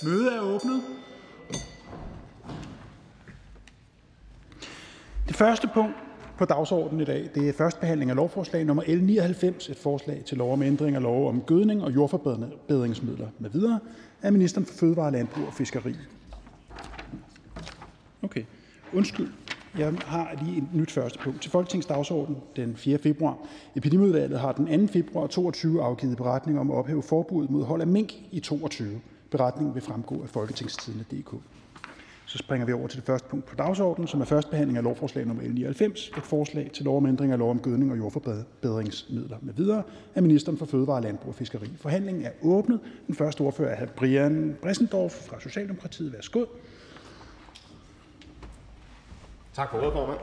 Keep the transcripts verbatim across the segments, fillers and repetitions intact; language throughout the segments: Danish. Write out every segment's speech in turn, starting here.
Mødet er åbnet. Det første punkt på dagsordenen i dag, det er første behandling af lovforslag nummer L nioghalvfems, et forslag til lov om ændring af lov om gødning og jordforbedringsmidler med videre af ministeren for Fødevare, Landbrug og Fiskeri. Okay, undskyld. Jeg har lige et nyt første punkt. Til Folketingets dagsorden den fjerde februar. Epidemiudvalget har den anden februar toogtyve afgivet beretning om at ophæve forbuddet mod hold af mink i toogtyve. Beretningen vil fremgå af folketingstidende punktum d k. Så springer vi over til det første punkt på dagsordenen, som er første behandling af lovforslag nummer L nioghalvfems, et forslag til lov om ændring af lov om gødning og jordforbedringsmidler med videre af ministeren for Fødevare, Landbrug og Fiskeri. Forhandlingen er åbnet. Den første ordfører er hr. Brian Bressendorf fra Socialdemokratiet. Værsgo. Tak for ordet, formand.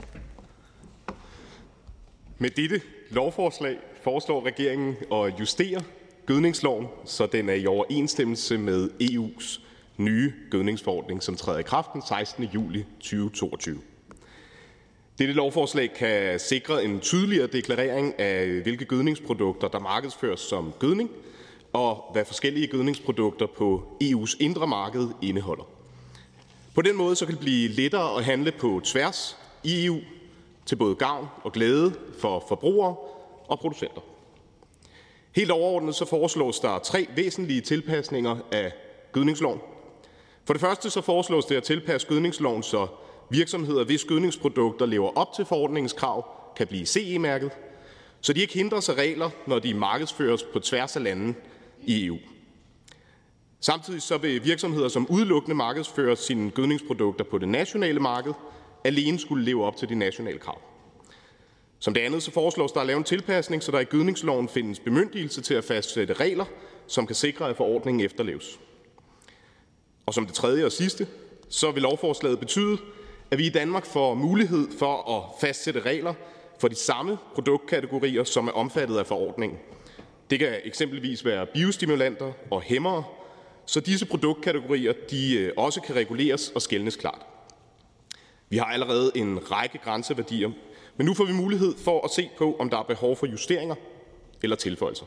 Med dette lovforslag foreslår regeringen at justere gødningsloven, så den er i overensstemmelse med E U's nye gødningsforordning, som træder i kraft den sekstende juli to tusind og toogtyve. Dette lovforslag kan sikre en tydeligere deklarering af, hvilke gødningsprodukter, der markedsføres som gødning, og hvad forskellige gødningsprodukter på E U's indre marked indeholder. På den måde så kan det blive lettere at handle på tværs i E U til både gavn og glæde for forbrugere og producenter. Helt overordnet så foreslås der tre væsentlige tilpasninger af gødningsloven. For det første så foreslås det at tilpasse gødningsloven, så virksomheder, hvis gødningsprodukter lever op til forordningens krav, kan blive C E-mærket, så de ikke hindres af regler, når de markedsføres på tværs af lande i E U. Samtidig så vil virksomheder, som udelukkende markedsfører sine gødningsprodukter på det nationale marked, alene skulle leve op til de nationale krav. Som det andet så foreslås der at lave en tilpasning, så der i gødningsloven findes bemyndigelse til at fastsætte regler, som kan sikre, at forordningen efterleves. Og som det tredje og sidste, så vil lovforslaget betyde, at vi i Danmark får mulighed for at fastsætte regler for de samme produktkategorier, som er omfattet af forordningen. Det kan eksempelvis være biostimulanter og hæmmere, så disse produktkategorier de også kan reguleres og skelnes klart. Vi har allerede en række grænseværdier, men nu får vi mulighed for at se på, om der er behov for justeringer eller tilføjelser.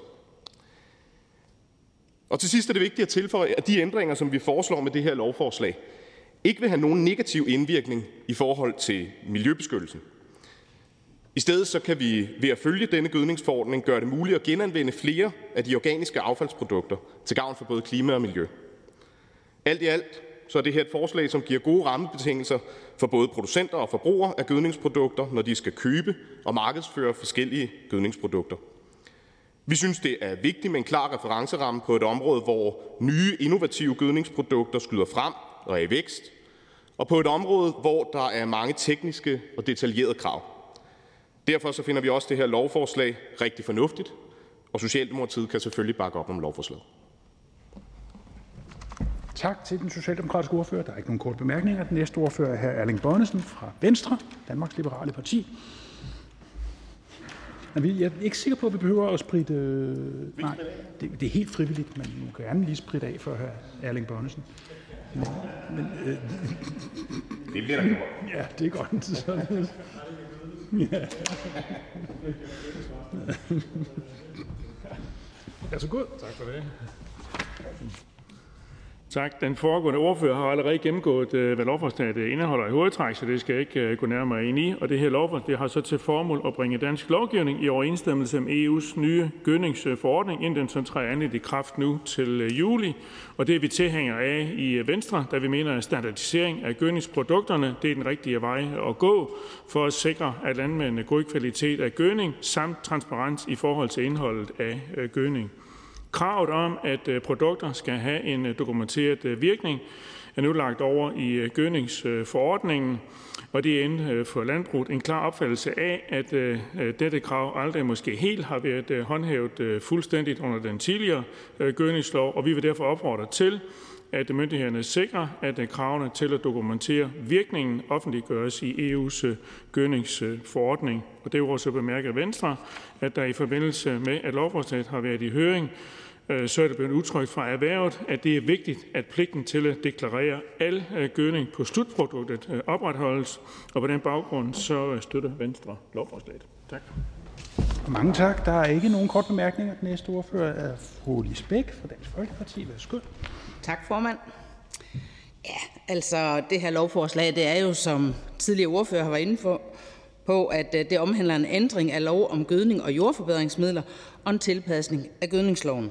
Og til sidst er det vigtigt at tilføje, at de ændringer, som vi foreslår med det her lovforslag, ikke vil have nogen negativ indvirkning i forhold til miljøbeskyttelsen. I stedet så kan vi ved at følge denne gødningsforordning gøre det muligt at genanvende flere af de organiske affaldsprodukter til gavn for både klima og miljø. Alt i alt så er det her et forslag, som giver gode rammebetingelser for både producenter og forbrugere af gødningsprodukter, når de skal købe og markedsføre forskellige gødningsprodukter. Vi synes, det er vigtigt med en klar referenceramme på et område, hvor nye innovative gødningsprodukter skyder frem og er i vækst, og på et område, hvor der er mange tekniske og detaljerede krav. Derfor så finder vi også det her lovforslag rigtig fornuftigt, og Socialdemokratiet kan selvfølgelig bakke op om lovforslaget. Tak til den socialdemokratiske ordfører. Der er ikke nogen korte bemærkninger. Den næste ordfører er hr. Erling Bonnesen fra Venstre, Danmarks Liberale Parti. Jeg er ikke sikker på, at vi behøver at spritte... Nej, det, det er helt frivilligt, men du kan gerne lige spritte af for hr. Erling Bonnesen. Men, men, øh... Det bliver da godt. Ja, det er godt. Sådan. Ja. Ja, så god. Tak for det. Tak. Den foregående ordfører har allerede gennemgået, hvad lovforslaget indeholder i hovedtræk, så det skal jeg ikke gå nærmere ind i. Og det her lovforslag har så til formål at bringe dansk lovgivning i overensstemmelse med E U's nye gødningsforordning, inden den så træder andet i kraft nu til juli. Og det er vi tilhængere af i Venstre, da vi mener, at standardisering af gødningsprodukterne det er den rigtige vej at gå for at sikre, at landmændene god kvalitet af gødning samt transparens i forhold til indholdet af gødning. Kravet om, at produkter skal have en dokumenteret virkning, er nu lagt over i gødningsforordningen, og det er for landbruget en klar opfattelse af, at dette krav aldrig måske helt har været håndhævet fuldstændigt under den tidligere gødningslov, og vi vil derfor opfordre til, at myndighederne sikrer, at kravene til at dokumentere virkningen offentliggøres i E U's gødningsforordning. Og det er også bemærket Venstre, at der i forbindelse med, at lovforslaget har været i høring, så er det blevet udtrykt fra erhvervet, at det er vigtigt, at pligten til at deklarere al gødning på slutproduktet opretholdes, og på den baggrund så støtter Venstre lovforslaget. Tak. Mange tak. Der er ikke nogen kort bemærkninger. Den næste ordfører er fru Lise Bech fra Dansk Folkeparti. Værsgo. Tak, formand. Ja, altså det her lovforslag, det er jo, som tidligere ordfører har været inde på, på, at det omhandler en ændring af lov om gødning og jordforbedringsmidler og en tilpasning af gødningsloven.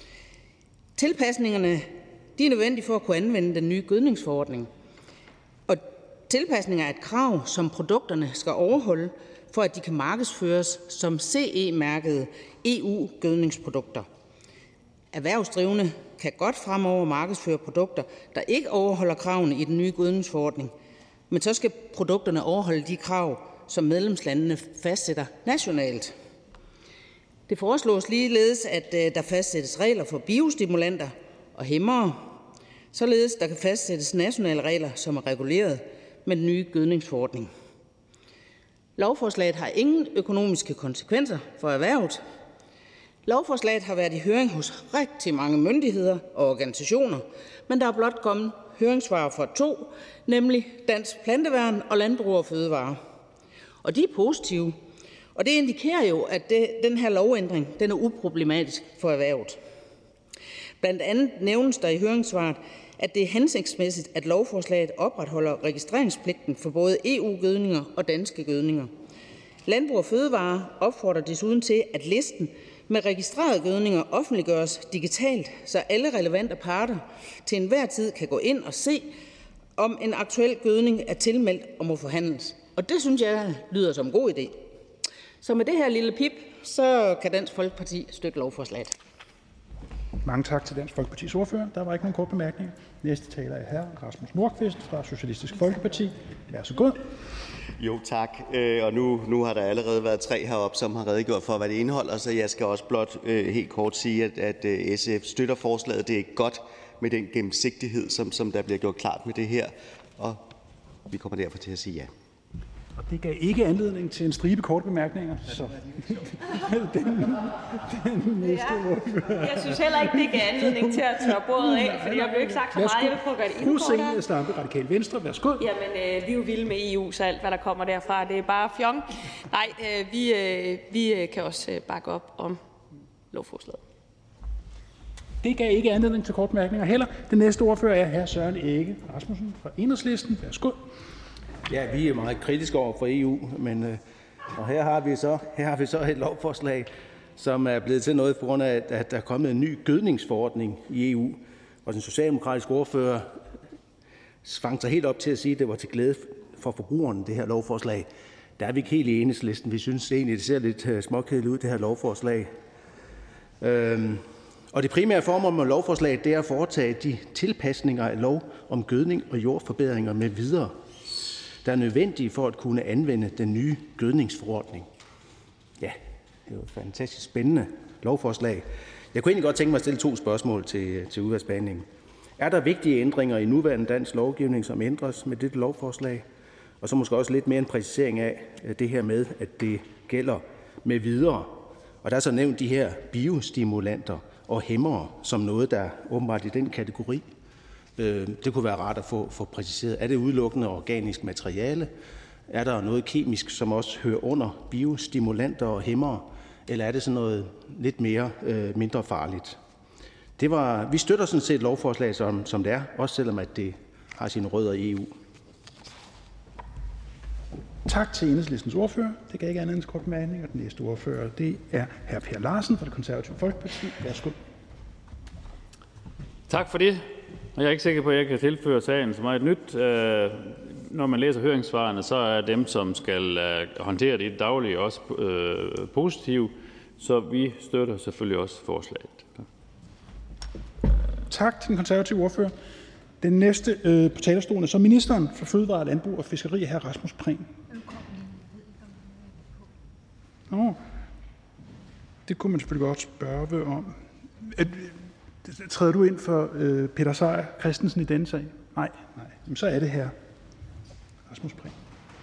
Tilpasningerne de er nødvendige for at kunne anvende den nye gødningsforordning. Og tilpasninger er et krav, som produkterne skal overholde, for at de kan markedsføres som C E-mærkede E U-gødningsprodukter. Erhvervsdrivende kan godt fremover markedsføre produkter, der ikke overholder kravene i den nye gødningsforordning, men så skal produkterne overholde de krav, som medlemslandene fastsætter nationalt. Det foreslås ligeledes, at der fastsættes regler for biostimulanter og hæmmere, således der kan fastsættes nationale regler, som er reguleret med den nye gødningsforordning. Lovforslaget har ingen økonomiske konsekvenser for erhvervet. Lovforslaget har været i høring hos rigtig mange myndigheder og organisationer, men der er blot kommet høringssvar fra to, nemlig Dansk Planteværn og Landbrug og Fødevare. Og de er positive, og det indikerer jo, at det, den her lovændring den er uproblematisk for erhvervet. Blandt andet nævnes der i høringssvaret, at det er hensigtsmæssigt, at lovforslaget opretholder registreringspligten for både E U-gødninger og danske gødninger. Landbrug og Fødevare opfordrer desuden til, at listen med registrerede gødninger offentliggøres digitalt, så alle relevante parter til enhver tid kan gå ind og se, om en aktuel gødning er tilmeldt og må forhandles. Og det synes jeg lyder som en god idé. Så med det her lille pip, så kan Dansk Folkeparti støtte lovforslaget. Mange tak til Dansk Folkepartis ordfører. Der var ikke nogen kort bemærkninger. Næste taler er hr. Rasmus Nordqvist fra Socialistisk Folkeparti. Vær så god. Jo, tak. Og nu, nu har der allerede været tre heroppe, som har redegjort for, hvad det indeholder, så jeg skal også blot øh, helt kort sige, at, at S F støtter forslaget. Det er godt med den gennemsigtighed, som, som der bliver gjort klart med det her, og vi kommer derfor til at sige ja. Og det gav ikke anledning til en stribe korte bemærkninger. Så den, den næste ordfører. Jeg synes heller ikke, det gav anledning til at tørre bordet af, fordi jeg blev ikke sagt så meget. Jeg vil prøve at gøre det endnu kortere. Fru Zenia Stampe, Radikale Venstre. Værsgo. Jamen, øh, vi er jo vilde med E U, så alt, hvad der kommer derfra, det er bare fjong. Nej, øh, vi, øh, vi kan også øh, bakke op om lovforslaget. Det gav ikke anledning til korte bemærkninger heller. Den næste ordfører er hr. Søren Egge Rasmussen fra Enhedslisten. Værsgo. Ja, vi er meget kritiske over for E U, men øh, og her, har vi så, her har vi så et lovforslag, som er blevet til noget på grund af, at der er kommet en ny gødningsforordning i E U, og den socialdemokratiske ordfører svang sig helt op til at sige, at det var til glæde for forbrugerne, det her lovforslag. Der er vi ikke helt i Enhedslisten. Vi synes egentlig, det ser lidt uh, småkedeligt ud, det her lovforslag. Øhm, og det primære formål med lovforslaget, det er at foretage de tilpasninger af lov om gødning og jordforbedringer med videre, der er nødvendige for at kunne anvende den nye gødningsforordning. Ja, det er jo et fantastisk spændende lovforslag. Jeg kunne egentlig godt tænke mig at stille to spørgsmål til, til udvalgsbehandlingen. Er der vigtige ændringer i nuværende dansk lovgivning, som ændres med dette lovforslag? Og så måske også lidt mere en præcisering af det her med, at det gælder med videre. Og der er så nævnt de her biostimulanter og hæmmere som noget, der åbenbart i den kategori. Det kunne være rart at få, få præciseret. Er det udelukkende organisk materiale? Er der noget kemisk, som også hører under biostimulanter og hæmmere? Eller er det sådan noget lidt mere øh, mindre farligt? Det var, vi støtter sådan set lovforslag, som, som det er, også selvom at det har sine rødder i E U. Tak til Enhedslistens ordfører. Det gav ikke andet end kort bemærkning, og den næste ordfører, det er hr. Per Larsen fra Det Konservative Folkeparti. Værsgo. Tak for det. Jeg er ikke sikker på, at jeg kan tilføre sagen så meget nyt. Når man læser høringssvarene, så er dem, som skal håndtere det i det daglige, også positive. Så vi støtter selvfølgelig også forslaget. Tak til den konservative ordfører. Den næste øh, på talerstolen er så ministeren for Fødevare, Landbrug og Fiskeri, hr. Rasmus Prehn. Nå, det kunne man selvfølgelig godt spørge om. Træder du ind for øh, Peter Seier Christensen i denne sag? Nej, nej. Jamen, så er det her. Rasmus Prehn.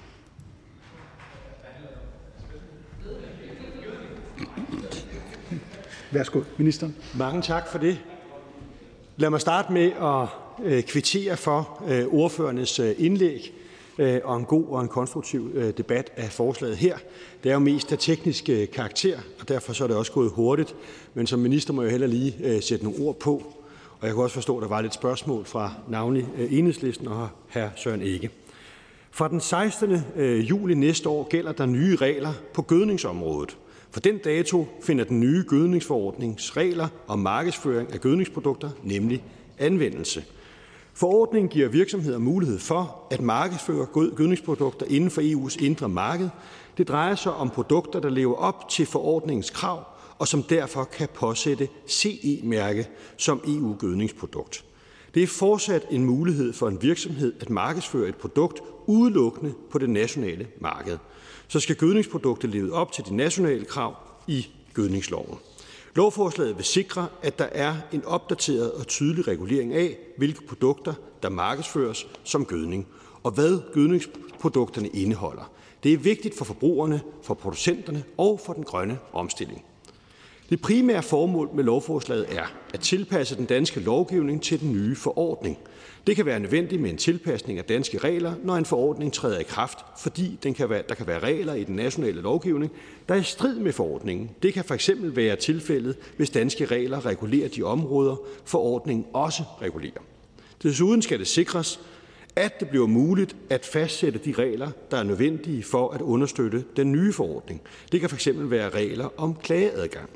Værsgo, ministeren. Mange tak for det. Lad mig starte med at øh, kvittere for øh, ordførernes øh, indlæg øh, og en god og en konstruktiv øh, debat af forslaget her. Det er jo mest af teknisk øh, karakter, og derfor så er det også gået hurtigt. Men som minister må jeg heller lige øh, sætte nogle ord på. Og jeg kunne også forstå, at der var lidt spørgsmål fra navnlig Enhedslisten og hr. Søren Egge. Fra den sekstende juli næste år gælder der nye regler på gødningsområdet. For den dato finder den nye gødningsforordningsregler om markedsføring af gødningsprodukter nemlig anvendelse. Forordningen giver virksomheder mulighed for at markedsføre gødningsprodukter inden for E U's indre marked. Det drejer sig om produkter, der lever op til forordningens krav, og som derfor kan påsætte C E-mærke som E U-gødningsprodukt. Det er fortsat en mulighed for en virksomhed at markedsføre et produkt udelukkende på det nationale marked. Så skal gødningsproduktet leve op til de nationale krav i gødningsloven. Lovforslaget vil sikre, at der er en opdateret og tydelig regulering af, hvilke produkter, der markedsføres som gødning, og hvad gødningsprodukterne indeholder. Det er vigtigt for forbrugerne, for producenterne og for den grønne omstilling. Det primære formål med lovforslaget er at tilpasse den danske lovgivning til den nye forordning. Det kan være nødvendigt med en tilpasning af danske regler, når en forordning træder i kraft, fordi den kan være, der kan være regler i den nationale lovgivning, der er i strid med forordningen. Det kan fx være tilfældet, hvis danske regler regulerer de områder, forordningen også regulerer. Desuden skal det sikres, at det bliver muligt at fastsætte de regler, der er nødvendige for at understøtte den nye forordning. Det kan fx være regler om klageadgang.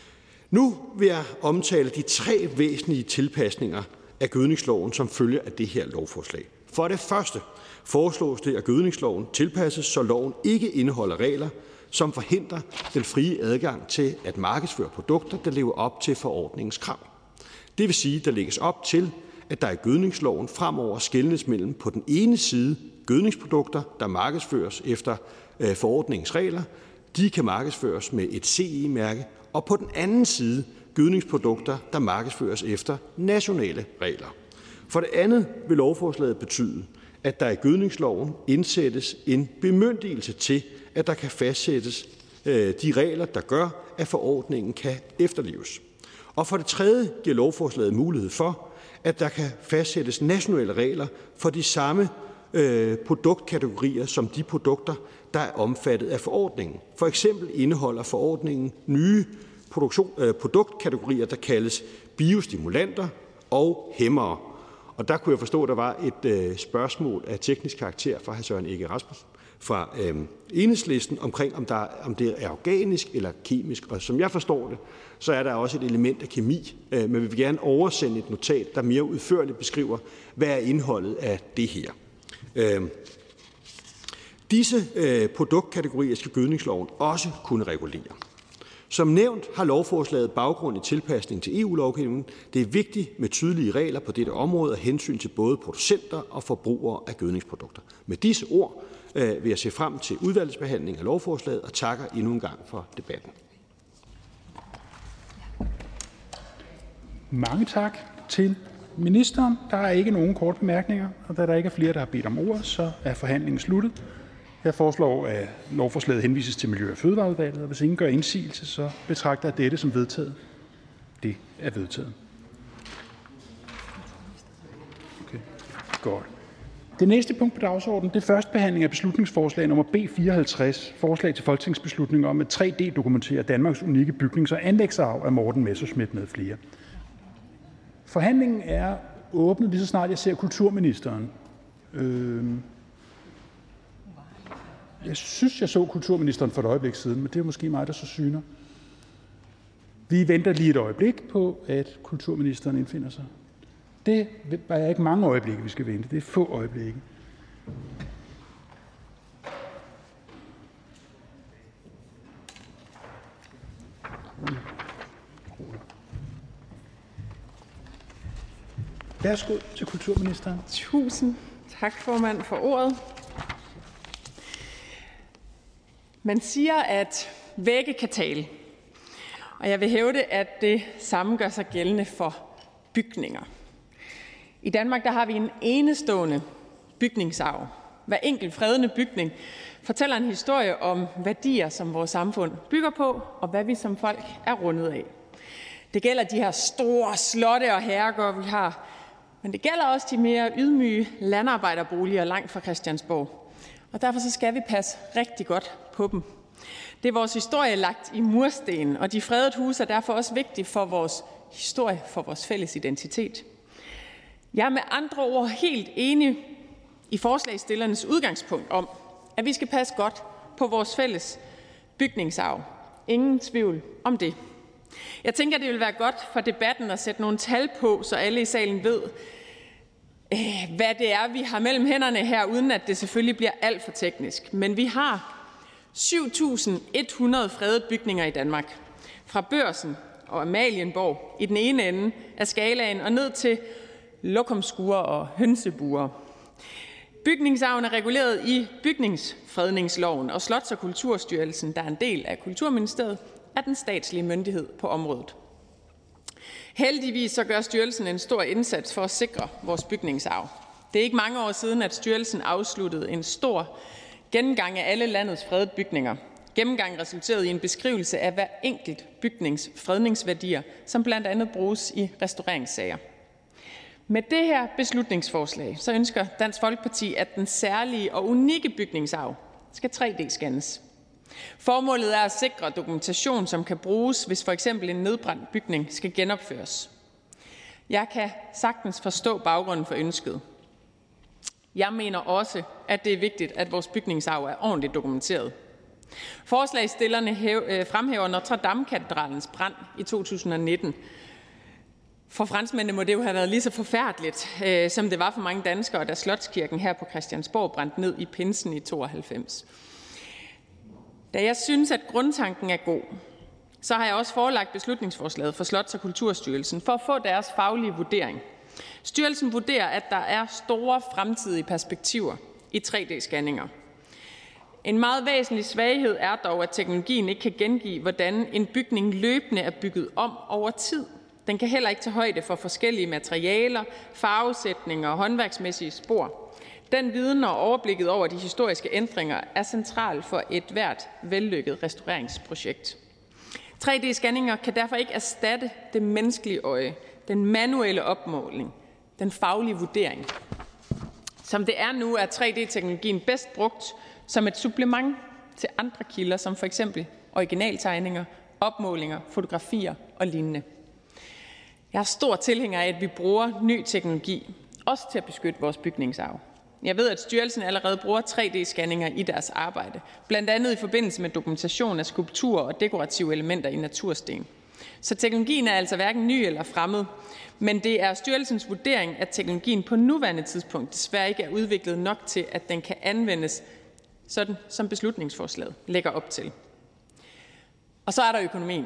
Nu vil jeg omtale de tre væsentlige tilpasninger af gødningsloven, som følger af det her lovforslag. For det første foreslås det, at gødningsloven tilpasses, så loven ikke indeholder regler, som forhindrer den frie adgang til at markedsføre produkter, der lever op til forordningens krav. Det vil sige, at der lægges op til, at der i gødningsloven fremover skelnes mellem på den ene side gødningsprodukter, der markedsføres efter øh, forordningens regler. De kan markedsføres med et C E-mærke, og på den anden side gødningsprodukter, der markedsføres efter nationale regler. For det andet vil lovforslaget betyde, at der i gødningsloven indsættes en bemyndigelse til, at der kan fastsættes øh, de regler, der gør, at forordningen kan efterleves. Og for det tredje giver lovforslaget mulighed for, at der kan fastsættes nationale regler for de samme øh, produktkategorier som de produkter, der er omfattet af forordningen. For eksempel indeholder forordningen nye produktion, øh, produktkategorier, der kaldes biostimulanter og hæmmere. Og der kunne jeg forstå, at der var et øh, spørgsmål af teknisk karakter fra hr. Søren Egge Rasmussen fra øh, Enhedslisten omkring, om, der, om det er organisk eller kemisk. Og som jeg forstår det, så er der også et element af kemi, øh, men vi vil gerne oversende et notat, der mere udførligt beskriver, hvad er indholdet af det her. Øh, disse øh, produktkategorier skal gødningsloven også kunne regulere. Som nævnt har lovforslaget baggrund i tilpasning til E U-lovgivningen. Det er vigtigt med tydelige regler på dette område af hensyn til både producenter og forbrugere af gødningsprodukter. Med disse ord øh, vil jeg se frem til udvalgsbehandling af lovforslaget og takker endnu en gang for debatten. Mange tak til ministeren. Der er ikke nogen korte bemærkninger, og da der ikke er flere, der har bedt om ordet, så er forhandlingen sluttet. Jeg foreslår, at lovforslaget henvises til Miljø- og Fødevareudvalget, og hvis ingen gør indsigelse, så betragter jeg dette som vedtaget. Det er vedtaget. Okay. Godt. Det næste punkt på dagsordenen, det er første behandling af beslutningsforslag nummer B fireoghalvtreds, forslag til folketingsbeslutning om at tre D-dokumentere Danmarks unikke bygnings- og anlægsarv af Morten Messerschmidt med flere. Forhandlingen er åbnet, lige så snart jeg ser kulturministeren. Øh... Jeg synes, jeg så kulturministeren for et øjeblik siden, men det er måske mig, der så syner. Vi venter lige et øjeblik på, at kulturministeren indfinder sig. Det er ikke mange øjeblikke, vi skal vente. Det er få øjeblikke. Værsgo til kulturministeren. Tusind tak, formand, for ordet. Man siger, at vægge kan tale, og jeg vil hævde, at det samme gør sig gældende for bygninger. I Danmark der har vi en enestående bygningsarv. Hver enkelt fredende bygning fortæller en historie om værdier, som vores samfund bygger på, og hvad vi som folk er rundet af. Det gælder de her store slotte og herregårde, vi har, men det gælder også de mere ydmyge landarbejderboliger langt fra Christiansborg. Og derfor så skal vi passe rigtig godt på dem. Det er vores historie lagt i mursten, og de fredede huse er derfor også vigtige for vores historie, for vores fælles identitet. Jeg er med andre ord helt enig i forslagsstillernes udgangspunkt om, at vi skal passe godt på vores fælles bygningsarv. Ingen tvivl om det. Jeg tænker, det vil være godt for debatten at sætte nogle tal på, så alle i salen ved, hvad det er, vi har mellem hænderne her, uden at det selvfølgelig bliver alt for teknisk. Men vi har syv tusind et hundrede fredede bygninger i Danmark. Fra Børsen og Amalienborg i den ene ende af skalaen og ned til lokumsskure og hønsebuer. Bygningsarven er reguleret i bygningsfredningsloven, og Slots- og Kulturstyrelsen, der er en del af Kulturministeriet, er den statslige myndighed på området. Heldigvis så gør styrelsen en stor indsats for at sikre vores bygningsarv. Det er ikke mange år siden, at styrelsen afsluttede en stor gennemgang af alle landets fredede bygninger. Gennemgangen resulterede i en beskrivelse af hver enkelt bygnings fredningsværdier, som blandt andet bruges i restaureringssager. Med det her beslutningsforslag så ønsker Dansk Folkeparti, at den særlige og unikke bygningsarv skal tre D-scannes. Formålet er at sikre dokumentation, som kan bruges, hvis for eksempel en nedbrændt bygning skal genopføres. Jeg kan sagtens forstå baggrunden for ønsket. Jeg mener også, at det er vigtigt, at vores bygningsarv er ordentligt dokumenteret. Forslagsstillerne fremhæver Notre Dame-katedralens brand i to tusind og nitten. For franskmændene må det jo have været lige så forfærdeligt, som det var for mange danskere, da Slotskirken her på Christiansborg brændte ned i pinsen i tooghalvfems. Da jeg synes, at grundtanken er god, så har jeg også forelagt beslutningsforslaget for Slots- og Kulturstyrelsen for at få deres faglige vurdering. Styrelsen vurderer, at der er store fremtidige perspektiver i tre D-scanninger. En meget væsentlig svaghed er dog, at teknologien ikke kan gengive, hvordan en bygning løbende er bygget om over tid. Den kan heller ikke tage højde for forskellige materialer, farvesætninger og håndværksmæssige spor. Den viden og overblikket over de historiske ændringer er central for et hvert vellykket restaureringsprojekt. tre D-scanninger kan derfor ikke erstatte det menneskelige øje, den manuelle opmåling, den faglige vurdering. Som det er nu, er tre D-teknologien bedst brugt som et supplement til andre kilder, som for eksempel originaltegninger, opmålinger, fotografier og lignende. Jeg er stor tilhænger af, at vi bruger ny teknologi, også til at beskytte vores bygningsarv. Jeg ved, at styrelsen allerede bruger tre D-scanninger i deres arbejde, blandt andet i forbindelse med dokumentation af skulpturer og dekorative elementer i natursten. Så teknologien er altså hverken ny eller fremmed, men det er styrelsens vurdering, at teknologien på nuværende tidspunkt desværre ikke er udviklet nok til, at den kan anvendes sådan, som beslutningsforslaget lægger op til. Og så er der økonomien.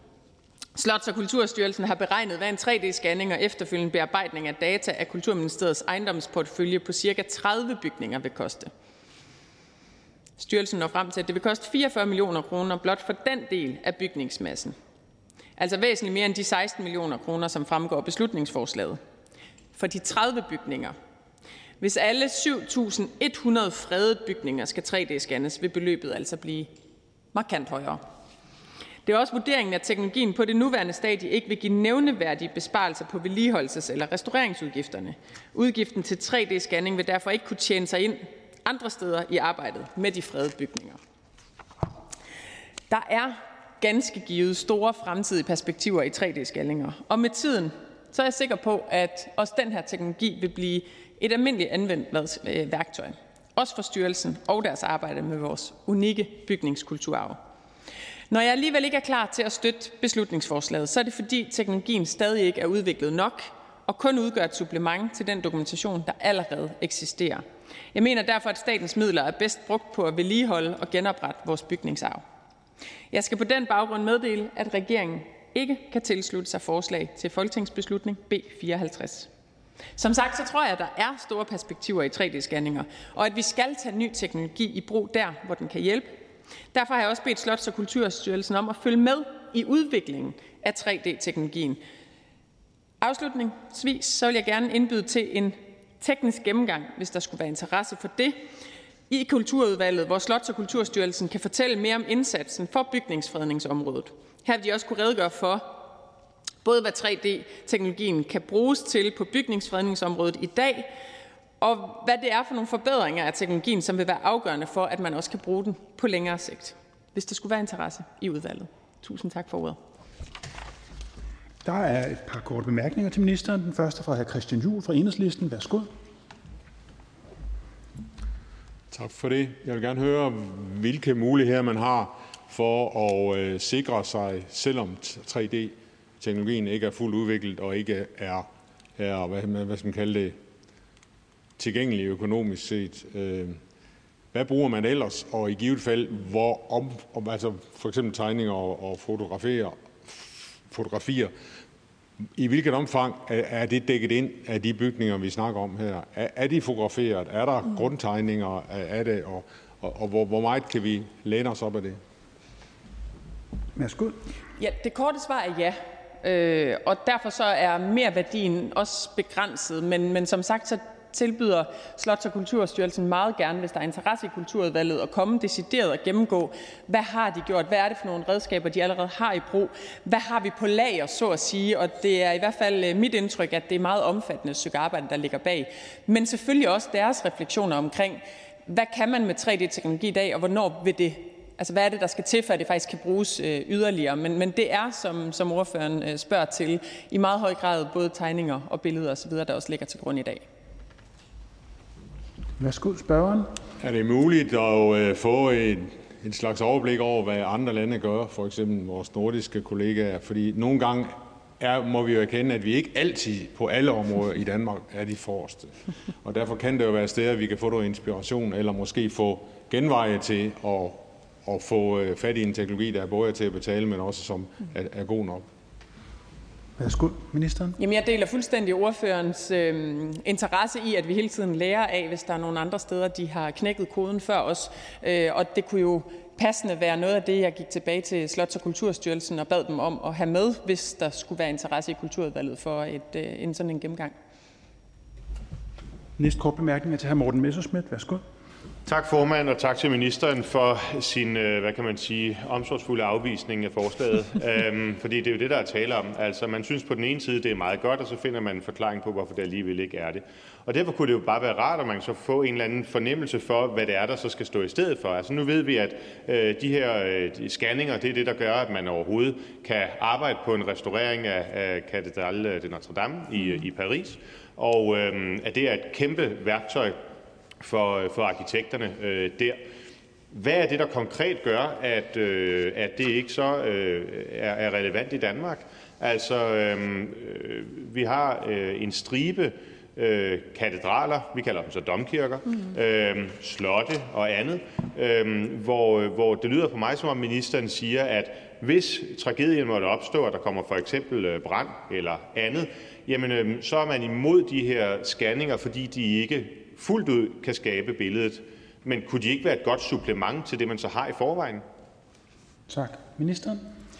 Slots- og Kulturstyrelsen har beregnet, hvad en tre D-scanning og efterfølgende bearbejdning af data af Kulturministeriets ejendomsportefølje på ca. tredive bygninger vil koste. Styrelsen når frem til, at det vil koste fireogfyrre millioner kroner blot for den del af bygningsmassen. Altså væsentligt mere end de seksten millioner kroner, som fremgår af beslutningsforslaget. For de tredive bygninger. Hvis alle syv tusind et hundrede fredede bygninger skal tre D-scannes, vil beløbet altså blive markant højere. Det er også vurderingen, at teknologien på det nuværende stadie ikke vil give nævneværdige besparelser på vedligeholdelses- eller restaureringsudgifterne. Udgiften til tre D-scanning vil derfor ikke kunne tjene sig ind andre steder i arbejdet med de fredede bygninger. Der er ganske givet store fremtidige perspektiver i tre D-scanninger, og med tiden så er jeg sikker på, at også den her teknologi vil blive et almindeligt anvendt værktøj, også for styrelsen og deres arbejde med vores unikke bygningskulturarv. Når jeg alligevel ikke er klar til at støtte beslutningsforslaget, så er det fordi teknologien stadig ikke er udviklet nok og kun udgør et supplement til den dokumentation, der allerede eksisterer. Jeg mener derfor, at statens midler er bedst brugt på at vedligeholde og genoprette vores bygningsarv. Jeg skal på den baggrund meddele, at regeringen ikke kan tilslutte sig forslag til folketingsbeslutning B fireoghalvtreds. Som sagt, så tror jeg, at der er store perspektiver i tre D-scanninger, og at vi skal tage ny teknologi i brug der, hvor den kan hjælpe. Derfor har jeg også bedt Slots- og Kulturstyrelsen om at følge med i udviklingen af tre D-teknologien. Afslutningsvis så vil jeg gerne indbyde til en teknisk gennemgang, hvis der skulle være interesse for det, i Kulturudvalget, hvor Slots- og Kulturstyrelsen kan fortælle mere om indsatsen for bygningsfredningsområdet. Her vil de også kunne redegøre for, både hvad tre D-teknologien kan bruges til på bygningsfredningsområdet i dag, og hvad det er for nogle forbedringer af teknologien, som vil være afgørende for, at man også kan bruge den på længere sigt, hvis der skulle være interesse i udvalget. Tusind tak for ordet. Der er et par korte bemærkninger til ministeren. Den første fra hr. Christian Juhl fra Enhedslisten. Værsgo. Tak for det. Jeg vil gerne høre, hvilke muligheder man har for at øh, sikre sig, selvom tre D-teknologien ikke er fuldt udviklet og ikke er, er hvad, hvad skal man kalde det, tilgængelig økonomisk set. Øh, hvad bruger man ellers, og i givet fald, hvor om, om altså for eksempel tegninger og, og fotografier, fotografier, i hvilket omfang er det dækket ind af de bygninger, vi snakker om her? Er, er de fotograferet? Er der mm. grundtegninger af det? Og, og, og hvor, hvor meget kan vi læne os op af det? Værsgo. Ja, det korte svar er ja. Øh, og derfor så er merværdien også begrænset. Men, men som sagt, så tilbyder Slots- og Kulturstyrelsen meget gerne, hvis der er interesse i kulturudvalget, at komme decideret og gennemgå, hvad har de gjort, hvad er det for nogle redskaber, de allerede har i brug, hvad har vi på lager, så at sige, og det er i hvert fald mit indtryk, at det er meget omfattende stykke arbejde, der ligger bag. Men selvfølgelig også deres refleksioner omkring, hvad kan man med tre D-teknologi i dag, og hvornår vil det, altså hvad er det, der skal til, for at det faktisk kan bruges øh, yderligere. Men, men det er, som, som ordføreren øh, spørger til, i meget høj grad både tegninger og billeder osv., der også ligger til grund i dag. Værsgo, spørgeren. Er det muligt at øh, få en, en slags overblik over, hvad andre lande gør, for eksempel vores nordiske kollegaer? Fordi nogle gange er, må vi jo erkende, at vi ikke altid på alle områder i Danmark er de forreste. Og derfor kan det jo være steder, vi kan få noget inspiration, eller måske få genveje til at, at få fat i en teknologi, der er både til at betale, men også som er, er god nok. Værsgo, ministeren. Jamen, jeg deler fuldstændig ordførerens øh, interesse i, at vi hele tiden lærer af, hvis der er nogle andre steder, de har knækket koden før os. Øh, og det kunne jo passende være noget af det, jeg gik tilbage til Slots- og Kulturstyrelsen og bad dem om at have med, hvis der skulle være interesse i kulturudvalget for et, øh, en sådan en gennemgang. Næste kort bemærkning er til hr. Morten Messerschmidt. Værsgo. Tak, formand, og tak til ministeren for sin, hvad kan man sige, omsorgsfulde afvisning af forslaget. øhm, fordi det er jo det, der er tale om. Altså, man synes på den ene side, det er meget godt, og så finder man en forklaring på, hvorfor det alligevel ikke er det. Og derfor kunne det jo bare være rart, at man så få en eller anden fornemmelse for, hvad det er, der så skal stå i stedet for. Altså, nu ved vi, at øh, de her øh, de scanninger, det er det, der gør, at man overhovedet kan arbejde på en restaurering af, af Cathédrale de Notre Dame i, i Paris. Og øh, at det er et kæmpe værktøj for, for arkitekterne øh, der. Hvad er det, der konkret gør, at, øh, at det ikke så øh, er, er relevant i Danmark? Altså, øh, vi har øh, en stribe øh, katedraler, vi kalder dem så domkirker, mm. øh, slotte og andet, øh, hvor, hvor det lyder på mig, som om ministeren siger, at hvis tragedien måtte opstå, at der kommer for eksempel brand eller andet, jamen øh, så er man imod de her scanninger, fordi de ikke fuldt ud kan skabe billedet. Men kunne de ikke være et godt supplement til det, man så har i forvejen? Tak. Ministeren?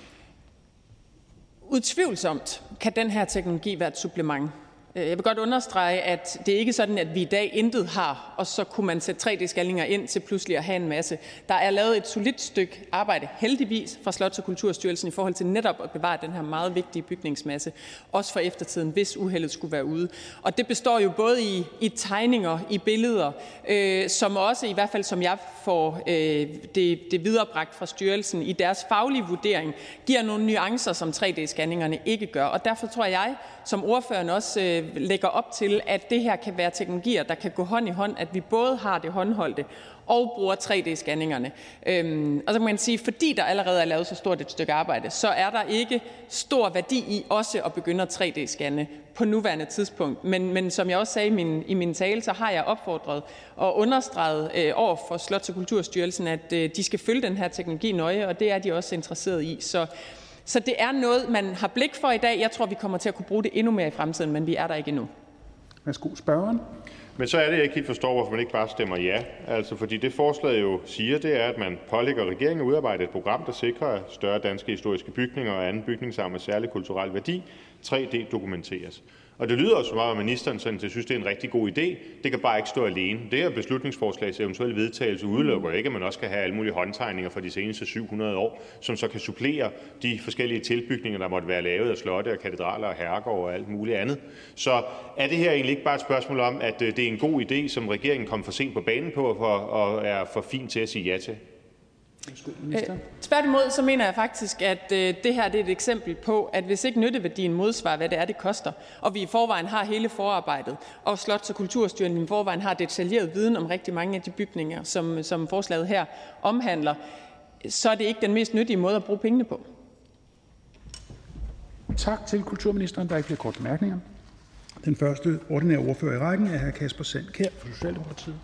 Utvivlsomt kan den her teknologi være et supplement. Jeg vil godt understrege, at det ikke er sådan, at vi i dag intet har, og så kunne man sætte tre D-scanninger ind til pludselig at have en masse. Der er lavet et solidt stykke arbejde, heldigvis, fra Slots- og Kulturstyrelsen i forhold til netop at bevare den her meget vigtige bygningsmasse, også for eftertiden, hvis uheldet skulle være ude. Og det består jo både i, i tegninger, i billeder, øh, som også, i hvert fald som jeg får øh, det, det viderebragt fra styrelsen i deres faglige vurdering, giver nogle nuancer, som tre D-scanningerne ikke gør. Og derfor tror jeg, som ordføreren også øh, lægger op til, at det her kan være teknologier, der kan gå hånd i hånd, at vi både har det håndholdte og bruger tre D-scanningerne. Øhm, og så kan man sige, fordi der allerede er lavet så stort et stykke arbejde, så er der ikke stor værdi i også at begynde at tre D-scanne på nuværende tidspunkt. Men, men som jeg også sagde i min, i min tale, så har jeg opfordret og understreget øh, over for Slots- og Kulturstyrelsen, at øh, de skal følge den her teknologi nøje, og det er de også interesseret i. Så Så det er noget, man har blik for i dag. Jeg tror, vi kommer til at kunne bruge det endnu mere i fremtiden, men vi er der ikke endnu. Værsgo, spørgeren. Men så er det, jeg ikke helt forstår, hvorfor man ikke bare stemmer ja. Altså, fordi det forslag jo siger, det er, at man pålægger regeringen at udarbejde et program, der sikrer, at større danske historiske bygninger og anden bygningsarv med særlig kulturel værdi tre D dokumenteres. Og det lyder også som om, at ministeren sådan, jeg synes, det er en rigtig god idé. Det kan bare ikke stå alene. Det her beslutningsforslags eventuelle vedtagelse udelukker ikke, at man også kan have alle mulige håndtegninger fra de seneste syv hundrede år, som så kan supplere de forskellige tilbygninger, der måtte være lavet af slotte og katedraler og herregårde og alt muligt andet. Så er det her egentlig ikke bare et spørgsmål om, at det er en god idé, som regeringen kom for sent på banen på og er for fint til at sige ja til? Tværtimod så mener jeg faktisk, at øh, det her det er et eksempel på, at hvis ikke nytteværdien modsvarer, hvad det er, det koster, og vi i forvejen har hele forarbejdet, og Slots- og Kulturstyrelsen i forvejen har detaljeret viden om rigtig mange af de bygninger, som, som forslaget her omhandler, så er det ikke den mest nyttige måde at bruge pengene på. Tak til kulturministeren. Der er ikke flere korte bemærkninger. Den første ordinære ordfører i rækken er hr. Kasper Sand Kjær fra Socialdemokratiet.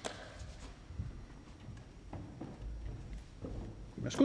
Værsgo.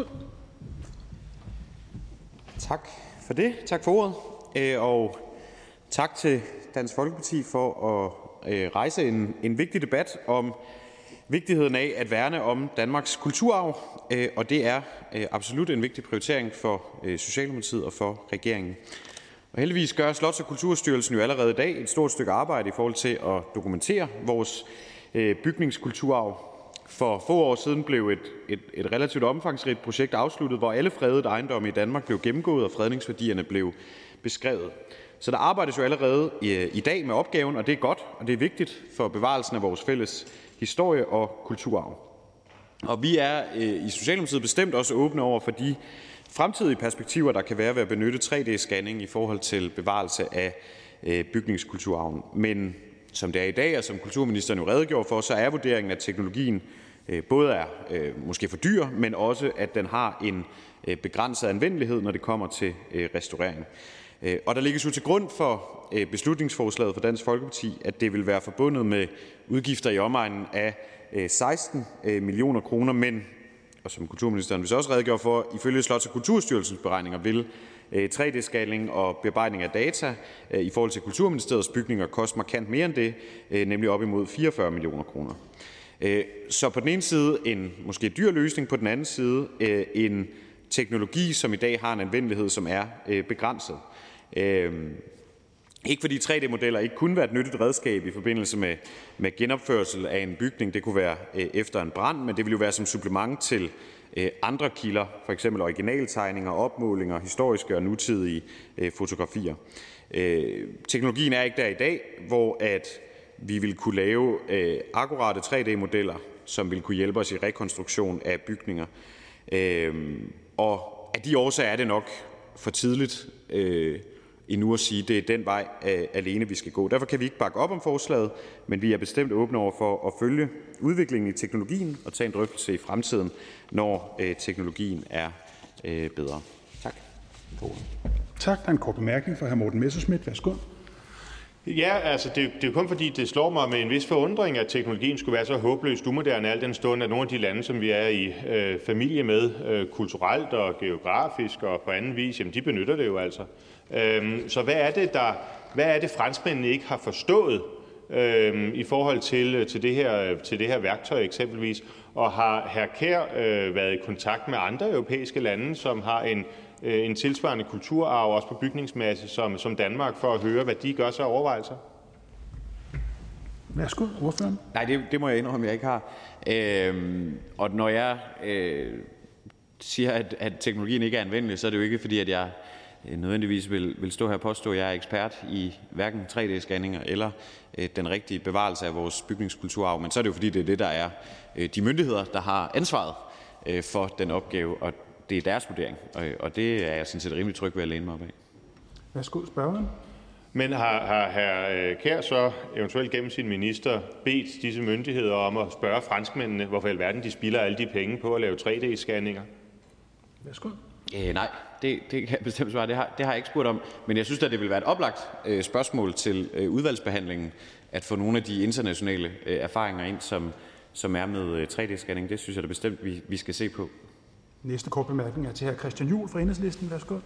Tak for det. Tak for ordet. Og tak til Dansk Folkeparti for at rejse en, en vigtig debat om vigtigheden af at værne om Danmarks kulturarv. Og det er absolut en vigtig prioritering for Socialdemokratiet og for regeringen. Og heldigvis gør Slots- og Kulturstyrelsen jo allerede i dag et stort stykke arbejde i forhold til at dokumentere vores bygningskulturarv. For få år siden blev et, et, et relativt omfangsrigt projekt afsluttet, hvor alle fredede ejendomme i Danmark blev gennemgået, og fredningsværdierne blev beskrevet. Så der arbejdes jo allerede i, i dag med opgaven, og det er godt, og det er vigtigt for bevarelsen af vores fælles historie og kulturarv. Og vi er øh, i Socialdemokratiet bestemt også åbne over for de fremtidige perspektiver, der kan være ved at benytte tre D-scanning i forhold til bevarelse af øh, bygningskulturarven. Men som det er i dag, og som kulturministeren jo redegjorde for, så er vurderingen, at teknologien øh, både er øh, måske for dyr, men også at den har en øh, begrænset anvendelighed, når det kommer til øh, restaurering. Øh, og der ligger jo til grund for øh, beslutningsforslaget for Dansk Folkeparti, at det vil være forbundet med udgifter i omegnen af øh, seksten øh, millioner kroner, men, og som kulturministeren vist også redegjorde for, ifølge Slots- og Kulturstyrelsens beregninger vil tre D-scanning og bearbejdning af data i forhold til Kulturministeriets bygninger koster markant mere end det, nemlig op imod fireogfyrre millioner kroner. Så på den ene side en måske dyr løsning, på den anden side en teknologi, som i dag har en anvendelighed, som er begrænset. Ikke fordi tre D-modeller ikke kunne være et nyttigt redskab i forbindelse med, med genopførsel af en bygning, det kunne være efter en brand, men det ville jo være som supplement til andre kilder, for eksempel originaltegninger, opmålinger, historiske og nutidige fotografier. Teknologien er ikke der i dag, hvor at vi vil kunne lave akkurate tre D-modeller, som vil kunne hjælpe os i rekonstruktion af bygninger. Og af de årsager er det nok for tidligt endnu at sige, at det er den vej alene, vi skal gå. Derfor kan vi ikke bakke op om forslaget, men vi er bestemt åbne over for at følge udviklingen i teknologien og tage en drøftelse i fremtiden, når teknologien er bedre. Tak. Tak. Der er en kort bemærkning fra hr. Morten Messerschmidt. Værsgo. Ja, altså det, det er jo kun fordi, det slår mig med en vis forundring, at teknologien skulle være så håbløst umoderne, al den stund, at nogle af de lande, som vi er i øh, familie med, øh, kulturelt og geografisk og på anden vis, jamen de benytter det jo altså. Øhm, så hvad er det, der, hvad er det franskmændene ikke har forstået øhm, i forhold til, til, det her, til det her værktøj eksempelvis? Og har hr. Kjær øh, været i kontakt med andre europæiske lande, som har en en tilsvarende kulturarv, også på bygningsmasse, som, som Danmark, for at høre, hvad de gør sig overvejelser? Værsgo, ordføreren. Nej, det, det må jeg indrømme, jeg ikke har. Øhm, og når jeg øh, siger, at, at teknologien ikke er anvendelig, så er det jo ikke fordi, at jeg nødvendigvis vil, vil stå her og påstå, at jeg er ekspert i hverken tre D-scanninger eller øh, den rigtige bevarelse af vores bygningskulturarv, men så er det jo fordi, det er det, der er øh, de myndigheder, der har ansvaret øh, for den opgave, og det er deres vurdering, og det er jeg sådan set rimelig tryg ved at læne mig op af. Værsgo, spørgeren. Men har, har hr. Kjær så eventuelt gennem sin minister bedt disse myndigheder om at spørge franskmændene, hvorfor i alverden de spilder alle de penge på at lave tre D-scanninger? Værsgo. Øh, nej, det, det kan jeg bestemt svare. Det har, det har jeg ikke spurgt om. Men jeg synes at det vil være et oplagt øh, spørgsmål til øh, udvalgsbehandlingen, at få nogle af de internationale øh, erfaringer ind, som, som er med øh, tre D-scanning. Det synes jeg da bestemt, vi, vi skal se på. Næste kort bemærkning er til hr. Christian Juhl fra Enhedslisten. Værsgo.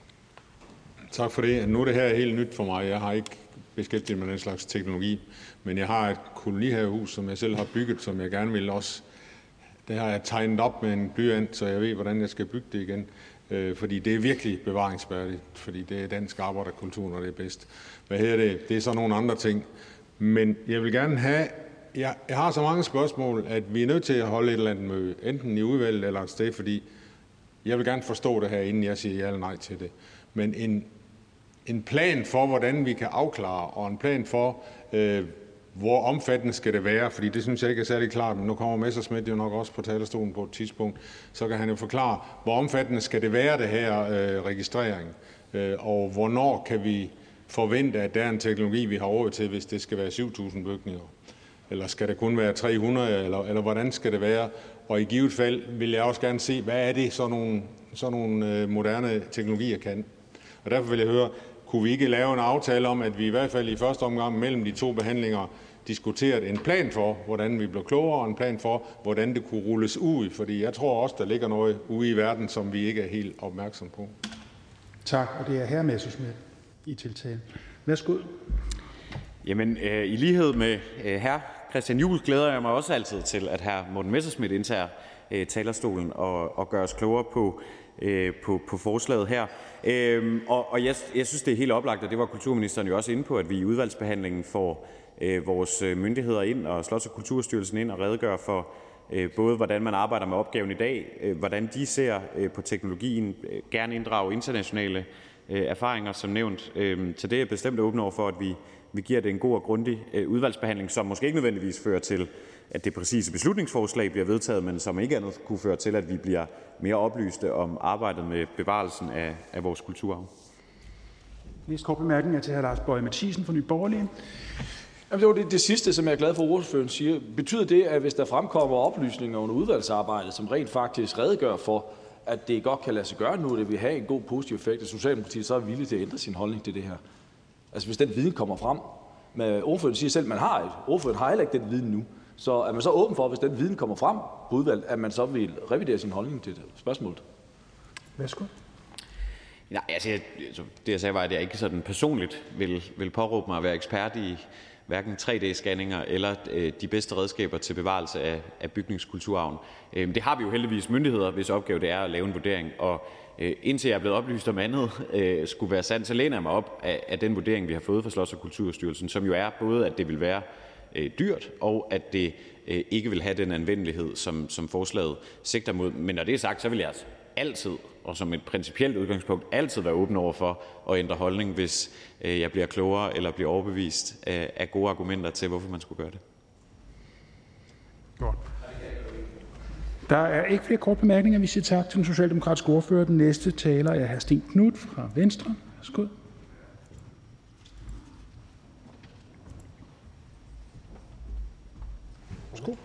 Tak for det. Nu er det her helt nyt for mig. Jeg har ikke beskæftiget mig med den slags teknologi, men jeg har et kolonihavehus, som jeg selv har bygget, som jeg gerne vil også. Det har jeg tegnet op med en blyant, så jeg ved, hvordan jeg skal bygge det igen. Øh, fordi det er virkelig bevaringsværdigt, fordi det er dansk arbejderkultur, når det er bedst. Hvad hedder det? Det er så nogle andre ting. Men jeg vil gerne have... Jeg, jeg har så mange spørgsmål, at vi er nødt til at holde et eller andet møde, enten i udvalget eller et sted, fordi jeg vil gerne forstå det her, inden jeg siger ja eller nej til det. Men en, en plan for, hvordan vi kan afklare, og en plan for, øh, hvor omfattende skal det være? Fordi det synes jeg ikke er særlig klart. Men nu kommer Messerschmidt jo nok også på talerstolen på et tidspunkt. Så kan han jo forklare, hvor omfattende skal det være, det her øh, registrering? Øh, og hvornår kan vi forvente, at der er en teknologi, vi har råd til, hvis det skal være syv tusind bygninger? Eller skal det kun være tre hundrede, eller, eller hvordan skal det være? Og i givet fald vil jeg også gerne se, hvad er det, sådan nogle, sådan nogle øh, moderne teknologier kan? Og derfor vil jeg høre, kunne vi ikke lave en aftale om, at vi i hvert fald i første omgang mellem de to behandlinger diskuterede en plan for, hvordan vi blev klogere, og en plan for, hvordan det kunne rulles ud? Fordi jeg tror også, der ligger noget ude i verden, som vi ikke er helt opmærksom på. Tak, og det er hr. Messerschmidt i tiltale. Værsgo. Jamen, øh, i lighed med øh, hr. Christian Juhl glæder jeg mig også altid til, at hr. Morten Messerschmidt indtager øh, talerstolen og, og gør os klogere på, øh, på, på forslaget her. Øh, og og jeg, jeg synes, det er helt oplagt, og det var kulturministeren jo også inde på, at vi i udvalgsbehandlingen får øh, vores myndigheder ind, og Slots- og Kulturstyrelsen ind og redegør for øh, både, hvordan man arbejder med opgaven i dag, øh, hvordan de ser øh, på teknologien, øh, gerne inddrage internationale øh, erfaringer, som nævnt. Øh, så det er bestemt åbent over for, at vi Vi giver det en god og grundig øh, udvalgsbehandling, som måske ikke nødvendigvis fører til, at det præcise beslutningsforslag bliver vedtaget, men som ikke andet kunne føre til, at vi bliver mere oplyste om arbejdet med bevarelsen af, af vores kulturarv. Næste kort bemærkning er til hr. Lars Boje Mathiesen fra Nye Borgerlige. Jamen, det var det, det sidste, som jeg er glad for, at ordføreren siger. Betyder det, at hvis der fremkommer oplysninger under udvalgsarbejdet, som rent faktisk redegør for, at det godt kan lade sig gøre nu, det vil have en god positiv effekt, at Socialdemokratiet så er villige til at ændre sin holdning til det her? Altså hvis den viden kommer frem. Men ordføreren siger selv, at man har et. Ordføreren har heller ikke den viden nu. Så er man så åben for, hvis den viden kommer frem på udvalg, at man så vil revidere sin holdning til det spørgsmål? Værsgo. Nej, altså, det jeg sagde var, at jeg ikke sådan personligt vil, vil påråbe mig at være ekspert i hverken tre D-scanninger eller øh, de bedste redskaber til bevarelse af, af bygningskulturarven. Øh, det har vi jo heldigvis myndigheder, hvis opgave det er at lave en vurdering. Og øh, indtil jeg er blevet oplyst om andet øh, skulle være sandt, så læner jeg mig op af, af den vurdering, vi har fået fra Slots- og Kulturstyrelsen, som jo er både, at det vil være øh, dyrt, og at det øh, ikke vil have den anvendelighed, som, som forslaget sigter mod. Men når det er sagt, så vil jeg altså altid, og som et principielt udgangspunkt, altid være åben over for at ændre holdning, hvis øh, jeg bliver klogere eller bliver overbevist af, af gode argumenter til, hvorfor man skulle gøre det. Godt. Der er ikke flere korte bemærkninger. Vi siger tak til den socialdemokratiske ordfører. Den næste taler er hr. Stén Knuth fra Venstre. Værsgo. Værsgo.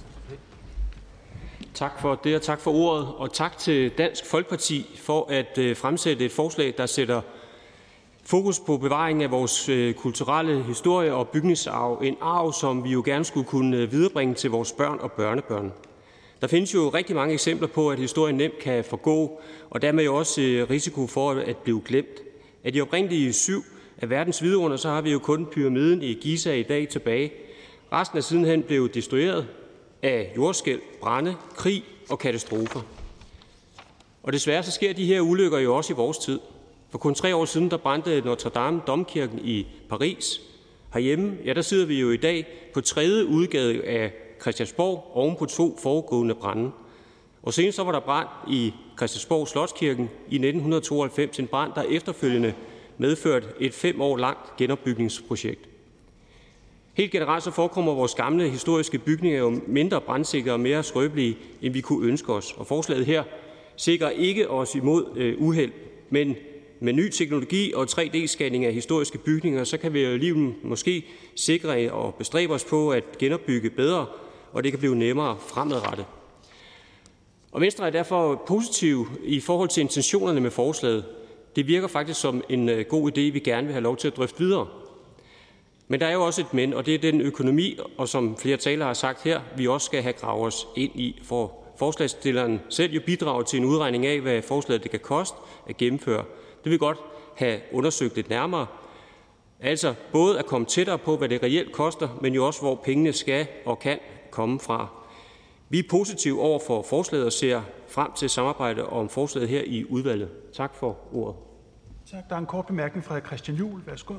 Tak for det, og tak for ordet, og tak til Dansk Folkeparti for at fremsætte et forslag, der sætter fokus på bevaring af vores kulturelle historie og bygningsarv. En arv, som vi jo gerne skulle kunne viderebringe til vores børn og børnebørn. Der findes jo rigtig mange eksempler på, at historien nemt kan forgå, og dermed jo også risiko for at blive glemt. Af de oprindelige syv af verdens vidunder, så har vi jo kun pyramiden i Giza i dag tilbage. Resten er sidenhen blevet destrueret af jordskælv, brande, krig og katastrofer. Og desværre så sker de her ulykker jo også i vores tid. For kun tre år siden, der brændte Notre Dame domkirken i Paris. Herhjemme, ja, der sidder vi jo i dag på tredje udgave af Christiansborg oven på to foregående brande. Og senest så var der brand i Christiansborg Slotskirken i nitten tooghalvfems, en brand, der efterfølgende medførte et fem år langt genopbygningsprojekt. Helt generelt så forekommer vores gamle historiske bygninger jo mindre brandsikre og mere skrøbelige, end vi kunne ønske os. Og forslaget her sikrer ikke os imod øh, uheld, men med ny teknologi og tre D-scanning af historiske bygninger, så kan vi jo alligevel måske sikre og bestræbe os på at genopbygge bedre, og det kan blive nemmere fremadrettet. Og Venstre er derfor positiv i forhold til intentionerne med forslaget. Det virker faktisk som en øh, god idé, vi gerne vil have lov til at drøfte videre. Men der er jo også et men, og det er den økonomi, og som flere talere har sagt her, vi også skal have gravet os ind i, for forslagsstilleren selv jo bidrager til en udregning af, hvad forslaget det kan koste at gennemføre. Det vil godt have undersøgt lidt nærmere. Altså både at komme tættere på, hvad det reelt koster, men jo også, hvor pengene skal og kan komme fra. Vi er positive over for forslaget og ser frem til samarbejde om forslaget her i udvalget. Tak for ordet. Tak. Der er en kort bemærkning fra Christian Juhl. Værsgo.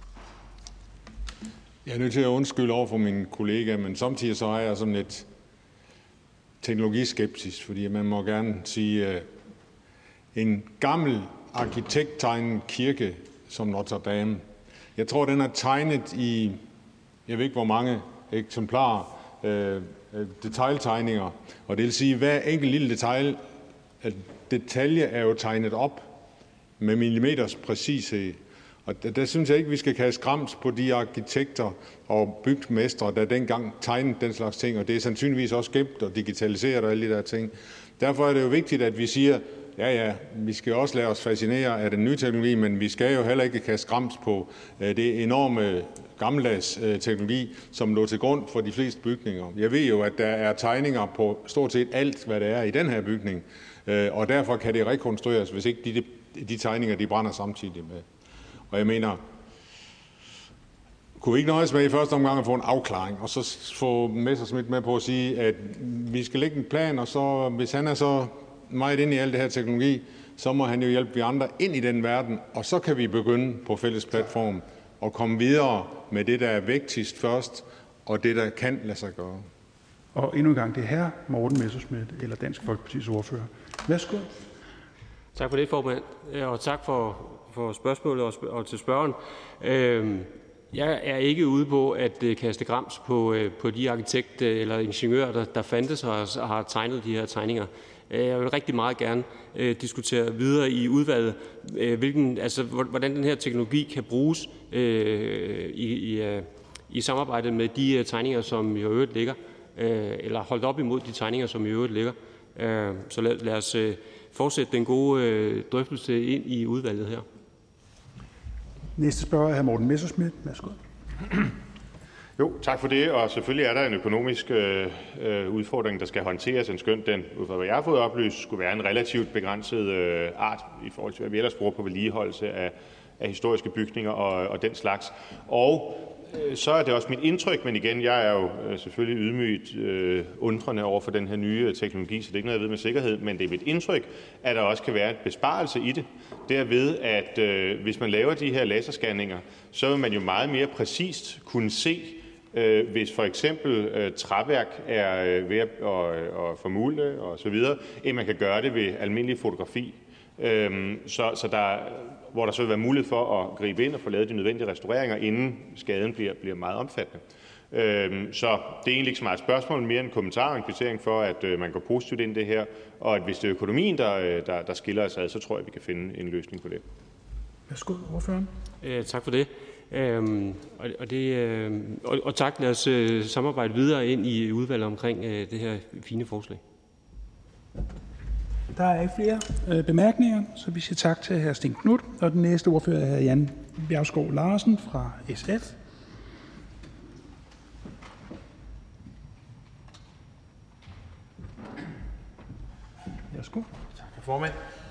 Jeg er nødt til at undskylde over for mine kollegaer, men samtidig så har jeg sådan lidt teknologiskepsis, fordi man må gerne sige, at en gammel arkitekttegnet kirke som Notre Dame, jeg tror, den er tegnet i jeg ved ikke hvor mange eksemplarer øh, detailtegninger, og det vil sige, at hver enkelt lille detalj, detalje er jo tegnet op med millimeters præcished. Og der, der synes jeg ikke, vi skal kaste grams på de arkitekter og bygmestre, der dengang tegnede den slags ting, og det er sandsynligvis også gemt og digitaliseret og alle de der ting. Derfor er det jo vigtigt, at vi siger, ja ja, vi skal også lade os fascinere af den nye teknologi, men vi skal jo heller ikke kaste grams på det enorme gammeldags teknologi, som lå til grund for de fleste bygninger. Jeg ved jo, at der er tegninger på stort set alt, hvad der er i den her bygning, og derfor kan det rekonstrueres, hvis ikke de, de tegninger de brænder samtidig med. Og jeg mener, kunne vi ikke nøjes med i første omgang at få en afklaring, og så få Messerschmidt med på at sige, at vi skal lægge en plan, og så, hvis han er så meget inde i al det her teknologi, så må han jo hjælpe de andre ind i den verden, og så kan vi begynde på fælles platform og komme videre med det, der er vigtigst først, og det, der kan lade sig gøre. Og endnu en gang, det er hr. Morten Messerschmidt eller Dansk Folkepartis ordfører. Værsgo. Tak for det, formand, og tak for, for spørgsmålet og, og til spørgeren. Øhm, jeg er ikke ude på at uh, kaste grams på, uh, på de arkitekter eller ingeniører, der, der fandtes og har, har tegnet de her tegninger. Jeg vil rigtig meget gerne uh, diskutere videre i udvalget, uh, hvilken, altså, hvordan den her teknologi kan bruges uh, i, i, uh, i samarbejde med de uh, tegninger, som i øvrigt ligger, uh, eller holdt op imod de tegninger, som i øvrigt ligger. Uh, så lad, lad os uh, fortsætte den gode uh, drøftelse ind i udvalget her. Næste spørger er hr. Morten Messerschmidt. Værsgo. Jo, tak for det. Og selvfølgelig er der en økonomisk øh, udfordring, der skal håndteres, en skønt den, ud fra hvad jeg har fået oplyst, skulle være en relativt begrænset øh, art i forhold til, hvad vi ellers bruger på vedligeholdelse af, af historiske bygninger og, og den slags. Og øh, så er det også mit indtryk, men igen, jeg er jo øh, selvfølgelig ydmygt øh, undrende over for den her nye teknologi, så det er ikke noget, jeg ved med sikkerhed, men det er mit indtryk, at der også kan være en besparelse i det. Derved, at øh, hvis man laver de her laserscanninger, så vil man jo meget mere præcist kunne se, øh, hvis for eksempel øh, træværk er øh, ved at og formulde og så videre, end man kan gøre det ved almindelig fotografi. Øhm, så, så der, hvor der så vil være mulighed for at gribe ind og få lavet de nødvendige restaureringer, inden skaden bliver, bliver meget omfattende. Øhm, så det er egentlig ikke så meget et spørgsmål, mere en kommentar og en kvittering for, at øh, man går positivt ind i det her, og at hvis det er økonomien, der, der, der skiller os ad, så tror jeg, vi kan finde en løsning på det. Værsgo, ordføreren. Øh, tak for det. Øhm, og, og, det øh, og, og tak, lad os øh, samarbejde videre ind i udvalget omkring øh, det her fine forslag. Der er ikke flere øh, bemærkninger, så vi siger tak til hr. Stén Knuth. Og den næste ordfører er hr. Jan Bjergskov Larsen fra S F. Værsgo. Tak, formand.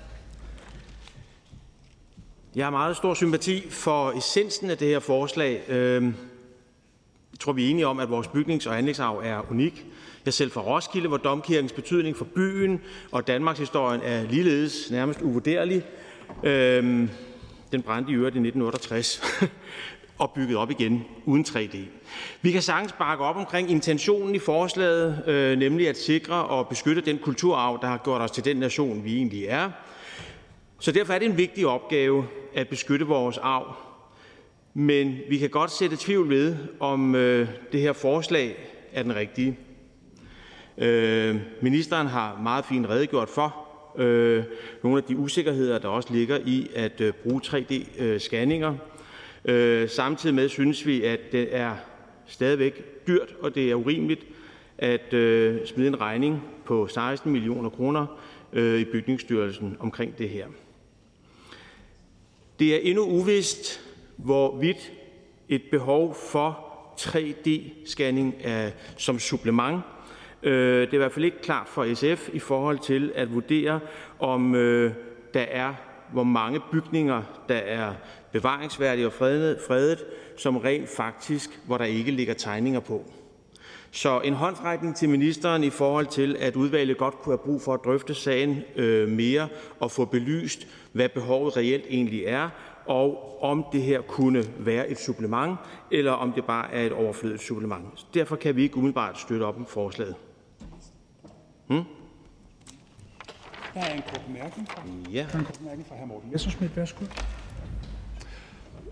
Jeg har meget stor sympati for essensen af det her forslag. Jeg tror, vi er enige om, at vores bygnings- og anlægsarv er unik. Jeg er selv fra Roskilde, hvor domkirkens betydning for byen og Danmarks historien er ligeledes nærmest uvurderlig. Den brændte i øvrigt i nitten otteogtres og bygget op igen uden tre D. Vi kan sagtens bakke op omkring intentionen i forslaget, øh, nemlig at sikre og beskytte den kulturarv, der har gjort os til den nation, vi egentlig er. Så derfor er det en vigtig opgave at beskytte vores arv. Men vi kan godt sætte tvivl ved, om øh, det her forslag er den rigtige. Øh, ministeren har meget fint redegjort for øh, nogle af de usikkerheder, der også ligger i at øh, bruge tre D-scanninger. Øh, samtidig med synes vi, at det er stadigvæk dyrt, og det er urimeligt at øh, smide en regning på seksten millioner kroner øh, i Bygningsstyrelsen omkring det her. Det er endnu uvist, hvorvidt et behov for tre D-scanning er som supplement. Øh, det er i hvert fald ikke klart for S F i forhold til at vurdere, om øh, der er hvor mange bygninger, der er bevaringsværdige og fredet, fredet, som rent faktisk, hvor der ikke ligger tegninger på. Så en håndsrækning til ministeren i forhold til, at udvalget godt kunne have brug for at drøfte sagen øh, mere og få belyst, hvad behovet reelt egentlig er, og om det her kunne være et supplement, eller om det bare er et overflødigt supplement. Derfor kan vi ikke umiddelbart støtte op om forslaget. Hmm? Der er en kort bemærkning fra, ja. en kort bemærkning fra hr. Morten Messerschmidt. Værsgo.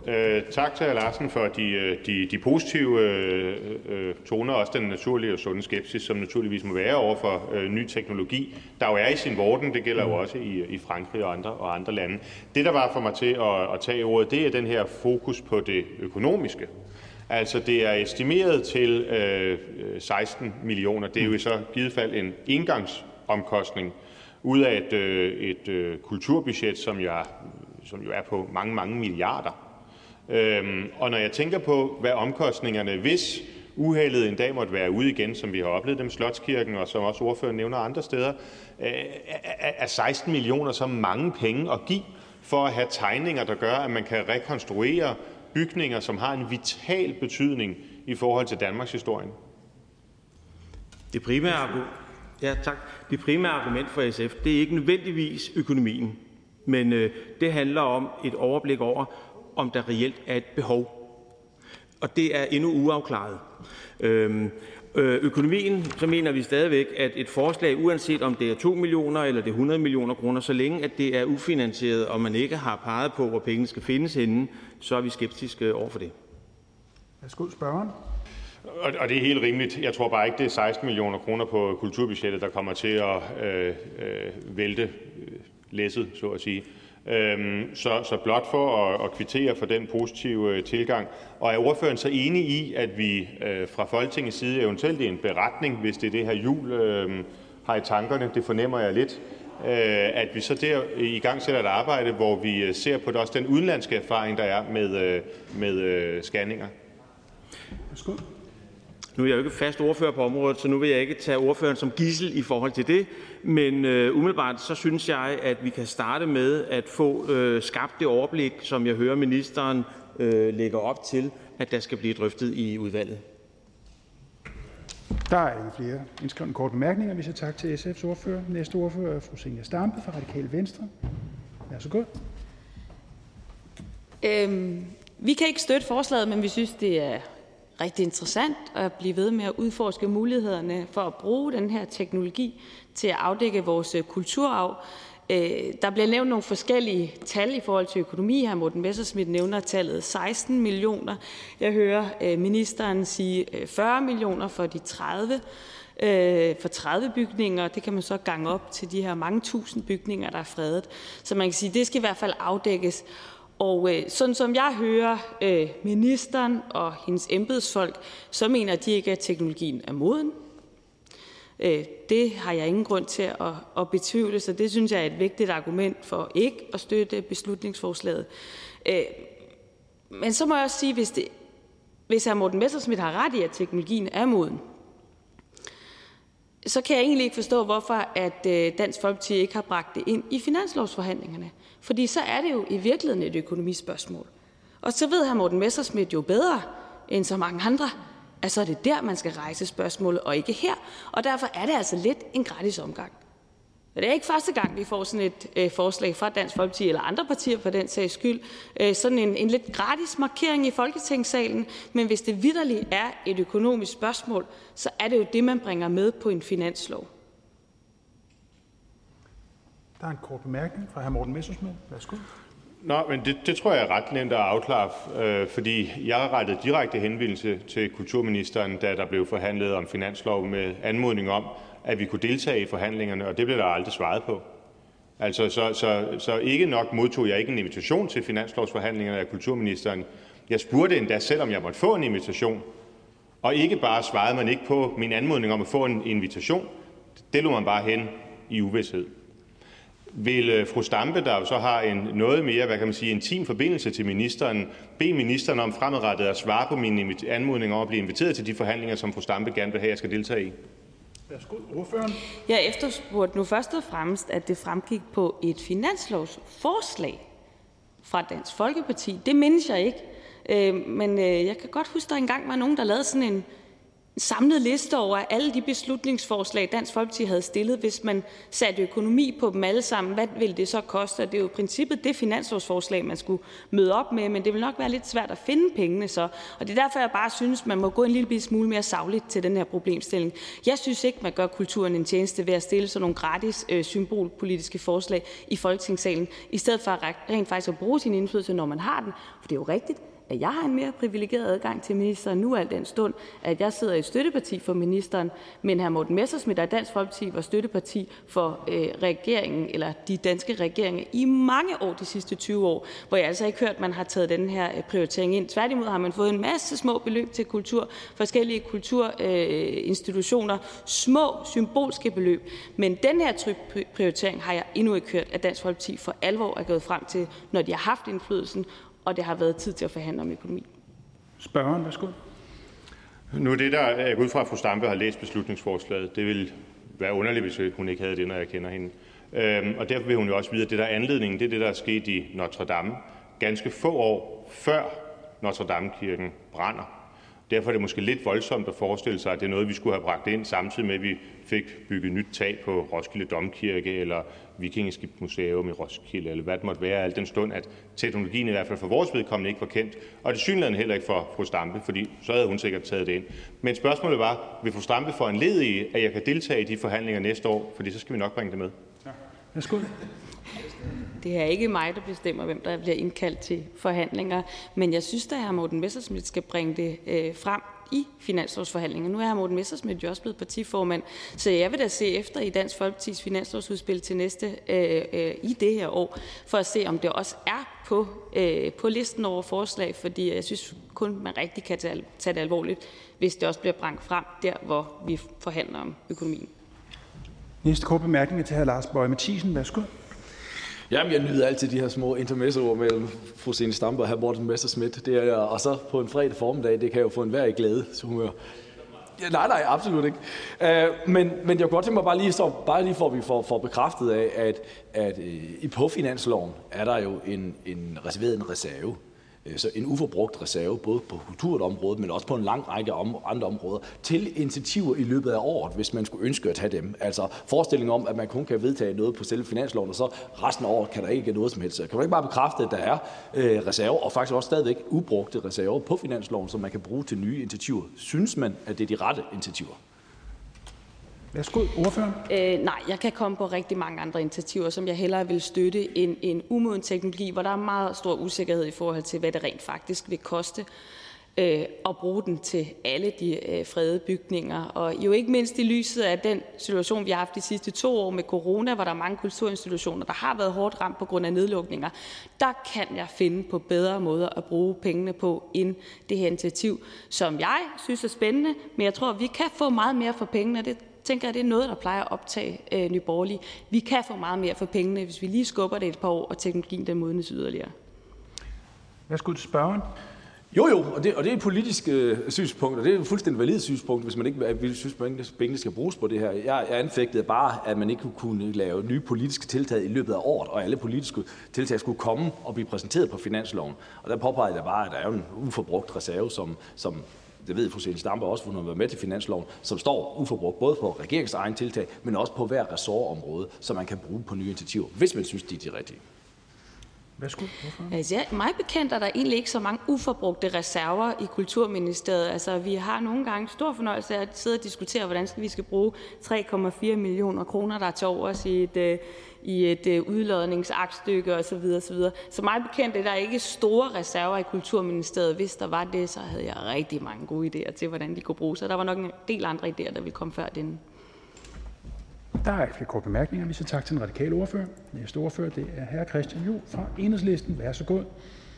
Øh, tak til hr. Larsen for de, de, de positive øh, øh, toner, også den naturlige og sunde skepsis, som naturligvis må være over for øh, ny teknologi, der jo er i sin vorden. Det gælder jo også i, i Frankrig og andre, og andre lande. Det, der var for mig til at, at tage ordet, det er den her fokus på det økonomiske. Altså, det er estimeret til øh, seksten millioner. Det er jo i så givet fald en engangsomkostning ud af et, øh, et øh, kulturbudget, som jo, er, som jo er på mange, mange milliarder. Øhm, og når jeg tænker på, hvad omkostningerne, hvis uheldet en dag måtte være ude igen, som vi har oplevet dem i Slotskirken, og som også ordføreren nævner andre steder, øh, er seksten millioner så mange penge at give for at have tegninger, der gør, at man kan rekonstruere bygninger, som har en vital betydning i forhold til Danmarks historie? Det primære, ja, tak. Det primære argument for S F, det er ikke nødvendigvis økonomien, men øh, det handler om et overblik over, om der reelt er et behov. Og det er endnu uafklaret. Øhm, øh, økonomien, så mener vi stadigvæk, at et forslag, uanset om det er to millioner eller det er hundrede millioner kroner, så længe at det er ufinansieret, og man ikke har peget på, hvor pengene skal findes henne, så er vi skeptiske over for det. Værsgo, spørgeren. Og det er helt rimeligt. Jeg tror bare ikke, det er seksten millioner kroner på kulturbudgettet, der kommer til at øh, øh, vælte øh, læsset, så at sige. Øhm, så, så blot for at, at kvittere for den positive øh, tilgang. Og er ordføreren så enig i, at vi øh, fra Folketingets side eventuelt i en beretning, hvis det er det her jul øh, har i tankerne, det fornemmer jeg lidt, øh, at vi så der i gang sætter et arbejde, hvor vi øh, ser på det, også den udenlandske erfaring, der er med, øh, med øh, scanninger? Værsgo. Nu er jeg jo ikke fast ordfører på området, så nu vil jeg ikke tage ordføreren som gidsel i forhold til det. Men øh, umiddelbart så synes jeg, at vi kan starte med at få øh, skabt det overblik, som jeg hører ministeren øh, lægger op til, at der skal blive drøftet i udvalget. Der er ikke flere indskrevne korte bemærkninger. Vi siger tak til S F's ordfører. Næste ordfører er fru Zenia Stampe fra Radikale Venstre. Værsgo. Øhm, vi kan ikke støtte forslaget, men vi synes, det er rigtig interessant at blive ved med at udforske mulighederne for at bruge den her teknologi til at afdække vores kulturarv. Der bliver nævnt nogle forskellige tal i forhold til økonomi. Her Morten Messerschmidt nævner tallet seksten millioner. Jeg hører ministeren sige fyrre millioner for de tredive, for tredive bygninger. Det kan man så gange op til de her mange tusind bygninger, der er fredet. Så man kan sige, at det skal i hvert fald afdækkes. Og øh, sådan som jeg hører øh, ministeren og hendes embedsfolk, så mener de ikke, at teknologien er moden. Øh, det har jeg ingen grund til at, at betvivle, så det synes jeg er et vigtigt argument for ikke at støtte beslutningsforslaget. Øh, men så må jeg også sige, hvis, det, hvis hr. Morten Messerschmidt har ret i, at teknologien er moden, så kan jeg egentlig ikke forstå, hvorfor at øh, Dansk Folkeparti ikke har bragt det ind i finanslovsforhandlingerne. Fordi så er det jo i virkeligheden et økonomispørgsmål. Og så ved hr. Morten Messerschmidt jo bedre end så mange andre, at så er det der, man skal rejse spørgsmålet, og ikke her. Og derfor er det altså lidt en gratis omgang. Og det er ikke første gang, vi får sådan et øh, forslag fra Dansk Folkeparti eller andre partier for den sags skyld. Øh, sådan en, en lidt gratis markering i Folketingssalen. Men hvis det vitterligt er et økonomisk spørgsmål, så er det jo det, man bringer med på en finanslov. Der er en kort bemærkning fra hr. Morten Messerschmidt. Værsgo. Nå, men det, det tror jeg er ret nemt at afklare, øh, fordi jeg har rettet direkte henvendelse til kulturministeren, da der blev forhandlet om finanslov med anmodning om, at vi kunne deltage i forhandlingerne, og det blev der aldrig svaret på. Altså, så, så, så ikke nok modtog jeg ikke en invitation til finanslovsforhandlingerne af kulturministeren. Jeg spurgte endda selv, om jeg måtte få en invitation, og ikke bare svarede man ikke på min anmodning om at få en invitation. Det lå man bare hen i uvished. Vil fru Stampe, der jo så har en noget mere, hvad kan man sige, intim forbindelse til ministeren, bede ministeren om fremadrettet at svare på min anmodning om at blive inviteret til de forhandlinger, som fru Stampe gerne vil have, jeg skal deltage i? Værsgo, ordføreren. Jeg efterspurgte nu først og fremmest, at det fremgik på et finanslovsforslag fra Dansk Folkeparti. Det mindes jeg ikke, men jeg kan godt huske, der engang var nogen, der lavede sådan en samlet liste over alle de beslutningsforslag, Dansk Folkeparti havde stillet. Hvis man satte økonomi på dem alle sammen, hvad ville det så koste? Og det er jo i princippet det finanslovsforslag, man skulle møde op med, men det vil nok være lidt svært at finde pengene så. Og det er derfor, jeg bare synes, man må gå en lille smule mere sagligt til den her problemstilling. Jeg synes ikke, man gør kulturen en tjeneste ved at stille sådan nogle gratis øh, symbolpolitiske forslag i Folketingssalen, i stedet for at rent faktisk at bruge sin indflydelse, når man har den. For det er jo rigtigt, at jeg har en mere privilegeret adgang til ministeren nu al den stund, at jeg sidder i et støtteparti for ministeren, men hr. Morten Messerschmidt og Dansk Folkeparti var støtteparti for øh, regeringen, eller de danske regeringer, i mange år, de sidste tyve år, hvor jeg altså ikke hørt, at man har taget den her øh, prioritering ind. Tværtimod har man fået en masse små beløb til kultur, forskellige kulturinstitutioner, øh, små symbolske beløb, men den her type prioritering har jeg endnu ikke hørt, at Dansk Folkeparti for alvor er gået frem til, når de har haft indflydelsen, og det har været tid til at forhandle om økonomi. Spørgeren, værsgo. Nu er det, der jeg går ud fra, at fru Stampe har læst beslutningsforslaget. Det vil være underligt, hvis hun ikke havde det, når jeg kender hende. Øhm, og derfor vil hun jo også vide, at det, der er anledningen, det er det, der er sket i Notre Dame, ganske få år før Notre Dame-kirken brænder. Derfor er det måske lidt voldsomt at forestille sig, at det er noget, vi skulle have bragt ind, samtidig med, at vi fik bygget nyt tag på Roskilde Domkirke eller Vikingeskibsmuseum i Roskilde, eller hvad det måtte være, al den stund, at teknologien i hvert fald for vores vedkommende ikke var kendt, og det synligheden heller ikke for fru Stampe, fordi så havde hun sikkert taget det ind. Men spørgsmålet var, vil fru Stampe få en led i, at jeg kan deltage i de forhandlinger næste år, fordi så skal vi nok bringe det med. Ja. Værsgo. Det er ikke mig, der bestemmer, hvem der bliver indkaldt til forhandlinger, men jeg synes, at hr. Morten Messerschmidt skal bringe det øh, frem i finanslovsforhandlinger. Nu er hr. Morten Messerschmidt jo også blevet partiformand, så jeg vil da se efter i Dansk Folkepartis finanslovsudspil til næste øh, øh, i det her år, for at se, om det også er på, øh, på listen over forslag, fordi jeg synes kun, man rigtig kan tage, tage det alvorligt, hvis det også bliver bragt frem der, hvor vi forhandler om økonomien. Næste kort bemærkning er til hr. Lars Boje Mathiesen. Værsgo. Jamen, jeg nyder altid de her små intermezzoer mellem fru Zenia Stampe og hr. Morten Messerschmidt. Det er, og så på en fredag formiddag, det kan jo få enhver i glæde, så humør. Ja, nej, nej, absolut ikke. Uh, men, men jeg kunne godt tænke mig bare lige, så, bare lige for, at vi får, får bekræftet af, at, at uh, på finansloven er der jo en, en reserveret en reserve. Så en uforbrugt reserve, både på kulturområdet, men også på en lang række om, andre områder, til initiativer i løbet af året, hvis man skulle ønske at have dem. Altså forestillingen om, at man kun kan vedtage noget på selve finansloven, og så resten af året kan der ikke noget som helst. Kan du ikke bare bekræfte, at der er øh, reserver, og faktisk også stadigvæk ubrugte reserver på finansloven, som man kan bruge til nye initiativer? Synes man, at det er de rette initiativer? Værsgo, ordføreren. Øh, nej, jeg kan komme på rigtig mange andre initiativer, som jeg hellere vil støtte end en umoden teknologi, hvor der er meget stor usikkerhed i forhold til, hvad det rent faktisk vil koste øh, at bruge den til alle de øh, fredede bygninger. Og jo ikke mindst i lyset af den situation, vi har haft de sidste to år med corona, hvor der er mange kulturinstitutioner, der har været hårdt ramt på grund af nedlukninger, der kan jeg finde på bedre måder at bruge pengene på end det her initiativ, som jeg synes er spændende, men jeg tror, vi kan få meget mere for pengene. Det tænker jeg, det er noget, der plejer at optage øh, Nye Borgerlige. Vi kan få meget mere for pengene, hvis vi lige skubber det et par år, og teknologien der modnes yderligere. Værsgo til spørgeren. Jo, jo, og det, og det er et politisk øh, synspunkt, og det er et fuldstændig validt synspunkt, hvis man ikke vil synes, at pengene skal bruges på det her. Jeg, jeg anfægtede bare, at man ikke kunne lave nye politiske tiltag i løbet af året, og alle politiske tiltag skulle komme og blive præsenteret på finansloven. Og der påpegede jeg bare, at der er en uforbrugt reserve, som, som det ved fru Zenia Stampe også, for hun har været med til finansloven, som står uforbrugt både på regeringens egen tiltag, men også på hver ressortområde, som man kan bruge på nye initiativer, hvis man synes, de er de rigtige. Værsgo. Altså, mig bekendt er der egentlig ikke så mange uforbrugte reserver i Kulturministeriet. Altså, vi har nogle gange stor fornøjelse af at sidde og diskutere, hvordan vi skal bruge tre komma fire millioner kroner, der er til overs i et, i et udlodningsaktstykke osv. osv. Så mig bekendt er der ikke store reserver i Kulturministeriet. Hvis der var det, så havde jeg rigtig mange gode idéer til, hvordan de kunne bruges. Så der var nok en del andre idéer, der ville komme før den. Der er ikke flere korte bemærkninger. Vi siger tak til den radikale ordfører. Næste ordfører, det er hr. Christian Juhl fra Enhedslisten. Vær så god.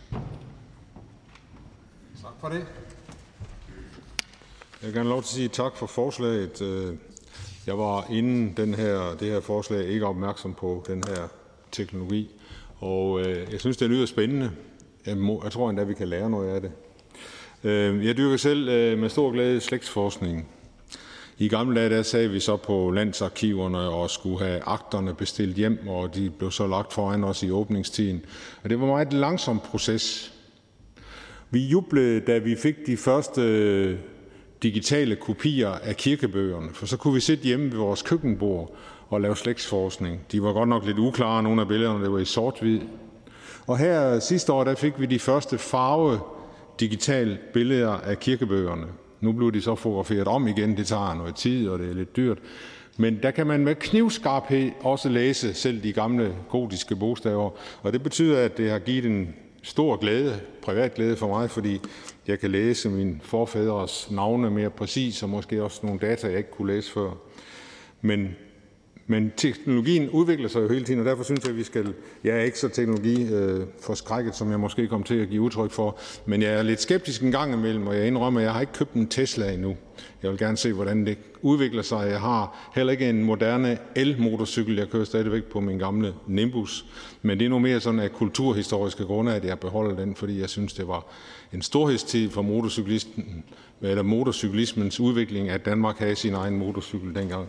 Tak for det. Jeg vil gerne lov til at sige tak for forslaget. Jeg var inden den her, det her forslag ikke opmærksom på den her teknologi, og jeg synes, det lyder spændende. Jeg, må, jeg tror endda, vi kan lære noget af det. Jeg dyrker selv med stor glæde slægtsforskning. I gamle dage der sagde vi så på landsarkiverne og skulle have akterne bestilt hjem, og de blev så lagt foran os i åbningstiden. Og det var en meget langsom proces. Vi jublede, da vi fik de første digitale kopier af kirkebøgerne, for så kunne vi sidde hjemme ved vores køkkenbord og lave slægtsforskning. De var godt nok lidt uklare, nogle af billederne, det var i sort-hvid. Og her sidste år, der fik vi de første farve digitale billeder af kirkebøgerne. Nu blev de så fotograferet om igen, det tager noget tid, og det er lidt dyrt. Men der kan man med knivskarphed også læse selv de gamle gotiske bogstaver, og det betyder, at det har givet en stor glæde, privat glæde for mig, fordi jeg kan læse mine forfædres navne mere præcis, og måske også nogle data, jeg ikke kunne læse før. Men, men teknologien udvikler sig jo hele tiden, og derfor synes jeg, at vi skal... Jeg er ikke så teknologiforskrækket, som jeg måske kom til at give udtryk for, men jeg er lidt skeptisk en gang imellem, og jeg indrømmer, at jeg har ikke købt en Tesla endnu. Jeg vil gerne se, hvordan det udvikler sig. Jeg har heller ikke en moderne el-motorcykel. Jeg kører stadigvæk på min gamle Nimbus. Men det er nu mere sådan af kulturhistoriske grunde, at jeg beholder den, fordi jeg synes, det var en storhedstid for motorcyklisten, eller motorcyklismens udvikling, at Danmark havde sin egen motorcykel dengang.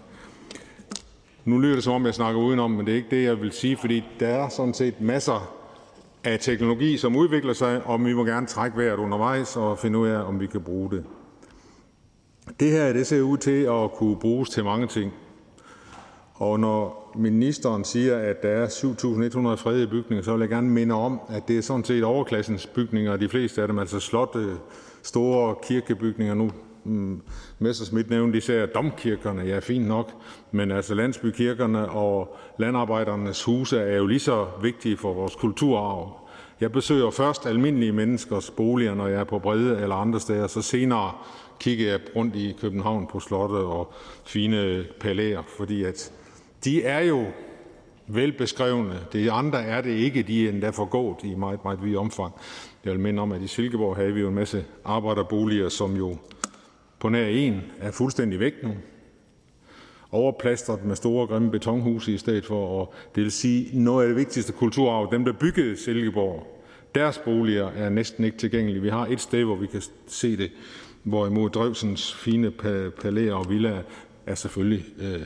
Nu lyder det, som om jeg snakker udenom, men det er ikke det, jeg vil sige, fordi der er sådan set masser af teknologi, som udvikler sig, og vi må gerne trække vejret undervejs og finde ud af, om vi kan bruge det. Det her det ser ud til at kunne bruges til mange ting. Og når ministeren siger, at der er syv tusind et hundrede fredede bygninger, så vil jeg gerne minde om, at det er sådan set overklassens bygninger, de fleste af dem, altså slotte, store kirkebygninger. Nu mm, Messerschmidt nævnte især domkirkerne, ja fint nok, men altså landsbykirkerne og landarbejdernes huse er jo lige så vigtige for vores kulturarv. Jeg besøger først almindelige menneskers boliger, når jeg er på Brede eller andre steder, så senere kigger jeg rundt i København på slotte og fine palæer, fordi at de er jo velbeskrevne. De andre er det ikke, de er endda forgået i meget, meget vid omfang. Jeg vil minde om, at i Silkeborg havde vi jo en masse arbejderboliger, som jo på nær en er fuldstændig væk nu. Overplastret med store, grimme betonhuse i stedet for, og det vil sige, noget af det vigtigste kulturarv, dem der byggede Silkeborg, deres boliger er næsten ikke tilgængelige. Vi har et sted, hvor vi kan se det, hvorimod Drewsens fine palæer og villaer er selvfølgelig øh,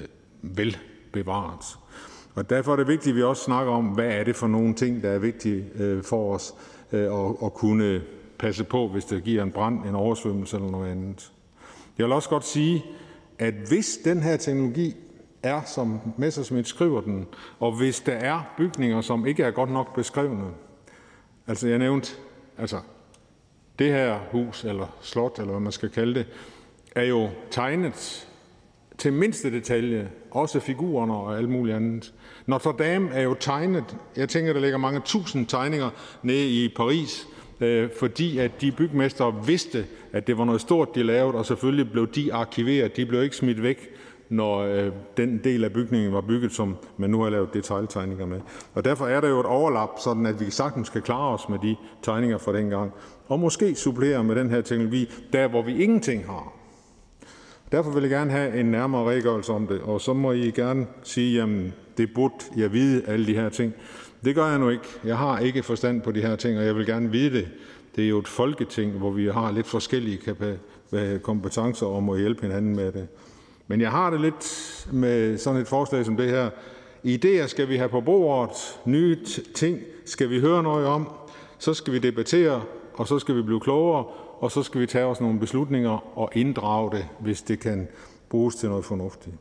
velbevaret. Og derfor er det vigtigt, at vi også snakker om, hvad er det for nogle ting, der er vigtige øh, for os øh, at, at kunne passe på, hvis der giver en brand, en oversvømmelse eller noget andet. Jeg vil også godt sige, at hvis den her teknologi er, som Messerschmidt skriver den, og hvis der er bygninger, som ikke er godt nok beskrevne, altså jeg nævnte, altså det her hus, eller slot, eller hvad man skal kalde det, er jo tegnet til mindste detalje, også figurerne og alt muligt andet. Notre Dame er jo tegnet, jeg tænker, der ligger mange tusind tegninger nede i Paris, øh, fordi at de bygmestre vidste, at det var noget stort, de lavede, og selvfølgelig blev de arkiveret, de blev ikke smidt væk, når øh, den del af bygningen var bygget, som man nu har lavet detailtegninger med. Og derfor er der jo et overlap, sådan at vi sagtens skal klare os med de tegninger fra dengang, og måske supplere med den her teknologi, der hvor vi ingenting har. Derfor vil jeg gerne have en nærmere redegørelse om det, og så må I gerne sige, jamen det burde jeg vide, alle de her ting. Det gør jeg nu ikke. Jeg har ikke forstand på de her ting, og jeg vil gerne vide det. Det er jo et folketing, hvor vi har lidt forskellige kompetencer og må hjælpe hinanden med det. Men jeg har det lidt med sådan et forslag som det her. Idéer skal vi have på bordet, nye ting skal vi høre noget om, så skal vi debattere, og så skal vi blive klogere, og så skal vi tage os nogle beslutninger og inddrage det, hvis det kan bruges til noget fornuftigt.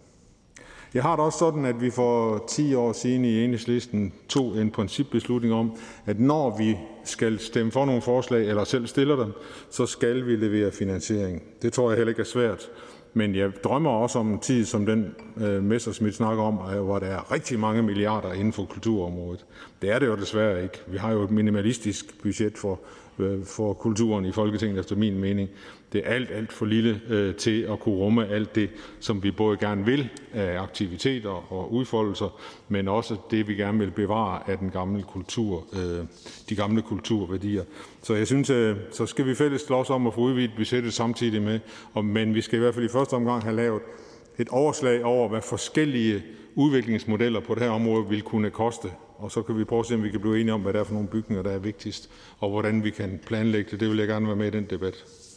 Jeg har det også sådan, at vi for ti år siden i Enhedslisten tog en principbeslutning om, at når vi skal stemme for nogle forslag, eller selv stiller dem, så skal vi levere finansiering. Det tror jeg heller ikke er svært. Men jeg drømmer også om en tid, som den øh, Messerschmidt snakker om, hvor der er rigtig mange milliarder inden for kulturområdet. Det er det jo desværre ikke. Vi har jo et minimalistisk budget for, øh, for kulturen i Folketinget, efter min mening. Det er alt, alt for lille øh, til at kunne rumme alt det, som vi både gerne vil af aktiviteter og udfoldelser, men også det, vi gerne vil bevare af den gamle kultur, øh, de gamle kulturværdier. Så jeg synes, øh, så skal vi fælles slås om at få udvidet budgettet samtidig med, og, men vi skal i hvert fald i første omgang have lavet et overslag over, hvad forskellige udviklingsmodeller på det her område vil kunne koste. Og så kan vi prøve at se, om vi kan blive enige om, hvad det er for nogle bygninger, der er vigtigst, og hvordan vi kan planlægge det. Det vil jeg gerne være med i den debat.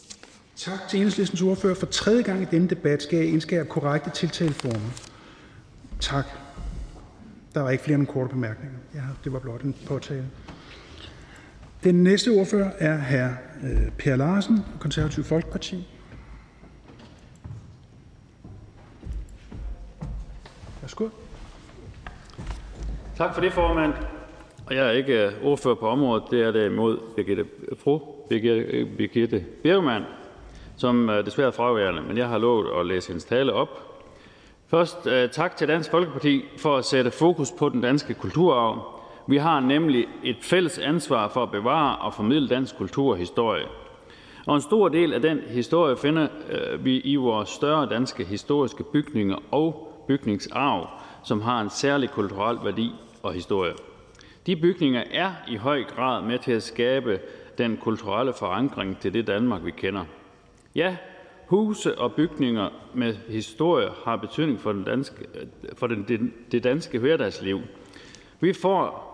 Tak til Enhedslistens ordfører. For tredje gang i denne debat skal jeg indskære korrekte tiltaleformer. Tak. Der var ikke flere end korte bemærkninger. Ja, det var blot en påtale. Den næste ordfører er hr. Per Larsen, Konservativ Folkeparti. Værsgo. Tak for det, formand. Og jeg er ikke ordfører på området. Det er derimod Birgitte, fru Birgitte, Birgitte Bergman, som desværre er fraværende, men jeg har lovet at læse hendes tale op. Først tak til Dansk Folkeparti for at sætte fokus på den danske kulturarv. Vi har nemlig et fælles ansvar for at bevare og formidle dansk kultur og historie. Og en stor del af den historie finder vi i vores større danske historiske bygninger og bygningsarv, som har en særlig kulturel værdi og historie. De bygninger er i høj grad med til at skabe den kulturelle forankring til det Danmark, vi kender. Ja, huse og bygninger med historie har betydning for, den danske, for den, det, det danske hverdagsliv. Vi får,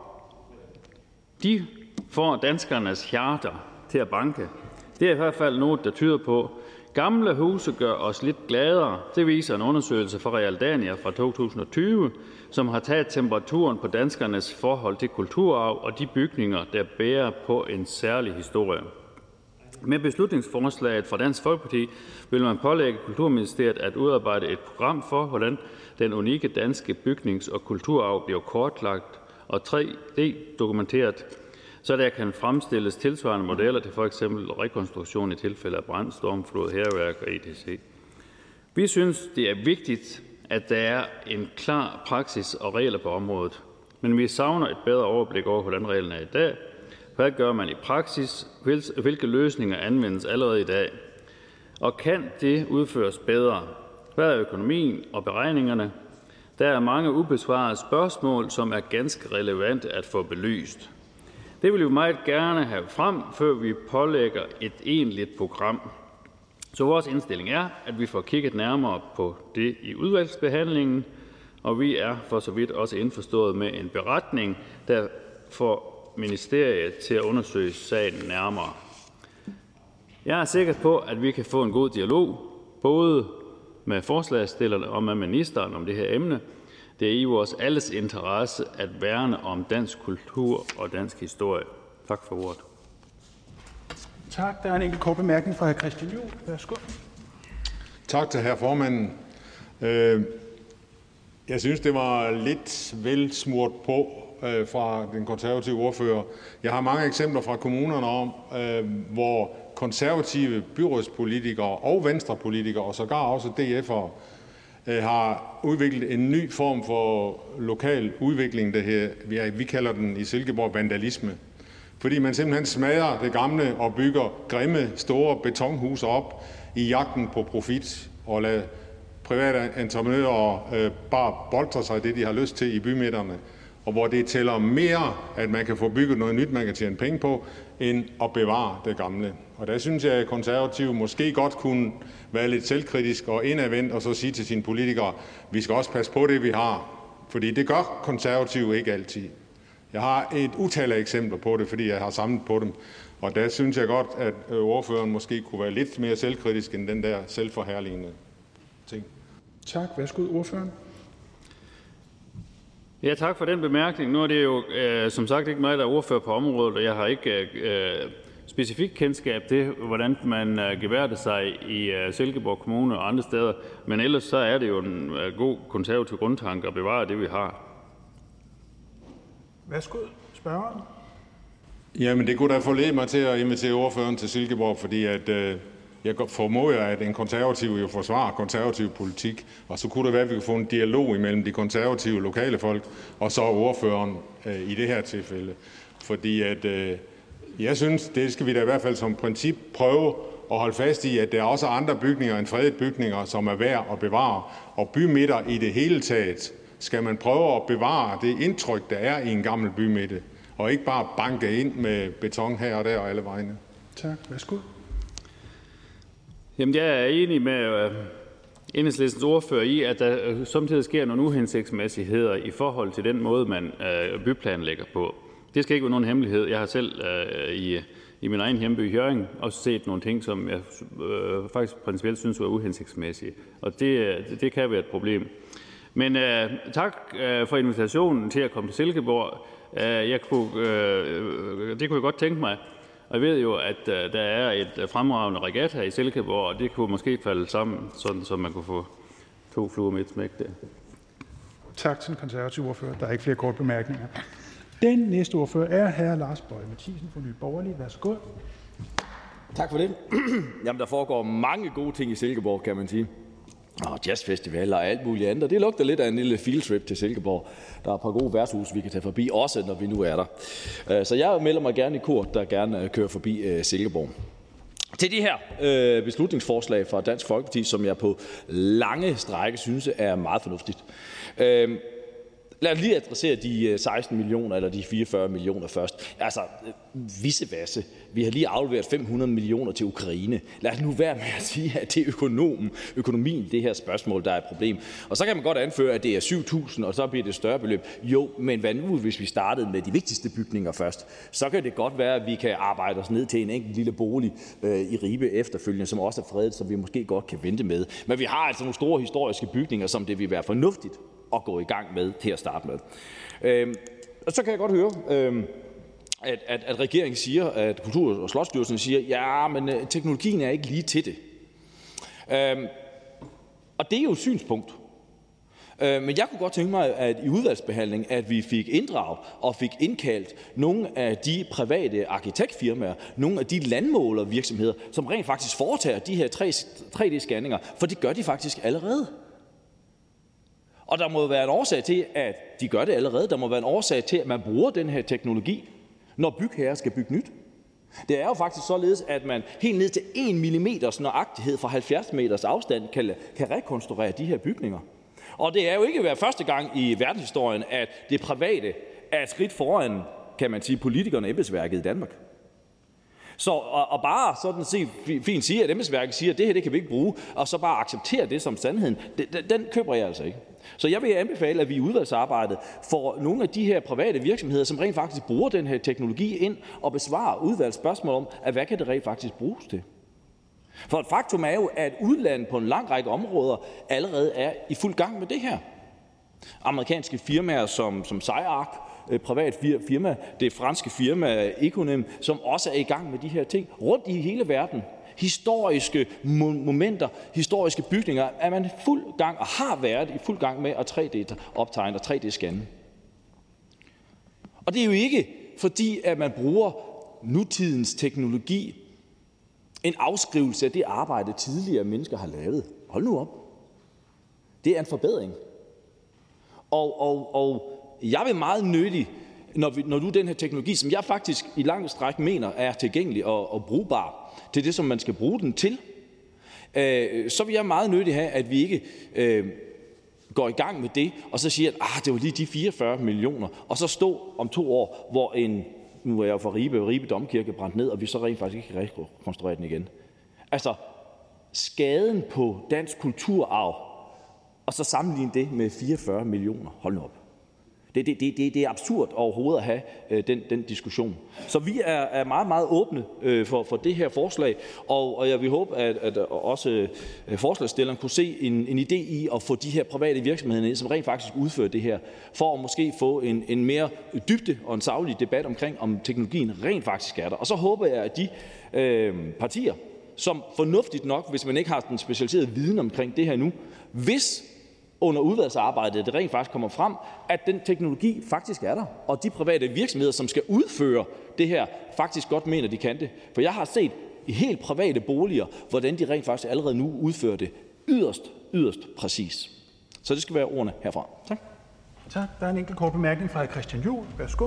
de får danskernes hjerter til at banke. Det er i hvert fald noget, der tyder på. Gamle huse gør os lidt gladere. Det viser en undersøgelse fra Realdania fra to tusind og tyve, som har taget temperaturen på danskernes forhold til kulturarv og de bygninger, der bærer på en særlig historie. Med beslutningsforslaget fra Dansk Folkeparti vil man pålægge Kulturministeriet at udarbejde et program for, hvordan den unikke danske bygnings- og kulturarv bliver kortlagt og tre D-dokumenteret, så der kan fremstilles tilsvarende modeller til for eksempel rekonstruktion i tilfælde af brand, stormflod, hærværk og et cetera. Vi synes, det er vigtigt, at der er en klar praksis og regler på området, men vi savner et bedre overblik over, hvordan reglerne er i dag. Hvad gør man i praksis? Hvilke løsninger anvendes allerede i dag? Og kan det udføres bedre? Hvad er økonomien og beregningerne? Der er mange ubesvarede spørgsmål, som er ganske relevante at få belyst. Det vil vi meget gerne have frem, før vi pålægger et egentligt program. Så vores indstilling er, at vi får kigget nærmere på det i udvalgsbehandlingen, og vi er for så vidt også indforstået med en beretning, der får ministeriet til at undersøge sagen nærmere. Jeg er sikker på, at vi kan få en god dialog, både med forslagsstillerne og med ministeren om det her emne. Det er i vores alles interesse at værne om dansk kultur og dansk historie. Tak for ordet. Tak. Der er en enkelt kort bemærkning fra hr. Christian Juhl. Værsgo. Tak til hr. formanden. Jeg synes, det var lidt vel smurt på fra den konservative ordfører. Jeg har mange eksempler fra kommunerne om, hvor konservative byrådspolitikere og venstrepolitikere og sågar også D F'ere har udviklet en ny form for lokal udvikling, det her. Vi kalder den i Silkeborg vandalisme. Fordi man simpelthen smadrer det gamle og bygger grimme, store betonhuse op i jagten på profit og lader private entreprenører øh, bare boltre sig det, de har lyst til i bymidterne. Og hvor det tæller mere, at man kan få bygget noget nyt, man kan tjene penge på, end at bevare det gamle. Og der synes jeg, at konservative måske godt kunne være lidt selvkritisk og indadvendt og så sige til sine politikere, vi skal også passe på det, vi har. Fordi det gør konservative ikke altid. Jeg har et utal af eksempler på det, fordi jeg har samlet på dem. Og der synes jeg godt, at ordføreren måske kunne være lidt mere selvkritisk end den der selvforherligende ting. Tak. Værsgo, ordføreren. Ja, tak for den bemærkning. Nu er det jo øh, som sagt ikke mig, der er ordfører på området, og jeg har ikke øh, specifikt kendskab til, hvordan man øh, geværte sig i øh, Silkeborg Kommune og andre steder. Men ellers så er det jo en øh, god konservativ grundtanke at bevare det, vi har. Værsgo, spørgeren. Jamen, det kunne da forlede mig til at invitere ordføreren til Silkeborg, fordi at, øh, jeg formoder, at en konservativ jo forsvarer konservativ politik, og så kunne det være, at vi kunne få en dialog imellem de konservative lokale folk og så ordføreren øh, i det her tilfælde. Fordi at, øh, jeg synes, det skal vi da i hvert fald som princip prøve at holde fast i, at der er også andre bygninger end fredede bygninger, som er værd at bevare, og bymidter i det hele taget skal man prøve at bevare det indtryk, der er i en gammel bymidte, og ikke bare banke ind med beton her og der og alle vegne. Tak. Værsgo. Jamen, jeg er enig med uh, Enhedslistens ordfører i, at der uh, samtidig sker nogle uhensigtsmæssigheder i forhold til den måde, man uh, byplanlægger på. Det skal ikke være nogen hemmelighed. Jeg har selv uh, i, i min egen hjemby Hjørring også set nogle ting, som jeg uh, faktisk principielt synes var uhensigtsmæssige, og det, det kan være et problem. Men uh, tak uh, for invitationen til at komme til Silkeborg. Uh, jeg kunne, uh, det kunne jeg godt tænke mig. Og jeg ved jo, at uh, der er et fremragende regatta i Silkeborg, og det kunne måske falde sammen, sådan så man kunne få to fluer med et smæk der. Tak til den konservative ordfører. Der er ikke flere korte bemærkninger. Den næste ordfører er hr. Lars Boje Mathiesen fra Nye Borgerlige. Værsgo. Tak for det. Jamen, der foregår mange gode ting i Silkeborg, kan man sige. Og jazzfestivaler og alt muligt andet. Og det lugter lidt af en lille fieldtrip til Silkeborg. Der er et par gode værtshuse, vi kan tage forbi, også når vi nu er der. Så jeg melder mig gerne i kort, der gerne kører forbi Silkeborg. Til de her øh, beslutningsforslag fra Dansk Folkeparti, som jeg på lange strække synes er meget fornuftigt. Øh, Lad os lige adressere de seksten millioner eller de fireogfyrre millioner først. Altså, vissevasse. Vi har lige afleveret fem hundrede millioner til Ukraine. Lad os nu være med at sige, at det er økonomen, økonomien, det her spørgsmål, der er et problem. Og så kan man godt anføre, at det er syv tusind, og så bliver det et større beløb. Jo, men hvad nu, hvis vi startede med de vigtigste bygninger først? Så kan det godt være, at vi kan arbejde os ned til en enkelt lille bolig øh, i Ribe efterfølgende, som også er fredet, så vi måske godt kan vente med. Men vi har altså nogle store historiske bygninger, som det vil være fornuftigt at gå i gang med til at starte med. Øhm, og så kan jeg godt høre, øhm, at, at, at regeringen siger, at Kultur- og Slotsstyrelsen siger, ja, men øh, teknologien er ikke lige til det. Øhm, og det er jo et synspunkt. Øh, men jeg kunne godt tænke mig, at i udvalgsbehandling, at vi fik inddraget og fik indkaldt nogle af de private arkitektfirmaer, nogle af de landmålervirksomheder, som rent faktisk foretager de her tre D-scanninger, for det gør de faktisk allerede. Og der må være en årsag til, at de gør det allerede. Der må være en årsag til, at man bruger den her teknologi, når bygherrer skal bygge nyt. Det er jo faktisk således, at man helt ned til en millimeters nøjagtighed fra halvfjerds meters afstand kan, kan rekonstruere de her bygninger. Og det er jo ikke hver første gang i verdenshistorien, at det private er et skridt foran, kan man sige, politikerne og embedsværket i Danmark. Så og, og bare sådan set fint sige, at embedsværket siger, at det her det kan vi ikke bruge, og så bare acceptere det som sandheden, den, den køber jeg altså ikke. Så jeg vil anbefale, at vi i udvalgsarbejdet får nogle af de her private virksomheder, som rent faktisk bruger den her teknologi ind og besvarer udvalgsspørgsmål om, at hvad kan det rent faktisk bruges til. For et faktum er jo, at udlandet på en lang række områder allerede er i fuld gang med det her. Amerikanske firmaer som, som CyArk, et privat firma, det franske firma Econem, som også er i gang med de her ting rundt i hele verden. Historiske momenter, historiske bygninger, er man i fuld gang og har været i fuld gang med at tre D-optegne og tre D-scanne. Og det er jo ikke fordi, at man bruger nutidens teknologi, en afskrivelse af det arbejde, tidligere mennesker har lavet. Hold nu op. Det er en forbedring. Og, og, og jeg vil meget nødig, når, vi, når du den her teknologi, som jeg faktisk i lang stræk mener er tilgængelig og, og brugbar til det, som man skal bruge den til, øh, så vil jeg meget nødig have, at vi ikke øh, går i gang med det, og så siger, at ah, det var lige de fireogfyrre millioner, og så stå om to år, hvor en, nu er jeg jo fra Ribe, Ribe Domkirke brændt ned, og vi så rent faktisk ikke kan rekonstruere den igen. Altså, skaden på dansk kulturarv, og så sammenligne det med fireogfyrre millioner. Hold nu op. Det, det, det, det er absurd overhovedet at have øh, den, den diskussion. Så vi er, er meget, meget åbne øh, for, for det her forslag, og, og jeg vil håbe, at, at også øh, forslagsstilleren kunne se en, en idé i at få de her private virksomheder ind, som rent faktisk udfører det her, for at måske få en, en mere dybde og en saglig debat omkring, om teknologien rent faktisk er der. Og så håber jeg, at de øh, partier, som fornuftigt nok, hvis man ikke har den specialiserede viden omkring det her nu, hvis under udvalgsarbejdet det rent faktisk kommer frem, at den teknologi faktisk er der, og de private virksomheder, som skal udføre det her, faktisk godt mener, de kan det. For jeg har set i helt private boliger, hvordan de rent faktisk allerede nu udfører det yderst, yderst præcis. Så det skal være ordene herfra. Tak. Tak. Der er en enkelt kort bemærkning fra Christian Juhl. Værsgo.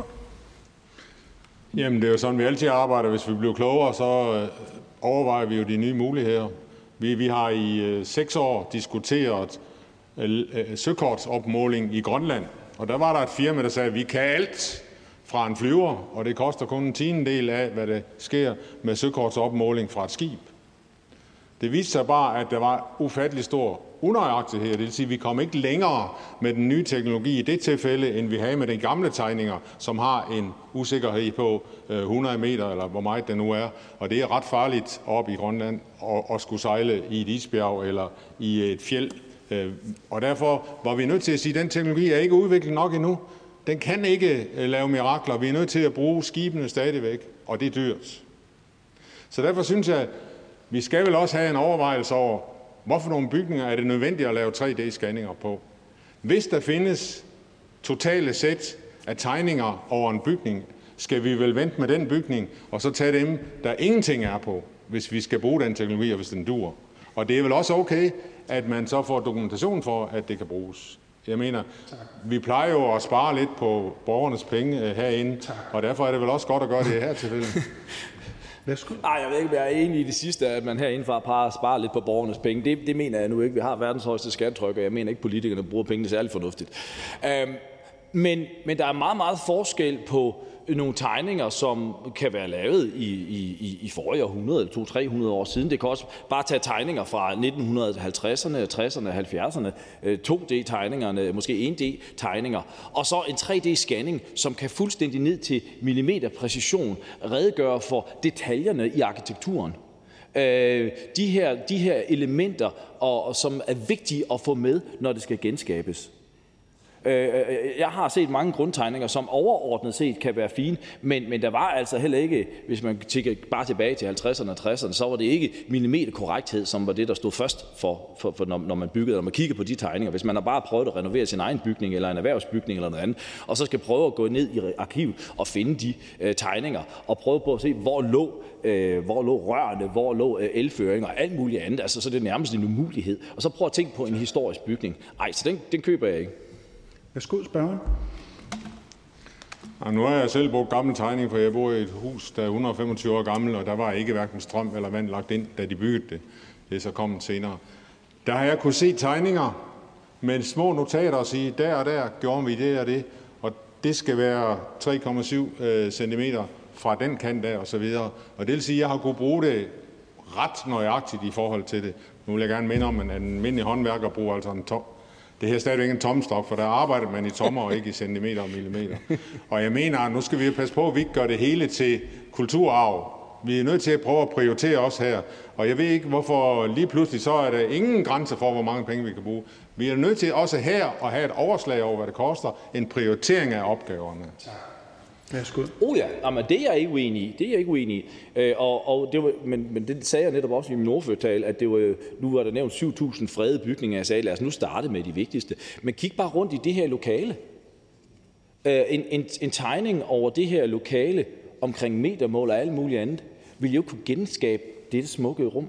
Jamen, det er jo sådan, vi altid arbejder. Hvis vi bliver klogere, så overvejer vi jo de nye muligheder. Vi, vi har i øh, seks år diskuteret søkortsopmåling i Grønland, og der var der et firma, der sagde, at vi kan alt fra en flyver, og det koster kun en tiendedel af, hvad det sker med søkortsopmåling fra et skib. Det viste sig bare, at der var ufattelig stor unøjagtighed, det vil sige, at vi kom ikke længere med den nye teknologi i det tilfælde, end vi havde med de gamle tegninger, som har en usikkerhed på hundrede meter, eller hvor meget det nu er, og det er ret farligt oppe i Grønland at, at skulle sejle i et isbjerg eller i et fjeld. Og derfor var vi nødt til at sige, at den teknologi er ikke udviklet nok endnu. Den kan ikke lave mirakler. Vi er nødt til at bruge skibene stadigvæk, og det er dyrt. Så derfor synes jeg, at vi skal vel også have en overvejelse over, hvorfor nogle bygninger er det nødvendigt at lave tre D-scanninger på. Hvis der findes totale sæt af tegninger over en bygning, skal vi vel vente med den bygning, og så tage dem, der ingenting er på, hvis vi skal bruge den teknologi, og hvis den dur. Og det er vel også okay, at man så får dokumentation for, at det kan bruges. Jeg mener, vi plejer jo at spare lidt på borgernes penge herinde, og derfor er det vel også godt at gøre det her tilfælde. Nej, jeg ved ikke, om jeg er enig i det sidste, at man herindefra plejer at spare lidt på borgernes penge. Det, det mener jeg nu ikke. Vi har verdens højeste skattetryk, og jeg mener ikke, at politikerne bruger pengene særlig fornuftigt. Øhm, men, men der er meget, meget forskel på nogle tegninger, som kan være lavet i, i, i forrige århundrede, eller to til tre hundrede år siden. Det kan også bare tage tegninger fra nitten halvtredserne, tresserne, halvfjerdserne, to D-tegningerne, måske en D-tegninger, og så en tre D-scanning, som kan fuldstændig ned til millimeterpræcision redegøre for detaljerne i arkitekturen. Øh, de, her, de her elementer, og, som er vigtige at få med, når det skal genskabes. Jeg har set mange grundtegninger, som overordnet set kan være fine, men, men der var altså heller ikke, hvis man kigger bare tilbage til halvtredserne og tresserne, så var det ikke millimeterkorrekthed, som var det, der stod først for, for, for når, når man byggede, når man kigger på de tegninger. Hvis man har bare prøvet at renovere sin egen bygning, eller en erhvervsbygning, eller noget andet, og så skal prøve at gå ned i arkivet og finde de øh, tegninger, og prøve på at se, hvor lå, øh, hvor lå rørene, hvor lå øh, elføring og alt muligt andet, altså så det er nærmest en umulighed. Og så prøve at tænke på en historisk bygning. Ej, så den, den køber jeg ikke. Værsgo, spørgeren. Jamen, nu har jeg selv brugt gamle tegninger, for jeg bor i et hus, der er et hundrede og femogtyve år gammel, og der var ikke hverken strøm eller vand lagt ind, da de byggede det. Det er så kommet senere. Der har jeg kunne se tegninger med små notater og sige, der og der gjorde vi det og det, og det skal være tre komma syv centimeter fra den kant der og så videre. Og det vil sige, at jeg har kunne bruge det ret nøjagtigt i forhold til det. Nu vil jeg gerne minde om, at en almindelig håndværker bruger altså en tom. Det her er stadigvæk en tomstok, for der arbejder man i tommer og ikke i centimeter og millimeter. Og jeg mener, at nu skal vi passe på, at vi ikke gør det hele til kulturarv. Vi er nødt til at prøve at prioritere os her. Og jeg ved ikke, hvorfor lige pludselig så er der ingen grænser for, hvor mange penge vi kan bruge. Vi er nødt til også her at have et overslag over, hvad det koster. En prioritering af opgaverne. Værsgo. Oh ja, jamen, det er jeg ikke uenig i. Det er jeg ikke uenig i. Øh, og, og det var, men, men det sagde jeg netop også i min ordførertale, at det var, nu var der nævnt syv tusind fredede bygninger. Jeg sagde, lad os nu starte med de vigtigste. Men kig bare rundt i det her lokale. Øh, en, en, en tegning over det her lokale omkring metermål og alt muligt andet, vil jo kunne genskabe dette smukke rum.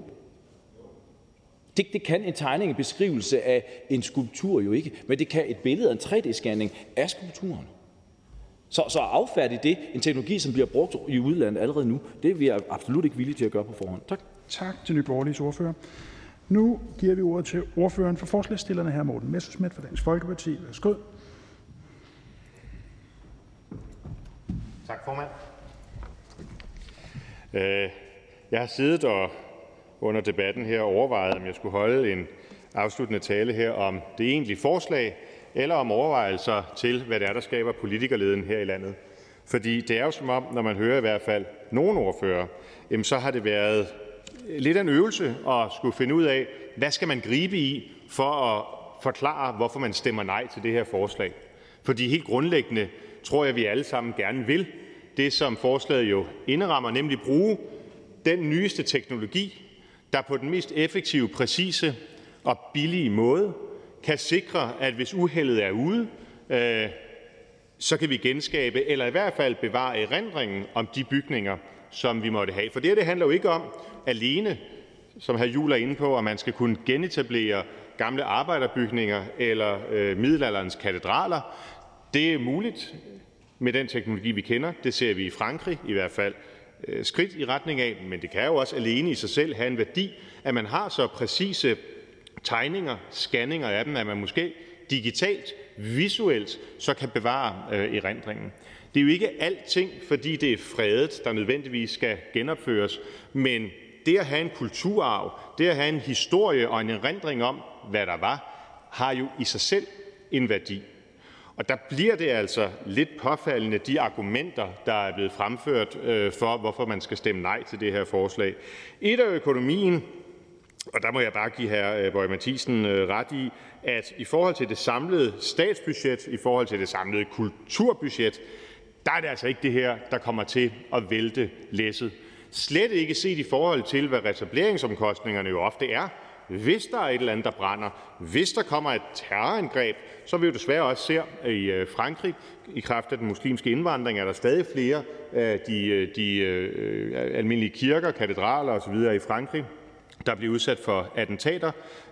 Det, det kan en tegning, en beskrivelse af en skulptur jo ikke, men det kan et billede af en tre D-scanning af skulpturen. Så, så affærdigt det, en teknologi, som bliver brugt i udlandet allerede nu, det er vi absolut ikke villige til at gøre på forhånd. Tak. Tak til Nye Borgerliges ordfører. Nu giver vi ordet til ordføreren for forslagsstillerne, hr. Morten Messerschmidt fra Dansk Folkeparti. Værsgo. Tak, formand. Jeg har siddet og under debatten her overvejet, om jeg skulle holde en afsluttende tale her om det egentlige forslag, eller om overvejelser til, hvad det er, der skaber politikerleden her i landet. Fordi det er jo som om, når man hører i hvert fald nogle ordfører, jamen så har det været lidt af en øvelse at skulle finde ud af, hvad skal man gribe i for at forklare, hvorfor man stemmer nej til det her forslag. Fordi helt grundlæggende tror jeg, vi alle sammen gerne vil det, som forslaget jo inderammer, nemlig bruge den nyeste teknologi, der på den mest effektive, præcise og billige måde kan sikre, at hvis uheldet er ude, øh, så kan vi genskabe, eller i hvert fald bevare erindringen om de bygninger, som vi måtte have. For det her, det handler jo ikke om alene, som hr. Juhl er inde på, at man skal kunne genetablere gamle arbejderbygninger eller øh, middelalderens katedraler. Det er muligt med den teknologi, vi kender. Det ser vi i Frankrig i hvert fald øh, skridt i retning af, men det kan jo også alene i sig selv have en værdi, at man har så præcise tegninger, scanninger af dem, at man måske digitalt, visuelt, så kan bevare øh, erindringen. Det er jo ikke alting, fordi det er fredet, der nødvendigvis skal genopføres, men det at have en kulturarv, det at have en historie og en erindring om, hvad der var, har jo i sig selv en værdi. Og der bliver det altså lidt påfaldende, de argumenter, der er blevet fremført øh, for, hvorfor man skal stemme nej til det her forslag. Et af økonomien, og der må jeg bare give hr. Boje Mathiesen ret i, at i forhold til det samlede statsbudget, i forhold til det samlede kulturbudget, der er det altså ikke det her, der kommer til at vælte læsset. Slet ikke set i forhold til, hvad retableringsomkostningerne jo ofte er Hvis der er et eller andet, der brænder, hvis der kommer et terrorangreb, så vi jo desværre også ser i Frankrig, i kraft af den muslimske indvandring, er der stadig flere af de, de øh, almindelige kirker, katedraler osv. i Frankrig, der bliver udsat for attentater.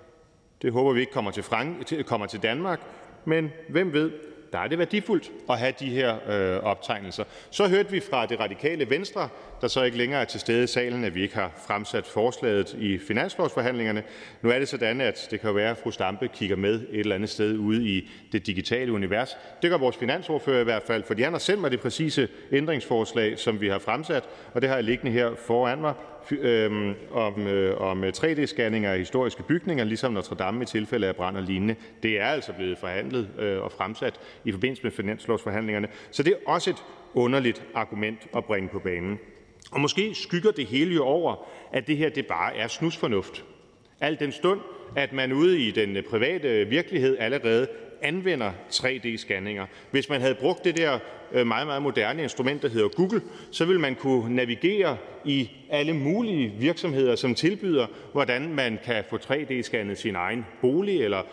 Det håber vi ikke kommer til, Frank- kommer til Danmark, men hvem ved, der er det værdifuldt at have de her øh, optegnelser. Så hørte vi fra det radikale Venstre, der så ikke længere er til stede i salen, at vi ikke har fremsat forslaget i finanslovsforhandlingerne. Nu er det sådan, at det kan være, at fru Stampe kigger med et eller andet sted ude i det digitale univers. Det gør vores finansordfører i hvert fald, fordi han har sendt mig det præcise ændringsforslag, som vi har fremsat, og det har jeg liggende her foran mig, øhm, om, øh, om tre D-scanninger af historiske bygninger, ligesom Notre Dame i tilfælde af brand og lignende. Det er altså blevet forhandlet øh, og fremsat i forbindelse med finanslovsforhandlingerne. Så det er også et underligt argument at bringe på banen. Og måske skygger det hele jo over, at det her det bare er snusfornuft. Al den stund, at man ude i den private virkelighed allerede anvender tre D-scanninger. Hvis man havde brugt det der meget, meget moderne instrument, der hedder Google, så ville man kunne navigere i alle mulige virksomheder, som tilbyder, hvordan man kan få tre D-scannet sin egen bolig eller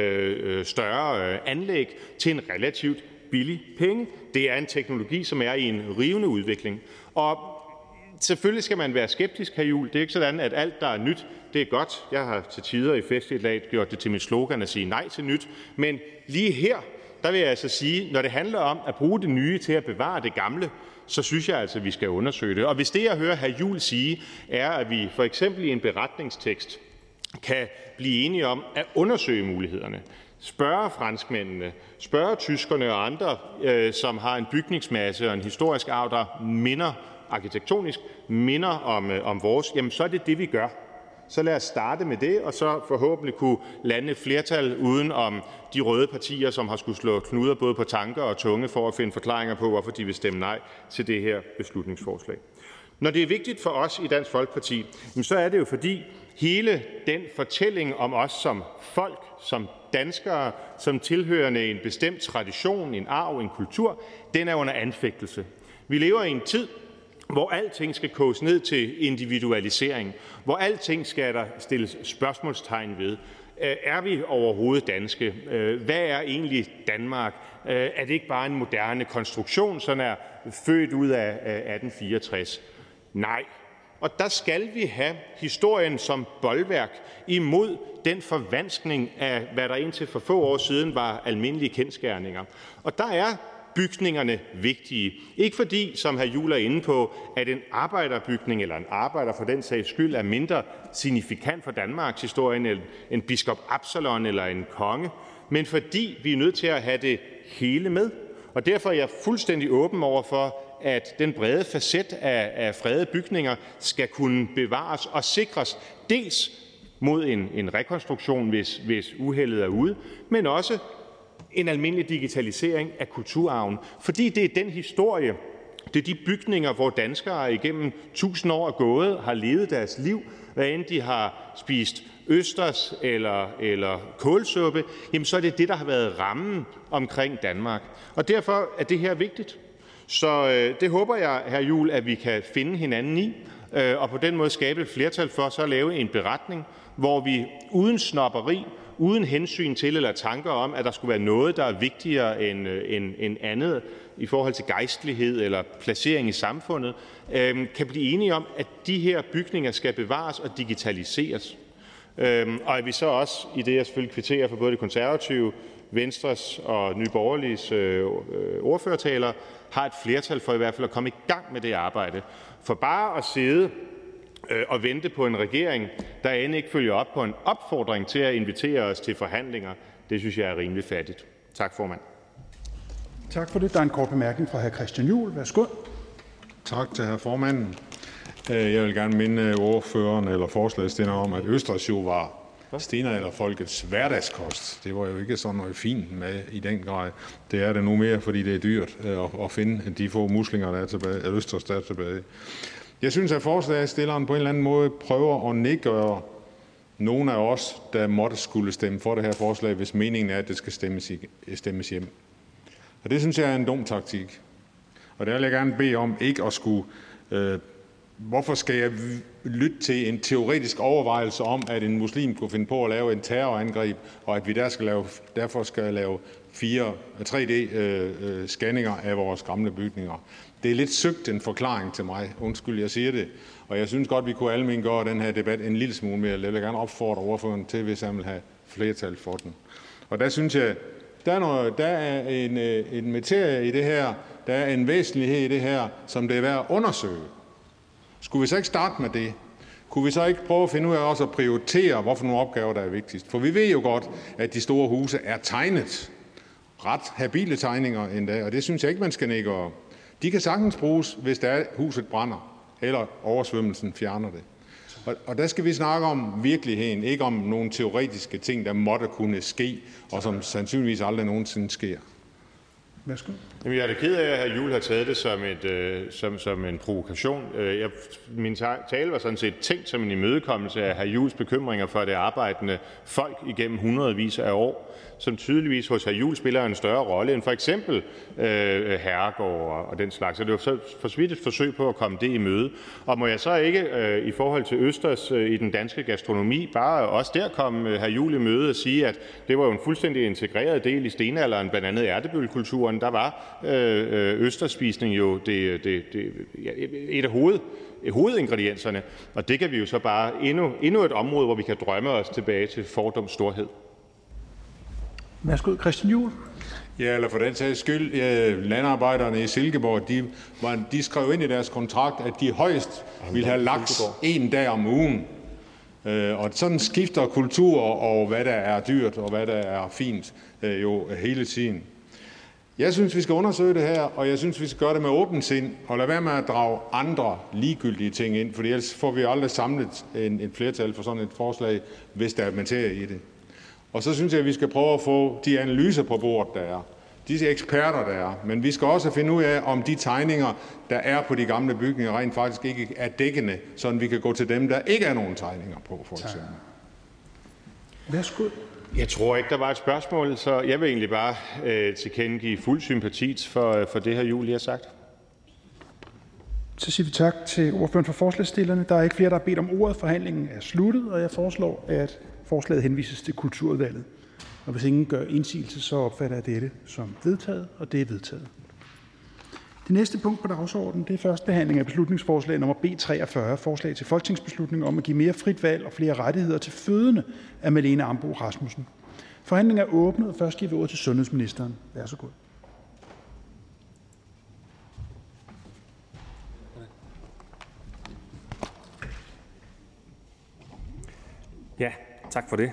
øh, større øh, anlæg til en relativt billig penge. Det er en teknologi, som er i en rivende udvikling. Og selvfølgelig skal man være skeptisk, hr. Juhl. Det er ikke sådan, at alt, der er nyt, det er godt. Jeg har til tider i festligt lag gjort det til mit slogan at sige nej til nyt. Men lige her, der vil jeg altså sige, når det handler om at bruge det nye til at bevare det gamle, så synes jeg altså, at vi skal undersøge det. Og hvis det, jeg hører hr. Juhl sige, er, at vi for eksempel i en beretningstekst kan blive enige om at undersøge mulighederne, spørge franskmændene, spørge tyskerne og andre, øh, som har en bygningsmasse og en historisk arv, der minder arkitektonisk, minder om, øh, om vores, jamen så er det det, vi gør. Så lad os starte med det, og så forhåbentlig kunne lande et flertal uden om de røde partier, som har skulle slå knuder både på tanker og tunge for at finde forklaringer på, hvorfor de vil stemme nej til det her beslutningsforslag. Når det er vigtigt for os i Dansk Folkeparti, så er det jo fordi hele den fortælling om os som folk, som danskere, som tilhørende en bestemt tradition, en arv, en kultur, den er under anfægtelse. Vi lever i en tid, hvor alting skal koges ned til individualisering, hvor alting skal der stilles spørgsmålstegn ved. Er vi overhovedet danske? Hvad er egentlig Danmark? Er det ikke bare en moderne konstruktion, som er født ud af atten fireogtres? Nej. Og der skal vi have historien som bolværk imod den forvanskning af, hvad der indtil for få år siden var almindelige kendsgerninger. Og der er bygningerne vigtige. Ikke fordi, som hr. Juhl er inde på, at en arbejderbygning eller en arbejder for den sags skyld er mindre signifikant for Danmarks historien end en biskop Absalon eller en konge, men fordi vi er nødt til at have det hele med. Og derfor er jeg fuldstændig åben over for, at den brede facet af, af fredede bygninger skal kunne bevares og sikres, dels mod en, en rekonstruktion, hvis, hvis uheldet er ude, men også en almindelig digitalisering af kulturarven. Fordi det er den historie, det er de bygninger, hvor danskere igennem tusind år er gået, har levet deres liv, hvad end de har spist østers eller, eller kålsuppe, jamen så er det det, der har været rammen omkring Danmark. Og derfor er det her vigtigt. Så øh, det håber jeg, hr. Juhl, at vi kan finde hinanden i, øh, og på den måde skabe et flertal for så at lave en beretning, hvor vi uden snobberi, uden hensyn til eller tanker om, at der skulle være noget, der er vigtigere end, end, end andet i forhold til gejstlighed eller placering i samfundet, øh, kan blive enige om, at de her bygninger skal bevares og digitaliseres. Øh, og at vi så også, i det jeg selvfølgelig kvitterer for både det konservative, Venstres og Nye Borgerliges øh, ordførertaler, har et flertal for i hvert fald at komme i gang med det arbejde. For bare at sidde og vente på en regering, der end ikke følger op på en opfordring til at invitere os til forhandlinger, det synes jeg er rimelig fattigt. Tak, formand. Tak for det. Der er en kort bemærkning fra hr. Christian Juhl. Værsgo. Tak til hr. formanden. Jeg vil gerne minde ordføreren eller forslagsstilleren om, at østers jo var stenalderfolkets hverdagskost. Det var jo ikke sådan noget fint med i den grad. Det er det nu mere, fordi det er dyrt at finde de få muslinger, der er tilbage, eller østers, der er tilbage. Jeg synes, at forslagsstilleren på en eller anden måde prøver at nedgøre nogle af os, der måtte skulle stemme for det her forslag, hvis meningen er, at det skal stemmes, stemmes hjem. Og det synes jeg er en dum taktik. Og der vil jeg gerne bede om ikke at skulle øh, Hvorfor skal jeg lytte til en teoretisk overvejelse om, at en muslim kunne finde på at lave en terrorangreb, og at vi der skal lave, derfor skal lave fire tre D-scanninger af vores gamle bygninger? Det er lidt søgt en forklaring til mig. Undskyld, jeg siger det. Og jeg synes godt, vi kunne almen gøre den her debat en lille smule mere. Jeg vil gerne opfordre ordføreren til, hvis han vil have flertal for den. Og der synes jeg, der er, noget, der er en, en materie i det her, der er en væsentlighed i det her, som det er værd at undersøge. Skulle vi så ikke starte med det? Kunne vi så ikke prøve at finde ud af også at prioritere, hvorfor nogle opgaver, der er vigtigst? For vi ved jo godt, at de store huse er tegnet. Ret habile tegninger endda, og det synes jeg ikke, man skal nægge. De kan sagtens bruges, hvis der er, huset brænder, eller oversvømmelsen fjerner det. Og, og der skal vi snakke om virkeligheden, ikke om nogle teoretiske ting, der måtte kunne ske, og som sandsynligvis aldrig nogensinde sker. Værsgo. Jamen, jeg er da ked af, at hr. Juhl har taget det som, et, øh, som, som en provokation. Jeg, min tale var sådan set tænkt som en imødekommelse af hr. Juhls bekymringer for det arbejdende folk igennem hundredvis af år, som tydeligvis hos hr. Juhl spiller en større rolle end for eksempel øh, herregård og, og den slags. Så det var så for så vidt et forsøg på at komme det i møde. Og må jeg så ikke øh, i forhold til østers øh, i den danske gastronomi bare også der komme øh, hr. Juhl i møde og sige, at det var jo en fuldstændig integreret del i stenalderen, blandt andet Ertebøllekulturen. Der var øh, østersspisning jo det, det, det, ja, et af hoved, hovedingredienserne, og det kan vi jo så bare endnu, endnu et område, hvor vi kan drømme os tilbage til fordums storhed. Værsgo, Christian Juhl. Ja, eller for den sags skyld, ja, landarbejderne i Silkeborg, de, var, de skrev ind i deres kontrakt, at de højst ville have laks en dag om ugen. Øh, og sådan skifter kultur og hvad der er dyrt og hvad der er fint øh, jo hele tiden. Jeg synes, vi skal undersøge det her, og jeg synes, vi skal gøre det med åben sind, og lade være med at drage andre ligegyldige ting ind, for ellers får vi aldrig samlet en, et flertal for sådan et forslag, hvis der er materie i det. Og så synes jeg, at vi skal prøve at få de analyser på bordet, der er. De eksperter, der er. Men vi skal også finde ud af, om de tegninger, der er på de gamle bygninger, rent faktisk ikke er dækkende, så vi kan gå til dem, der ikke er nogen tegninger på, for eksempel. Værsgo. Jeg tror ikke, der var et spørgsmål, så jeg vil egentlig bare øh, tilkendegive fuld sympati for, for det, her Juhl lige har sagt. Så siger vi tak til ordføreren for forslagsstillerne. Der er ikke flere, der har bedt om ordet. Forhandlingen er sluttet, og jeg foreslår, at forslaget henvises til Kulturudvalget. Og hvis ingen gør indsigelse, så opfatter jeg dette som vedtaget, og det er vedtaget. Det næste punkt på dagsordenen, det er første behandling af beslutningsforslag nummer B treogfyrre, forslag til folketingsbeslutning om at give mere frit valg og flere rettigheder til fødende af Malene Ambo-Rasmussen. Forhandlingen er åbnet, og først giver vi ordet til sundhedsministeren. Vær så god. Ja, tak for det.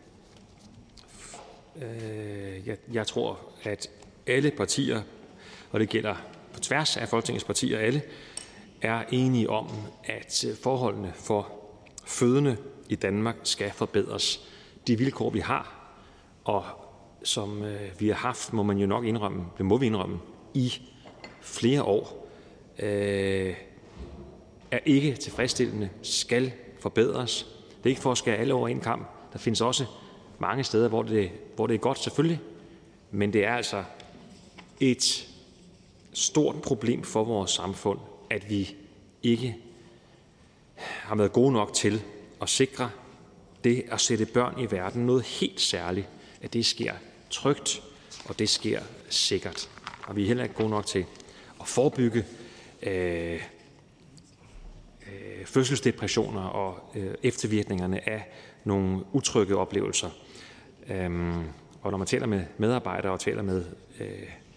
Jeg, jeg tror, at alle partier, og det gælder på tværs af Folketingets partier alle, er enige om, at forholdene for fødende i Danmark skal forbedres. De vilkår, vi har, og som vi har haft, må man jo nok indrømme, det må vi indrømme, i flere år, øh, er ikke tilfredsstillende, skal forbedres. Det er ikke for at skære alle over en kamp. Der findes også mange steder, hvor det, hvor det er godt selvfølgelig, men det er altså et stort problem for vores samfund, at vi ikke har været gode nok til at sikre det at sætte børn i verden noget helt særligt, at det sker trygt, og det sker sikkert. Og vi er heller ikke gode nok til at forebygge øh, øh, fødselsdepressioner og øh, eftervirkningerne af nogle utrygge oplevelser. Øhm, og når man taler med medarbejdere og taler med, øh,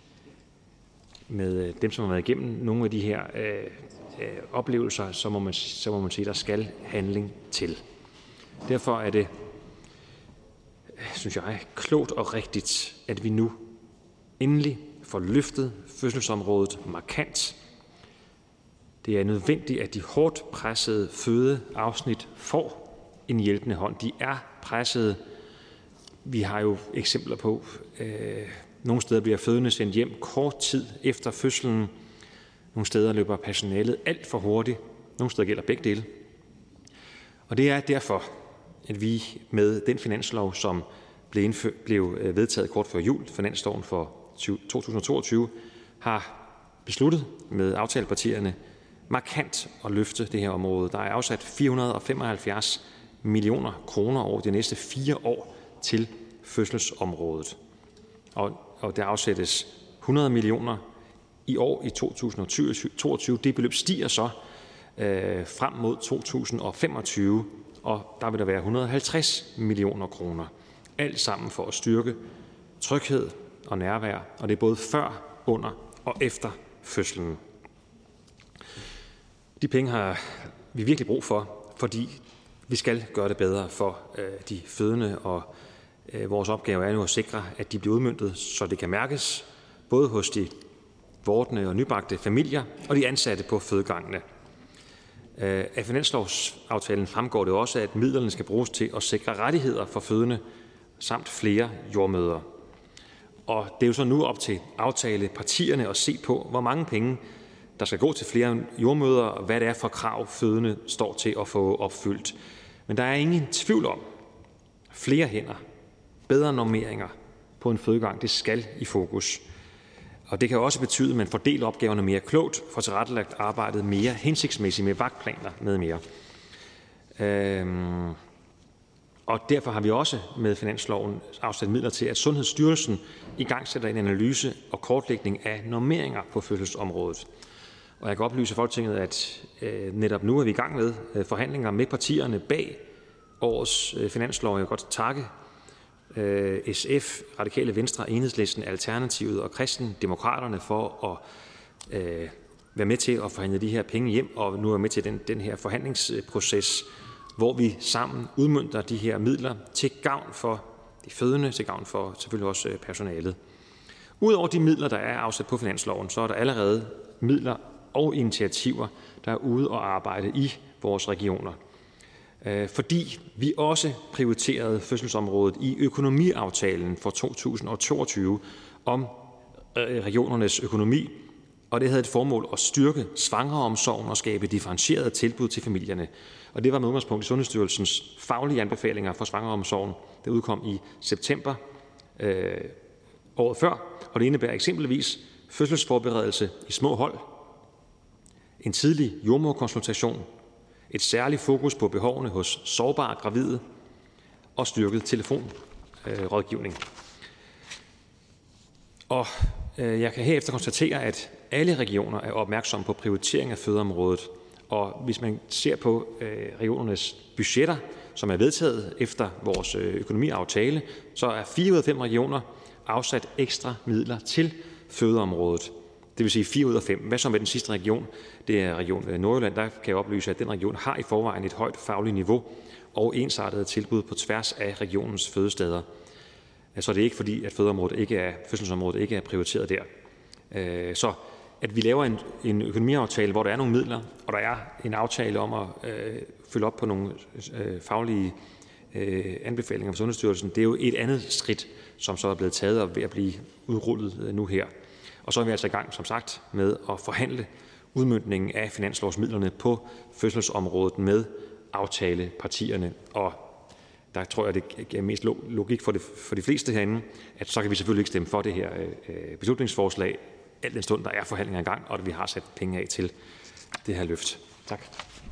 med dem, som har været igennem nogle af de her øh, øh, oplevelser, så må, man, så må man sige, at der skal handling til. Derfor er det, synes jeg, klogt og rigtigt, at vi nu endelig får løftet fødselsområdet markant. Det er nødvendigt, at de hårdt pressede fødeafsnit får en hjælpende hånd. De er pressede. Vi har jo eksempler på, øh, nogle steder bliver fødende sendt hjem kort tid efter fødslen. Nogle steder løber personalet alt for hurtigt. Nogle steder gælder begge dele. Og det er derfor, at vi med den finanslov, som blev, indfø- blev vedtaget kort før jul, finansloven for to tusind og toogtyve, har besluttet med aftalepartierne markant at løfte det her område. Der er afsat fire hundrede og femoghalvfjerds millioner kroner over de næste fire år til fødselsområdet. Og, og der afsættes hundrede millioner i år i to tusind og toogtyve. Det beløb stiger så øh, frem mod to tusind og femogtyve, og der vil der være et hundrede og halvtreds millioner kroner. Alt sammen for at styrke tryghed og nærvær, og det er både før, under og efter fødslen. De penge har vi virkelig brug for, fordi vi skal gøre det bedre for øh, de fødende, og øh, vores opgave er nu at sikre, at de bliver udmøntet, så det kan mærkes, både hos de vordende og nybagte familier og de ansatte på fødegangene. Øh, af finanslovsaftalen fremgår det også, at midlerne skal bruges til at sikre rettigheder for fødende samt flere jordmødre. Og det er jo så nu op til aftalepartierne at se på, hvor mange penge der skal gå til flere jordmødre, og hvad det er for krav, fødende står til at få opfyldt. Men der er ingen tvivl om, flere hænder, bedre normeringer på en fødegang, det skal i fokus. Og det kan også betyde, at man fordeler opgaverne mere klogt, får tilrettelagt arbejdet mere hensigtsmæssigt med vagtplaner med mere. Øhm Og derfor har vi også med finansloven afsat midler til, at Sundhedsstyrelsen igangsætter en analyse og kortlægning af normeringer på fødselsområdet. Og jeg kan oplyse Folketinget, at øh, netop nu er vi i gang med øh, forhandlinger med partierne bag årets øh, finanslov. Jeg vil godt takke øh, S F, Radikale Venstre, Enhedslisten, Alternativet og Kristendemokraterne for at øh, være med til at forhandle de her penge hjem, og nu er med til den, den her forhandlingsproces, hvor vi sammen udmønter de her midler til gavn for de fødende, til gavn for selvfølgelig også personalet. Udover de midler, der er afsat på finansloven, så er der allerede midler og initiativer, der er ude og arbejde i vores regioner. Fordi vi også prioriterede fødselsområdet i økonomiaftalen for to tusind og toogtyve om regionernes økonomi, og det havde et formål at styrke svangreomsorgen og skabe differentierede tilbud til familierne. Og det var med udgangspunkt i Sundhedsstyrelsens faglige anbefalinger for svangreomsorgen, der udkom i september øh, året før. Og det indebærer eksempelvis fødselsforberedelse i små hold, en tidlig jordemoderkonsultation, et særligt fokus på behovene hos sårbare gravide og styrket telefonrådgivning. Øh, og øh, jeg kan herefter konstatere, at alle regioner er opmærksomme på prioritering af fødeområdet. Og hvis man ser på øh, regionernes budgetter, som er vedtaget efter vores øh, økonomiaftale, så er fire ud af fem regioner afsat ekstra midler til fødeområdet. Det vil sige fire ud af fem. Hvad så med den sidste region? Det er Region Nordjylland. Der kan jeg oplyse, at den region har i forvejen et højt fagligt niveau og ensartede tilbud på tværs af regionens fødesteder. Så det er ikke fordi, at fødeområdet ikke er, fødselsområdet ikke er prioriteret der. Øh, så at vi laver en, en økonomiaftale, hvor der er nogle midler, og der er en aftale om at øh, følge op på nogle øh, faglige øh, anbefalinger fra Sundhedsstyrelsen, det er jo et andet skridt, som så er blevet taget og ved at blive udrullet øh, nu her. Og så er vi altså i gang, som sagt, med at forhandle udmøntningen af finanslovsmidlerne på fødselsområdet med aftalepartierne. Og der tror jeg, det giver mest logik for, det, for de fleste herinde, at så kan vi selvfølgelig ikke stemme for det her øh, beslutningsforslag, alt den stund, der er forhandlinger i gang, og at vi har sat penge af til det her løft. Tak.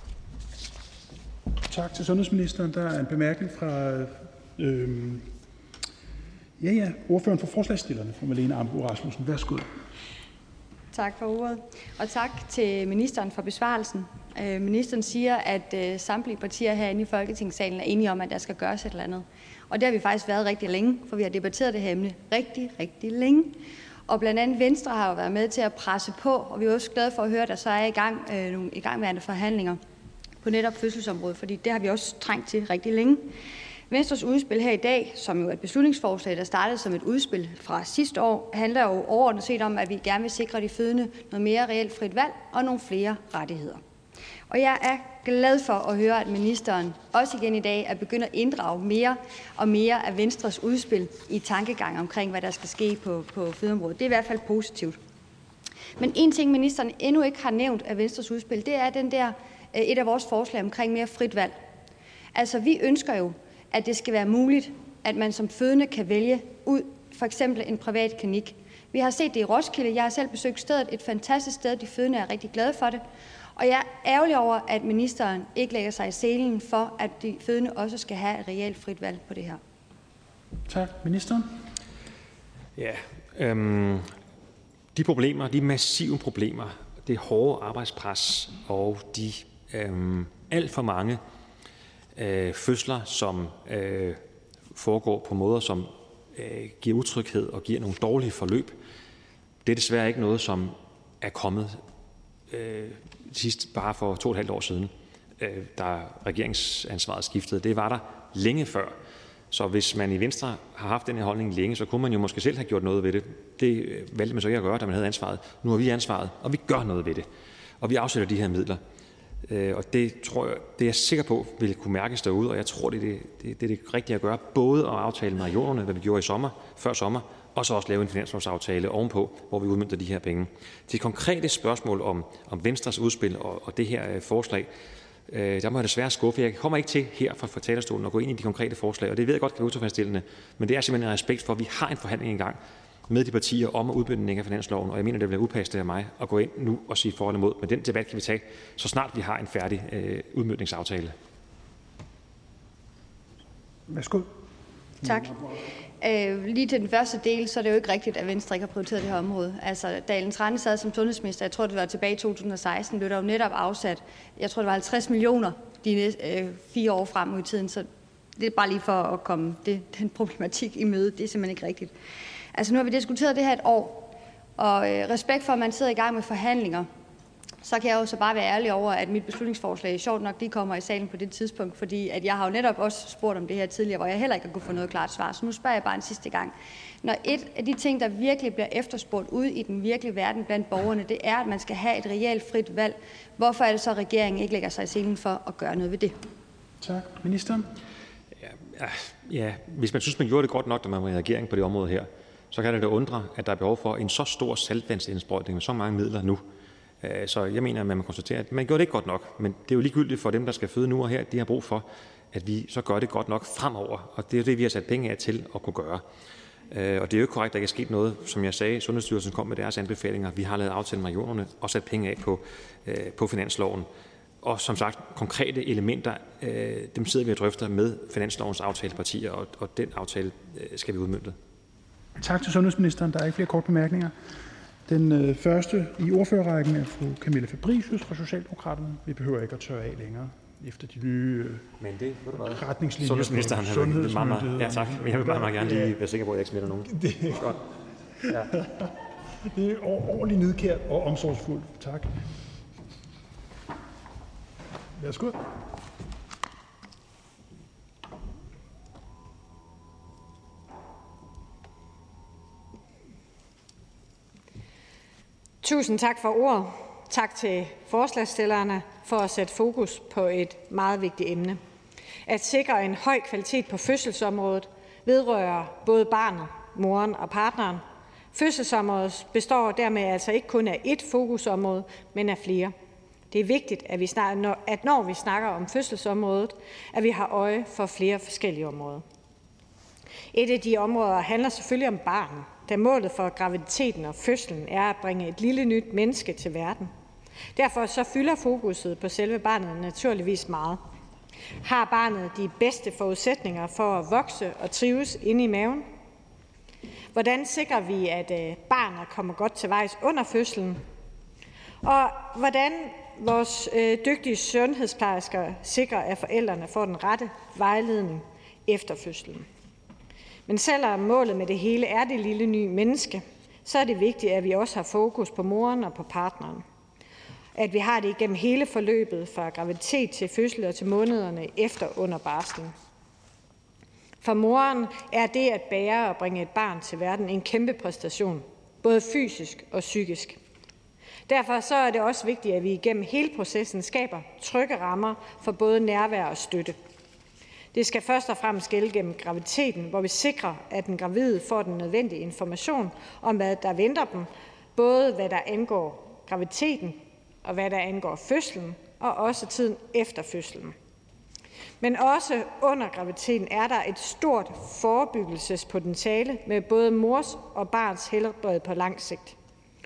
Tak til sundhedsministeren. Der er en bemærkning fra øh, ja, ja, ordføreren for forslagsstillerne, fru Marlene Ambo-Rasmussen. Værsgo. Tak for ordet, og tak til ministeren for besvarelsen. Øh, ministeren siger, at øh, samtlige partier herinde i Folketingssalen er enige om, at der skal gøres et eller andet. Og det har vi faktisk været rigtig længe, for vi har debatteret det her emne rigtig, rigtig længe. Og blandt andet Venstre har jo været med til at presse på, og vi er også glade for at høre, at der så er i gang øh, nogle igangværende forhandlinger på netop fødselsområdet, fordi det har vi også trængt til rigtig længe. Venstres udspil her i dag, som jo er et beslutningsforslag, der startede som et udspil fra sidste år, handler jo overordnet set om, at vi gerne vil sikre de fødende noget mere reelt frit valg og nogle flere rettigheder. Og jeg er glad for at høre, at ministeren også igen i dag er begyndt at inddrage mere og mere af Venstres udspil i tankegang omkring, hvad der skal ske på, på fødeområdet. Det er i hvert fald positivt. Men en ting, ministeren endnu ikke har nævnt af Venstres udspil, det er den der, et af vores forslag omkring mere frit valg. Altså, vi ønsker jo, at det skal være muligt, at man som fødende kan vælge ud, for eksempel en privat klinik. Vi har set det i Roskilde. Jeg har selv besøgt stedet, et fantastisk sted. De fødende er rigtig glade for det. Og jeg er ærgerlig over, at ministeren ikke lægger sig i selen for, at de fødende også skal have et reelt frit valg på det her. Tak. Ministeren? Ja, øhm, de problemer, de massive problemer, det hårde arbejdspres og de øhm, alt for mange øh, fødsler, som øh, foregår på måder, som øh, giver utryghed og giver nogle dårlige forløb, det er desværre ikke noget, som er kommet øh, sidst bare for to og et halvt år siden, øh, da regeringsansvaret skiftede. Det var der længe før. Så hvis man i Venstre har haft den her holdning længe, så kunne man jo måske selv have gjort noget ved det. Det valgte man så ikke at gøre, da man havde ansvaret. Nu har vi ansvaret, og vi gør noget ved det. Og vi afsætter de her midler. Og det tror jeg, det er jeg sikker på, vil kunne mærkes derude, og jeg tror, det er det, det, det, er det rigtige at gøre. Både at aftale med regionerne, hvad vi gjorde i sommer, før sommer, og så også lave en finanslovsaftale ovenpå, hvor vi udmønter de her penge. Til konkrete spørgsmål om, om Venstres udspil og, og det her øh, forslag, øh, der må jeg desværre skuffe. Jeg kommer ikke til her fra, fra talerstolen at gå ind i de konkrete forslag, og det ved jeg godt kan være utilfredsstillende, men det er simpelthen en respekt for, at vi har en forhandling i gang med de partier om at udbygning af finansloven, og jeg mener, det bliver upassende af mig at gå ind nu og sige for eller imod, men den debat kan vi tage, så snart vi har en færdig øh, udmøntningsaftale. Værsgo. Tak. Øh, lige til den første del, så er det jo ikke rigtigt, at Venstre ikke har prioriteret det her område. Altså, da Ellen Trane sad som sundhedsminister, jeg tror, det var tilbage i to tusind og seksten, blev der jo netop afsat, jeg tror, det var halvtreds millioner de næste øh, fire år frem i tiden, så det er bare lige for at komme det, den problematik i møde. Det er simpelthen ikke rigtigt. Altså, nu har vi diskuteret det her et år, og øh, respekt for, at man sidder i gang med forhandlinger, så kan jeg jo så bare være ærlig over, at mit beslutningsforslag sjovt nok, de kommer i salen på det tidspunkt, fordi at jeg har jo netop også spurgt om det her tidligere, hvor jeg heller ikke har kunne få noget klart svar. Så nu spørger jeg bare en sidste gang. Når et af de ting, der virkelig bliver efterspurgt ude i den virkelige verden blandt borgerne, det er, at man skal have et reelt frit valg. Hvorfor er det så, at regeringen ikke lægger sig i selen for at gøre noget ved det? Tak. Ministeren? Ja, ja, hvis man synes, man gjorde det godt nok, da man var i regering på det område her, så kan det da undre, at der er behov for en så stor saltvandsindsprøjtning med så mange midler nu. Så jeg mener, at man må konstatere, at man gjorde det ikke godt nok, men det er jo ligegyldigt for dem, der skal føde nu og her. De har brug for, at vi så gør det godt nok fremover, og det er jo det, vi har sat penge af til at kunne gøre. Og det er jo ikke korrekt, at der ikke er sket noget. Som jeg sagde, Sundhedsstyrelsen kom med deres anbefalinger. Vi har lavet aftale med regionerne og sat penge af på, på finansloven. Og som sagt, konkrete elementer, dem sidder vi og drøfter med finanslovens aftalepartier, og, og den aftale skal vi udmønte. Tak til sundhedsministeren. Der er ikke flere korte bemærkninger. Den øh, første i ordførerrækken er fru Camilla Fabricius fra Socialdemokraterne. Vi behøver ikke at tørre af længere efter de nye øh, Men det, retningslinjer. Sundhedsministeren har været meget, meget, ja, tak. Men jeg vil meget, meget gerne lige være sikker på, at jeg ikke smitter nogen. Det, godt. Ja. Det er ordentligt nidkært og omsorgsfuldt. Tak. Værsgo. Tusind tak for ordet. Tak til forslagsstillerne for at sætte fokus på et meget vigtigt emne. At sikre en høj kvalitet på fødselsområdet vedrører både barnet, moren og partneren. Fødselsområdet består dermed altså ikke kun af ét fokusområde, men af flere. Det er vigtigt, at, vi snakker, at når vi snakker om fødselsområdet, at vi har øje for flere forskellige områder. Et af de områder handler selvfølgelig om barnet, da målet for graviditeten og fødslen er at bringe et lille nyt menneske til verden. Derfor så fylder fokuset på selve barnet naturligvis meget. Har barnet de bedste forudsætninger for at vokse og trives inde i maven? Hvordan sikrer vi, at barnet kommer godt til vejs under fødslen? Og hvordan vores dygtige sundhedsplejersker sikrer, at forældrene får den rette vejledning efter fødslen? Men selvom målet med det hele er det lille nye menneske, så er det vigtigt, at vi også har fokus på moren og på partneren. At vi har det igennem hele forløbet fra graviditet til fødsel og til månederne efter under barslen. For moren er det at bære og bringe et barn til verden en kæmpe præstation, både fysisk og psykisk. Derfor så er det også vigtigt, at vi igennem hele processen skaber trygge rammer for både nærvær og støtte. Det skal først og fremmest gælde gennem graviditeten, hvor vi sikrer, at den gravide får den nødvendige information om, hvad der venter dem, både hvad der angår graviditeten og hvad der angår fødslen, og også tiden efter fødslen. Men også under graviditeten er der et stort forebyggelsespotentiale med både mors og barns helbred på lang sigt.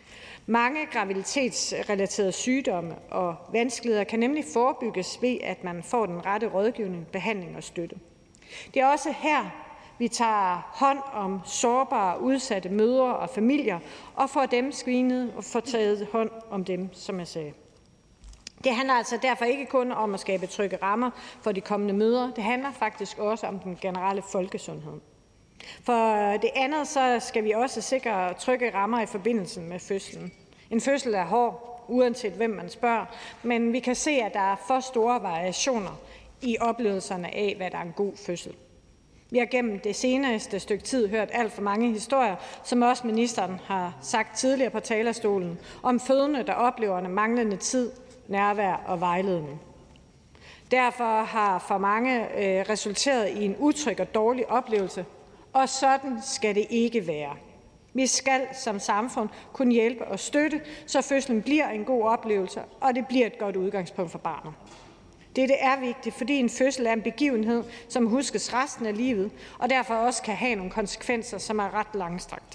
Mange graviditetsrelaterede sygdomme og vanskeligheder kan nemlig forebygges ved, at man får den rette rådgivning, behandling og støtte. Det er også her, vi tager hånd om sårbare, udsatte mødre og familier og får dem screenet og får taget hånd om dem, som jeg sagde. Det handler altså derfor ikke kun om at skabe trygge rammer for de kommende mødre. Det handler faktisk også om den generelle folkesundhed. For det andet så skal vi også sikre trygge rammer i forbindelse med fødslen. En fødsel er hård, uanset hvem man spørger, men vi kan se, at der er for store variationer i oplevelserne af, hvad der er en god fødsel. Vi har gennem det seneste stykke tid hørt alt for mange historier, som også ministeren har sagt tidligere på talerstolen, om fødende, der oplever en manglende tid, nærvær og vejledning. Derfor har for mange øh, resulteret i en utryg og dårlig oplevelse, og sådan skal det ikke være. Vi skal som samfund kunne hjælpe og støtte, så fødslen bliver en god oplevelse, og det bliver et godt udgangspunkt for barnet. Dette er vigtigt, fordi en fødsel er en begivenhed, som huskes resten af livet, og derfor også kan have nogle konsekvenser, som er ret langstrakte.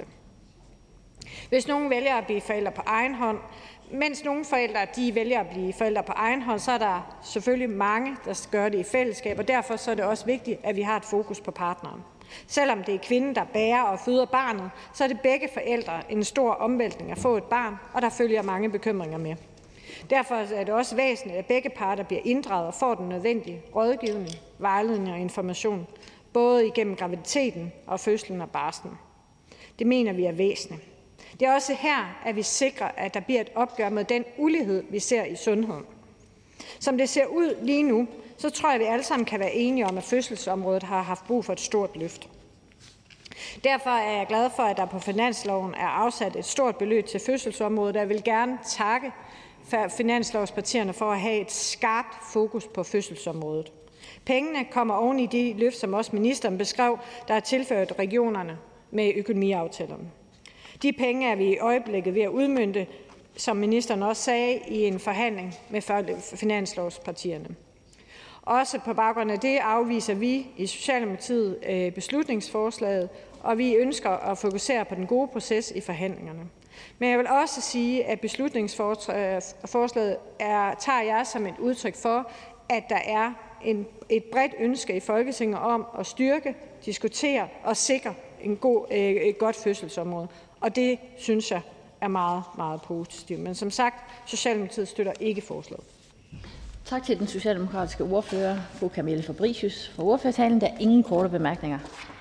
Hvis nogen vælger at blive forældre på egen hånd, mens nogle forældre de vælger at blive forældre på egen hånd, så er der selvfølgelig mange, der gør det i fællesskab, og derfor så er det også vigtigt, at vi har et fokus på partneren. Selvom det er kvinden, der bærer og føder barnet, så er det begge forældre en stor omvæltning at få et barn, og der følger mange bekymringer med. Derfor er det også væsentligt, at begge parter bliver inddraget og får den nødvendige rådgivning, vejledning og information, både igennem graviditeten og fødslen og barslen. Det mener vi er væsentligt. Det er også her, at vi sikrer, at der bliver et opgør med den ulighed, vi ser i sundheden. Som det ser ud lige nu, så tror jeg, at vi alle sammen kan være enige om, at fødselsområdet har haft brug for et stort løft. Derfor er jeg glad for, at der på finansloven er afsat et stort beløb til fødselsområdet, og jeg vil gerne takke finanslovspartierne for at have et skarpt fokus på fødselsområdet. Pengene kommer oven i de løft, som også ministeren beskrev, der er tilført regionerne med økonomiaftalerne. De penge er vi i øjeblikket ved at udmønte, som ministeren også sagde, i en forhandling med finanslovspartierne. Også på baggrund af det afviser vi i Socialdemokratiet beslutningsforslaget, og vi ønsker at fokusere på den gode proces i forhandlingerne. Men jeg vil også sige, at beslutningsforslaget er, tager jeg som et udtryk for, at der er en, et bredt ønske i Folketinget om at styrke, diskutere og sikre en god, et godt fødselsområde. Og det synes jeg er meget, meget positivt. Men som sagt, Socialdemokratiet støtter ikke forslaget. Tak til den socialdemokratiske ordfører, fru Camilla Fabricius, for ordførertalen. Der er ingen korte bemærkninger.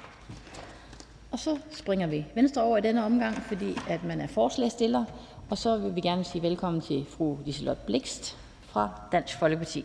Og så springer vi Venstre over i denne omgang, fordi at man er forslagsstiller. Og så vil vi gerne sige velkommen til fru Liselott Blixt fra Dansk Folkeparti.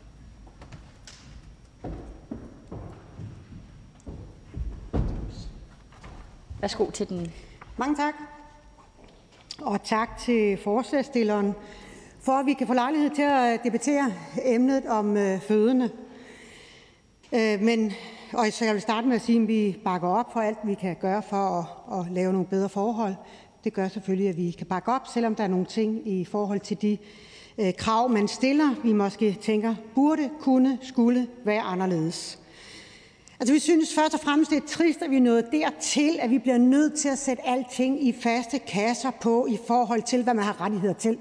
Værsgo til den. Mange tak. Og tak til forslagsstilleren for, at vi kan få lejlighed til at debattere emnet om øh, fødende. Øh, men, og så jeg vil starte med at sige, at vi bakker op for alt, vi kan gøre for at, at lave nogle bedre forhold. Det gør selvfølgelig, at vi kan bakke op, selvom der er nogle ting i forhold til de øh, krav, man stiller, vi måske tænker, burde, kunne, skulle være anderledes. Altså, vi synes først og fremmest, det er trist, at vi er nået dertil, at vi bliver nødt til at sætte alting i faste kasser på i forhold til, hvad man har rettigheder til.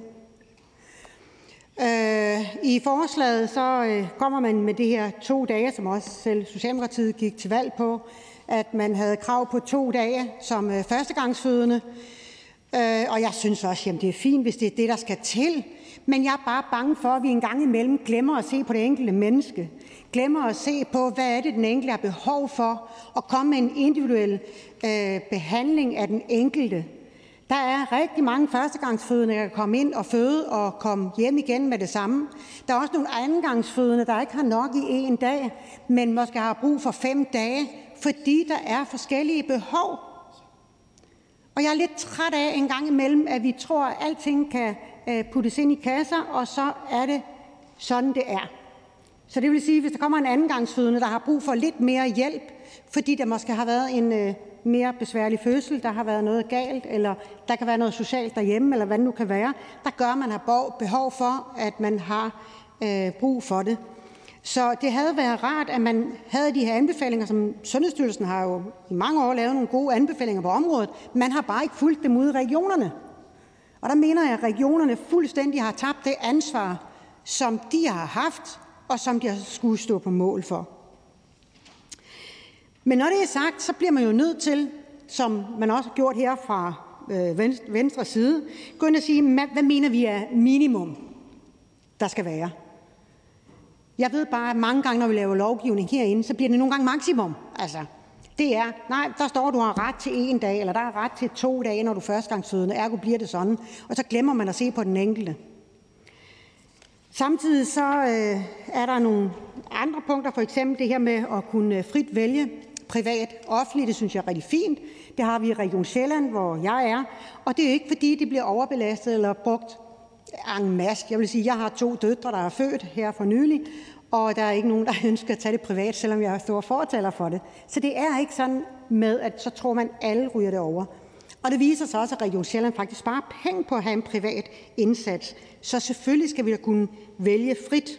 Øh, I forslaget så øh, kommer man med det her to dage, som også selv Socialdemokratiet gik til valg på, at man havde krav på to dage som øh, førstegangsfødende. Øh, og jeg synes også, at det er fint, hvis det er det, der skal til. Men jeg er bare bange for, at vi en gang imellem glemmer at se på det enkelte menneske. Glemmer at se på, hvad er det, den enkelte har behov for, og komme med en individuel øh, behandling af den enkelte. Der er rigtig mange førstegangsfødende, der kan komme ind og føde og komme hjem igen med det samme. Der er også nogle andengangsfødende, der ikke har nok i en dag, men måske har brug for fem dage, fordi der er forskellige behov. Og jeg er lidt træt af en gang imellem, at vi tror, at alting kan puttes ind i kasser, og så er det sådan, det er. Så det vil sige, at hvis der kommer en andengangsfødende, der har brug for lidt mere hjælp, fordi der måske har været en øh, mere besværlig fødsel, der har været noget galt, eller der kan være noget socialt derhjemme, eller hvad det nu kan være, der gør, at man har behov for, at man har øh, brug for det. Så det havde været rart, at man havde de her anbefalinger, som Sundhedsstyrelsen har jo i mange år lavet nogle gode anbefalinger på området. Man har bare ikke fulgt dem ude i regionerne. Og der mener jeg, at regionerne fuldstændig har tabt det ansvar, som de har haft, og som de har skulle stå på mål for. Men når det er sagt, så bliver man jo nødt til, som man også har gjort her fra øh, venstre side, gå ind og sige, hvad mener vi er minimum, der skal være. Jeg ved bare, at mange gange, når vi laver lovgivning herinde, så bliver det nogle gange maksimum. Altså, det er, nej, der står, at du har ret til en dag, eller der er ret til to dage, når du er førstegangsfødende. Ergo bliver det sådan. Og så glemmer man at se på den enkelte. Samtidig så øh, er der nogle andre punkter, for eksempel det her med at kunne frit vælge privat offentligt. Det synes jeg er rigtig fint. Det har vi i Region Sjælland, hvor jeg er. Og det er ikke, fordi de bliver overbelastet eller brugt en masse. Jeg vil sige, jeg har to døtre, der er født her for nylig, og der er ikke nogen, der ønsker at tage det privat, selvom jeg er store fortaler for det. Så det er ikke sådan med, at så tror man, at alle ryger det over. Og det viser sig også, at Region Sjælland faktisk sparer penge på at have en privat indsats. Så selvfølgelig skal vi da kunne vælge frit.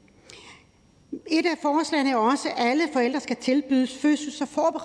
Et af forslagene er også, at alle forældre skal tilbydes fødsels- og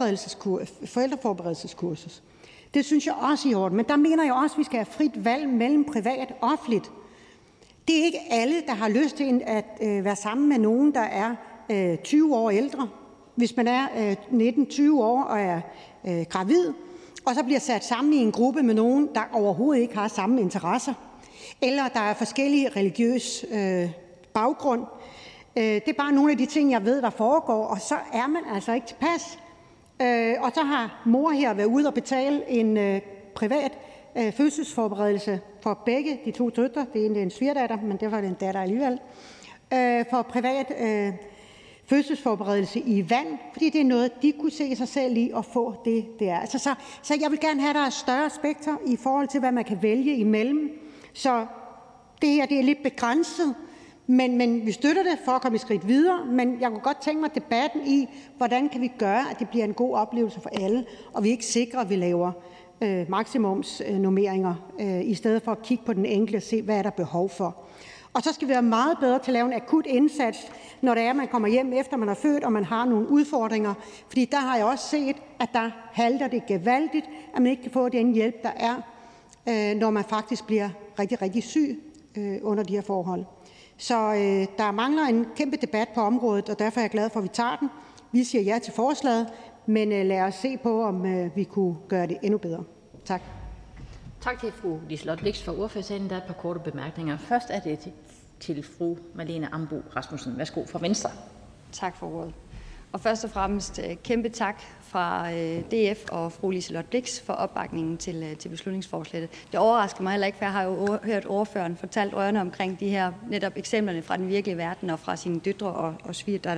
forældreforberedelseskursus. Det synes jeg også er i orden. Men der mener jeg også, at vi skal have frit valg mellem privat og offentligt. Det er ikke alle, der har lyst til at være sammen med nogen, der er tyve år ældre. Hvis man er nitten tyve år og er gravid, og så bliver sat sammen i en gruppe med nogen, der overhovedet ikke har samme interesser, eller der er forskellige religiøs baggrund. Det er bare nogle af de ting, jeg ved, der foregår, og så er man altså ikke tilpas. Og så har mor her været ude og betale en privat fødselsforberedelse for begge de to døtre. Det er egentlig en svigerdatter, men det var en datter alligevel. For privat fødselsforberedelse i vand, fordi det er noget, de kunne se sig selv i at få det, det er. Altså, så, så jeg vil gerne have, at der er større spekter i forhold til, hvad man kan vælge imellem. Så det her, det er lidt begrænset, men, men vi støtter det for at komme et skridt videre. Men jeg kunne godt tænke mig debatten i, hvordan kan vi gøre, at det bliver en god oplevelse for alle, og vi ikke sikrer, at vi laver øh, maksimumsnormeringer, øh, i stedet for at kigge på den enkelte og se, hvad er der behov for. Og så skal vi være meget bedre til at lave en akut indsats, når det er, at man kommer hjem efter man er født, og man har nogle udfordringer. Fordi der har jeg også set, at der halter det gevaldigt, at man ikke kan få den hjælp, der er, øh, når man faktisk bliver rigtig, rigtig syg øh, under de her forhold. Så øh, der mangler en kæmpe debat på området, og derfor er jeg glad for, at vi tager den. Vi siger ja til forslaget, men øh, lad os se på, om øh, vi kunne gøre det endnu bedre. Tak. Tak til fru Liselott Blixt for ordførertalen. Der er et par korte bemærkninger. Først er det til, til fru Marlene Ambo-Rasmussen. Værsgo fra Venstre. Tak for ordet. Og først og fremmest kæmpe tak fra D F og fru Liselott Blixt for opbakningen til, til beslutningsforslaget. Det overrasker mig heller ikke, for jeg har jo hørt ordføreren fortalt rørende omkring de her netop eksemplerne fra den virkelige verden og fra sine døtre og, og svigerdatter.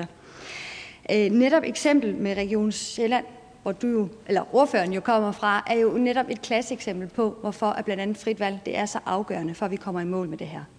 Netop eksempel med Region Sjælland, hvor du jo, eller ordføreren jo kommer fra, er jo netop et klasseeksempel på, hvorfor at blandt andet frit valg det er så afgørende, for at vi kommer i mål med det her.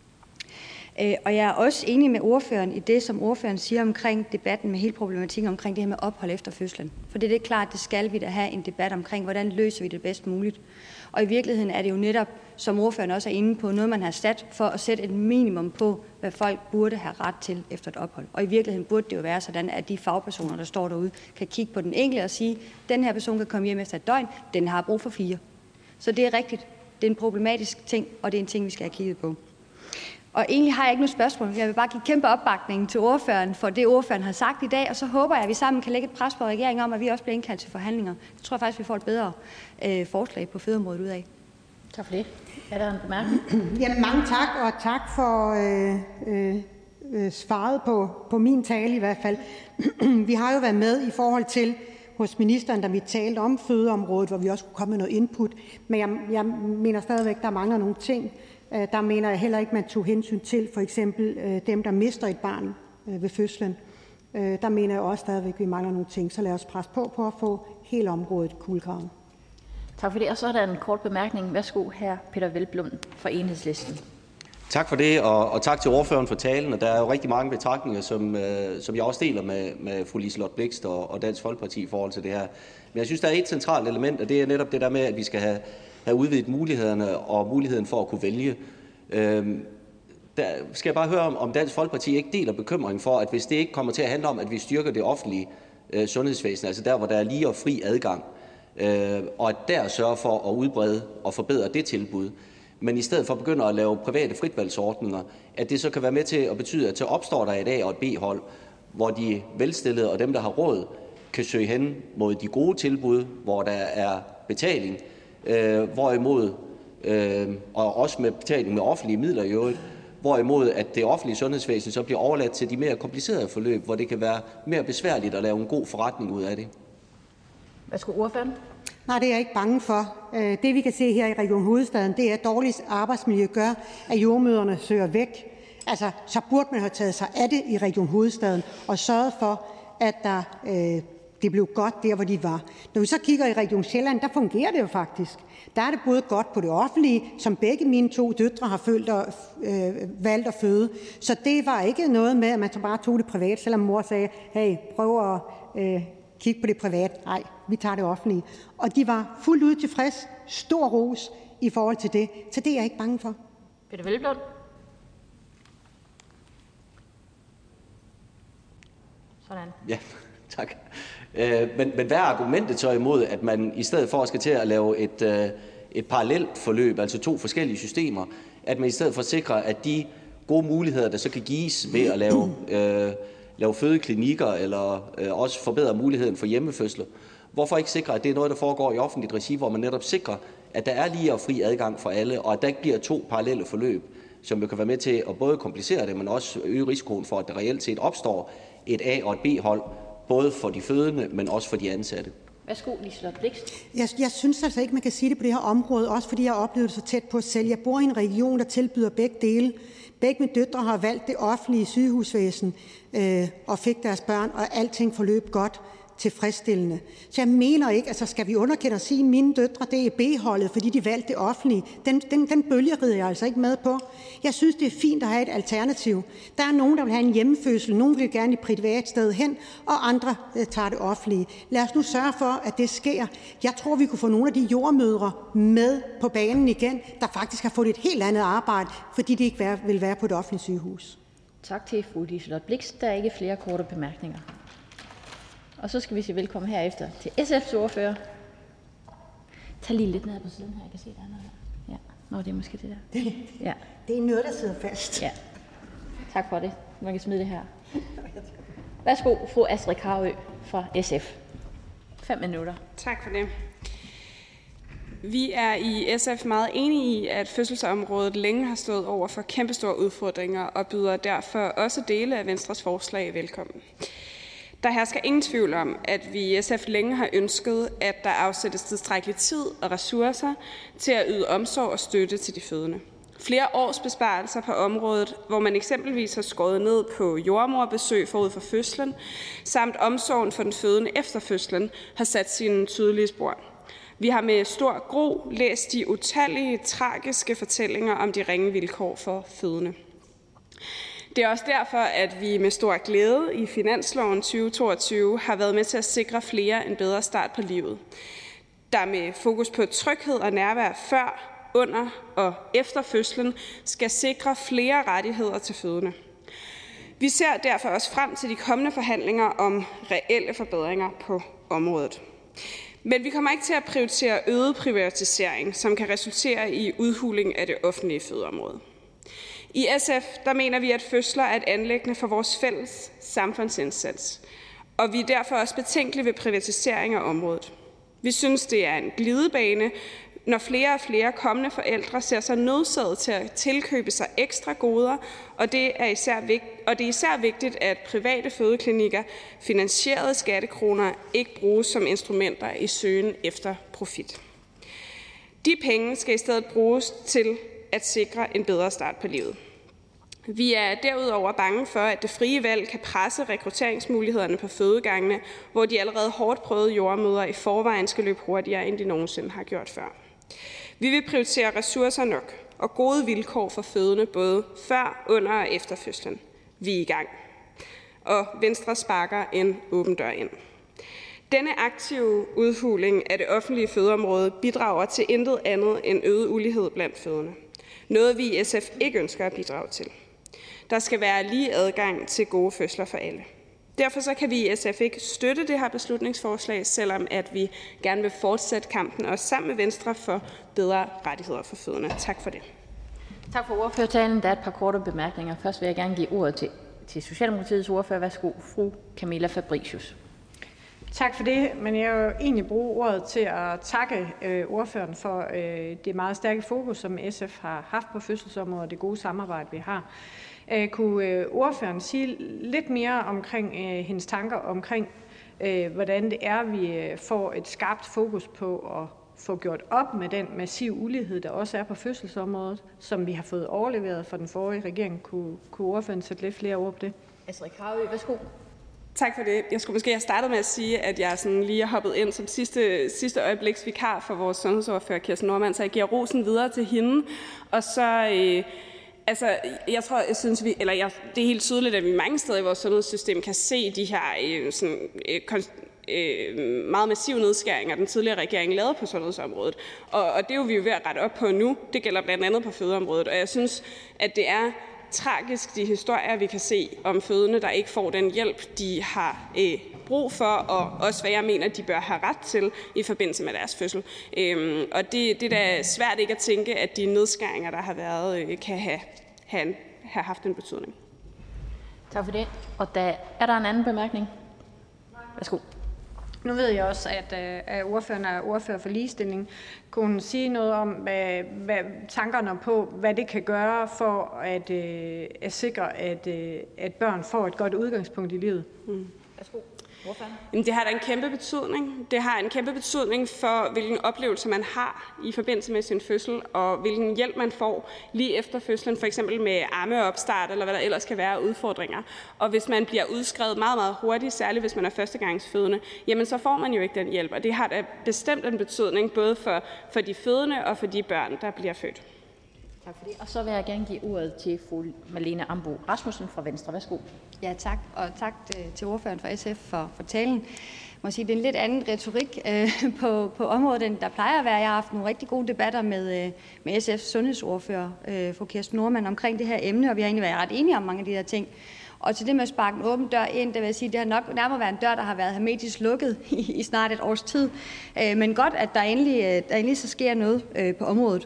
Og jeg er også enig med ordføreren i det, som ordføreren siger omkring debatten med hele problematikken omkring det her med ophold efter fødslen. For det er det klart, det skal vi da have en debat omkring, hvordan løser vi det bedst muligt. Og i virkeligheden er det jo netop, som ordføreren også er inde på, noget man har sat for at sætte et minimum på, hvad folk burde have ret til efter et ophold. Og i virkeligheden burde det jo være sådan, at de fagpersoner, der står derude, kan kigge på den enkelte og sige, den her person kan komme hjem efter et døgn, den har brug for fire. Så det er rigtigt. Det er en problematisk ting, og det er en ting, vi skal have kigget på. Og egentlig har jeg ikke noget spørgsmål. Jeg vil bare give kæmpe opbakning til ordføreren for det, ordføreren har sagt i dag, og så håber jeg, at vi sammen kan lægge et pres på regeringen om, at vi også bliver indkaldt til forhandlinger. Jeg tror faktisk, vi får et bedre øh, forslag på fødeområdet ud af. Tak for det. Er der en bemærkning? Jamen, mange tak, og tak for øh, øh, svaret på, på min tale i hvert fald. Vi har jo været med i forhold til hos ministeren, da vi talte om fødeområdet, hvor vi også kunne komme med noget input. Men jeg, jeg mener stadigvæk, der mangler nogle ting. Der mener jeg heller ikke, man tog hensyn til for eksempel dem, der mister et barn ved fødslen. Der mener jeg også stadigvæk, at vi mangler nogle ting. Så lad os presse på på at få hele området kulegravet. Tak for det. Og så er der en kort bemærkning. Værsgo, hr. Peter Hvelplund fra Enhedslisten. Tak for det, og, og tak til ordføreren for talen. Og der er jo rigtig mange betragtninger, som, øh, som jeg også deler med, med fru Liselott Blixt og, og Dansk Folkeparti i forhold til det her. Men jeg synes, der er et centralt element, og det er netop det der med, at vi skal have have udvidet mulighederne og muligheden for at kunne vælge. Øhm, der skal jeg bare høre, om Dansk Folkeparti ikke deler bekymring for, at hvis det ikke kommer til at handle om, at vi styrker det offentlige øh, sundhedsvæsen, altså der, hvor der er lige og fri adgang, øh, og at der sørger for at udbrede og forbedre det tilbud, men i stedet for begynder at lave private fritvalgsordninger, at det så kan være med til at betyde, at så opstår der et A- og et B-hold, hvor de velstillede og dem, der har råd, kan søge hen mod de gode tilbud, hvor der er betaling, øh, hvorimod, øh, og også med betaling med offentlige midler i øvrigt, hvorimod at det offentlige sundhedsvæsen så bliver overladt til de mere komplicerede forløb, hvor det kan være mere besværligt at lave en god forretning ud af det. Værsgo, ordføreren. Nej, det er jeg ikke bange for. Det vi kan se her i Region Hovedstaden, det er, at dårligt arbejdsmiljø gør, at jordemødrene søger væk. Altså, så burde man have taget sig af det i Region Hovedstaden og sørget for, at der, øh, det blev godt der, hvor de var. Når vi så kigger i Region Sjælland, der fungerer det jo faktisk. Der er det både godt på det offentlige, som begge mine to døtre har følt og, øh, valgt at føde. Så det var ikke noget med, at man så bare tog det privat, selvom mor sagde, hey, prøv at øh, kigge på det privat. Nej, vi tager det offentlige. Og de var fuldt ud tilfreds. Stor ros i forhold til det. Så det er jeg ikke bange for. Peter Hvelplund. Sådan. Ja, tak. Øh, men, men hvad er argumentet så imod, at man i stedet for skal til at lave et, øh, et parallelt forløb, altså to forskellige systemer, at man i stedet for sikrer, at de gode muligheder, der så kan gives ved at lave, øh, lave fødeklinikker, eller øh, også forbedre muligheden for hjemmefødsler, hvorfor ikke sikre, at det er noget, der foregår i offentligt regi, hvor man netop sikrer, at der er lige og fri adgang for alle, og at der ikke bliver to parallelle forløb, som jo kan være med til at både komplicere det, men også øge risikoen for, at der reelt set opstår et A- og et B-hold, både for de fødende, men også for de ansatte. Værsgo, Liselott Blixt. Jeg, jeg synes altså ikke, man kan sige det på det her område, også fordi jeg har oplevet det så tæt på selv. Jeg bor i en region, der tilbyder begge dele. Begge mine døtre har valgt det offentlige sygehusvæsen øh, og fik deres børn, og alting forløb godt tilfredsstillende. Så jeg mener ikke, at så skal vi underkende og sige, at mine døtre, det er B-holdet, fordi de valgte det offentlige. Den, den, den bølge rider jeg altså ikke med på. Jeg synes, det er fint at have et alternativ. Der er nogen, der vil have en hjemmefødsel, nogen vil gerne i privat sted hen, og andre øh, tager det offentlige. Lad os nu sørge for, at det sker. Jeg tror, vi kunne få nogle af de jordmødre med på banen igen, der faktisk har fået et helt andet arbejde, fordi de ikke vil være på et offentligt sygehus. Tak til fru Liselott Blixt. Der er ikke flere korte bemærkninger. Og så skal vi sige velkommen herefter til S F's ordfører. Tag lige lidt ned på siden her, jeg kan se, der er noget her. Ja, nå, det er måske det der. Ja. Det er noget, der sidder fast. Ja. Tak for det. Man kan smide det her. Værsgo, fru Astrid Carøe fra S F. Fem minutter. Tak for det. Vi er i S F meget enige i, at fødselsområdet længe har stået over for kæmpestore udfordringer og byder derfor også dele af Venstres forslag velkommen. Der hersker ingen tvivl om, at vi i S F længe har ønsket, at der afsættes tilstrækkelig tid og ressourcer til at yde omsorg og støtte til de fødende. Flere års besparelser på området, hvor man eksempelvis har skåret ned på jordemoderbesøg forud for fødslen, samt omsorgen for den fødende efter fødslen, har sat sine tydelige spor. Vi har med stor gro læst de utallige tragiske fortællinger om de ringe vilkår for fødende. Det er også derfor, at vi med stor glæde i finansloven tyve toogtyve har været med til at sikre flere en bedre start på livet. Der med fokus på tryghed og nærvær før, under og efter fødslen skal sikre flere rettigheder til fødende. Vi ser derfor også frem til de kommende forhandlinger om reelle forbedringer på området. Men vi kommer ikke til at prioritere øget privatisering, som kan resultere i udhuling af det offentlige fødeområde. I S F der mener vi, at fødsler er et anliggende for vores fælles samfundsindsats, og vi er derfor også betænkelige ved privatisering af området. Vi synes, det er en glidebane, når flere og flere kommende forældre ser sig nødsaget til at tilkøbe sig ekstra goder, og det er især vigtigt, og det er især vigtigt, at private fødeklinikker, finansierede skattekroner, ikke bruges som instrumenter i søgen efter profit. De penge skal i stedet bruges til at sikre en bedre start på livet. Vi er derudover bange for, at det frie valg kan presse rekrutteringsmulighederne på fødegangene, hvor de allerede hårdt prøvede jordemødre i forvejen skal løbe hurtigere, end de nogensinde har gjort før. Vi vil prioritere ressourcer nok og gode vilkår for fødende både før, under og efter fødslen. Vi er i gang. Og Venstre sparker en åben dør ind. Denne aktive udhuling af det offentlige fødeområde bidrager til intet andet end øget ulighed blandt fødende. Noget vi i S F ikke ønsker at bidrage til. Der skal være lige adgang til gode fødsler for alle. Derfor så kan vi i S F ikke støtte det her beslutningsforslag, selvom at vi gerne vil fortsætte kampen, også sammen med Venstre, for bedre rettigheder for fødende. Tak for det. Tak for ordførertalen. Der er et par korte bemærkninger. Først vil jeg gerne give ordet til, til Socialdemokratiets ordfører. Værsgo, fru Camilla Fabricius. Tak for det, men jeg vil jo egentlig bruge ordet til at takke øh, ordføreren for øh, det meget stærke fokus, som S F har haft på fødselsområdet og det gode samarbejde, vi har. Øh, kunne øh, ordføreren sige lidt mere omkring øh, hendes tanker omkring, øh, hvordan det er, vi øh, får et skarpt fokus på at få gjort op med den massive ulighed, der også er på fødselsområdet, som vi har fået overleveret fra den forrige regering. Kunne, kunne ordføreren sætte lidt flere ord på det? Astrid Carøe, værsgo. Tak for det. Jeg skulle måske have startet med at sige, at jeg sådan lige har hoppet ind som sidste, sidste øjebliks vikar for vores sundhedsordfører, Kirsten Normann, så jeg giver rosen videre til hende. Og så, øh, altså, jeg tror, jeg synes, vi, eller jeg, det er helt tydeligt, at vi mange steder i vores sundhedssystem kan se de her øh, sådan, øh, øh, meget massive nedskæringer, den tidligere regering lavede på sundhedsområdet. Og, og det er jo vi jo ved at rette op på nu. Det gælder blandt andet på fødeområdet. Og jeg synes, at det er tragisk, de historier, vi kan se om fødende, der ikke får den hjælp, de har øh, brug for, og også hvad jeg mener, de bør have ret til i forbindelse med deres fødsel. Øhm, og det, det er da svært ikke at tænke, at de nedskæringer, der har været, øh, kan have, have, have haft en betydning. Tak for det. Og der, er der en anden bemærkning? Værsgo. Nu ved jeg også, at, at ordføreren er ordfører for ligestilling. Kunne hun sige noget om, hvad, hvad tankerne på, hvad det kan gøre for at, at sikre, at, at børn får et godt udgangspunkt i livet? Mm. Værsgo. Jamen, det har da en kæmpe betydning. Det har en kæmpe betydning for, hvilken oplevelse man har i forbindelse med sin fødsel, og hvilken hjælp man får lige efter fødslen, for eksempel med ammeopstart, eller hvad der ellers kan være af udfordringer. Og hvis man bliver udskrevet meget, meget hurtigt, særligt hvis man er førstegangsfødende, jamen så får man jo ikke den hjælp. Og det har da bestemt en betydning, både for, for de fødende og for de børn, der bliver født. Tak for det. Og så vil jeg gerne give ordet til fru Marlene Ambo-Rasmussen fra Venstre. Værsgo. Ja, tak. Og tak til ordføreren fra S F for, for talen. Jeg må sige, det er en lidt anden retorik øh, på, på området, end der plejer at være. Jeg har haft nogle rigtig gode debatter med, øh, med S F's sundhedsordfører, øh, fru Kirsten Normann, omkring det her emne, og vi har egentlig været ret enige om mange af de her ting. Og til det med at sparke en åben dør ind, det vil jeg sige, det har nok nærmere været en dør, der har været hermetisk lukket i, i snart et års tid. Øh, men godt, at der endelig, der endelig så sker noget øh, på området.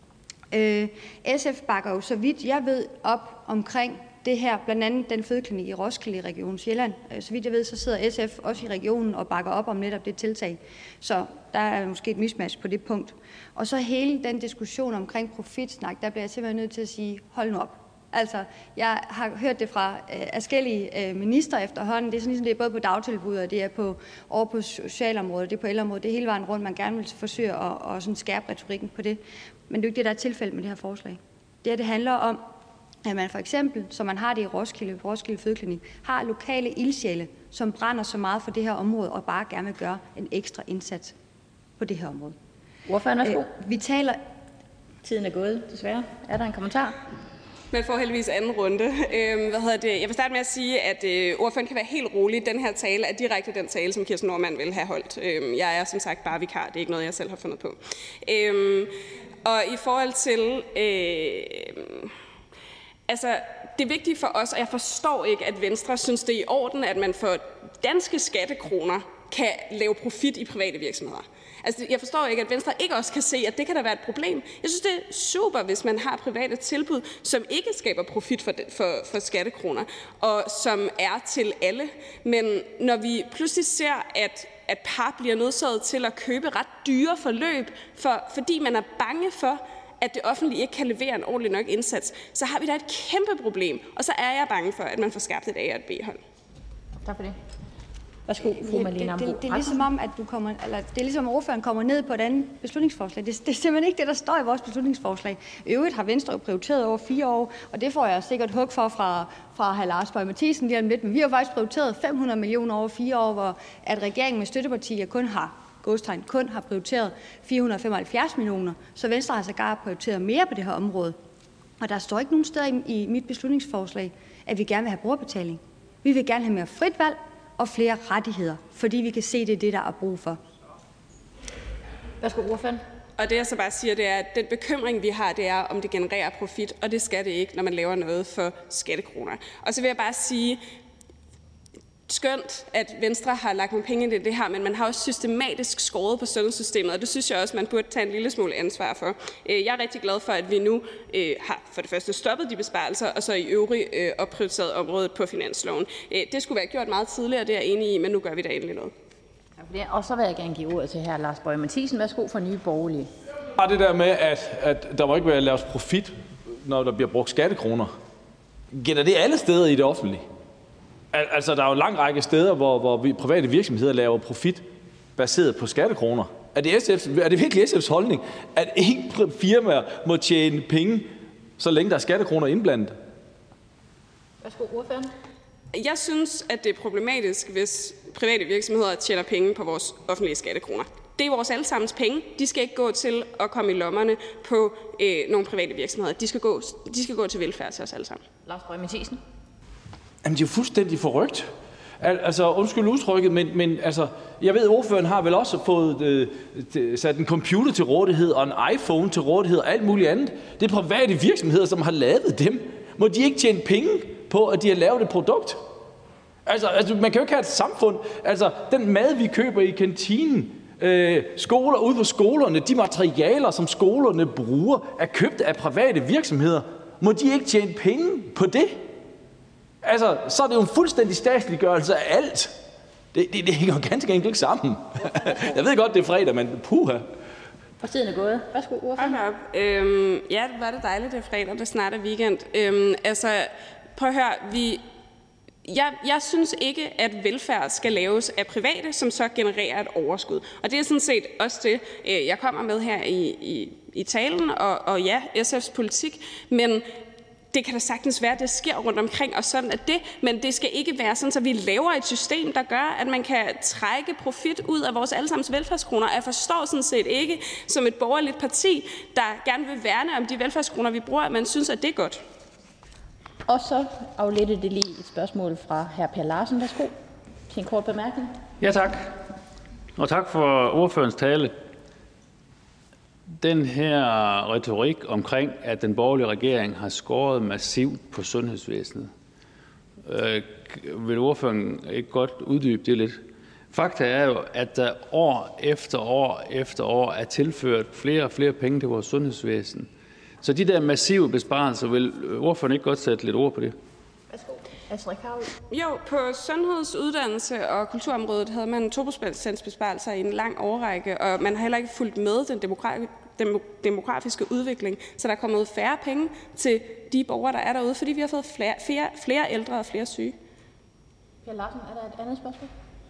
Øh, S F bakker jo, så vidt jeg ved, op omkring det her, blandt andet den fødeklinik i Roskilde i Region Sjælland. Øh, så vidt jeg ved, så sidder S F også i regionen og bakker op om netop det tiltag. Så der er måske et mismatch på det punkt. Og så hele den diskussion omkring profitsnak, der bliver jeg simpelthen nødt til at sige, hold nu op. Altså, jeg har hørt det fra øh, forskellige øh, minister efterhånden. Det er sådan ligesom, det er både på dagtilbud, og det er på, over på socialområdet, det er på ældreområdet. Det er hele vejen rundt, man gerne vil forsøge at og sådan skærpe retorikken på det. Men det er jo ikke det, der er tilfældet med det her forslag. Det her, det handler om, at man for eksempel, som man har det i Roskilde, Roskilde Fødeklinik, har lokale ildsjæle, som brænder så meget for det her område, og bare gerne vil gøre en ekstra indsats på det her område. Ordføreren, værsgo. Øh, vi taler... Tiden er gået, desværre. Er der en kommentar? Man får heldigvis anden runde. Øhm, hvad hedder det? Jeg vil starte med at sige, at øh, ordføreren kan være helt rolig. Den her tale er direkte den tale, som Kirsten Normann vil have holdt. Øhm, jeg er som sagt bare vikar. Det er ikke noget, jeg selv har fundet på. Øhm, og i forhold til... Øh, altså, det vigtige for os, og jeg forstår ikke, at Venstre synes, det er i orden, at man for danske skattekroner kan lave profit i private virksomheder. Altså, jeg forstår ikke, at Venstre ikke også kan se, at det kan da være et problem. Jeg synes, det er super, hvis man har private tilbud, som ikke skaber profit for, for, for skattekroner, og som er til alle. Men når vi pludselig ser, at, at par bliver nødsaget til at købe ret dyre forløb, for, fordi man er bange for, at det offentlige ikke kan levere en ordentlig nok indsats, så har vi da et kæmpe problem. Og så er jeg bange for, at man får skabt et A og et B-hold. Tak for det. Værsgo, fru Marlene Ambo. Det, det, det er ligesom om, at du kommer, eller det er ligesom, at ordføreren kommer ned på et andet beslutningsforslag. Det, det er simpelthen ikke det, der står i vores beslutningsforslag. I øvrigt har Venstre jo prioriteret over fire år, og det får jeg sikkert hug for fra, fra hr. Lars Boje Mathiesen lige om lidt. Men vi har faktisk prioriteret fem hundrede millioner over fire år, hvor at regeringen med støttepartier kun har, godstegn, kun har prioriteret fire hundrede og femoghalvfjerds millioner. Så Venstre har sågar prioriteret mere på det her område. Og der står ikke nogen steder i, i mit beslutningsforslag, at vi gerne vil have brugerbetaling. Vi vil gerne have mere frit valg og flere rettigheder, fordi vi kan se, det er det, der er brug for. Værsgo, ordføreren. Og det jeg så bare siger, det er, at den bekymring, vi har, det er, om det genererer profit, og det skal det ikke, når man laver noget for skattekroner. Og så vil jeg bare sige, skønt, at Venstre har lagt nogle penge ind i det her, men man har også systematisk skåret på sundhedssystemet, og det synes jeg også, man burde tage en lille smule ansvar for. Jeg er rigtig glad for, at vi nu har for det første stoppet de besparelser, og så i øvrigt opprioriteret området på finansloven. Det skulle være gjort meget tidligere, det er jeg enig i, men nu gør vi da endelig noget. Og så vil jeg gerne give ordet til hr. Lars Boje Mathiesen. Værsgo for Nye Borgerlige. Bare det der med, at, at der må ikke være lavet profit, når der bliver brugt skattekroner. Gælder det alle steder i det offentlige? Al- altså, der er jo en lang række steder, hvor, hvor vi, private virksomheder laver profit baseret på skattekroner. Er det, S F's, er det virkelig S F's holdning, at ingen firmaer må tjene penge, så længe der er skattekroner indblandet? Værsgo, ordføreren. Jeg synes, at det er problematisk, hvis private virksomheder tjener penge på vores offentlige skattekroner. Det er vores allesammens penge. De skal ikke gå til at komme i lommerne på øh, nogle private virksomheder. De skal, gå, de skal gå til velfærd til os alle sammen. Lars Boje Mathiesen. Jamen, det er jo fuldstændig forrygt. Al- altså, undskyld udtrykket, men, men altså, jeg ved, at ordføreren har vel også fået øh, sat en computer til rådighed og en iPhone til rådighed og alt muligt andet. Det er private virksomheder, som har lavet dem. Må de ikke tjene penge på, at de har lavet et produkt? Altså, altså man kan jo ikke have et samfund. Altså, den mad, vi køber i kantinen, øh, skoler ude på skolerne, de materialer, som skolerne bruger, er købt af private virksomheder. Må de ikke tjene penge på det? Altså, så er det jo en fuldstændig statsliggørelse af alt. Det, det, det hænger jo ganske enkelt ikke sammen. Jeg ved godt, det er fredag, men puha. Og tiden er gået. Værsgo, ordføreren. Hold op. Øhm, ja, det var det dejligt, det er fredag, det er snart er weekend. Øhm, altså, prøv at høre, vi... Jeg, jeg synes ikke, at velfærd skal laves af private, som så genererer et overskud. Og det er sådan set også det, jeg kommer med her i, i, i talen, og, og ja, S F's politik, men det kan da sagtens være, at det sker rundt omkring, og sådan er det, men det skal ikke være sådan, at vi laver et system, der gør, at man kan trække profit ud af vores allesammens velfærdskroner. Jeg forstår sådan set ikke, som et borgerligt parti, der gerne vil værne om de velfærdskroner, vi bruger, at man synes, at det er godt. Og så afledte det lige et spørgsmål fra hr. Per Larsen. Værsgo til en kort bemærkning. Ja, tak. Og tak for ordførens tale. Den her retorik omkring, at den borgerlige regering har skåret massivt på sundhedsvæsenet, øh, vil ordføreren ikke godt uddybe det lidt? Fakta er jo, at der år efter år efter år er tilført flere og flere penge til vores sundhedsvæsen. Så de der massive besparelser, vil ordføreren ikke godt sætte lidt ord på det? Jo, på sundheds-, uddannelse- og kulturområdet havde man to procent besparelser i en lang årrække, og man har heller ikke fulgt med den demografiske udvikling, så der er kommet færre penge til de borgere, der er derude, fordi vi har fået flere, flere, flere ældre og flere syge. Per Larsen, er der et andet spørgsmål?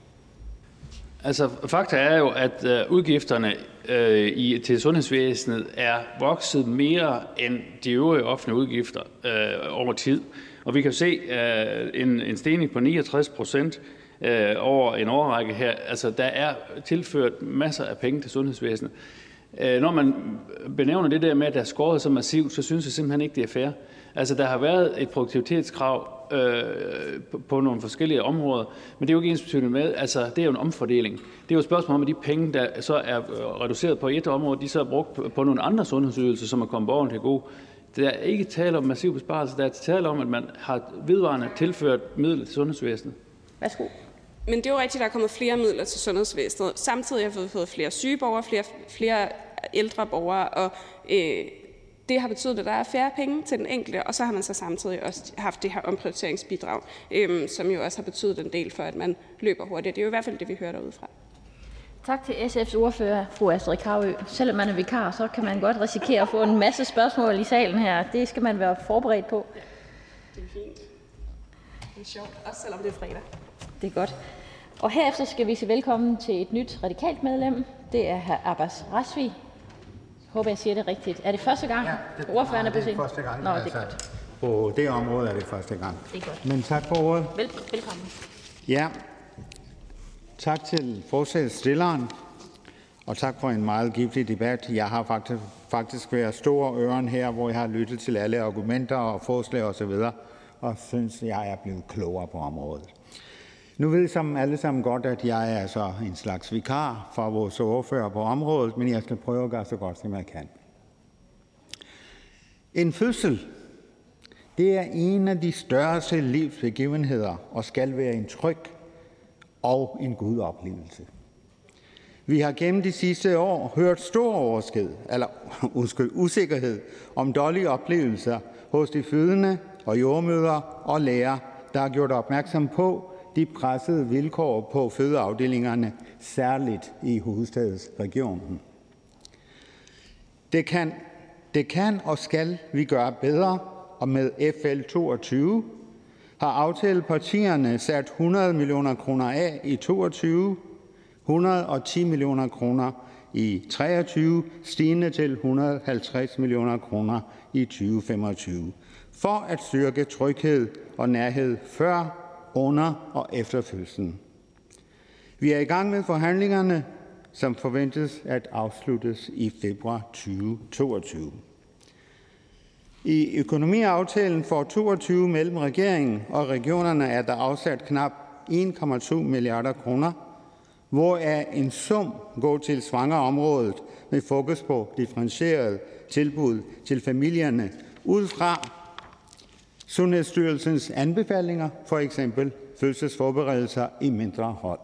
Altså, fakta er jo, at øh, udgifterne øh, i, til sundhedsvæsenet er vokset mere end de øvrige offentlige udgifter øh, over tid. Og vi kan se øh, en, en stigning på niogtres procent øh, over en årrække her. Altså, der er tilført masser af penge til sundhedsvæsenet. Øh, når man benævner det der med, at der er skåret så massivt, så synes jeg simpelthen ikke, det er fair. Altså, der har været et produktivitetskrav øh, på, på nogle forskellige områder, men det er jo ikke ensbetydende med, altså, det er jo en omfordeling. Det er jo et spørgsmål om, at de penge, der så er reduceret på et område, de så er brugt på nogle andre sundhedsydelser, som er kommet borgerne til gode. Der er ikke tale om massiv besparelse, der er tale om, at man har vedvarende tilført midler til sundhedsvæsenet. Værsgo. Men det er jo rigtigt, at der er kommet flere midler til sundhedsvæsenet. Samtidig har vi fået flere syge borgere, flere, flere ældre borgere, og øh, det har betydet, at der er færre penge til den enkelte, og så har man så samtidig også haft det her omprioriteringsbidrag, øh, som jo også har betydet en del for, at man løber hurtigt. Det er jo i hvert fald det, vi hører derudefra. Tak til S F's ordfører, fru Astrid Carøe. Selvom man er vikar, så kan man godt risikere at få en masse spørgsmål i salen her. Det skal man være forberedt på. Det er fint. Det er sjovt, også selvom det er fredag. Det er godt. Og herefter skal vi sige velkommen til et nyt radikalt medlem. Det er hr. Abbas Razvi. Jeg håber, jeg siger det rigtigt. Er det første gang, ja, det, ordføreren er på det er første gang. Nå, det er altså, godt. På det område er det første gang. Det er godt. Men tak for ordet. Vel, velkommen. Ja, tak til forslagsstilleren, og tak for en meget giftig debat. Jeg har faktisk, faktisk været store øren her, hvor jeg har lyttet til alle argumenter og forslag osv., og, og synes, jeg er blevet klogere på området. Nu ved som alle sammen godt, at jeg er altså en slags vikar for vores ordfører på området, men jeg skal prøve at gøre så godt, som jeg kan. En fødsel, det er en af de største livsbegivenheder og skal være en tryg og en god oplevelse. Vi har gennem de sidste år hørt stor oversked, eller undskyld, usikkerhed om dårlige oplevelser hos de fødende og jordmødre og læger, der har gjort opmærksom på de pressede vilkår på fødeafdelingerne, særligt i hovedstadsregionen. Det kan, det kan og skal vi gøre bedre, og med F L toogtyve har aftalepartierne sat hundrede millioner kroner af i toogtyve, hundrede og ti millioner kroner i treogtyve, stigende til et hundrede og halvtreds millioner kroner i tyve femogtyve, for at styrke tryghed og nærhed før, under og efter fødslen. Vi er i gang med forhandlingerne, som forventes at afsluttes i februar tyve toogtyve. I økonomiaftalen for toogtyve mellem regeringen og regionerne er der afsat knap en komma to milliarder kroner, hvoraf en sum går til svangreområdet med fokus på differentieret tilbud til familierne ud fra Sundhedsstyrelsens anbefalinger, for eksempel fødselsforberedelser i mindre hold.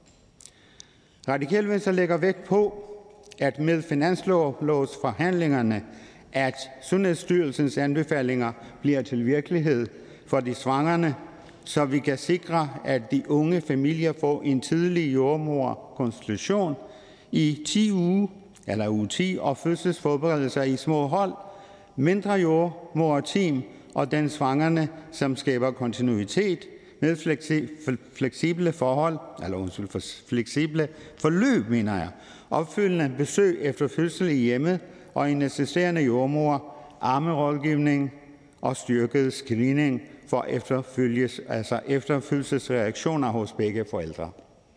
Radikale Venstre lægger vægt på, at med finanslovsforhandlingerne, at Sundhedsstyrelsens anbefalinger bliver til virkelighed for de svangerne, så vi kan sikre, at de unge familier får en tidlig jordmorkonsultation i ti uge eller uge ti og fødselsforberedelser i små hold, mindre jordmorteam og den svangerne, som skaber kontinuitet med fleksible forhold, eller undskyld, fleksible forløb, mener jeg, opfølgende besøg efter fødsel i hjemmet og en assisterende jordmor, armerådgivning og styrket screening for efterfølges, altså efterfølgelsesreaktioner hos begge forældre.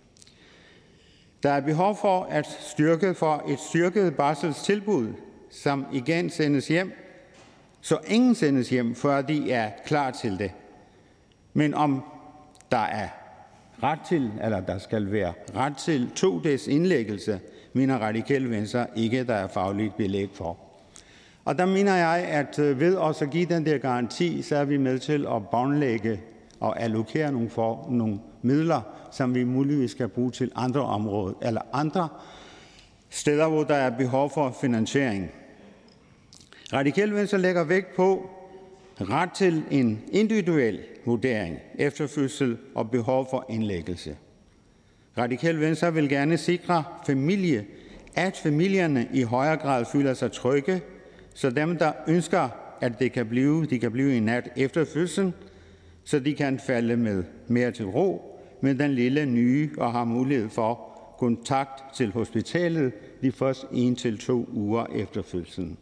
Der er behov for at styrke for et styrket barselstilbud, som igen sendes hjem, så ingen sendes hjem, før de er klar til det. Men om der er ret til, eller der skal være ret til to dages indlæggelse, mener Radikale Venstre ikke, der er fagligt belæg for. Og der mener jeg, at ved også at give den der garanti, så er vi med til at båndlægge og allokere nogle, for, nogle midler, som vi muligvis skal bruge til andre områder, eller andre steder, hvor der er behov for finansiering. Radikale Venstre lægger vægt på ret til en individuel vurdering efter fødsel og behov for indlæggelse. Radikale Venstre vil gerne sikre familie, at familierne i højere grad føler sig trygge, så dem, der ønsker, at det kan blive, de kan blive i nat efter fødslen, så de kan falde med mere til ro med den lille nye og har mulighed for kontakt til hospitalet de første en til to uger efter fødslen.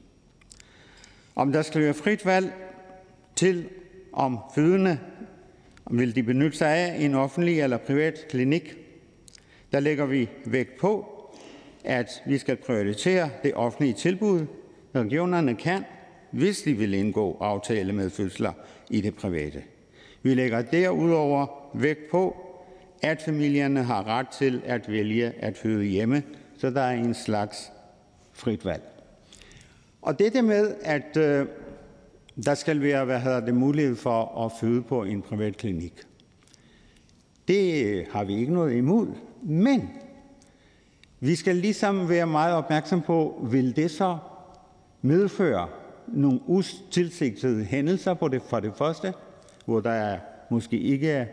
Om der skal være frit valg til, om fødende vil de benytte sig af en offentlig eller privat klinik, der lægger vi vægt på, at vi skal prioritere det offentlige tilbud. Regionerne kan, hvis de vil indgå aftale med fødsler i det private. Vi lægger derudover vægt på, at familierne har ret til at vælge at føde hjemme, så der er en slags frit valg. Og dette med, at øh, der skal være, hvad hedder det, mulighed for at føde på en privat klinik, det har vi ikke noget imod. Men vi skal ligesom være meget opmærksom på, vil det så medføre nogle utilsigtede hændelser på det, for det første, hvor der er måske ikke er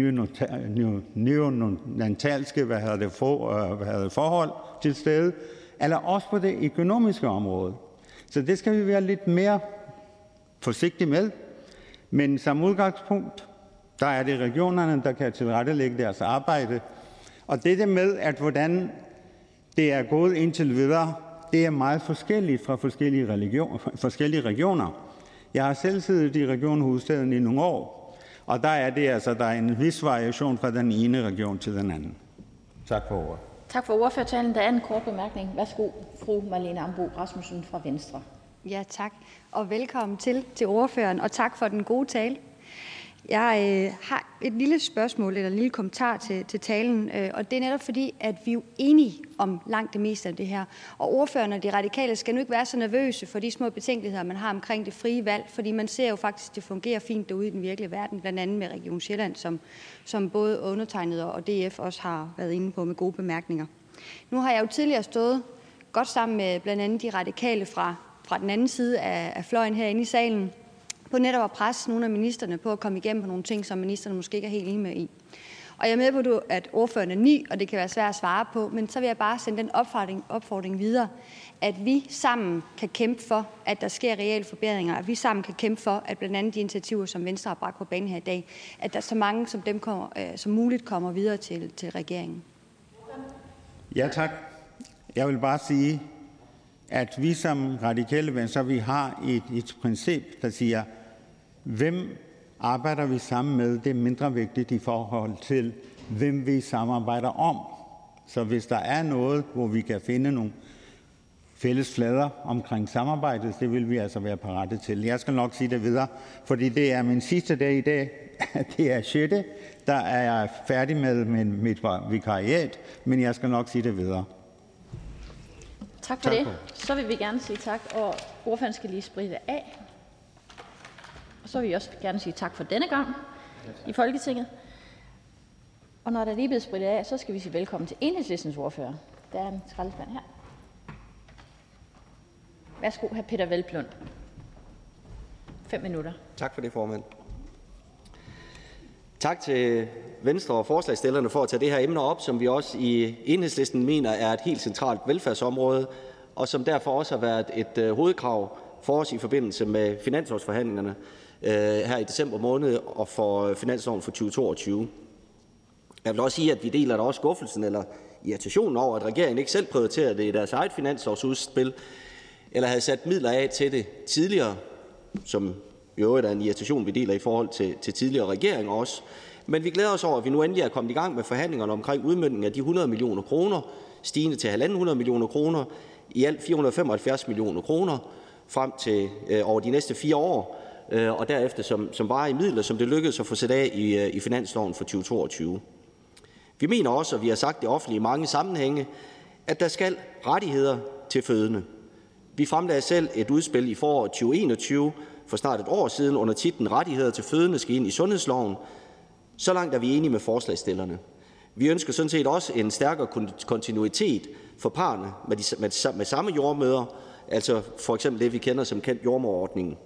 neonatalske hvad hedder det, for, hvad hedder det, forhold til stede, eller også på det økonomiske område. Så det skal vi være lidt mere forsigtige med. Men som udgangspunkt, der er det regionerne, der kan tilrettelægge deres arbejde. Og det med, at hvordan det er gået indtil videre, det er meget forskelligt fra forskellige, religion, forskellige regioner. Jeg har selv siddet i Region Hovedstaden i nogle år, og der er det altså, der er en vis variation fra den ene region til den anden. Tak for ordet. Tak for ordførertalen. Der er en kort bemærkning. Værsgo, fru Marlene Ambo-Rasmussen fra Venstre. Ja, tak. Og velkommen til til ordføreren, og tak for den gode tale. Jeg øh, har et lille spørgsmål eller en lille kommentar til, til talen, øh, og det er netop fordi, at vi er jo enige om langt det meste af det her. Og ordførerne og de radikale skal nu ikke være så nervøse for de små betænkeligheder, man har omkring det frie valg, fordi man ser jo faktisk, at det fungerer fint derude i den virkelige verden, blandt andet med Region Sjælland, som, som både undertegnet og D F også har været inde på med gode bemærkninger. Nu har jeg jo tidligere stået godt sammen med blandt andet de radikale fra, fra den anden side af, af fløjen herinde i salen, på netop at presse nogle af ministerne på at komme igennem på nogle ting, som ministerne måske ikke er helt enige med i. Og jeg er med på, at ordføreren er ny, og det kan være svært at svare på, men så vil jeg bare sende den opfordring, opfordring videre, at vi sammen kan kæmpe for, at der sker reelle forbedringer, at vi sammen kan kæmpe for, at blandt andet de initiativer, som Venstre har bragt på banen her i dag, at der så mange som dem kommer, øh, som muligt kommer videre til, til regeringen. Ja, tak. Jeg vil bare sige, at vi som Radikale Venstre, vi har et, et princip, der siger, hvem arbejder vi sammen med, det er mindre vigtigt i forhold til, hvem vi samarbejder om. Så hvis der er noget, hvor vi kan finde nogle fælles flader omkring samarbejdet, det vil vi altså være parate til. Jeg skal nok sige det videre, fordi det er min sidste dag i dag. Det er sjette. Der er jeg færdig med mit vikariat, men jeg skal nok sige det videre. Tak for tak det. Så vil vi gerne sige tak, og ordføreren skal lige spritte af. Og så vil vi også gerne sige tak for denne gang i Folketinget. Og når der lige er blevet spritet af, så skal vi sige velkommen til Enhedslistens ordfører. Der er en skraldespand her. Værsgo, hr. Peter Hvelplund. Fem minutter. Tak for det, formand. Tak til Venstre og forslagsstillerne for at tage det her emne op, som vi også i Enhedslisten mener er et helt centralt velfærdsområde, og som derfor også har været et øh, hovedkrav for os i forbindelse med finanslovsforhandlingerne øh, her i december måned og for finansloven for tyve toogtyve. Jeg vil også sige, at vi deler da også skuffelsen eller irritationen over, at regeringen ikke selv prioriterede det i deres eget finanslovsudspil, eller havde sat midler af til det tidligere, som i øvrigt er en irritation, vi deler i forhold til, til tidligere regeringer også. Men vi glæder os over, at vi nu endelig er kommet i gang med forhandlingerne omkring udmøntningen af de hundrede millioner kroner, stigende til halvanden millioner kroner, i alt fire hundrede og femoghalvfjerds millioner kroner, frem til øh, over de næste fire år, øh, og derefter som, som varige midler, som det lykkedes at få sat af i, øh, i finansloven for tyve toogtyve. Vi mener også, og vi har sagt det offentligt i mange sammenhænge, at der skal rettigheder til fødende. Vi fremlagde selv et udspil i foråret tyve enogtyve, for snart et år siden, under titlen Rettigheder til fødende skal ind i sundhedsloven. Så langt er vi enige med forslagsstillerne. Vi ønsker sådan set også en stærkere kontinuitet for parne med, de, med, med samme jordmødre, altså for eksempel det, vi kender som kendt jordmorordningen.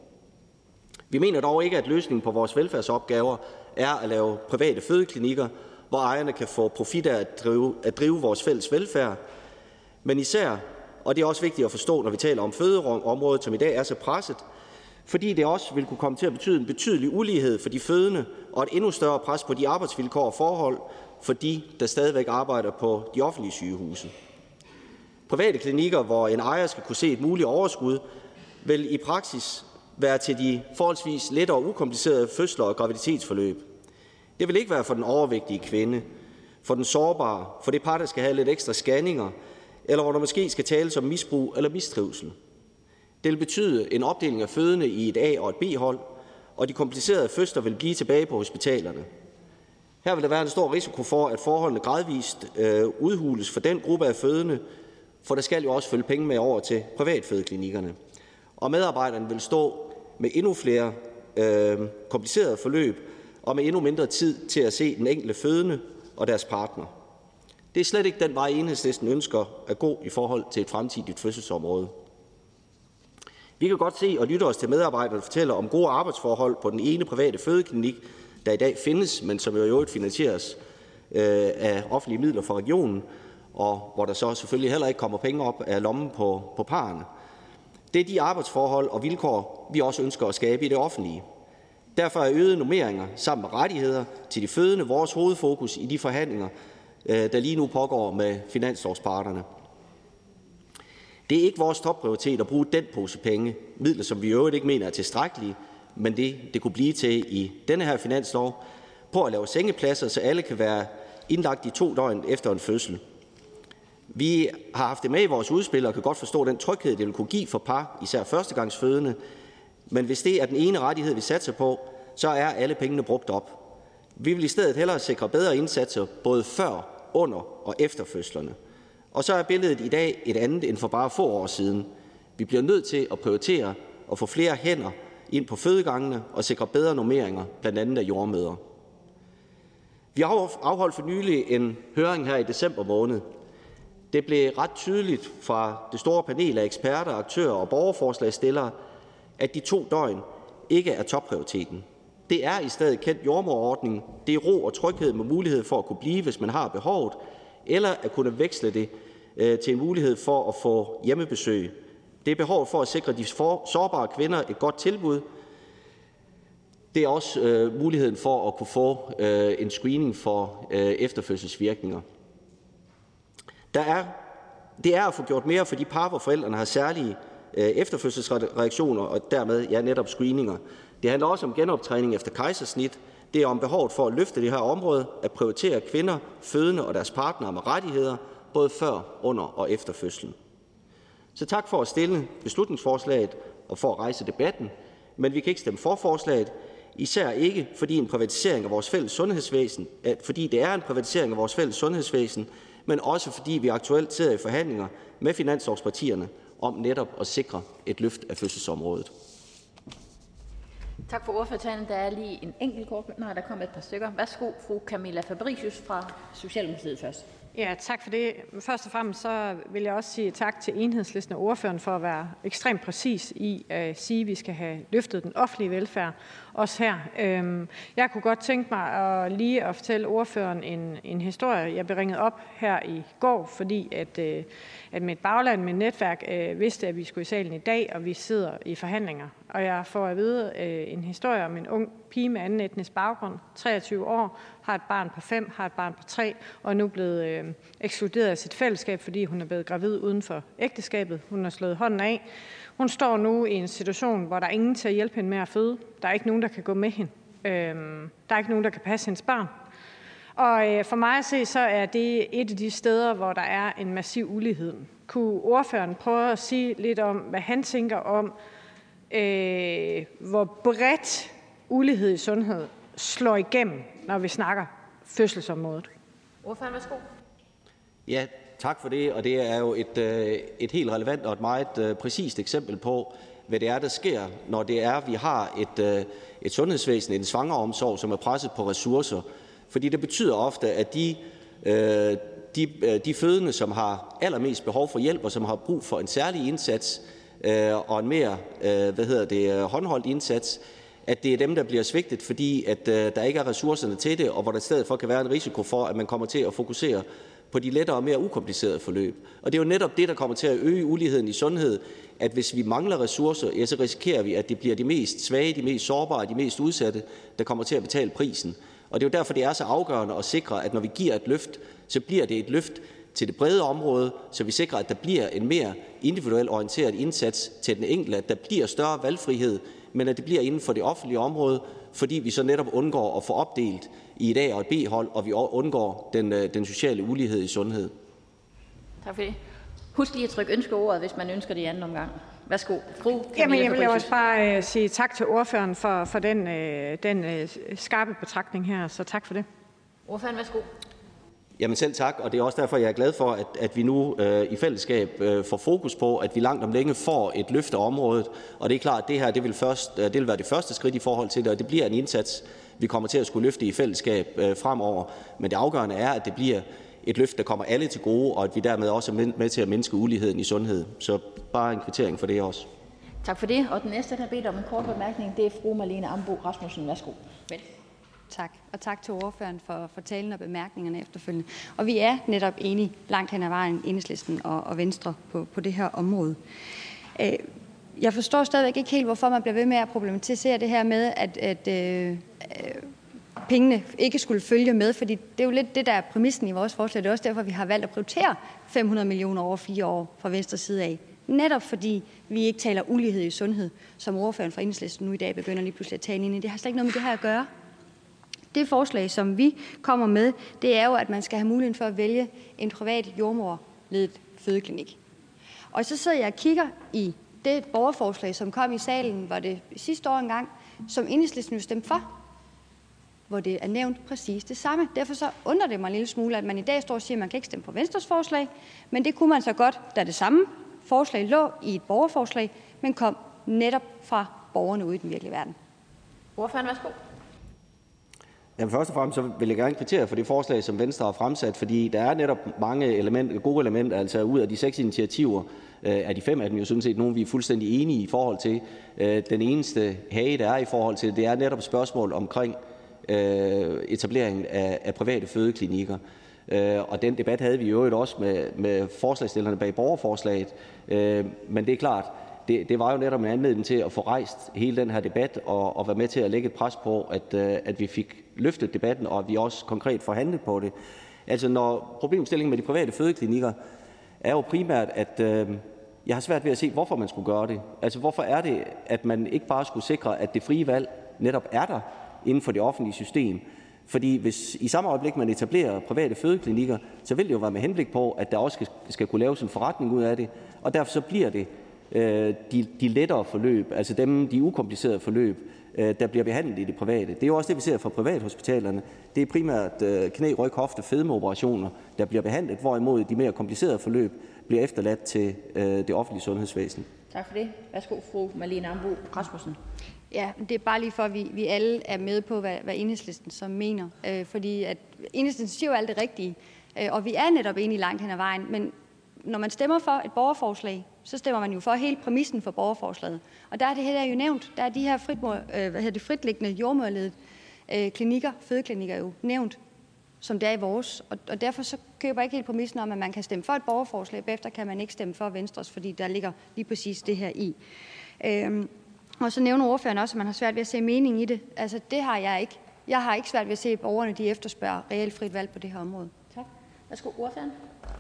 Vi mener dog ikke, at løsningen på vores velfærdsopgaver er at lave private fødeklinikker, hvor ejerne kan få profit af at drive, at drive vores fælles velfærd, men især, og det er også vigtigt at forstå, når vi taler om fødeområdet, som i dag er så presset, fordi det også vil kunne komme til at betyde en betydelig ulighed for de fødende og et endnu større pres på de arbejdsvilkår og forhold for de, der stadigvæk arbejder på de offentlige sygehuse. Private klinikker, hvor en ejer skal kunne se et muligt overskud, vil i praksis være til de forholdsvis lettere og ukomplicerede fødsler og graviditetsforløb. Det vil ikke være for den overvægtige kvinde, for den sårbare, for det par, der skal have lidt ekstra scanninger, eller hvor der måske skal tales om misbrug eller mistrivsel. Det vil betyde en opdeling af fødende i et A- og et B-hold, og de komplicerede fødsler vil blive tilbage på hospitalerne. Her vil der være en stor risiko for, at forholdene gradvist øh, udhules for den gruppe af fødende, for der skal jo også følge penge med over til privatfødeklinikkerne. Og medarbejderne vil stå med endnu flere øh, komplicerede forløb og med endnu mindre tid til at se den enkelte fødende og deres partner. Det er slet ikke den vej, Enhedslisten ønsker at gå i forhold til et fremtidigt fødselsområde. Vi kan godt se og lytte os til medarbejdere, der fortæller om gode arbejdsforhold på den ene private fødeklinik, der i dag findes, men som jo i øvrigt finansieres øh, af offentlige midler fra regionen, og hvor der så selvfølgelig heller ikke kommer penge op af lommen på, på parerne. Det er de arbejdsforhold og vilkår, vi også ønsker at skabe i det offentlige. Derfor er øgede normeringer sammen med rettigheder til de fødende vores hovedfokus i de forhandlinger, øh, der lige nu pågår med finanslovsparterne. Det er ikke vores topprioritet at bruge den pose penge, midler, som vi i øvrigt ikke mener er tilstrækkelige, men det, det kunne blive til i denne her finanslov, på at lave sengepladser, så alle kan være indlagt i to døgn efter en fødsel. Vi har haft det med i vores udspil og kan godt forstå den tryghed, det vil kunne give for par, især førstegangsfødende, men hvis det er den ene rettighed, vi satser på, så er alle pengene brugt op. Vi vil i stedet hellere sikre bedre indsatser både før, under og efter fødslerne. Og så er billedet i dag et andet end for bare få år siden. Vi bliver nødt til at prioritere og få flere hænder ind på fødegangene og sikre bedre normeringer, blandt andet af jordmødre. Vi har afholdt for nylig en høring her i december måned. Det blev ret tydeligt fra det store panel af eksperter, aktører og borgerforslagsstillere, at de to døgn ikke er topprioriteten. Det er i stedet kendt jordmorordning. Det er ro og tryghed med mulighed for at kunne blive, hvis man har behovet, eller at kunne veksle det øh, til en mulighed for at få hjemmebesøg. Det er behovet for at sikre de for, sårbare kvinder et godt tilbud. Det er også øh, muligheden for at kunne få øh, en screening for øh, efterfødselsvirkninger. Der er, det er at få gjort mere for de par, hvor forældrene har særlige øh, efterfødselsreaktioner og dermed ja, netop screeninger. Det handler også om genoptræning efter kejsersnit. Det er om behovet for at løfte det her område, at prioritere kvinder, fødende og deres partnere med rettigheder, både før, under og efter fødslen. Så tak for at stille beslutningsforslaget og for at rejse debatten, men vi kan ikke stemme for forslaget, især ikke fordi en privatisering af vores fælles sundhedsvæsen, fordi det er en privatisering af vores fælles sundhedsvæsen, men også fordi vi aktuelt sidder i forhandlinger med finanslovspartierne om netop at sikre et løft af fødselsområdet. Tak for ordførertalen. Der er lige en enkelt kort. Nej, der kom et par stykker. Værsgo, fru Camilla Fabricius fra Socialdemokratiet først. Ja, tak for det. Først og fremmest så vil jeg også sige tak til Enhedslisten og ordføreren for at være ekstremt præcis i at sige, at vi skal have løftet den offentlige velfærd, også her. Jeg kunne godt tænke mig at lige at fortælle ordføreren en, en historie. Jeg blev ringet op her i går, fordi at, at mit bagland, mit netværk, vidste, at vi skulle i salen i dag, og vi sidder i forhandlinger. Og jeg får at vide en historie om en ung pige med anden etnisk baggrund, treogtyve år, har et barn på fem, har et barn på tre, og er nu blevet øh, ekskluderet af sit fællesskab, fordi hun er blevet gravid uden for ægteskabet. Hun har slået hånden af. Hun står nu i en situation, hvor der er ingen til at hjælpe hende med at føde. Der er ikke nogen, der kan gå med hende. Øhm, der er ikke nogen, der kan passe hendes barn. Og øh, for mig at se, så er det et af de steder, hvor der er en massiv ulighed. Kunne ordføreren prøve at sige lidt om, hvad han tænker om, øh, hvor bredt ulighed i sundhed slår igennem, når vi snakker fødselsområdet? Ordføreren, værsgo. Ja, tak for det. Og det er jo et, et helt relevant og et meget præcist eksempel på, hvad det er, der sker, når det er, vi har et, et sundhedsvæsen, en svangreomsorg, som er presset på ressourcer. Fordi det betyder ofte, at de, de, de fødende, som har allermest behov for hjælp, og som har brug for en særlig indsats og en mere hvad hedder det, håndholdt indsats, at det er dem, der bliver svigtet, fordi at, øh, der ikke er ressourcerne til det, og hvor der i stedet for kan være en risiko for, at man kommer til at fokusere på de lettere og mere ukomplicerede forløb. Og det er jo netop det, der kommer til at øge uligheden i sundhed, at hvis vi mangler ressourcer, ja, så risikerer vi, at det bliver de mest svage, de mest sårbare, de mest udsatte, der kommer til at betale prisen. Og det er jo derfor, det er så afgørende at sikre, at når vi giver et løft, så bliver det et løft til det brede område, så vi sikrer, at der bliver en mere individuelt orienteret indsats til den enkelte, at der bliver større valgfrihed, men at det bliver inden for det offentlige område, fordi vi så netop undgår at få opdelt i et A- og et B-hold, og vi undgår den, den sociale ulighed i sundhed. Tak for det. Husk lige at trykke ønske ordet, hvis man ønsker det i anden omgang. Værsgo, fru Camilla. Jamen, jeg vil også bare uh, sige tak til ordføreren for, for den, uh, den uh, skarpe betragtning her, så tak for det. Ordføreren, værsgo. Jamen selv tak, og det er også derfor, jeg er glad for, at, at vi nu øh, i fællesskab øh, får fokus på, at vi langt om længe får et løft af området. Og det er klart, at det her det vil, først, det vil være det første skridt i forhold til det, og det bliver en indsats, vi kommer til at skulle løfte i fællesskab øh, fremover. Men det afgørende er, at det bliver et løft, der kommer alle til gode, og at vi dermed også er med til at mindske uligheden i sundhed. Så bare en kvittering for det også. Tak for det. Og den næste, der har bedt om en kort bemærkning, det er fru Marlene Ambo-Rasmussen. Værsgo. Vel. Tak, og tak til ordføreren for, for talen og bemærkningerne efterfølgende. Og vi er netop enige langt hen ad vejen, Enhedslisten og, og Venstre, på, på det her område. Øh, jeg forstår stadigvæk ikke helt, hvorfor man bliver ved med at problematisere det her med, at, at øh, pengene ikke skulle følge med, fordi det er jo lidt det, der er præmissen i vores forslag. Det er også derfor, vi har valgt at prioritere fem hundrede millioner over fire år fra venstre side af. Netop fordi vi ikke taler ulighed i sundhed, som ordføreren fra Enhedslisten nu i dag begynder lige pludselig at tale ind i. Det har slet ikke noget med det her at gøre. Det forslag, som vi kommer med, det er jo, at man skal have muligheden for at vælge en privat jordmorledet fødeklinik. Og så sidder jeg og kigger i det borgerforslag, som kom i salen, var det sidste år engang, som Enhedslisten jo stemte for, hvor det er nævnt præcis det samme. Derfor så undrer det mig en lille smule, at man i dag står og siger, at man kan ikke stemme for Venstres forslag, men det kunne man så godt, da det samme forslag lå i et borgerforslag, men kom netop fra borgerne ude i den virkelige verden. Ordføreren, værsgo. Jamen, først og fremmest så vil jeg gerne kvittere for det forslag, som Venstre har fremsat, fordi der er netop mange elementer, gode elementer, altså ud af de seks initiativer, øh, er de fem af dem jo sådan set nogle, vi er fuldstændig enige i forhold til. Øh, den eneste hage, der er i forhold til, det er netop spørgsmål omkring øh, etableringen af, af private fødeklinikker. Øh, og den debat havde vi jo også med, med forslagsstillerne bag borgerforslaget, øh, men det er klart, Det, det var jo netop en anledning til at få rejst hele den her debat og, og være med til at lægge et pres på, at, at vi fik løftet debatten, og at vi også konkret forhandlet på det. Altså, når problemstillingen med de private fødeklinikker er jo primært, at øh, jeg har svært ved at se, hvorfor man skulle gøre det. Altså, hvorfor er det, at man ikke bare skulle sikre, at det frie valg netop er der inden for det offentlige system? Fordi hvis i samme øjeblik man etablerer private fødeklinikker, så vil det jo være med henblik på, at der også skal, skal kunne laves en forretning ud af det, og derfor så bliver det De, de lettere forløb, altså dem, de ukomplicerede forløb, der bliver behandlet i det private. Det er jo også det, vi ser fra privathospitalerne. Det er primært knæ, ryg, hofte, fedmeoperationer, der bliver behandlet, hvorimod de mere komplicerede forløb bliver efterladt til det offentlige sundhedsvæsen. Tak for det. Værsgo, fru Marlene Ambo-Rasmussen. Ja, det er bare lige for, at vi, vi alle er med på, hvad, hvad Enhedslisten så mener. Øh, fordi at Enhedslisten siger jo alt det rigtige, øh, og vi er netop enige langt hen ad vejen, men når man stemmer for et borgerforslag, så stemmer man jo for hele præmissen for borgerforslaget. Og der er det her jo nævnt. Der er de her frit, øh, hvad hedder det, fritliggende jordmøderledede øh, klinikker, fødeklinikker jo nævnt, som det er i vores. Og, og derfor så køber jeg ikke helt præmissen om, at man kan stemme for et borgerforslag, bagefter kan man ikke stemme for Venstres, fordi der ligger lige præcis det her i. Øhm, og så nævner ordføreren også, at man har svært ved at se mening i det. Altså, det har jeg ikke. Jeg har ikke svært ved at se, at borgerne de efterspørger reelt frit valg på det her område. Tak. Værsgo, ordføreren.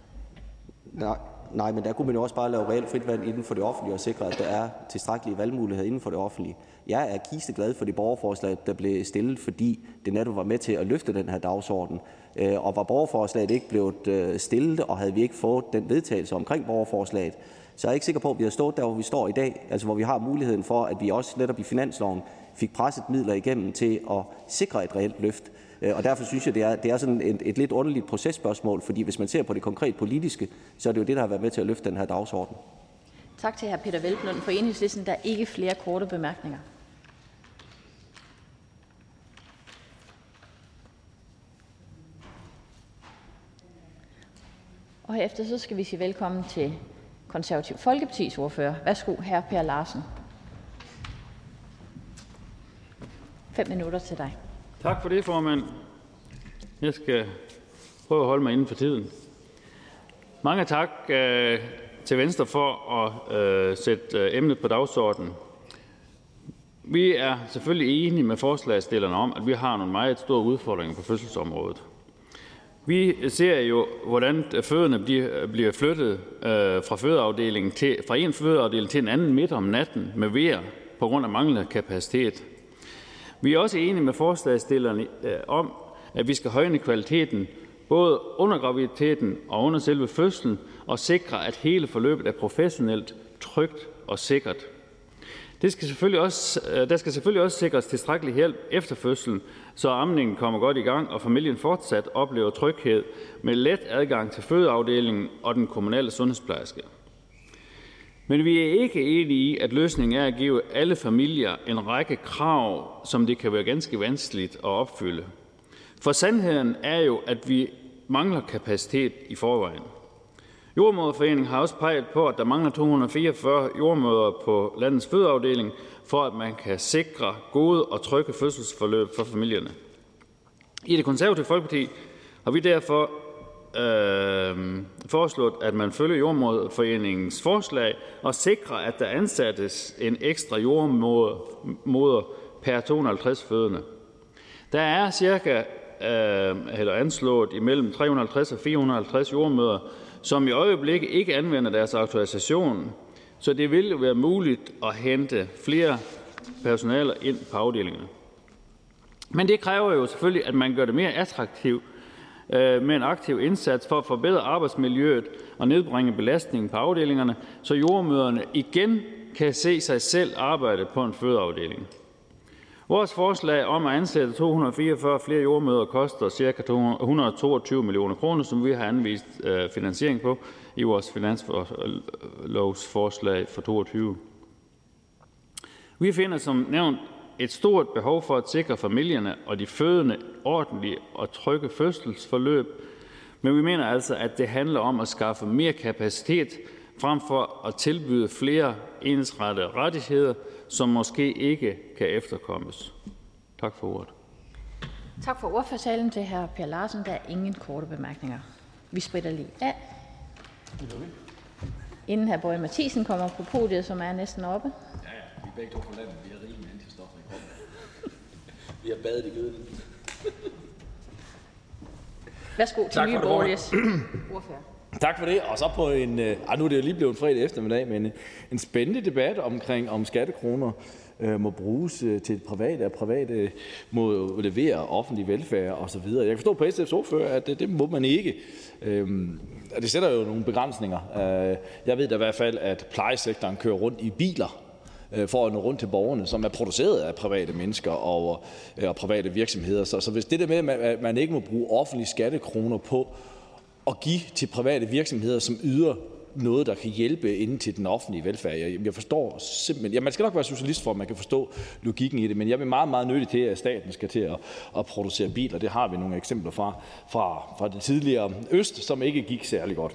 Nej, nej, men der kunne man jo også bare lave reelt frit valg inden for det offentlige og sikre, at der er tilstrækkelige valgmuligheder inden for det offentlige. Jeg er kisteglad for det borgerforslag, der blev stillet, fordi det netop var med til at løfte den her dagsorden. Og var borgerforslaget ikke blevet stillet, og havde vi ikke fået den vedtagelse omkring borgerforslaget, så er jeg ikke sikker på, at vi har stået der, hvor vi står i dag, altså hvor vi har muligheden for, at vi også netop i finansloven fik presset midler igennem til at sikre et reelt løft. Og derfor synes jeg, det er, det er sådan et, et lidt underligt processpørgsmål, fordi hvis man ser på det konkret politiske, så er det jo det, der har været med til at løfte den her dagsorden. Tak til hr. Peter Hvelplund for Enhedslisten. Der er ikke flere korte bemærkninger. Og herefter så skal vi sige velkommen til Konservativ Folkepartis ordfører. Værsgo, hr. Per Larsen. Fem minutter til dig. Tak for det, formand. Jeg skal prøve at holde mig inden for tiden. Mange tak øh, til Venstre for at øh, sætte øh, emnet på dagsordenen. Vi er selvfølgelig enige med forslagsstillerne om, at vi har nogle meget store udfordringer på fødselsområdet. Vi ser jo, hvordan fødende bliver flyttet øh, fra, fødeafdelingen til, fra en fødeafdeling til en anden midt om natten med vejr på grund af manglende kapacitet. Vi er også enige med forslagsstillerne øh, om, at vi skal højne kvaliteten både under graviditeten og under selve fødslen og sikre, at hele forløbet er professionelt, trygt og sikkert. Det skal selvfølgelig også, der skal selvfølgelig også sikres tilstrækkelig hjælp efter fødslen, så amningen kommer godt i gang, og familien fortsat oplever tryghed med let adgang til fødeafdelingen og den kommunale sundhedsplejerske. Men vi er ikke enige i, at løsningen er at give alle familier en række krav, som det kan være ganske vanskeligt at opfylde. For sandheden er jo, at vi mangler kapacitet i forvejen. Jordmoderforeningen har også peget på, at der mangler to hundrede og fireogfyrre jordmødre på landets fødeafdeling, for at man kan sikre gode og trygge fødselsforløb for familierne. I Det Konservative Folkeparti har vi derfor øh, foreslået, at man følger Jordmoderforeningens forslag og sikrer, at der ansættes en ekstra jordmoder per to hundrede og halvtreds fødende. Der er cirka øh, eller anslået imellem tre hundrede og halvtreds og fire hundrede og halvtreds jordmødre, som i øjeblikket ikke anvender deres autorisation, så det vil jo være muligt at hente flere personaler ind på afdelingerne. Men det kræver jo selvfølgelig, at man gør det mere attraktivt øh, med en aktiv indsats for at forbedre arbejdsmiljøet og nedbringe belastningen på afdelingerne, så jordmøderne igen kan se sig selv arbejde på en fødeafdeling. Vores forslag om at ansætte to hundrede og fireogfyrre flere jordemødre koster ca. et hundrede og toogtyve millioner kroner, som vi har anvist øh, finansiering på i vores finanslovsforslag for toogtyve. Vi finder som nævnt et stort behov for at sikre familierne og de fødende ordentlige og trygge fødselsforløb, men vi mener altså, at det handler om at skaffe mere kapacitet frem for at tilbyde flere ensrettede rettigheder, som måske ikke kan efterkommes. Tak for ordet. Tak for ordførertalen til hr. Per Larsen. Der er ingen korte bemærkninger. Vi spritter lige af. Inden hr. Boje Mathiesen kommer på podiet, som er næsten oppe. Ja, ja. Vi er begge to fra landet. Vi har rigeligt med antistoffer i kroppen. Vi har badet i gøden. Værsgo til Nye Borgerliges ordfører. Tak for det. Og så på en, øh, nu er det jo lige blevet en fredag eftermiddag, men en, en spændende debat omkring, om skattekroner øh, må bruges øh, til det private, og private må levere offentlig velfærd osv. Jeg kan forstå på S F's ordfører, at det, det må man ikke. Øhm, det sætter jo nogle begrænsninger. Øh, jeg ved da i hvert fald, at plejesektoren kører rundt i biler øh, for at nå rundt til borgerne, som er produceret af private mennesker og, øh, og private virksomheder. Så, så hvis det der med, at man ikke må bruge offentlige skattekroner på at give til private virksomheder, som yder noget, der kan hjælpe inden til den offentlige velfærd. Jeg, jeg forstår simpelthen... Ja, man skal nok være socialist for, at man kan forstå logikken i det, men jeg vil meget, meget nødig til, at staten skal til at, at producere biler. Det har vi nogle eksempler fra, fra, fra det tidligere øst, som ikke gik særlig godt.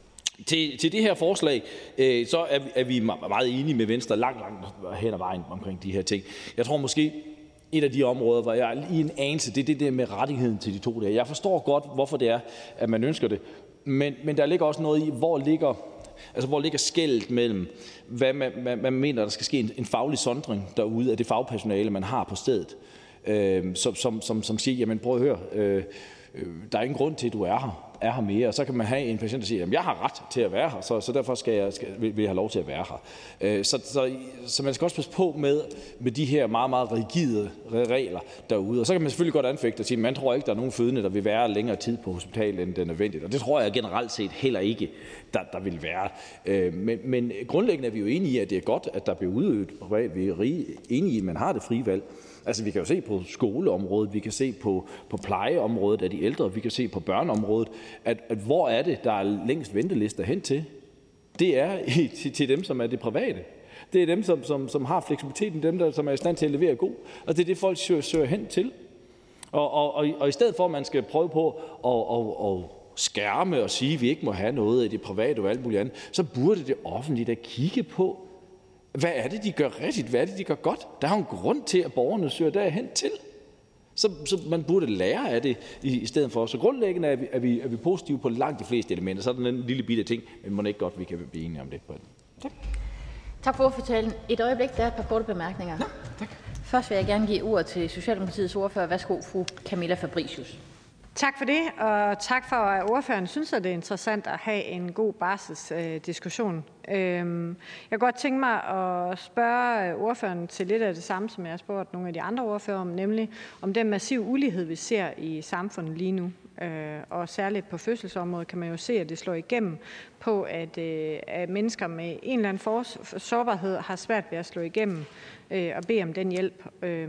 Til, til det her forslag, øh, så er, er vi meget enige med Venstre langt, langt hen ad vejen omkring de her ting. Jeg tror måske, et af de områder, hvor jeg er lige en anelse, det er det der med rettigheden til de to der. Jeg forstår godt, hvorfor det er, at man ønsker det, men, men der ligger også noget i, hvor ligger, altså hvor ligger skellet mellem, hvad man, man, man mener, der skal ske en, en faglig sondring derude af det fagpersonale, man har på stedet, øh, som, som, som, som siger, jamen prøv at høre, øh, øh, der er ingen grund til, at du er her. er her mere, og så kan man have en patient, der siger, at jeg har ret til at være her, så, så derfor skal jeg, skal, vil jeg have lov til at være her. Så, så, så man skal også passe på med, med de her meget, meget rigide regler derude. Og så kan man selvfølgelig godt anfægte og sige, at man tror ikke, der er nogen fødende, der vil være længere tid på hospitalet, end det er nødvendigt. Og det tror jeg generelt set heller ikke, der, der vil være. Men, men grundlæggende er vi jo enige i, at det er godt, at der bliver udøvet privat. Vi er enige i, at man har det frie valg. Altså, vi kan jo se på skoleområdet, vi kan se på, på plejeområdet af de ældre, vi kan se på børneområdet, at, at hvor er det, der er længst ventelister hen til? Det er i, til, til dem, som er det private. Det er dem, som, som, som har fleksibiliteten, dem, der, som er i stand til at levere god. Og det er det, folk søger, søger hen til. Og, og, og, og i stedet for, at man skal prøve på at og, og skærme og sige, at vi ikke må have noget af det private og alt muligt andet, så burde det offentligt at kigge på, hvad er det, de gør rigtigt? Hvad er det, de gør godt? Der er jo en grund til, at borgerne søger derhen til. Så, så man burde lære af det i, i stedet for. Så grundlæggende er vi, er, vi, er vi positive på langt de fleste elementer. Så er der en lille bitte ting, men må ikke godt, vi kan blive enige om det. Tak. Tak for fortalen. Et øjeblik, der er et par korte bemærkninger. Ja, tak. Først vil jeg gerne give ord til Socialdemokratiets ordfører. Værsgo, fru Camilla Fabricius. Tak for det, og tak for, at ordføreren synes, at det er interessant at have en god barselsdiskussion. Jeg kunne godt tænke mig at spørge ordføreren til lidt af det samme, som jeg har spurgt nogle af de andre ordfører om, nemlig om den massive ulighed, vi ser i samfundet lige nu. Og særligt på fødselsområdet kan man jo se, at det slår igennem på, at, at mennesker med en eller anden sårbarhed har svært ved at slå igennem og bede om den hjælp.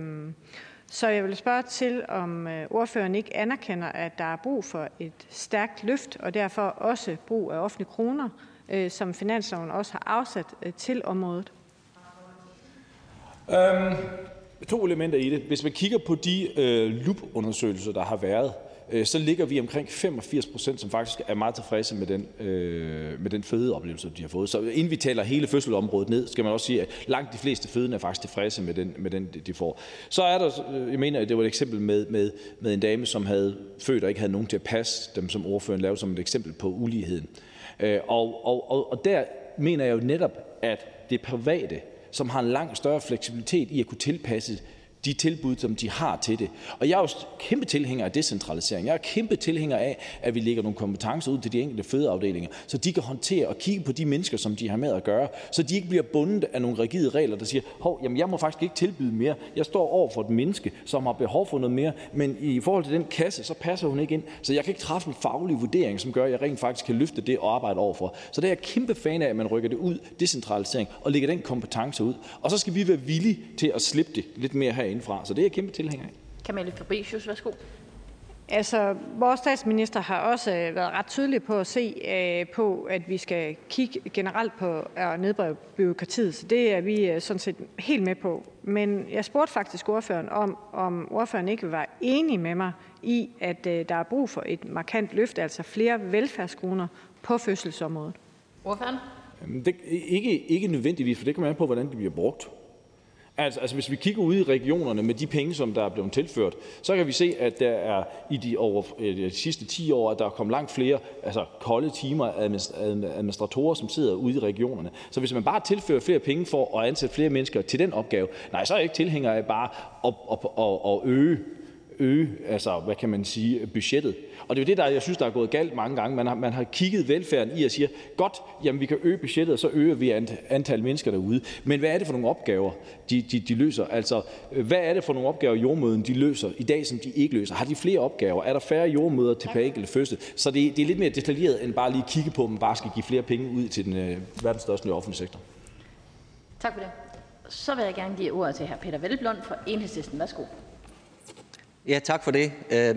Så jeg vil spørge til, om ordføreren ikke anerkender, at der er brug for et stærkt løft, og derfor også brug af offentlige kroner, som finansloven også har afsat til området. Øhm, to elementer i det. Hvis man kigger på de øh, L U P-undersøgelser, der har været, øh, så ligger vi omkring femogfirs procent, som faktisk er meget tilfredse med den, øh, med den fødeoplevelse, de har fået. Så inden vi taler hele fødselsområdet ned, skal man også sige, at langt de fleste fødende er faktisk tilfredse med den, med den de får. Så er der, jeg mener, det var et eksempel med, med, med en dame, som havde født og ikke havde nogen til at passe dem, som ordføreren lavede som et eksempel på uligheden. Øh, og, og, og, og der mener jeg jo netop, at det private, som har en langt større fleksibilitet i at kunne tilpasse de tilbud, som de har til det. Og jeg er jo kæmpe tilhænger af decentralisering. Jeg er kæmpe tilhænger af, at vi lægger nogle kompetencer ud til de enkelte fødeafdelinger, så de kan håndtere og kigge på de mennesker, som de har med at gøre, så de ikke bliver bundet af nogle rigide regler, der siger, hov, jamen jeg må faktisk ikke tilbyde mere. Jeg står over for et menneske, som har behov for noget mere, men i forhold til den kasse, så passer hun ikke ind. Så jeg kan ikke træffe en faglig vurdering, som gør, at jeg rent faktisk kan løfte det og arbejde overfor. Så det er jeg kæmpe fan af, at man rykker det ud, decentralisering, og lægger den kompetence ud. Og så skal vi være villige til at slippe det lidt mere herindefra. Så det er jeg kæmpe tilhænger af. Camilla Fabricius, værsgo. Altså, vores statsminister har også været ret tydelig på at se øh, på, at vi skal kigge generelt på at nedbringe bureaukratiet, så det er vi øh, sådan set helt med på. Men jeg spurgte faktisk ordføreren om, om ordføreren ikke var enig med mig i, at øh, der er brug for et markant løft, altså flere velfærdskroner på fødselsområdet. Ordføreren? Det, ikke, ikke nødvendigvis, for det kommer an på, hvordan det bliver brugt. Altså, altså hvis vi kigger ud i regionerne med de penge, som der er blevet tilført, så kan vi se, at der er i de, over, de sidste ti år, at der er kommet langt flere altså kolde timer af administratorer, som sidder ude i regionerne. Så hvis man bare tilfører flere penge for at ansætte flere mennesker til den opgave, nej, så er jeg ikke tilhænger af bare at, at, at, at øge øge, altså hvad kan man sige, budgettet. Og det er jo det, der jeg synes, der er gået galt mange gange. Man har, man har kigget velfærden i og siger, godt, jamen vi kan øge budgettet, og så øger vi antal mennesker derude. Men hvad er det for nogle opgaver, de, de, de løser? Altså, hvad er det for nogle opgaver, jordmøden de løser i dag, som de ikke løser? Har de flere opgaver? Er der færre jordmøder til per enkelte fødsel? Så det, det er lidt mere detaljeret, end bare lige kigge på, at man bare skal give flere penge ud til den øh, verdens største offentlige sektor. Tak for det. Så vil jeg gerne give ordet til hr. Peter Hvelplund fra Enhedslisten. Værsgo. Ja, tak for det.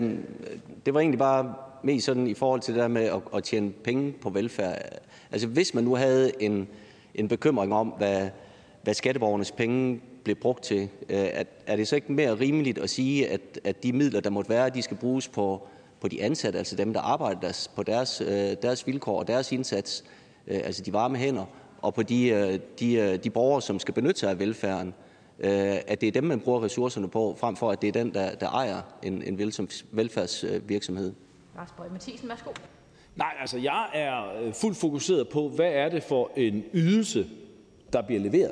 Det var egentlig bare mest sådan i forhold til det der med at tjene penge på velfærd. Altså hvis man nu havde en, en bekymring om, hvad, hvad skatteborgernes penge blev brugt til, at, er det så ikke mere rimeligt at sige, at, at de midler, der måtte være, de skal bruges på, på de ansatte, altså dem, der arbejder deres, på deres, deres vilkår og deres indsats, altså de varme hænder, og på de, de, de borgere, som skal benytte sig af velfærden, at det er dem, man bruger ressourcerne på, frem for at det er den, der, der ejer en, en velfærdsvirksomhed. Lars Boje Mathiesen, værsgo. Nej, altså jeg er fuldt fokuseret på, hvad er det for en ydelse, der bliver leveret.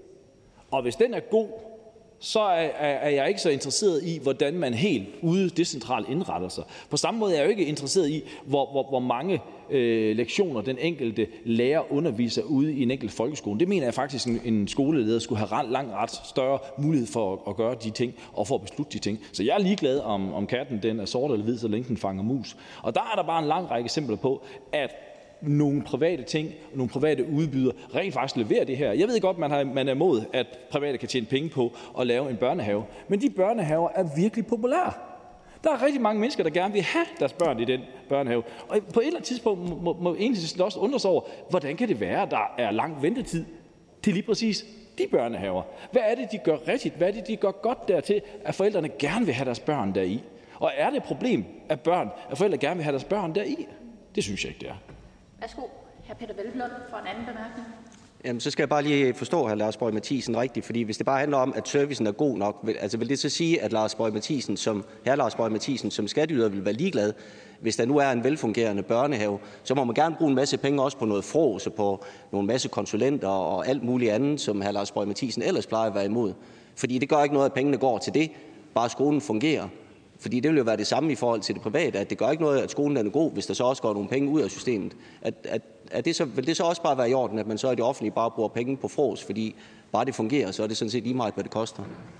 Og hvis den er god, så er, er jeg ikke så interesseret i, hvordan man helt ude decentralt indretter sig. På samme måde er jeg jo ikke interesseret i, hvor, hvor, hvor mange øh, lektioner den enkelte lærer underviser ude i en enkelt folkeskole. Det mener jeg faktisk, en, en skoleleder skulle have langt ret større mulighed for at, at gøre de ting og for at beslutte de ting. Så jeg er ligeglad om, om katten den er sort eller hvid, så længe den fanger mus. Og der er der bare en lang række eksempler på, at nogle private ting, nogle private udbydere rent faktisk leverer det her. Jeg ved godt, man, har, man er imod, at private kan tjene penge på at lave en børnehave, men de børnehaver er virkelig populære. Der er rigtig mange mennesker, der gerne vil have deres børn i den børnehave. Og på et eller andet tidspunkt må, må Enhedslisten også undre sig over, hvordan kan det være, at der er lang ventetid til lige præcis de børnehaver? Hvad er det, de gør rigtigt? Hvad er det, de gør godt dertil, at forældrene gerne vil have deres børn deri? Og er det et problem, at børn, at forældre gerne vil have deres børn deri? Det synes jeg ikke, det er. Værsgo, hr. Peter Hvelplund for en anden bemærkning. Jamen, så skal jeg bare lige forstå hr. Lars Boje Mathiesen rigtigt, fordi hvis det bare handler om, at servicen er god nok, vil, altså vil det så sige, at Lars Boje Mathiesen som, hr. Lars Boje Mathiesen som skatteyder vil være ligeglad, hvis der nu er en velfungerende børnehave, så må man gerne bruge en masse penge også på noget frås og på nogle masse konsulenter og alt muligt andet, som hr. Lars Boje Mathiesen ellers plejer at være imod. Fordi det gør ikke noget, at pengene går til det, bare skolen fungerer. Fordi det vil jo være det samme i forhold til det private, at det gør ikke noget, at skolen er god, hvis der så også går nogle penge ud af systemet. At, at, at det så, vil det så også bare være i orden, at man så i det offentlige bare bruger penge på frås, fordi bare det fungerer, så er det sådan set lige meget, hvad det koster.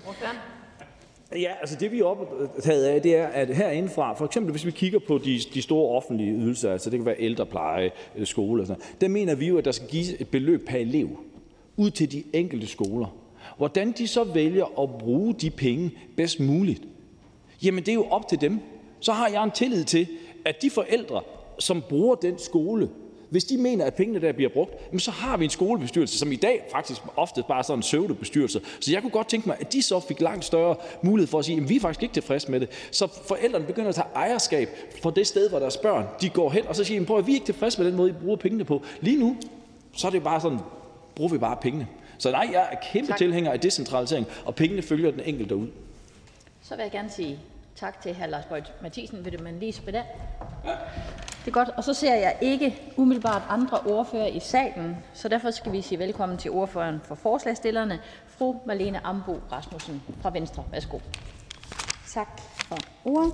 Ja, altså det vi er optaget af, det er, at herindefra, for eksempel hvis vi kigger på de, de store offentlige ydelser, altså det kan være ældrepleje, skole og sådan noget, der mener vi jo, at der skal gives et beløb per elev ud til de enkelte skoler. Hvordan de så vælger at bruge de penge bedst muligt, jamen det er jo op til dem. Så har jeg en tillid til, at de forældre, som bruger den skole, hvis de mener, at pengene der bliver brugt, så har vi en skolebestyrelse, som i dag faktisk ofte bare er sådan en pseudobestyrelse. Så jeg kunne godt tænke mig, at de så fik langt større mulighed for at sige, at vi er faktisk ikke tilfredse med det. Så forældrene begynder at tage ejerskab for det sted, hvor deres børn de går hen, og så siger, prøv at vi er ikke tilfredse med den måde, I bruger pengene på. Lige nu, så er det bare sådan, bruger vi bare pengene. Så nej, jeg er kæmpe tak. tilhænger af decentralisering, og pengene følger den enkelte ud. Så vil jeg gerne sige tak til hr. Lars Boje Mathiesen. Vil du man lige spritte af? Ja. Det er godt, og så ser jeg ikke umiddelbart andre ordfører i salen, så derfor skal vi sige velkommen til ordføreren for forslagsstillerne, fru Marlene Ambo-Rasmussen fra Venstre. Værsgo. Tak for ordet.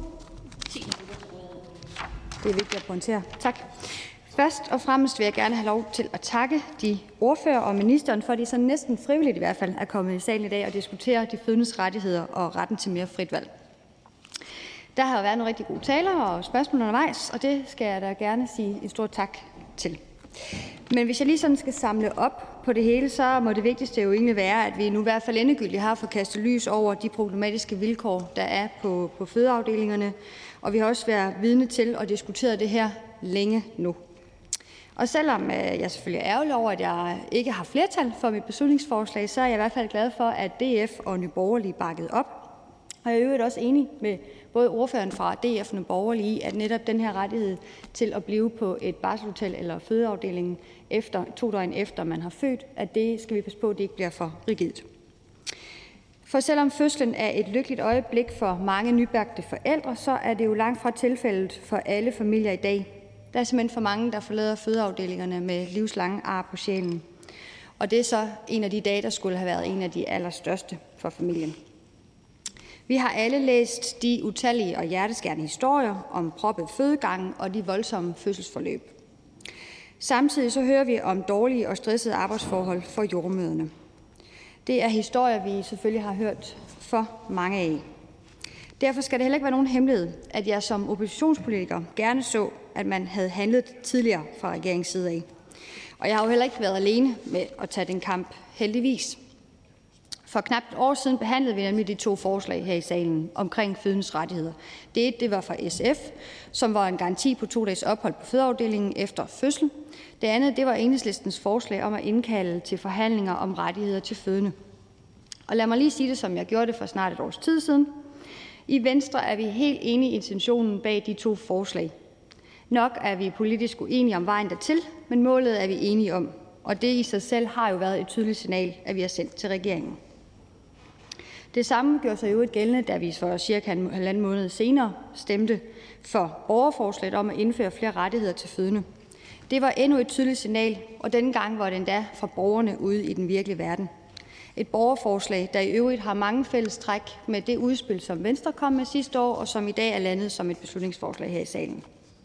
Det er vigtigt at pointere. Tak. Først og fremmest vil jeg gerne have lov til at takke de ordfører og ministeren for, at de så næsten frivilligt i hvert fald er kommet i salen i dag og diskutere de fødendes rettigheder og retten til mere frit valg. Der har jo været nogle rigtig gode taler og spørgsmål undervejs, og det skal jeg da gerne sige en stor tak til. Men hvis jeg lige sådan skal samle op på det hele, så må det vigtigste jo egentlig være, at vi nu i hvert fald endegyldigt har fået kastet lys over de problematiske vilkår, der er på, på fødeafdelingerne, og vi har også været vidne til og diskuteret det her længe nu. Og selvom jeg selvfølgelig er ærgerlig over, at jeg ikke har flertal for mit beslutningsforslag, så er jeg i hvert fald glad for, at D F og Nye Borgerlige bakkede op. Og jeg er i øvrigt også enig med både ordføreren fra D F og Nye Borgerlige i, at netop den her rettighed til at blive på et barselshotel eller fødeafdelingen efter, to døgn efter man har født, at det skal vi passe på, at det ikke bliver for rigidt. For selvom fødslen er et lykkeligt øjeblik for mange nybagte forældre, så er det jo langt fra tilfældet for alle familier i dag. Der er simpelthen for mange, der forlader fødeafdelingerne med livslange ar på sjælen. Og det er så en af de dage, der skulle have været en af de allerstørste for familien. Vi har alle læst de utallige og hjerteskærende historier om proppet fødegangen og de voldsomme fødselsforløb. Samtidig så hører vi om dårlige og stressede arbejdsforhold for jordemødrene. Det er historier, vi selvfølgelig har hørt for mange af. Derfor skal det heller ikke være nogen hemmelighed, at jeg som oppositionspolitiker gerne så, at man havde handlet tidligere fra regeringens side af. Og jeg har jo heller ikke været alene med at tage den kamp, heldigvis. For knap et år siden behandlede vi nemlig de to forslag her i salen omkring fødendes rettigheder. Det ene, det var fra S F, som var en garanti på to dages ophold på fødeafdelingen efter fødsel. Det andet, det var Enhedslistens forslag om at indkalde til forhandlinger om rettigheder til fødende. Og lad mig lige sige det, som jeg gjorde det for snart et års tid siden. I Venstre er vi helt enige i intentionen bag de to forslag. Nok er vi politisk uenige om vejen dertil, men målet er vi enige om. Og det i sig selv har jo været et tydeligt signal, at vi har sendt til regeringen. Det samme gjorde sig jo et gældende, da vi for cirka en halvanden måned senere stemte for borgerforslaget om at indføre flere rettigheder til fødende. Det var endnu et tydeligt signal, og denne gang var det endda fra borgerne ude i den virkelige verden. Et borgerforslag, der i øvrigt har mange fælles træk med det udspil, som Venstre kom med sidste år, og som i dag er landet som et beslutningsforslag her i salen.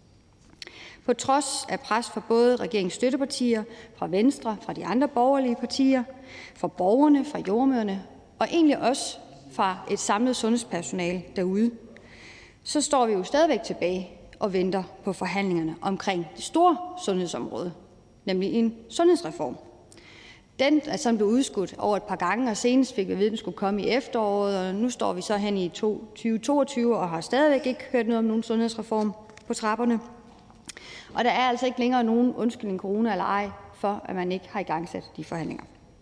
På trods af pres fra både regeringens støttepartier, fra Venstre, fra de andre borgerlige partier, fra borgerne, fra jordemødrene og egentlig også fra et samlet sundhedspersonale derude, så står vi jo stadigvæk tilbage og venter på forhandlingerne omkring det store sundhedsområde, nemlig en sundhedsreform. Den er sådan blevet udskudt over et par gange, og senest fik vi at vide, at den skulle komme i efteråret, og nu står vi så hen i tyve toogtyve og har stadigvæk ikke hørt noget om nogen sundhedsreform på trapperne. Og der er altså ikke længere nogen undskyldning, corona eller ej, for at man ikke har igangsat de forhandlinger.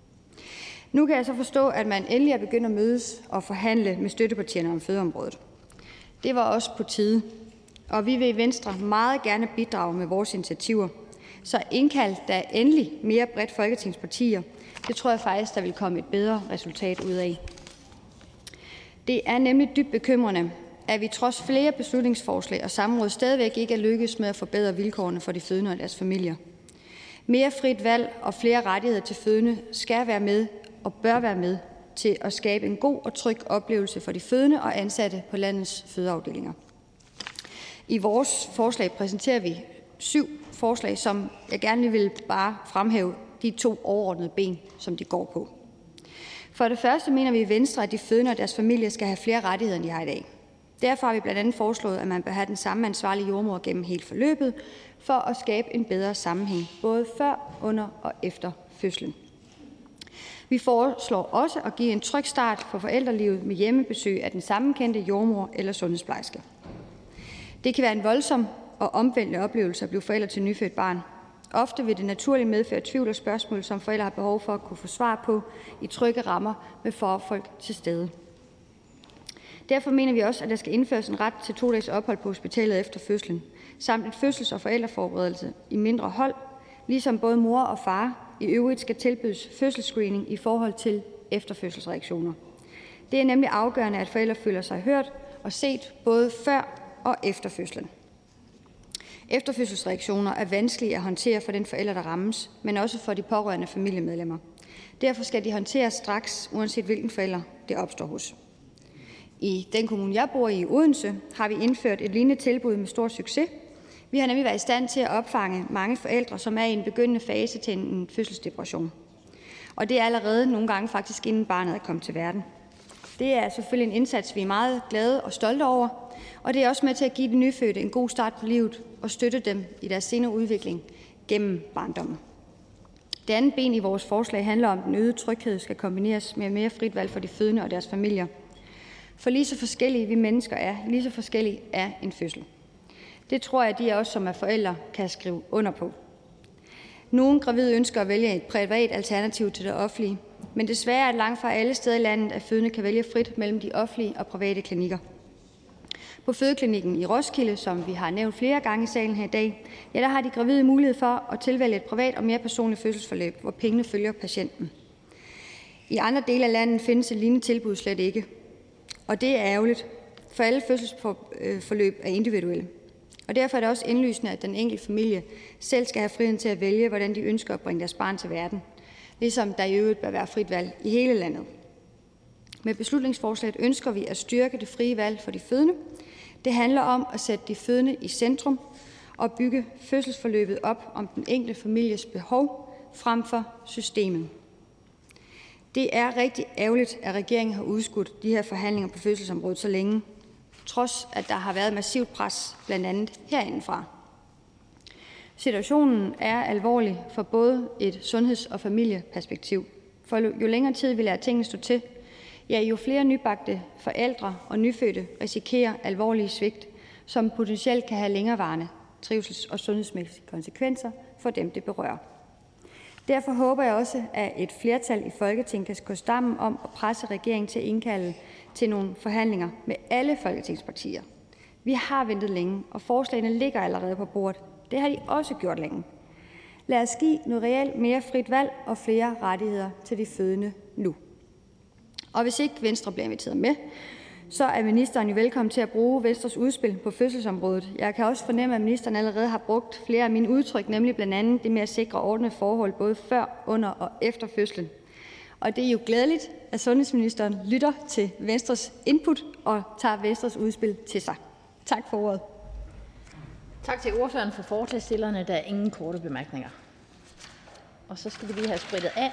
Nu kan jeg så forstå, at man endelig er begyndt at mødes og forhandle med støttepartierne om fødeområdet. Det var også på tide, og vi vil i Venstre meget gerne bidrage med vores initiativer. Så indkald da endelig mere bredt folketingspartier. Det tror jeg faktisk, der vil komme et bedre resultat ud af. Det er nemlig dybt bekymrende, at vi trods flere beslutningsforslag og samråd stadigvæk ikke er lykkedes med at forbedre vilkårene for de fødende og deres familier. Mere frit valg og flere rettigheder til fødende skal være med og bør være med til at skabe en god og tryg oplevelse for de fødende og ansatte på landets fødeafdelinger. I vores forslag præsenterer vi syv forslag, som jeg gerne vil bare fremhæve de to overordnede ben, som de går på. For det første mener vi i Venstre, at de fødende og deres familier skal have flere rettigheder, end de har i dag. Derfor har vi blandt andet foreslået, at man bør have den samme ansvarlige jordemor gennem hele forløbet, for at skabe en bedre sammenhæng, både før, under og efter fødslen. Vi foreslår også at give en tryg start for forældrelivet med hjemmebesøg af den sammenkendte jordemor eller sundhedsplejerske. Det kan være en voldsom og omvæltende oplevelse at blive forældre til et nyfødt barn. Ofte vil det naturligt medføre tvivl og spørgsmål, som forældre har behov for at kunne få svar på i trygge rammer med forfolk til stede. Derfor mener vi også, at der skal indføres en ret til to dages ophold på hospitalet efter fødslen, samt en fødsels- og forældreforberedelse i mindre hold, ligesom både mor og far i øvrigt skal tilbydes fødselsscreening i forhold til efterfødselsreaktioner. Det er nemlig afgørende, at forældre føler sig hørt og set både før og efter fødslen. Efterfødselsreaktioner er vanskelige at håndtere for den forælder, der rammes, men også for de pårørende familiemedlemmer. Derfor skal de håndteres straks, uanset hvilken forælder det opstår hos. I den kommune, jeg bor i, Odense, har vi indført et lignende tilbud med stor succes. Vi har nemlig været i stand til at opfange mange forældre, som er i en begyndende fase til en fødselsdepression. Og det er allerede nogle gange faktisk inden barnet er kommet til verden. Det er selvfølgelig en indsats, vi er meget glade og stolte over, og det er også med til at give de nyfødte en god start på livet og støtte dem i deres senere udvikling gennem barndommen. Det andet ben i vores forslag handler om, at den øgede tryghed skal kombineres med mere frit valg for de fødende og deres familier. For lige så forskellige vi mennesker er, lige så forskellige er en fødsel. Det tror jeg, at de af os, som er forældre, kan skrive under på. Nogle gravide ønsker at vælge et privat alternativ til det offentlige, men desværre er det langt fra alle steder i landet, at fødende kan vælge frit mellem de offentlige og private klinikker. På fødeklinikken i Roskilde, som vi har nævnt flere gange i salen her i dag, ja, der har de gravide mulighed for at tilvælge et privat og mere personligt fødselsforløb, hvor pengene følger patienten. I andre dele af landet findes et lignende tilbud slet ikke. Og det er ærgerligt, for alle fødselsforløb er individuelle. Og derfor er det også indlysende, at den enkelte familie selv skal have friheden til at vælge, hvordan de ønsker at bringe deres barn til verden, ligesom der i øvrigt bør være frit valg i hele landet. Med beslutningsforslaget ønsker vi at styrke det frie valg for de fødende. Det handler om at sætte de fødende i centrum og bygge fødselsforløbet op om den enkelte families behov frem for systemet. Det er rigtig ærgerligt, at regeringen har udskudt de her forhandlinger på fødselsområdet så længe, trods at der har været massivt pres, blandt andet herindefra. Situationen er alvorlig for både et sundheds- og familieperspektiv. For jo længere tid vi lader tingene stå til, ja, jo flere nybagte forældre og nyfødte risikerer alvorlige svigt, som potentielt kan have længerevarende trivsels- og sundhedsmæssige konsekvenser for dem, det berører. Derfor håber jeg også, at et flertal i Folketinget kan gå sammen om at presse regeringen til at indkalde til nogle forhandlinger med alle folketingspartier. Vi har ventet længe, og forslagene ligger allerede på bordet. Det har de også gjort længe. Lad os give noget reelt mere frit valg og flere rettigheder til de fødende nu. Og hvis ikke Venstre bliver inviteret med, så er ministeren jo velkommen til at bruge Venstres udspil på fødselsområdet. Jeg kan også fornemme, at ministeren allerede har brugt flere af mine udtryk, nemlig blandt andet det med at sikre ordnede forhold både før, under og efter fødslen. Og det er jo glædeligt, at sundhedsministeren lytter til Venstres input og tager Venstres udspil til sig. Tak for ordet. Tak til ordføreren for forslagsstillerne. Der er ingen korte bemærkninger. Og så skal vi lige have spritet af.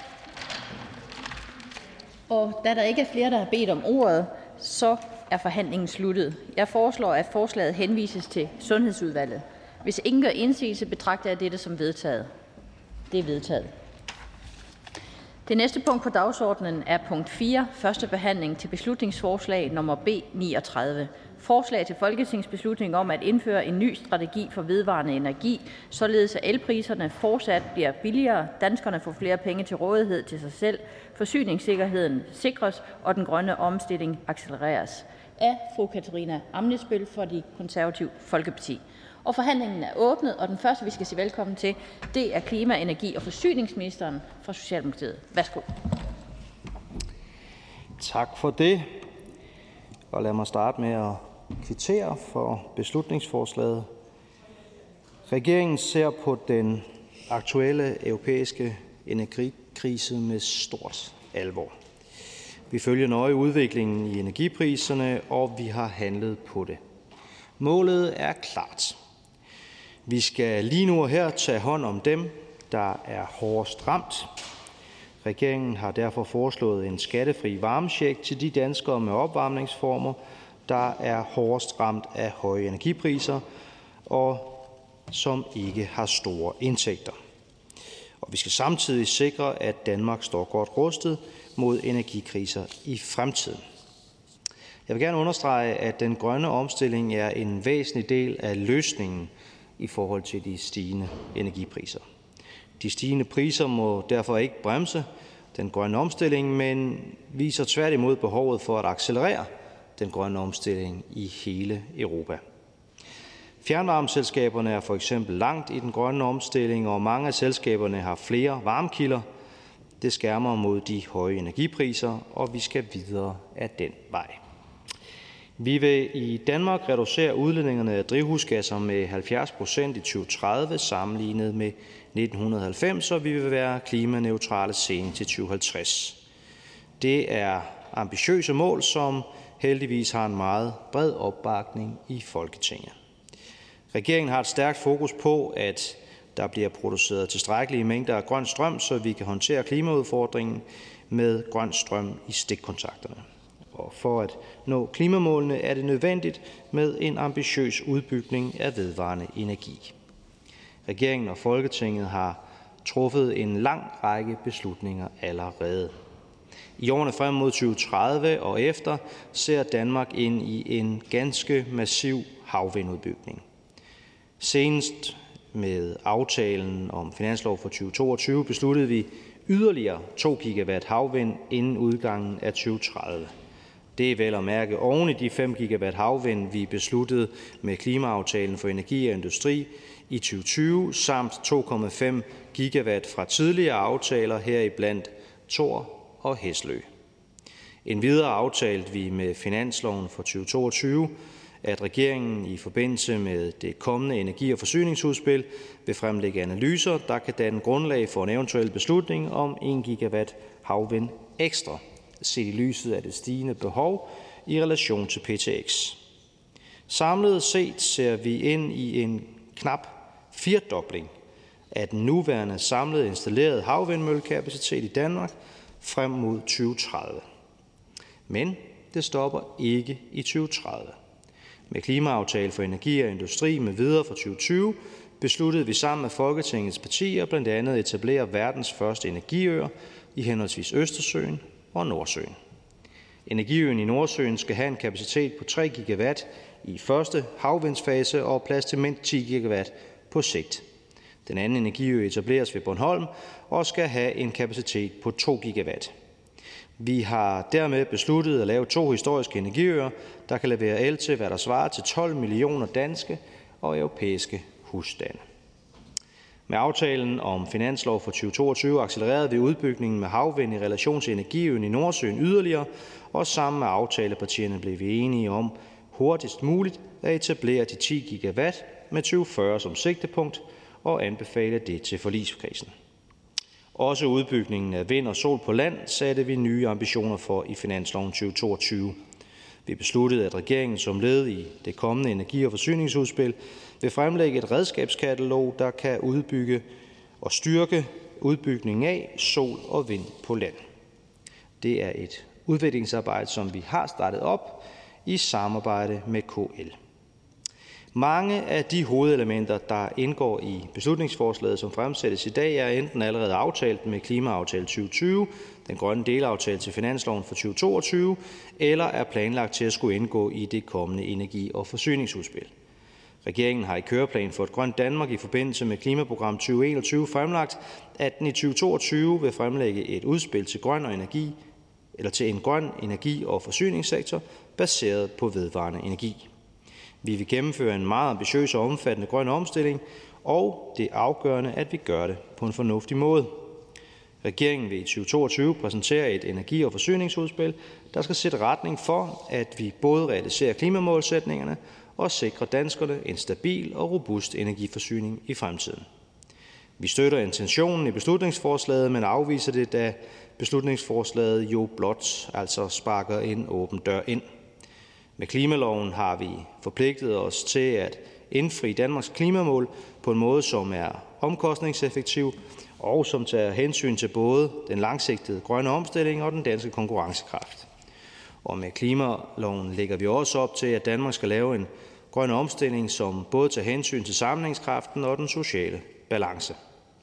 Og da der ikke er flere, der har bedt om ordet, så er forhandlingen sluttet. Jeg foreslår, at forslaget henvises til Sundhedsudvalget. Hvis ingen gør indsigelse, betragter jeg dette som vedtaget. Det er vedtaget. Det næste punkt på dagsordenen er punkt fire, første behandling til beslutningsforslag nummer B niogtredive. Forslag til folketingsbeslutning om at indføre en ny strategi for vedvarende energi, således at elpriserne fortsat bliver billigere, danskerne får flere penge til rådighed til sig selv, forsyningssikkerheden sikres og den grønne omstilling accelereres. Af fru Katarina Ammitzbøll for De Konservative Folkeparti. Og forhandlingen er åbnet, og den første, vi skal sige velkommen til, det er klima-, energi- og forsyningsministeren fra Socialdemokratiet. Værsgo. Tak for det. Og lad mig starte med at kvittere for beslutningsforslaget. Regeringen ser på den aktuelle europæiske energikrise med stort alvor. Vi følger nøje udviklingen i energipriserne, og vi har handlet på det. Målet er klart. Vi skal lige nu og her tage hånd om dem, der er hårdest ramt. Regeringen har derfor foreslået en skattefri varmecheck til de danskere med opvarmningsformer, der er hårdest ramt af høje energipriser og som ikke har store indtægter. Og vi skal samtidig sikre, at Danmark står godt rustet mod energikriser i fremtiden. Jeg vil gerne understrege, at den grønne omstilling er en væsentlig del af løsningen i forhold til de stigende energipriser. De stigende priser må derfor ikke bremse den grønne omstilling, men viser tværtimod behovet for at accelerere den grønne omstilling i hele Europa. Fjernvarmeselskaberne er for eksempel langt i den grønne omstilling, og mange af selskaberne har flere varmekilder. Det skærmer mod de høje energipriser, og vi skal videre ad den vej. Vi vil i Danmark reducere udledningerne af drivhusgasser med halvfjerds procent i tyve tredive sammenlignet med nitten halvfems, og vi vil være klimaneutrale senest i tyve halvtreds. Det er ambitiøse mål, som heldigvis har en meget bred opbakning i Folketinget. Regeringen har et stærkt fokus på, at der bliver produceret tilstrækkelige mængder af grøn strøm, så vi kan håndtere klimaudfordringen med grøn strøm i stikkontakterne. Og for at nå klimamålene er det nødvendigt med en ambitiøs udbygning af vedvarende energi. Regeringen og Folketinget har truffet en lang række beslutninger allerede. I årene frem mod tyve tredive og efter ser Danmark ind i en ganske massiv havvindudbygning. Senest med aftalen om finanslov for tyve toogtyve besluttede vi yderligere to gigawatt havvind inden udgangen af tyve tredive. Det er vel at mærke oven i de fem gigawatt havvind, vi besluttede med klimaaftalen for energi og industri i tyve tyve, samt to komma fem gigawatt fra tidligere aftaler, heriblandt Thor og Hæslø. Endvidere aftalte vi med finansloven for tyve toogtyve, at regeringen i forbindelse med det kommende energi- og forsyningsudspil vil fremlægge analyser, der kan danne grundlag for en eventuel beslutning om en gigawatt havvind ekstra, set i lyset af det stigende behov i relation til P T X. Samlet set ser vi ind i en knap firedobling af den nuværende samlede installerede havvindmøllekapacitet i Danmark frem mod tyve tredive. Men det stopper ikke i tyve tredive. Med klimaaftale for energi og industri med videre fra tyve tyve besluttede vi sammen med Folketingets partier blandt andet at etablere verdens første energiøer i henholdsvis Østersøen og Nordsøen. Energiøen i Nordsøen skal have en kapacitet på tre gigawatt i første havvindsfase og plads til mindst ti gigawatt på sigt. Den anden energiø etableres ved Bornholm og skal have en kapacitet på to gigawatt. Vi har dermed besluttet at lave to historiske energiøer, der kan levere el til, hvad der svarer til tolv millioner danske og europæiske husstande. Med aftalen om finanslov for tyve toogtyve accelererede vi udbygningen med havvind i relation til energiøen i Nordsøen yderligere, og sammen med aftalepartierne blev vi enige om hurtigst muligt at etablere de ti gigawatt med tyve fyrre som sigtepunkt og anbefale det til forligskredsen. Også udbygningen af vind og sol på land satte vi nye ambitioner for i finansloven tyve toogtyve. Vi besluttede, at regeringen som led i det kommende energi- og forsyningsudspil vil fremlægge et redskabskatalog, der kan udbygge og styrke udbygningen af sol og vind på land. Det er et udviklingsarbejde, som vi har startet op i samarbejde med K L. Mange af de hovedelementer, der indgår i beslutningsforslaget, som fremsættes i dag, er enten allerede aftalt med klimaaftale tyve tyve, den grønne delaftale til finansloven for tyve toogtyve, eller er planlagt til at skulle indgå i det kommende energi- og forsyningsudspil. Regeringen har i køreplan for et grønt Danmark i forbindelse med klimaprogram tyve enogtyve fremlagt, at den i tyve toogtyve vil fremlægge et udspil til grøn og energi eller til en grøn energi- og forsyningssektor baseret på vedvarende energi. Vi vil gennemføre en meget ambitiøs og omfattende grøn omstilling, og det er afgørende, at vi gør det på en fornuftig måde. Regeringen vil i tyve toogtyve præsentere et energi- og forsyningsudspil, der skal sætte retning for, at vi både realiserer klimamålsætningerne og sikrer danskerne en stabil og robust energiforsyning i fremtiden. Vi støtter intentionen i beslutningsforslaget, men afviser det, da beslutningsforslaget jo blot altså sparker en åben dør ind. Med klimaloven har vi forpligtet os til at indfri Danmarks klimamål på en måde, som er omkostningseffektiv og som tager hensyn til både den langsigtede grønne omstilling og den danske konkurrencekraft. Og med klimaloven lægger vi også op til, at Danmark skal lave en grøn omstilling, som både tager hensyn til sammenhængskraften og den sociale balance.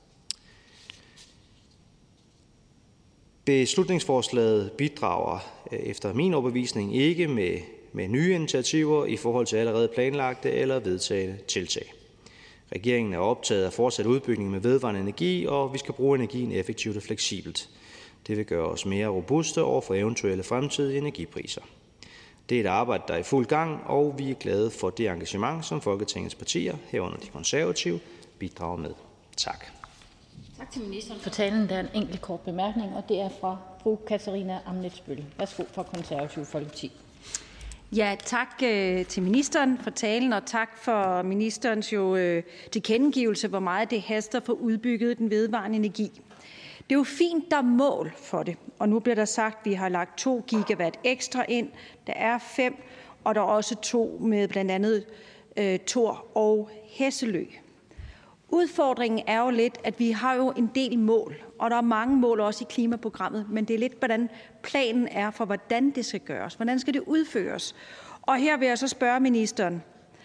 Beslutningsforslaget bidrager efter min overbevisning ikke med, med nye initiativer i forhold til allerede planlagte eller vedtagne tiltag. Regeringen er optaget af fortsat udbygning med vedvarende energi, og vi skal bruge energien effektivt og fleksibelt. Det vil gøre os mere robuste over for eventuelle fremtidige energipriser. Det er et arbejde, der er i fuld gang, og vi er glade for det engagement, som Folketingets partier, herunder de konservative, bidrager med. Tak. Tak til ministeren for talen. Der er en enkelt kort bemærkning, og det er fra fru Katarina Ammitzbøll. Værsgo fra Konservative Folkeparti. Ja, tak øh, til ministeren for talen, og tak for ministerens jo øh, tilkendegivelse, hvor meget det haster for udbygget den vedvarende energi. Det er jo fint, der er mål for det, og nu bliver der sagt, at vi har lagt to gigawatt ekstra ind. Der er fem, og der er også to med blandt andet øh, Thor og Hesselø. Udfordringen er jo lidt, at vi har jo en del mål, og der er mange mål også i klimaprogrammet, men det er lidt, hvordan planen er for, hvordan det skal gøres. Hvordan skal det udføres? Og her vil jeg så spørge ministeren.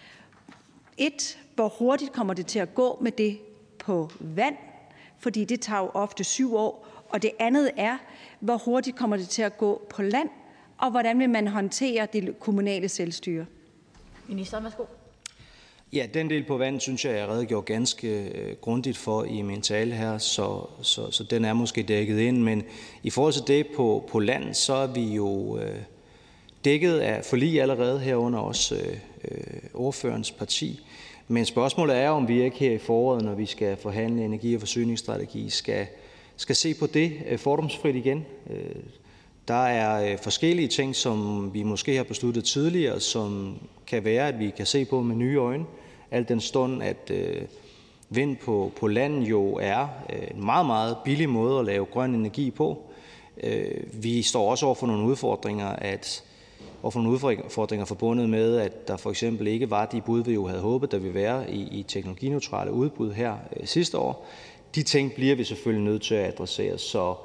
Et, hvor hurtigt kommer det til at gå med det på vand? Fordi det tager jo ofte syv år. Og det andet er, hvor hurtigt kommer det til at gå på land? Og hvordan vil man håndtere det kommunale selvstyre? Ministeren, værsgo. Ja, den del på vand, synes jeg, jeg redegjorde ganske grundigt for i min tale her, så, så, så den er måske dækket ind. Men i forhold til det på, på land, så er vi jo øh, dækket af forlig allerede herunder også øh, ordførerens parti. Men spørgsmålet er, om vi ikke her i foråret, når vi skal forhandle energi- og forsyningsstrategi, skal, skal se på det øh, fordomsfrit igen. Øh, Der er øh, forskellige ting, som vi måske har besluttet tidligere, som kan være, at vi kan se på med nye øjne. Al den stund, at øh, vind på, på land jo er øh, en meget, meget billig måde at lave grøn energi på. Øh, vi står også over for nogle udfordringer, at, over for nogle udfordringer forbundet med, at der for eksempel ikke var de bud, vi jo havde håbet, der ville være i, i teknologineutrale udbud her øh, sidste år. De ting bliver vi selvfølgelig nødt til at adressere, så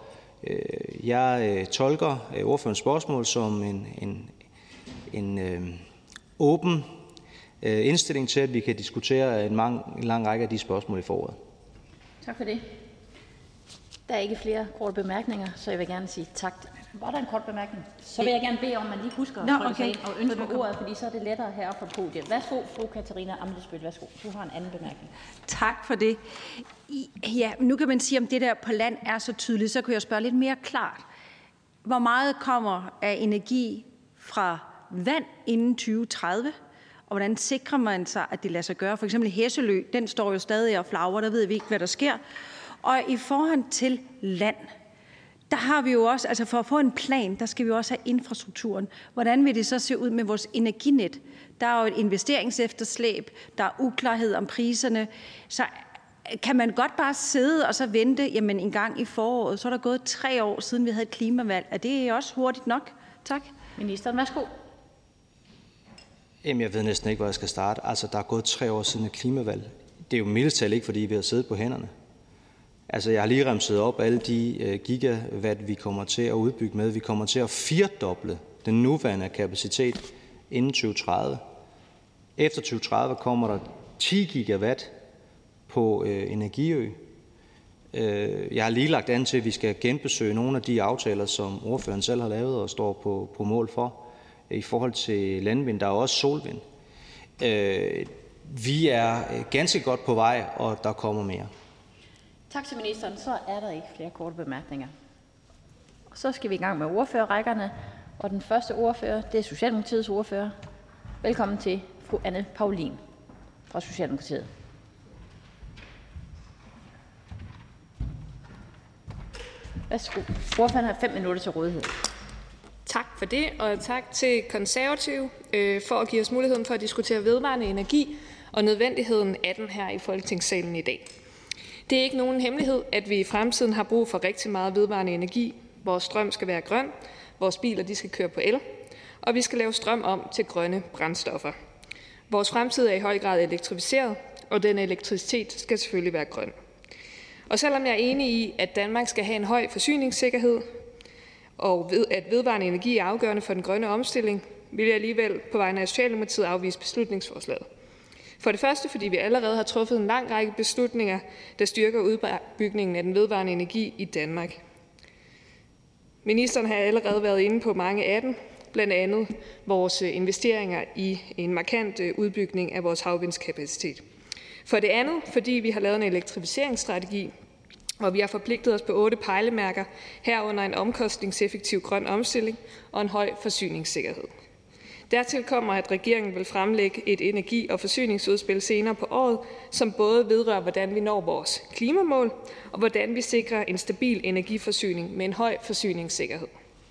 jeg tolker ordførerens spørgsmål som en, en, en øh, åben øh, indstilling til, at vi kan diskutere en, mang, en lang række af de spørgsmål i foråret. Tak for det. Der er ikke flere korte bemærkninger, så jeg vil gerne sige tak. Var der en kort bemærkning? Så vil jeg gerne bede om, at man lige husker Nå, at trykke okay. sig ind og ønske ordet, fordi så er det lettere heroppe på podiet. Værsgo, fru Katarina Ammitzbøll. Værsgo. Du har en anden bemærkning. Tak for det. Ja, nu kan man sige, om det der på land er så tydeligt, så kan jeg spørge lidt mere klart. Hvor meget kommer af energi fra vand inden tyve tredive? Og hvordan sikrer man sig, at det lader sig gøre? For eksempel Hesselø, den står jo stadig og flagrer, der ved vi ikke, hvad der sker. Og i forhold til land, der har vi jo også, altså for at få en plan, der skal vi også have infrastrukturen. Hvordan vil det så se ud med vores energinet? Der er jo et investeringsefterslæb, der er uklarhed om priserne. Så kan man godt bare sidde og så vente, jamen en gang i foråret, så er der gået tre år siden vi havde et klimavalg. Er det også hurtigt nok? Tak. Ministeren, værsgo. Jamen, jeg ved næsten ikke, hvor jeg skal starte. Altså, der er gået tre år siden et klimavalg. Det er jo mildest talt ikke, fordi vi har siddet på hænderne. Altså, jeg har lige remset op alle de gigawatt, vi kommer til at udbygge med. Vi kommer til at firedoble den nuværende kapacitet inden tyve tredive. Efter tyve tredive kommer der ti gigawatt på øh, Energiø. Øh, jeg har lige lagt an til, at vi skal genbesøge nogle af de aftaler, som ordføreren selv har lavet og står på, på mål for. I forhold til landvind, der er også solvind. Øh, vi er ganske godt på vej, og der kommer mere. Tak til ministeren. Så er der ikke flere korte bemærkninger. Så skal vi i gang med ordførerrækkerne. Og den første ordfører, det er Socialdemokratiets ordfører. Velkommen til fru Anne Paulin fra Socialdemokratiet. Værsgo. Ordføreren har fem minutter til rådighed. Tak for det, og tak til Konservative øh, for at give os muligheden for at diskutere vedvarende energi og nødvendigheden af den her i Folketingssalen i dag. Det er ikke nogen hemmelighed, at vi i fremtiden har brug for rigtig meget vedvarende energi. Vores strøm skal være grøn, vores biler de skal køre på el, og vi skal lave strøm om til grønne brændstoffer. Vores fremtid er i høj grad elektrificeret, og den elektricitet skal selvfølgelig være grøn. Og selvom jeg er enig i, at Danmark skal have en høj forsyningssikkerhed, og at vedvarende energi er afgørende for den grønne omstilling, vil jeg alligevel på vegne af Socialdemokratiet afvise beslutningsforslaget. For det første, fordi vi allerede har truffet en lang række beslutninger, der styrker udbygningen af den vedvarende energi i Danmark. Ministeren har allerede været inde på mange af dem, blandt andet vores investeringer i en markant udbygning af vores havvindskapacitet. For det andet, fordi vi har lavet en elektrificeringsstrategi, hvor vi har forpligtet os på otte pejlemærker, herunder en omkostningseffektiv grøn omstilling og en høj forsyningssikkerhed. Dertil kommer, at regeringen vil fremlægge et energi- og forsyningsudspil senere på året, som både vedrører, hvordan vi når vores klimamål, og hvordan vi sikrer en stabil energiforsyning med en høj forsyningssikkerhed.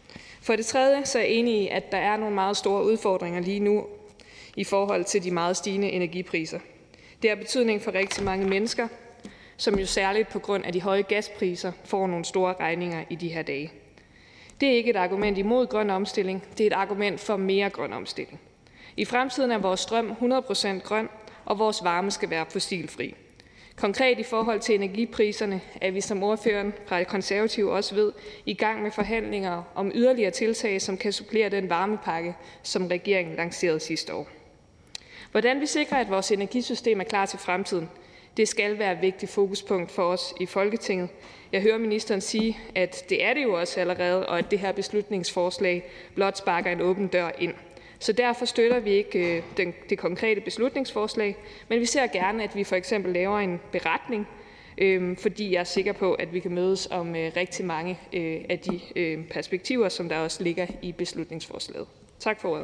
For det tredje så er jeg enig i, at der er nogle meget store udfordringer lige nu i forhold til de meget stigende energipriser. Det har betydning for rigtig mange mennesker, som jo særligt på grund af de høje gaspriser får nogle store regninger i de her dage. Det er ikke et argument imod grøn omstilling, det er et argument for mere grøn omstilling. I fremtiden er vores strøm hundrede procent grøn, og vores varme skal være fossilfri. Konkret i forhold til energipriserne er vi, som ordføreren fra Konservative også ved, i gang med forhandlinger om yderligere tiltag, som kan supplere den varmepakke, som regeringen lancerede sidste år. Hvordan vi sikrer, at vores energisystem er klar til fremtiden, det skal være et vigtigt fokuspunkt for os i Folketinget. Jeg hører ministeren sige, at det er det jo også allerede, og at det her beslutningsforslag blot sparker en åben dør ind. Så derfor støtter vi ikke den, det konkrete beslutningsforslag, men vi ser gerne, at vi for eksempel laver en beretning, øh, fordi jeg er sikker på, at vi kan mødes om øh, rigtig mange øh, af de øh, perspektiver, som der også ligger i beslutningsforslaget. Tak for ordet.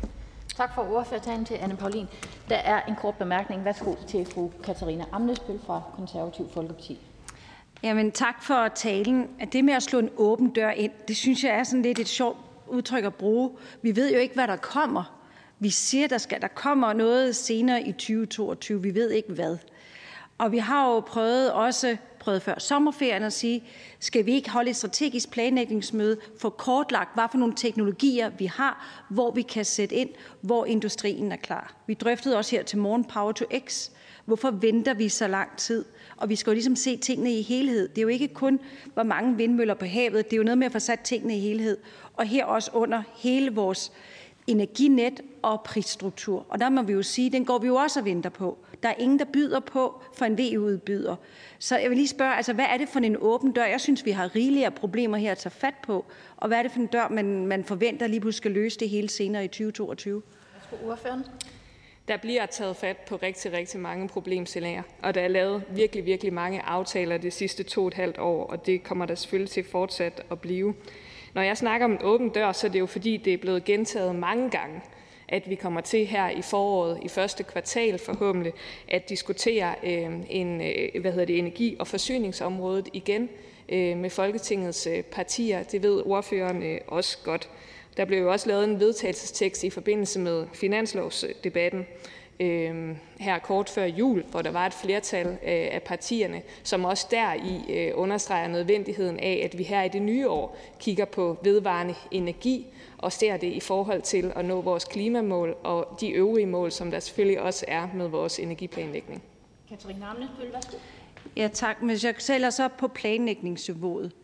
Tak for ordførertalen til Anne Paulin. Der er en kort bemærkning. Værsgo til fru Katarina Ammitzbøll fra Konservativ Folkeparti. Jamen, tak for talen. At det med at slå en åben dør ind, det synes jeg er sådan lidt et sjovt udtryk at bruge. Vi ved jo ikke, hvad der kommer. Vi siger, der skal der kommer noget senere i tyve toogtyve. Vi ved ikke hvad. Og vi har jo prøvet også prøvet før sommerferien at sige, skal vi ikke holde et strategisk planlægningsmøde for kortlagt, hvad for nogle teknologier vi har, hvor vi kan sætte ind, hvor industrien er klar. Vi drøftede også her til morgen Power to X. Hvorfor venter vi så lang tid? Og vi skal jo ligesom se tingene i helhed. Det er jo ikke kun, hvor mange vindmøller på havet. Det er jo noget med at få sat tingene i helhed. Og her også under hele vores energinet og prisstruktur. Og der må vi jo sige, den går vi jo også og venter på. Der er ingen, der byder på for en V U-udbyder. Så jeg vil lige spørge, altså, hvad er det for en åben dør? Jeg synes, vi har rigelige problemer her at tage fat på. Og hvad er det for en dør, man, man forventer lige pludselig skal løse det hele senere i tyve toogtyve? Værsgo, ordføreren. Der bliver taget fat på rigtig, rigtig mange problemstillinger, og der er lavet virkelig, virkelig mange aftaler de sidste to og et halvt år, og det kommer der selvfølgelig til fortsat at blive. Når jeg snakker om en åben dør, så er det jo fordi, det er blevet gentaget mange gange, at vi kommer til her i foråret, i første kvartal forhåbentlig, at diskutere øh, en, øh, hvad hedder det, energi- og forsyningsområdet igen øh, med Folketingets øh, partier. Det ved ordføreren øh, også godt. Der blev jo også lavet en vedtagelsestekst i forbindelse med finanslovsdebatten øh, her kort før jul, hvor der var et flertal øh, af partierne, som også deri øh, understreger nødvendigheden af, at vi her i det nye år kigger på vedvarende energi og ser det i forhold til at nå vores klimamål og de øvrige mål, som der selvfølgelig også er med vores energiplanlægning. Katarina Ammitzbøll, værsgo. Ja, tak. Men jeg sælger så på planlægningsniveauet.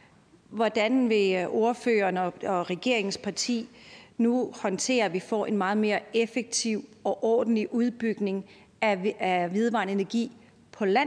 Hvordan vil ordføreren og, og regeringsparti nu håndtere, at vi får en meget mere effektiv og ordentlig udbygning af, af vedvarende energi på land?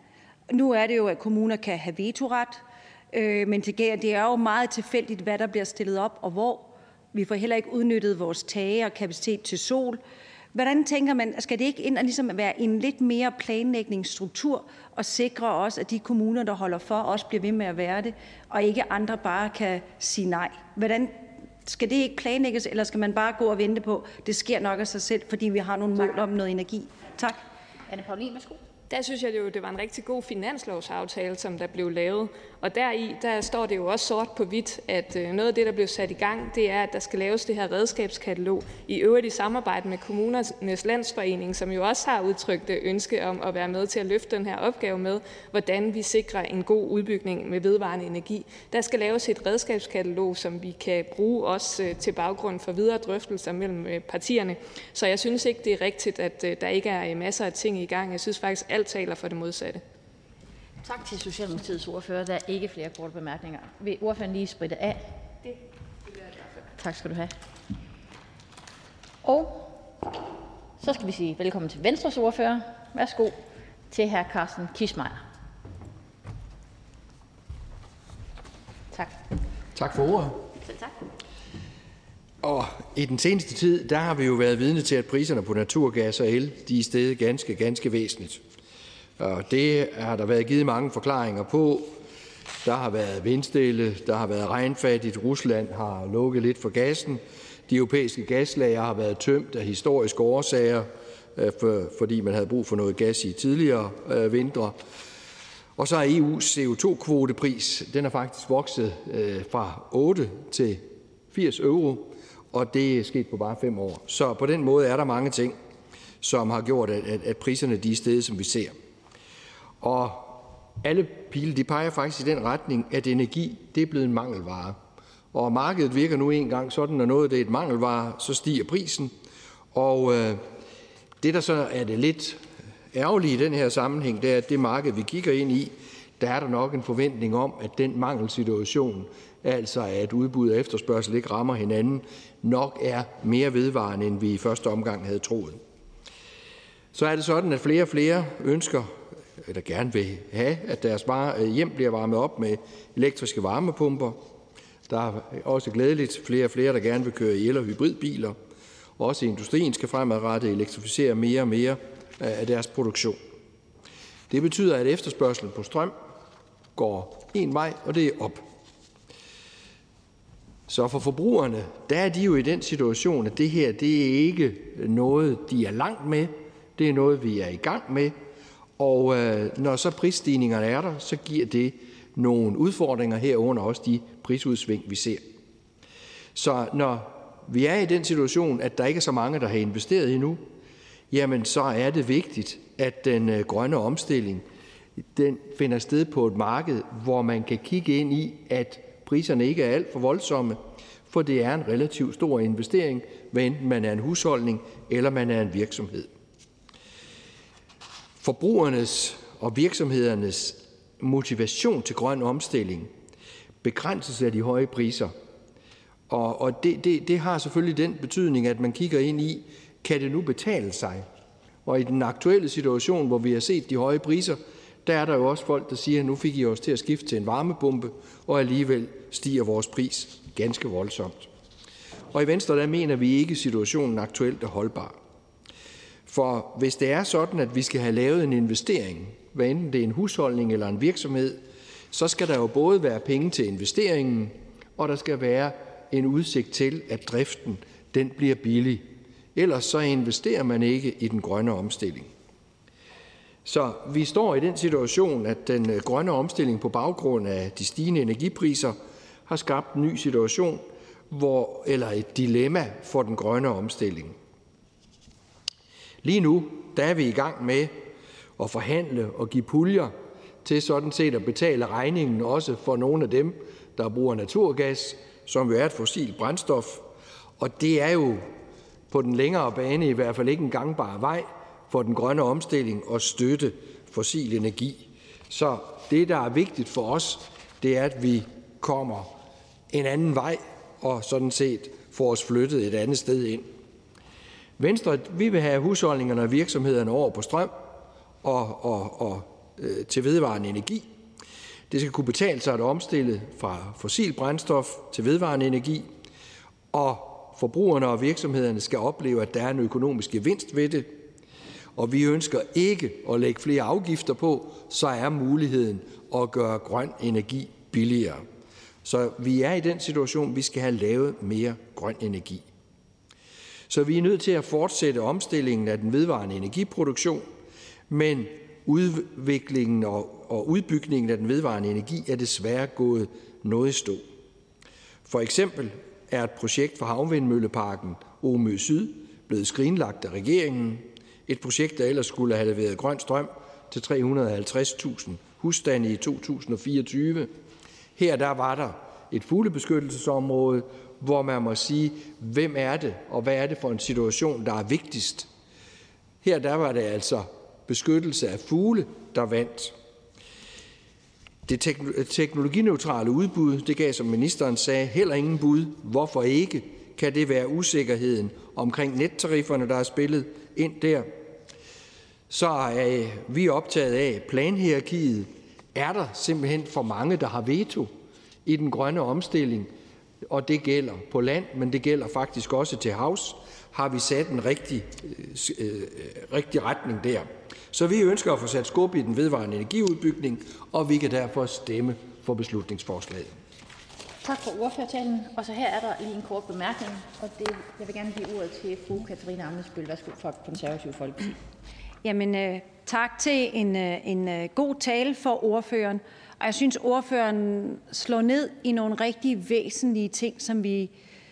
Nu er det jo, at kommuner kan have vetoret, øh, men det er jo meget tilfældigt, hvad der bliver stillet op og hvor. Vi får heller ikke udnyttet vores tage og kapacitet til sol. Hvordan tænker man, skal det ikke ind og ligesom være en lidt mere planlægningsstruktur og sikre også, at de kommuner, der holder for, også bliver ved med at være det, og ikke andre bare kan sige nej? Hvordan skal det ikke planlægges, eller skal man bare gå og vente på, det sker nok af sig selv, fordi vi har nogle tak. mål om noget energi? Tak. Anne Paulin, værsgo. Der synes jeg jo, det var en rigtig god finanslovsaftale, som der blev lavet. Og deri, der står det jo også sort på hvidt, at noget af det, der blev sat i gang, det er, at der skal laves det her redskabskatalog, i øvrigt i samarbejde med Kommunernes Landsforening, som jo også har udtrykt ønske om at være med til at løfte den her opgave med, hvordan vi sikrer en god udbygning med vedvarende energi. Der skal laves et redskabskatalog, som vi kan bruge også til baggrund for videre drøftelser mellem partierne. Så jeg synes ikke, det er rigtigt, at der ikke er masser af ting i gang. Jeg synes faktisk, alt taler for det modsatte. Tak til Socialdemokratiets ordfører. Der er ikke flere korte bemærkninger. Vil ordføreren lige spritte af? Det vil jeg gøre. Tak skal du have. Og så skal vi sige velkommen til Venstres ordfører. Værsgo til hr. Carsten Kissmeyer. Tak. Tak for ordet. Selv tak. Og i den seneste tid, der har vi jo været vidne til, at priserne på naturgas og el, de er steget ganske, ganske væsentligt. Og det har der været givet mange forklaringer på. Der har været vindstille, der har været regnfattigt, Rusland har lukket lidt for gassen, de europæiske gaslager har været tømt af historiske årsager, fordi man havde brug for noget gas i tidligere vintre. Og så er E U's C O to kvotepris, den er faktisk vokset fra otte til firs euro, og det er sket på bare fem år. Så på den måde er der mange ting, som har gjort, at, at priserne de er steget, som vi ser. Og alle pile de peger faktisk i den retning, at energi det er blevet en mangelvare. Og markedet virker nu engang sådan, når noget det er et mangelvare, så stiger prisen. Og øh, det, der så er det lidt ærgerlige i den her sammenhæng, det er, at det marked, vi kigger ind i, der er der nok en forventning om, at den mangelsituation, altså at udbud og efterspørgsel ikke rammer hinanden, nok er mere vedvarende, end vi i første omgang havde troet. Så er det sådan, at flere og flere ønsker, eller gerne vil have, at deres hjem bliver varmet op med elektriske varmepumper. Der er også glædeligt flere og flere, der gerne vil køre i el- og hybridbiler. Også industrien skal fremadrettet elektrificere mere og mere af deres produktion. Det betyder, at efterspørgselen på strøm går en vej, og det er op. Så for forbrugerne, der er de jo i den situation, at det her, det er ikke noget, de er langt med. Det er noget, vi er i gang med. Og øh, når så prisstigningerne er der, så giver det nogle udfordringer herunder også de prisudsving, vi ser. Så når vi er i den situation, at der ikke er så mange, der har investeret endnu, jamen så er det vigtigt, at den øh, grønne omstilling, den finder sted på et marked, hvor man kan kigge ind i, at priserne ikke er alt for voldsomme, for det er en relativt stor investering, hvad enten man er en husholdning eller man er en virksomhed. Forbrugernes og virksomhedernes motivation til grøn omstilling begrænses af de høje priser. Og, og det, det, det har selvfølgelig den betydning, at man kigger ind i, kan det nu betale sig? Og i den aktuelle situation, hvor vi har set de høje priser, der er der jo også folk, der siger, at nu fik I os til at skifte til en varmepumpe, og alligevel stiger vores pris ganske voldsomt. Og i Venstre, der mener vi ikke, at situationen aktuelt er holdbar. For hvis det er sådan, at vi skal have lavet en investering, hvad enten det er en husholdning eller en virksomhed, så skal der jo både være penge til investeringen, og der skal være en udsigt til, at driften den bliver billig. Ellers så investerer man ikke i den grønne omstilling. Så vi står i den situation, at den grønne omstilling på baggrund af de stigende energipriser har skabt en ny situation, hvor, eller et dilemma for den grønne omstilling. Lige nu der er vi i gang med at forhandle og give puljer til sådan set at betale regningen også for nogle af dem, der bruger naturgas, som jo er et fossilt brændstof. Og det er jo på den længere bane i hvert fald ikke en gangbar vej for den grønne omstilling at støtte fossil energi. Så det, der er vigtigt for os, det er, at vi kommer en anden vej og sådan set får os flyttet et andet sted ind. Venstre, vi vil have husholdningerne og virksomhederne over på strøm og, og, og øh, til vedvarende energi. Det skal kunne betale sig at omstille fra fossil brændstof til vedvarende energi, og forbrugerne og virksomhederne skal opleve, at der er en økonomisk gevinst ved det. Og vi ønsker ikke at lægge flere afgifter på, så er muligheden at gøre grøn energi billigere. Så vi er i den situation, vi skal have lavet mere grøn energi. Så vi er nødt til at fortsætte omstillingen af den vedvarende energiproduktion, men udviklingen og, og udbygningen af den vedvarende energi er desværre gået noget i stå. For eksempel er et projekt for havvindmølleparken Omø Syd blevet skrinlagt af regeringen. Et projekt, der ellers skulle have leveret grøn strøm til tre hundrede og halvtreds tusind husstande i to tusind og fireogtyve. Her der var der et fuglebeskyttelsesområde, hvor man må sige, hvem er det, og hvad er det for en situation, der er vigtigst. Her der var det altså beskyttelse af fugle, der vandt. Det teknologineutrale udbud, det gav, som ministeren sagde, heller ingen bud. Hvorfor ikke? Kan det være usikkerheden omkring nettarifferne, der er spillet ind der? Så er vi optaget af planhierarkiet. Er der simpelthen for mange, der har veto i den grønne omstilling? Og det gælder på land, men det gælder faktisk også til havs. Har vi sat en rigtig, øh, rigtig retning der? Så vi ønsker at få sat skub i den vedvarende energiudbygning, og vi kan derfor stemme for beslutningsforslaget. Tak for ordførertalen. Og så her er der lige en kort bemærkning, og det, jeg vil gerne give ordet til fru Katarina Ammitzbøll. Værsgo fra Konservative Folkeparti. Jamen, øh, tak til en, øh, en øh, god tale for ordføreren. Og jeg synes, ordføreren slår ned i nogle rigtig væsentlige ting, som vi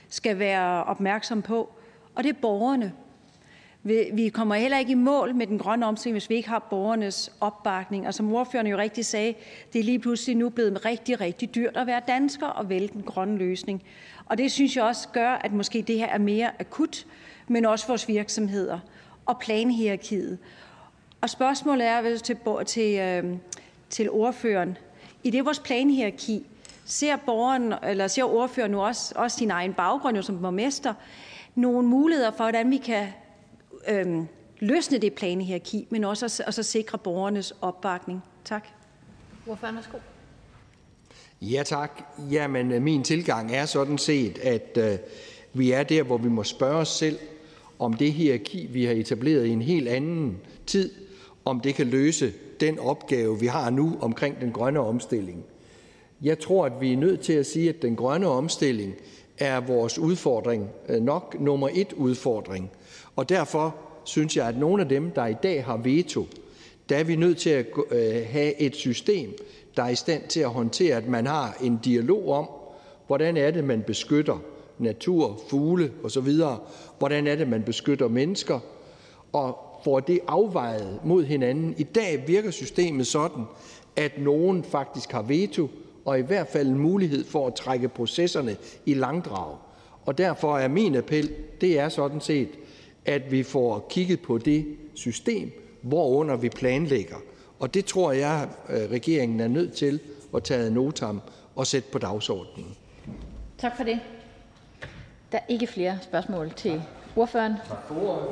skal være opmærksom på, og det er borgerne. Vi kommer heller ikke i mål med den grønne omstilling, hvis vi ikke har borgernes opbakning. Og som ordføreren jo rigtig sagde, det er lige pludselig nu blevet rigtig, rigtig dyrt at være dansker og vælge den grønne løsning. Og det synes jeg også gør, at måske det her er mere akut, men også vores virksomheder og planhierarkiet. Og spørgsmålet er til, til, øh, til ordføreren. I det vores planhierarki, ser borgeren, eller ser ordføreren nu også, også sin egen baggrund jo som borgmester, nogle muligheder for, hvordan vi kan Øhm, løsne det planhierarki, men også at, og så sikre borgernes opbakning. Tak. Ordføreren, værsgo. Ja, tak. Jamen, min tilgang er sådan set, at øh, vi er der, hvor vi må spørge os selv, om det hierarki, vi har etableret i en helt anden tid, om det kan løse den opgave, vi har nu omkring den grønne omstilling. Jeg tror, at vi er nødt til at sige, at den grønne omstilling er vores udfordring, nok nummer et udfordring. Og derfor synes jeg, at nogle af dem, der i dag har veto, der er vi nødt til at have et system, der er i stand til at håndtere, at man har en dialog om, hvordan er det, man beskytter natur, fugle osv., hvordan er det, man beskytter mennesker, og får det afvejet mod hinanden. I dag virker systemet sådan, at nogen faktisk har veto, og i hvert fald en mulighed for at trække processerne i langdrag. Og derfor er min appel, det er sådan set, at vi får kigget på det system, hvorunder vi planlægger. Og det tror jeg, at regeringen er nødt til at tage ad notam og sætte på dagsordenen. Tak for det. Der er ikke flere spørgsmål til ordføreren. Tak for ordet.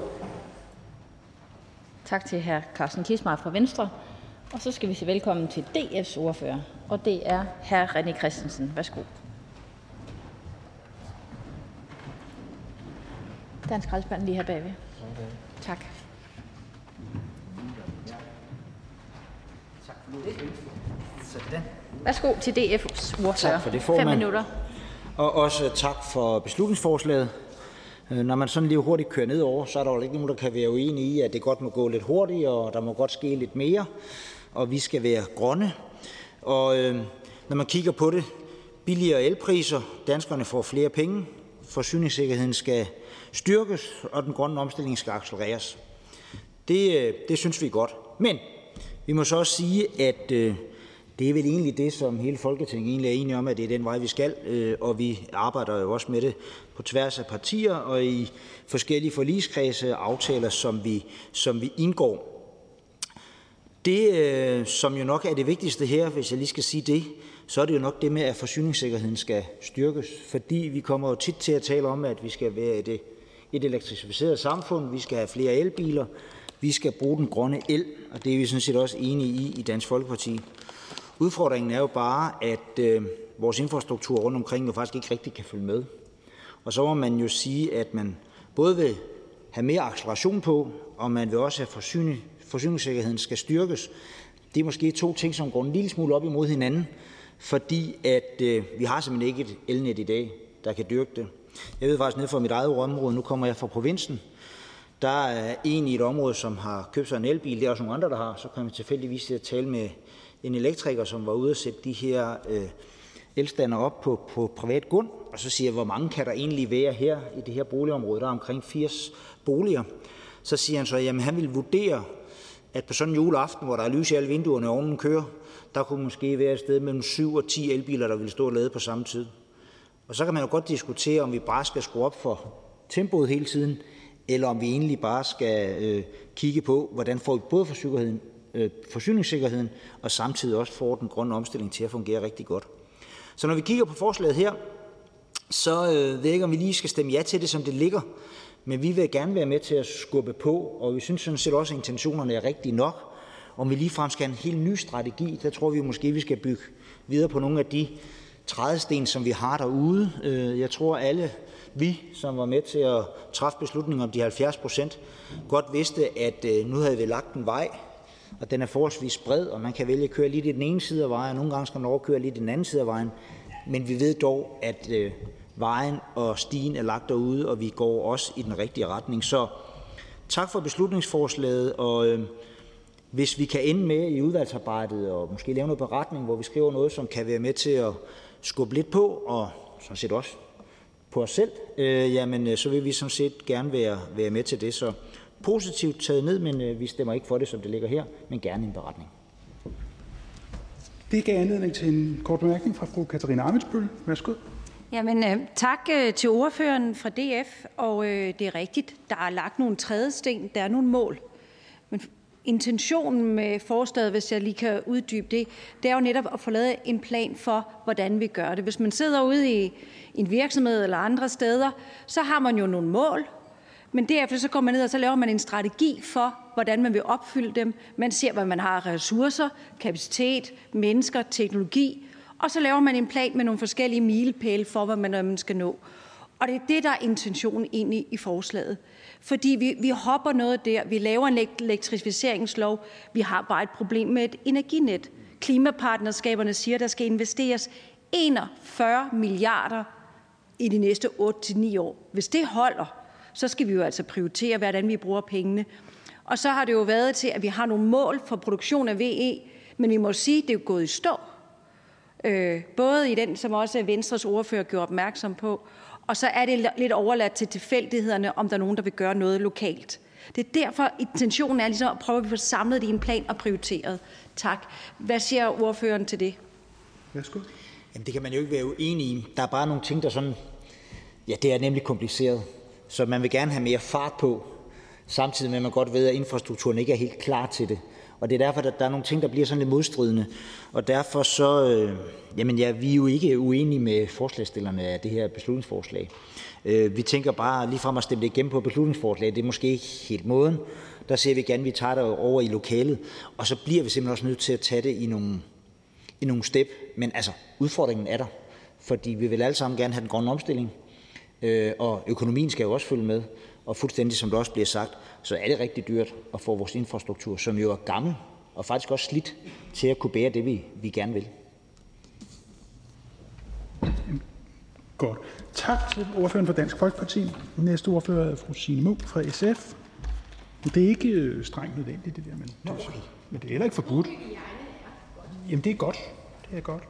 Tak til hr. Carsten Kissmeyer fra Venstre. Og så skal vi sige velkommen til D F's ordfører, og det er hr. René Christensen. Værsgo. Der er en skraldespand lige her bagved. Okay. Tak. Tak for det. Sådan. Værsgo til D F's ordfører. Tak for det, formand. Fem minutter. Og også tak for beslutningsforslaget. Når man sådan lige hurtigt kører nedover, så er der jo ikke nogen, der kan være uenige i, at det godt må gå lidt hurtigt, og der må godt ske lidt mere, og vi skal være grønne. Og øh, når man kigger på det, billigere elpriser, danskerne får flere penge, forsyningssikkerheden skal styrkes, og den grønne omstilling skal accelereres. Det, det synes vi er godt. Men vi må så også sige, at øh, det er vel egentlig det, som hele Folketinget egentlig er enige om, at det er den vej, vi skal, øh, og vi arbejder jo også med det på tværs af partier og i forskellige forligskredse aftaler, som vi, som vi indgår. Det, øh, som jo nok er det vigtigste her, hvis jeg lige skal sige det, så er det jo nok det med, at forsyningssikkerheden skal styrkes, fordi vi kommer jo tit til at tale om, at vi skal være et, et elektrificeret samfund, vi skal have flere elbiler, vi skal bruge den grønne el, og det er vi sådan set også enige i i Dansk Folkeparti. Udfordringen er jo bare, at øh, vores infrastruktur rundt omkring jo faktisk ikke rigtig kan følge med. Og så må man jo sige, at man både vil have mere acceleration på, og man vil også have forsyning, forsyningssikkerheden skal styrkes. Det er måske to ting, som går en lille smule op imod hinanden, fordi at øh, vi har simpelthen ikke et elnet i dag, der kan dyrke det. Jeg ved faktisk ned fra mit eget område, nu kommer jeg fra provinsen, der er en i et område, som har købt sig en elbil, det er også nogle andre, der har, så kan man tilfældigvis til at tale med en elektriker, som var ude at sætte de her øh, elstander op på, på privat grund, og så siger jeg, hvor mange kan der egentlig være her i det her boligområde, der er omkring firs boliger. Så siger han så, jamen han vil vurdere, at på sådan en juleaften, hvor der er lys i alle vinduerne og ovnen kører, der kunne måske være et sted mellem syv og ti elbiler, der ville stå og lade på samme tid. Og så kan man jo godt diskutere, om vi bare skal skrue op for tempoet hele tiden, eller om vi egentlig bare skal øh, kigge på, hvordan får vi både forsyningssikkerheden, øh, forsyningssikkerheden og samtidig også får den grønne omstilling til at fungere rigtig godt. Så når vi kigger på forslaget her, så øh, ved jeg ikke, om vi lige skal stemme ja til det, som det ligger, men vi vil gerne være med til at skubbe på, og vi synes sådan set også, at intentionerne er rigtige nok. Om vi ligefrem skal have en helt ny strategi, der tror vi måske, vi skal bygge videre på nogle af de trædesten, som vi har derude. Jeg tror alle vi, som var med til at træffe beslutninger om de halvfjerds procent, godt vidste, at nu havde vi lagt en vej, og den er forholdsvis bred, og man kan vælge at køre lidt i den ene side af vejen, og nogle gange skal man overkøre lidt i den anden side af vejen. Men vi ved dog, at vejen og stien er lagt derude, og vi går også i den rigtige retning. Så tak for beslutningsforslaget, og øh, hvis vi kan ende med i udvalgsarbejdet, og måske lave noget beretning, hvor vi skriver noget, som kan være med til at skubbe lidt på, og sådan set også på os selv, øh, jamen, så vil vi sådan set gerne være, være med til det. Så positivt taget ned, men øh, vi stemmer ikke for det, som det ligger her, men gerne en beretning. Det gav anledning til en kort bemærkning fra fru Katarina Ammitzbøll. Værsgo. Jamen, øh, tak øh, til ordføreren fra D F, og øh, det er rigtigt, der er lagt nogle trædesten, der er nogle mål. Men intentionen med forslaget, hvis jeg lige kan uddybe det, det er jo netop at få lavet en plan for, hvordan vi gør det. Hvis man sidder ude i en virksomhed eller andre steder, så har man jo nogle mål, men derefter så går man ned, og så laver man en strategi for, hvordan man vil opfylde dem. Man ser, hvad man har af ressourcer, kapacitet, mennesker, teknologi, og så laver man en plan med nogle forskellige milepæle for, hvad man skal nå. Og det er det, der er intentionen egentlig i forslaget. Fordi vi, vi hopper noget der. Vi laver en elektrificeringslov. Vi har bare et problem med et energinet. Klimapartnerskaberne siger, at der skal investeres enogfyrre milliarder i de næste otte til ni år. Hvis det holder, så skal vi jo altså prioritere, hvordan vi bruger pengene. Og så har det jo været til, at vi har nogle mål for produktion af V E, men vi må sige, at det er gået i stå. Øh, både i den, som også Venstres ordfører gjorde opmærksom på, og så er det lidt overladt til tilfældighederne, om der er nogen, der vil gøre noget lokalt. Det er derfor, intentionen er ligesom at prøve at få samlet det i en plan og prioriteret. Tak. Hvad siger ordføreren til det? Værsgo. Jamen, det kan man jo ikke være uenig i. Der er bare nogle ting, der sådan... Ja, det er nemlig kompliceret. Så man vil gerne have mere fart på, samtidig med, at man godt ved, at infrastrukturen ikke er helt klar til det. Og det er derfor, at der er nogle ting, der bliver sådan lidt modstridende. Og derfor så, øh, jamen ja, vi er jo ikke uenige med forslagsstillerne af det her beslutningsforslag. Øh, vi tænker bare lige frem at stemme det igennem på beslutningsforslag. Det er måske ikke helt måden. Der ser vi gerne, at vi tager det over i lokalet. Og så bliver vi simpelthen også nødt til at tage det i nogle, i nogle step. Men altså, udfordringen er der. Fordi vi vil alle sammen gerne have den grønne omstilling. Øh, og økonomien skal jo også følge med. Og fuldstændig som det også bliver sagt, så er det rigtig dyrt at få vores infrastruktur, som jo er gammel og faktisk også slidt, til at kunne bære det, vi, vi gerne vil. Godt. Tak til ordføreren for Dansk Folkeparti. Næste ordfører er fru Signe Munk fra S F. Det er ikke strengt nødvendigt, det der, men det, okay. Men det er heller ikke forbudt. Jamen, det er godt. Det er godt.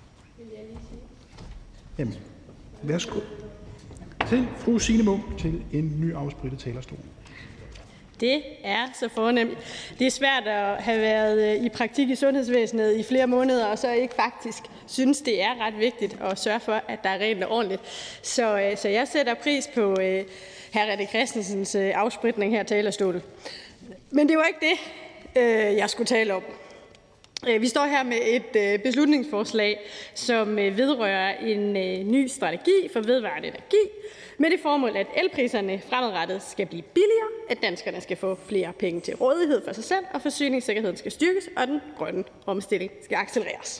Jamen, værsgo. Til fru Signe Munk til en ny afsprittet talerstol. Det er så fornemt. Det er svært at have været i praktik i sundhedsvæsenet i flere måneder, og så ikke faktisk synes, det er ret vigtigt at sørge for, at der er rent og ordentligt. Så, så jeg sætter pris på uh, hr. René Christensens uh, afspritning her talerstolen. Men det var ikke det, uh, jeg skulle tale om. Vi står her med et beslutningsforslag, som vedrører en ny strategi for vedvarende energi, med det formål, at elpriserne fremadrettet skal blive billigere, at danskerne skal få flere penge til rådighed for sig selv, og forsyningssikkerheden skal styrkes, og den grønne omstilling skal accelereres.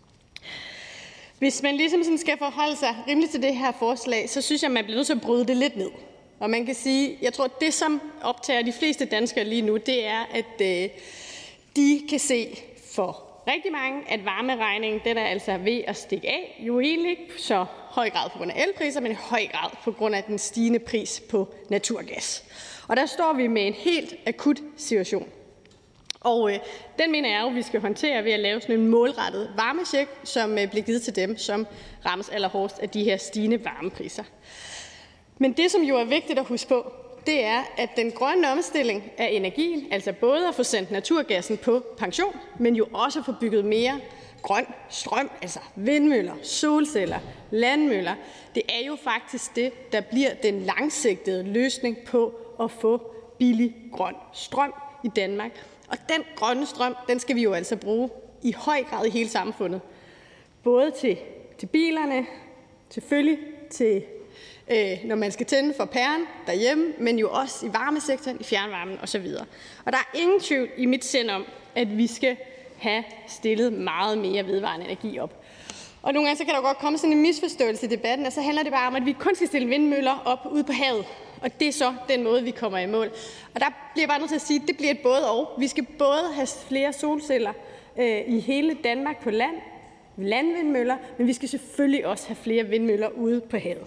Hvis man ligesom sådan skal forholde sig rimelig til det her forslag, så synes jeg, man bliver nødt til at bryde det lidt ned. Og man kan sige, jeg tror, at det, som optager de fleste danskere lige nu, det er, at øh, de kan se for rigtig mange, at varmeregningen den er altså ved at stikke af. Jo egentlig ikke så høj grad på grund af elpriser, men i høj grad på grund af den stigende pris på naturgas. Og der står vi med en helt akut situation. Og øh, den mener jeg jo, vi skal håndtere ved at lave sådan en målrettet varmecheck, som øh, bliver givet til dem, som rammes allerhårdest af de her stigende varmepriser. Men det, som jo er vigtigt at huske på, det er, at den grønne omstilling af energien, altså både at få sendt naturgassen på pension, men jo også at få bygget mere grøn strøm, altså vindmøller, solceller, landmøller, det er jo faktisk det, der bliver den langsigtede løsning på at få billig grøn strøm i Danmark. Og den grønne strøm, den skal vi jo altså bruge i høj grad i hele samfundet. Både til, til bilerne, selvfølgelig til Øh, når man skal tænde for pæren derhjemme, men jo også i varmesektoren, i fjernvarmen osv. Og der er ingen tvivl i mit sind om, at vi skal have stillet meget mere vedvarende energi op. Og nogle gange så kan der godt komme sådan en misforståelse i debatten, og så handler det bare om, at vi kun skal stille vindmøller op ude på havet. Og det er så den måde, vi kommer i mål. Og der bliver jeg bare nødt til at sige, at det bliver et både og. Vi skal både have flere solceller øh, i hele Danmark på land, landvindmøller, men vi skal selvfølgelig også have flere vindmøller ude på havet.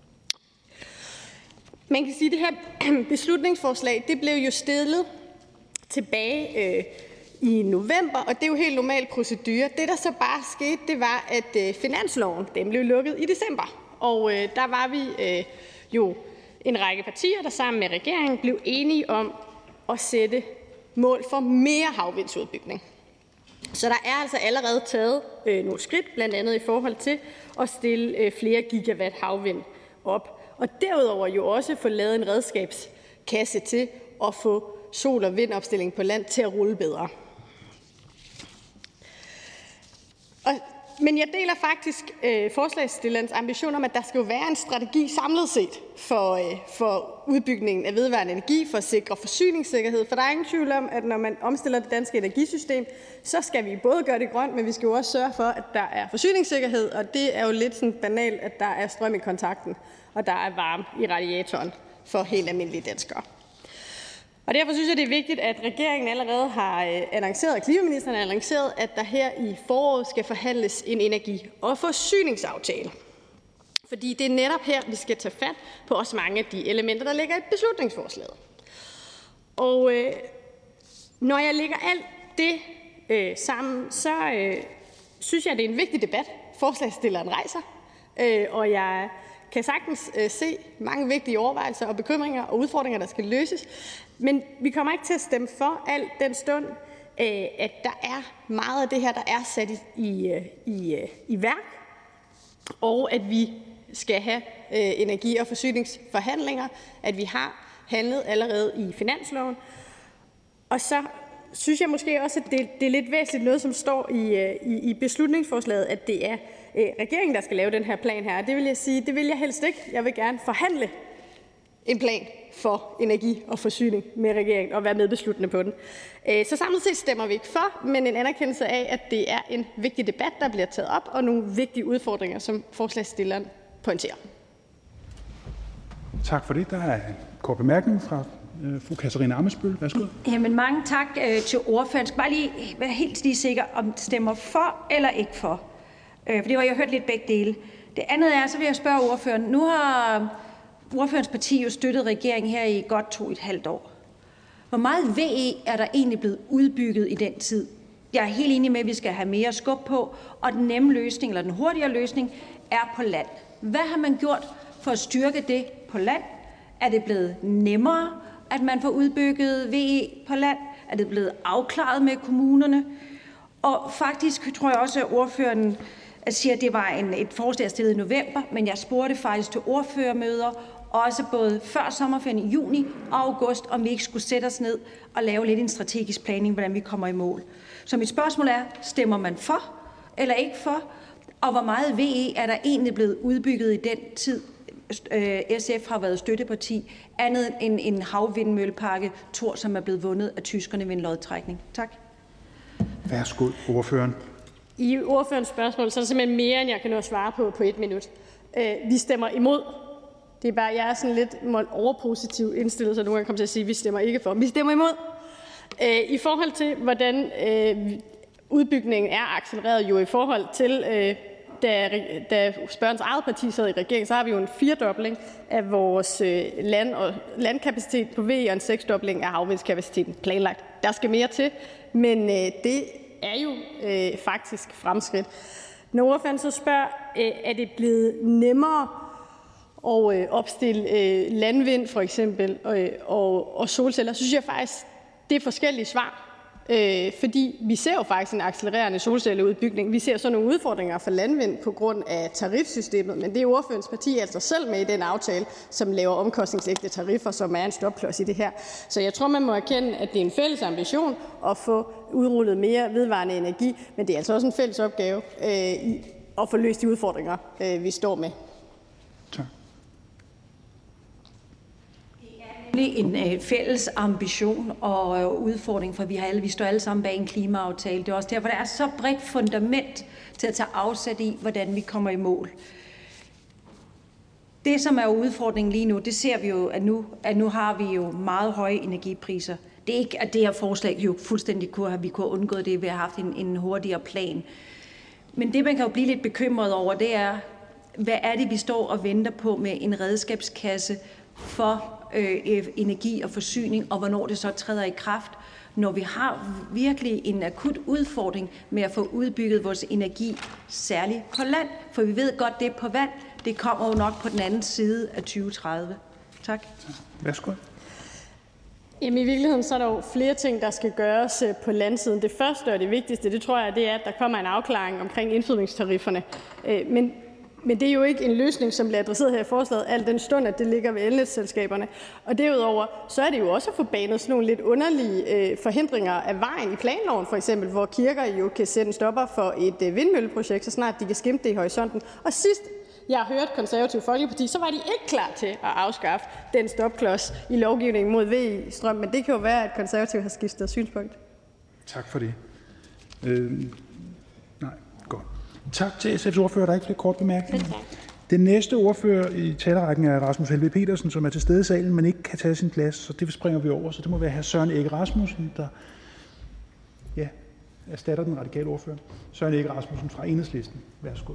Man kan sige, at det her beslutningsforslag det blev jo stillet tilbage øh, i november, og det er jo helt normal procedure. Det, der så bare skete, det var, at øh, finansloven den blev lukket i december. Og øh, der var vi øh, jo en række partier, der sammen med regeringen blev enige om at sætte mål for mere havvindsudbygning. Så der er altså allerede taget øh, nogle skridt, blandt andet i forhold til at stille øh, flere gigawatt havvind op. Og derudover jo også få lavet en redskabskasse til at få sol- og vindopstilling på land til at rulle bedre. Og, men jeg deler faktisk øh, forslagsstillerens ambition om, at der skal jo være en strategi samlet set for, øh, for udbygningen af vedvarende energi, for at sikre forsyningssikkerhed. For der er ingen tvivl om, at når man omstiller det danske energisystem, så skal vi både gøre det grønt, men vi skal jo også sørge for, at der er forsyningssikkerhed. Og det er jo lidt sådan banalt, at der er strøm i kontakten, og der er varme i radiatoren for helt almindelige danskere. Og derfor synes jeg, det er vigtigt, at regeringen allerede har annonceret, og klimaministeren har annonceret, at der her i foråret skal forhandles en energi- og forsyningsaftale. Fordi det er netop her, vi skal tage fat på også mange af de elementer, der ligger i beslutningsforslaget. Og øh, når jeg lægger alt det øh, sammen, så øh, synes jeg, det er en vigtig debat, forslagsstilleren rejser. Øh, og jeg kan sagtens øh, se mange vigtige overvejelser og bekymringer og udfordringer, der skal løses. Men vi kommer ikke til at stemme for alt den stund, øh, at der er meget af det her, der er sat i, i, i, i værk, og at vi skal have øh, energi- og forsyningsforhandlinger, at vi har handlet allerede i finansloven. Og så synes jeg måske også, at det, det er lidt væsentligt noget, som står i, i, i beslutningsforslaget, at det er øh, regeringen, der skal lave den her plan her. Og det vil jeg sige, det vil jeg helst ikke. Jeg vil gerne forhandle en plan for energi og forsyning med regeringen og være medbesluttende på den. Så samlet set stemmer vi ikke for, men en anerkendelse af, at det er en vigtig debat, der bliver taget op, og nogle vigtige udfordringer, som forslagsstilleren pointerer. Tak for det. Der er en kort bemærkning fra øh, fru Katarina Ammitzbøll. Værsgo. Jamen mange tak øh, til ordføreren. Jeg skal bare lige være helt lige sikker, om stemmer for eller ikke for. Øh, for det var, jeg hørt lidt begge dele. Det andet er, så vil jeg spørge ordføreren. Nu har ordførens parti jo støttet regeringen her i godt to et halvt år. Hvor meget V E er der egentlig blevet udbygget i den tid? Jeg er helt enig med, at vi skal have mere skub på, og den nemme løsning, eller den hurtigere løsning, er på land. Hvad har man gjort for at styrke det på land? Er det blevet nemmere, at man får udbygget V E på land? Er det blevet afklaret med kommunerne? Og faktisk tror jeg også, at ordføreren siger, at det var en, et forslag, jeg stillede i november, men jeg spurgte faktisk til ordførermøder, også både før sommerferien i juni og august, om vi ikke skulle sætte os ned og lave lidt en strategisk planning, hvordan vi kommer i mål. Så mit spørgsmål er, stemmer man for eller ikke for? Og hvor meget V E er der egentlig blevet udbygget i den tid, S F har været støtteparti, andet end en havvindmølleparke, Thor, som er blevet vundet af tyskerne ved en lodtrækning? Tak. Værsgo, ordføreren. I ordførens spørgsmål, så er der simpelthen mere, end jeg kan nå at svare på på et minut. Øh, vi stemmer imod. Det er bare, jeg er sådan lidt overpositiv indstillet, så nogle gange kommer til at sige, at vi stemmer ikke for. Vi stemmer imod. Øh, I forhold til, hvordan øh, udbygningen er accelereret, jo i forhold til, øh, da, da spørgerens eget parti sad i regering, så har vi jo en firedobling af vores øh, land og, landkapacitet på V E og en seksdobling af havvindskapaciteten planlagt. Der skal mere til, men øh, det er jo øh, faktisk fremskridt. Når ordføreren så spørger, øh, er det blevet nemmere at øh, opstille øh, landvind for eksempel øh, og, og solceller, så synes jeg faktisk, det er forskellige svar. Øh, fordi vi ser jo faktisk en accelererende solcelleudbygning. Vi ser så nogle udfordringer for landvind på grund af tarifsystemet, men det er ordførens parti altså selv med i den aftale, som laver omkostningsægte tariffer, som er en stopklods i det her. Så jeg tror, man må erkende, at det er en fælles ambition at få udrullet mere vedvarende energi, men det er altså også en fælles opgave øh, at få løst de udfordringer, øh, vi står med. En øh, fælles ambition og øh, udfordring, for vi, har alle, vi står alle sammen bag en klimaaftale. Det er også derfor, der er så bredt fundament til at tage afsæt i, hvordan vi kommer i mål. Det, som er udfordringen lige nu, det ser vi jo, at nu, at nu har vi jo meget høje energipriser. Det er ikke, at det her forslag jo fuldstændig kunne have, vi kunne have undgået det ved at have haft en, en hurtigere plan. Men det, man kan jo blive lidt bekymret over, det er, hvad er det, vi står og venter på med en redskabskasse for øh, energi og forsyning, og hvornår det så træder i kraft, når vi har virkelig en akut udfordring med at få udbygget vores energi, særligt på land. For vi ved godt, det er på vand, Det kommer jo nok på den anden side af tyve tredive. Tak. Værsgo. Jamen, i virkeligheden så er der jo flere ting, der skal gøres på landsiden. Det første og det vigtigste, det tror jeg, det er, at der kommer en afklaring omkring indfødningstarifferne. Men Men det er jo ikke en løsning, som bliver adresseret her i forslaget, al den stund, at det ligger ved elnetselskaberne. Og derudover, så er det jo også at få banet sådan nogle lidt underlige øh, forhindringer af vejen i planloven, for eksempel, hvor kirker jo kan sætte en stopper for et øh, vindmølleprojekt, så snart de kan skimte det i horisonten. Og sidst jeg hørte Konservative Folkeparti, så var de ikke klar til at afskaffe den stopklods i lovgivningen mod V I-strøm, men det kan jo være, at Konservative har skiftet synspunkt. Tak for det. Øh, nej, godt. Tak til S F's ordfører. Der er ikke flere korte bemærkninger. Den næste ordfører i talerrækken er Rasmus Helveg Petersen, som er til stede i salen, men ikke kan tage sin plads, så det springer vi over. Så det må være hr. Søren Egge Rasmussen, der ja, erstatter den radikale ordfører. Søren Egge Rasmussen fra Enhedslisten. Værsgo.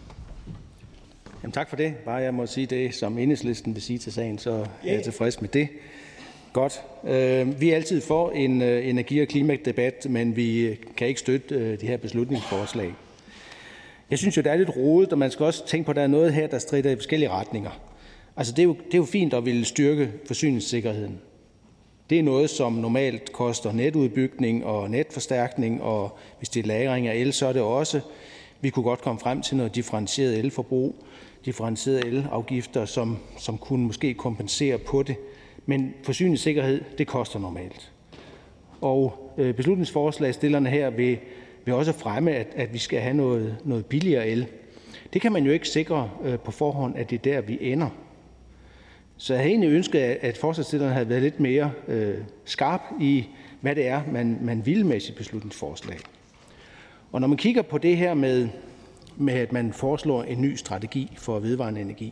Jamen, tak for det. Bare jeg må sige det, som Enhedslisten vil sige til sagen, så er jeg tilfreds med det. Godt. Vi er altid for en energi- og klimadebat, men vi kan ikke støtte de her beslutningsforslag. Jeg synes jo, det er lidt rodet, og man skal også tænke på, at der er noget her, der strider i forskellige retninger. Altså, det er jo, det er jo fint at ville styrke forsyningssikkerheden. Det er noget, som normalt koster netudbygning og netforstærkning, og hvis det er lagring af el, så er det også. Vi kunne godt komme frem til noget differentieret elforbrug, differentierede elafgifter, som, som kunne måske kompensere på det. Men forsyningssikkerhed, det koster normalt. Og øh, beslutningsforslagsstillerne her vil vil også fremme, at, at vi skal have noget, noget billigere el. Det kan man jo ikke sikre øh, på forhånd, at det er der, vi ender. Så jeg havde egentlig ønsket, at forslagsstillerne havde været lidt mere øh, skarp i, hvad det er, man, man vil med sit beslutningsforslag. Og når man kigger på det her med, med, at man foreslår en ny strategi for vedvarende energi,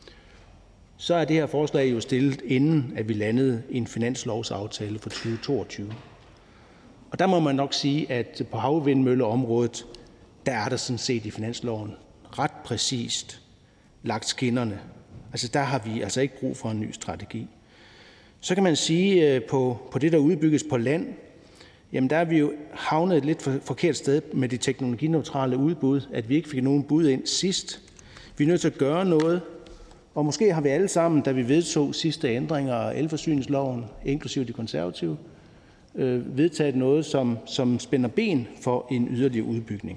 så er det her forslag jo stillet, inden at vi landede i en finanslovsaftale for tyve toogtyve. Og der må man nok sige, at på havvindmølleområdet, der er der sådan set i finansloven ret præcist lagt skinnerne. Altså der har vi altså ikke brug for en ny strategi. Så kan man sige, på, på det, der udbygges på land, jamen der er vi jo havnet et lidt forkert sted med de teknologineutrale udbud, at vi ikke fik nogen bud ind sidst. Vi er nødt til at gøre noget, og måske har vi alle sammen, da vi vedtog sidste ændringer af elforsyningsloven, inklusive de konservative, øh, vedtaget noget, som, som spænder ben for en yderligere udbygning.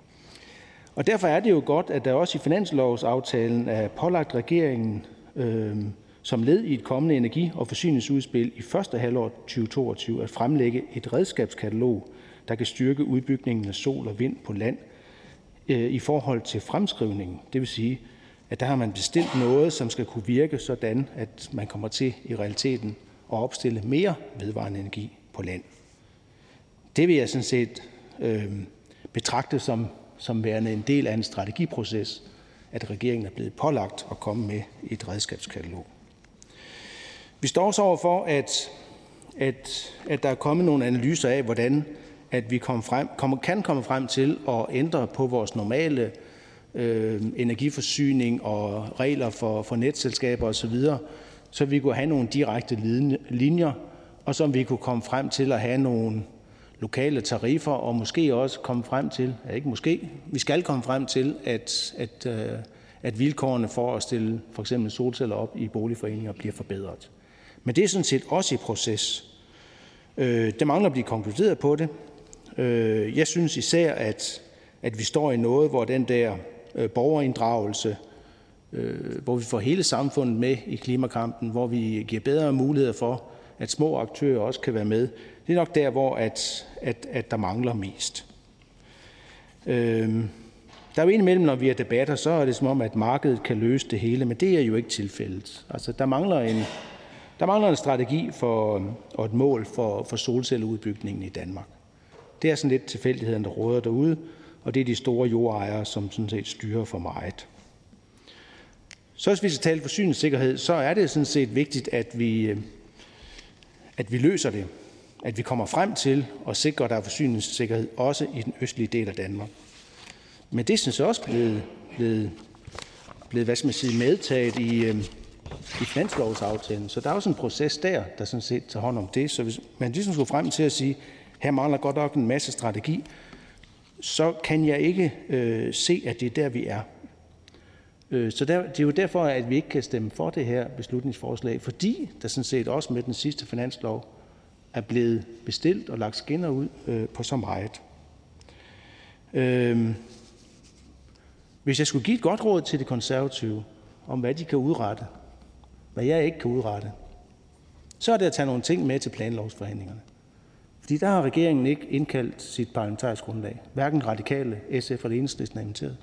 Og derfor er det jo godt, at der også i finanslovsaftalen er pålagt regeringen øh, som led i et kommende energi- og forsyningsudspil i første halvår tyve toogtyve at fremlægge et redskabskatalog, der kan styrke udbygningen af sol og vind på land øh, i forhold til fremskrivningen. Det vil sige, at der har man bestilt noget, som skal kunne virke sådan, at man kommer til i realiteten at opstille mere vedvarende energi på land. Det vil jeg sådan set øh, betragte som, som værende en del af en strategiproces, at regeringen er blevet pålagt at komme med et redskabskatalog. Vi står også over for, at, at, at der er kommet nogle analyser af, hvordan at vi kom frem, kom, kan komme frem til at ændre på vores normale øh, energiforsyning og regler for, for netselskaber osv., så vi kunne have nogle direkte linjer, og så vi kunne komme frem til at have nogle lokale tariffer, og måske også komme frem til, ja ikke måske, vi skal komme frem til, at, at, at vilkårene for at stille for eksempel solceller op i boligforeninger bliver forbedret. Men det er sådan set også i proces. Det mangler at blive konkluderet på det. Jeg synes især, at, at vi står i noget, hvor den der borgerinddragelse, hvor vi får hele samfundet med i klimakampen, hvor vi giver bedre muligheder for, at små aktører også kan være med. Det er nok der, hvor at, at, at der mangler mest. Øhm, der er jo indimellem, når vi har debatter, så er det som om, at markedet kan løse det hele, men det er jo ikke tilfældet. Altså, der mangler en, der mangler en strategi for, og et mål for, for solcelleudbygningen i Danmark. Det er sådan lidt tilfældigheden, der råder derude, og det er de store jordejere, som sådan set styrer for meget. Så hvis vi skal tale forsyningssikkerhed, så er det sådan set vigtigt, at vi, at vi løser det. At vi kommer frem til at sikre, at der er forsyningssikkerhed også i den østlige del af Danmark. Men det synes jeg også blevet, blevet, blevet hvad skal man sige, medtaget i, i finanslovsaftalen. Så der er også en proces der, der sådan set tager hånd om det. Så hvis man ligesom skulle frem til at sige, her mangler godt nok en masse strategi, så kan jeg ikke øh, se, at det er der, vi er. Så der, det er jo derfor, at vi ikke kan stemme for det her beslutningsforslag, fordi der sådan set også med den sidste finanslov er blevet bestilt og lagt skinner ud øh, på så meget. Øh, hvis jeg skulle give et godt råd til de konservative om, hvad de kan udrette, hvad jeg ikke kan udrette, så er det at tage nogle ting med til planlovsforhandlingerne. Fordi der har regeringen ikke indkaldt sit parlamentariske grundlag. Hverken Radikale, S F eller Enhedslisten er inviteret.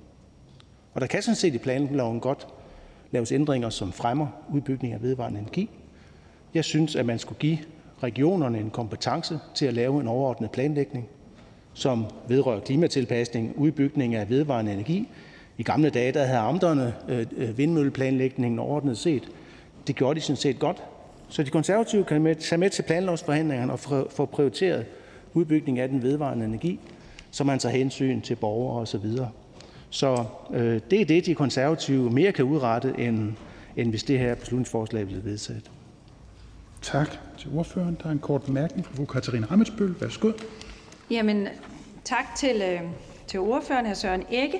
Og der kan sådan set i planloven godt laves ændringer, som fremmer udbygning af vedvarende energi. Jeg synes, at man skulle give regionerne en kompetence til at lave en overordnet planlægning, som vedrører klimatilpasning, udbygning af vedvarende energi. I gamle dage der havde amterne øh, vindmølleplanlægningen overordnet set. Det gjorde de sådan set godt. Så de konservative kan med, tage med til planlovsforhandlingerne og få prioriteret udbygning af den vedvarende energi, så man tager hensyn til borgere osv. Så øh, det er det, de konservative mere kan udrette, end, end hvis det her beslutningsforslag bliver vedtaget. Tak til ordføreren. Der er en kort bemærkning fra fru Katarina Ammitzbøll. Værsgo. Jamen, tak til, øh, til ordføreren, hr. Søren Egge.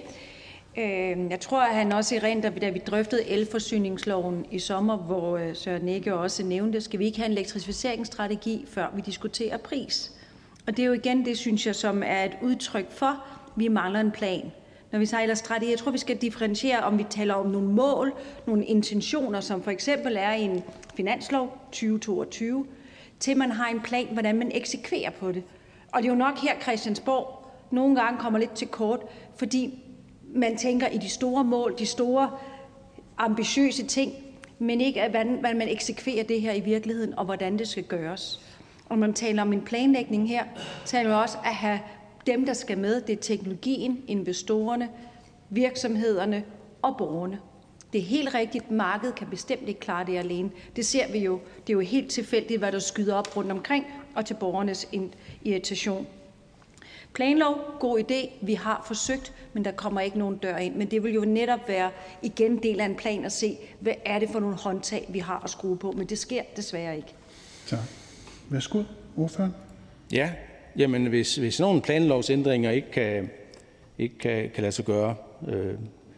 Øh, jeg tror, at han også erindrer, da vi drøftede elforsyningsloven i sommer, hvor øh, Søren Egge også nævnte, skal vi ikke have en elektrificeringsstrategi, før vi diskuterer pris. Og det er jo igen det, synes jeg, som er et udtryk for, at vi mangler en plan. Når vi sejler strategi, jeg tror, vi skal differentiere, om vi taler om nogle mål, nogle intentioner, som for eksempel er i en finanslov tyve toogtyve, til man har en plan, hvordan man eksekverer på det. Og det er jo nok her, Christiansborg nogle gange kommer lidt til kort, fordi man tænker i de store mål, de store ambitiøse ting, men ikke, hvordan man eksekverer det her i virkeligheden, og hvordan det skal gøres. Og når man taler om en planlægning her, taler vi også at have dem, der skal med, det er teknologien, investorerne, virksomhederne og borgerne. Det er helt rigtigt, markedet kan bestemt ikke klare det alene. Det ser vi jo. Det er jo helt tilfældigt, hvad der skyder op rundt omkring og til borgernes irritation. Planlov, god idé. Vi har forsøgt, men der kommer ikke nogen dør ind. Men det vil jo netop være igen del af en plan at se, hvad er det for nogle håndtag, vi har at skrue på. Men det sker desværre ikke. Tak. Værsgo, ordføreren. Ja, jamen hvis, hvis nogle planlovsændringer ikke kan, ikke kan, kan lade sig gøre, øh,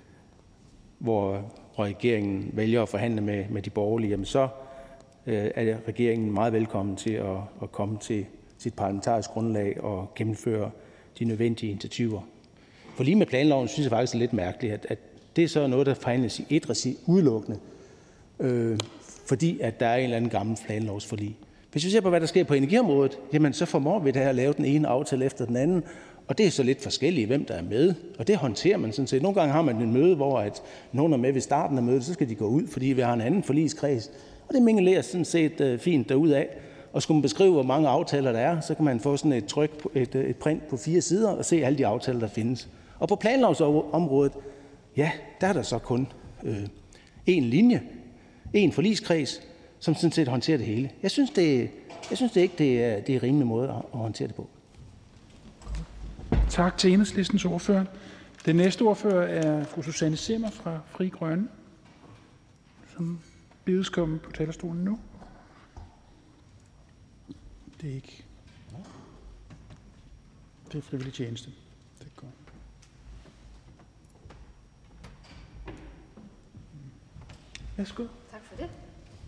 hvor regeringen vælger at forhandle med, med de borgerlige, jamen så øh, er regeringen meget velkommen til at, at komme til sit parlamentariske grundlag og gennemføre de nødvendige initiativer. For lige med planloven synes jeg faktisk er lidt mærkeligt, at, at det er så noget, der forhandles i et regi udelukkende, øh, fordi at der er en eller anden gammel planlovsforlig. Hvis vi ser på, hvad der sker på energiområdet, jamen så formår vi det her at lave den ene aftale efter den anden, og det er så lidt forskelligt, hvem der er med, og det håndterer man sådan set. Nogle gange har man en møde, hvor at nogen er med ved starten af mødet, så skal de gå ud, fordi vi har en anden forligskreds, og det mingelerer sådan set øh, fint derudad. Og skulle man beskrive, hvor mange aftaler der er, så kan man få sådan et tryk, et, et print på fire sider og se alle de aftaler, der findes. Og på planlovsområdet, ja, der er der så kun øh, én linje, én forligskreds, som sådan set håndterer det hele. Jeg synes, det, jeg synes det ikke, det er, det er en rimelig måde at, at håndtere det på. Tak til Enhedslistens ordfører. Den næste ordfører er fru Susanne Zimmer fra Frie Grønne, som bedes komme på talerstolen nu. Det er ikke. Det er frivillig tjeneste. Det er godt. Værsgo. Tak for det.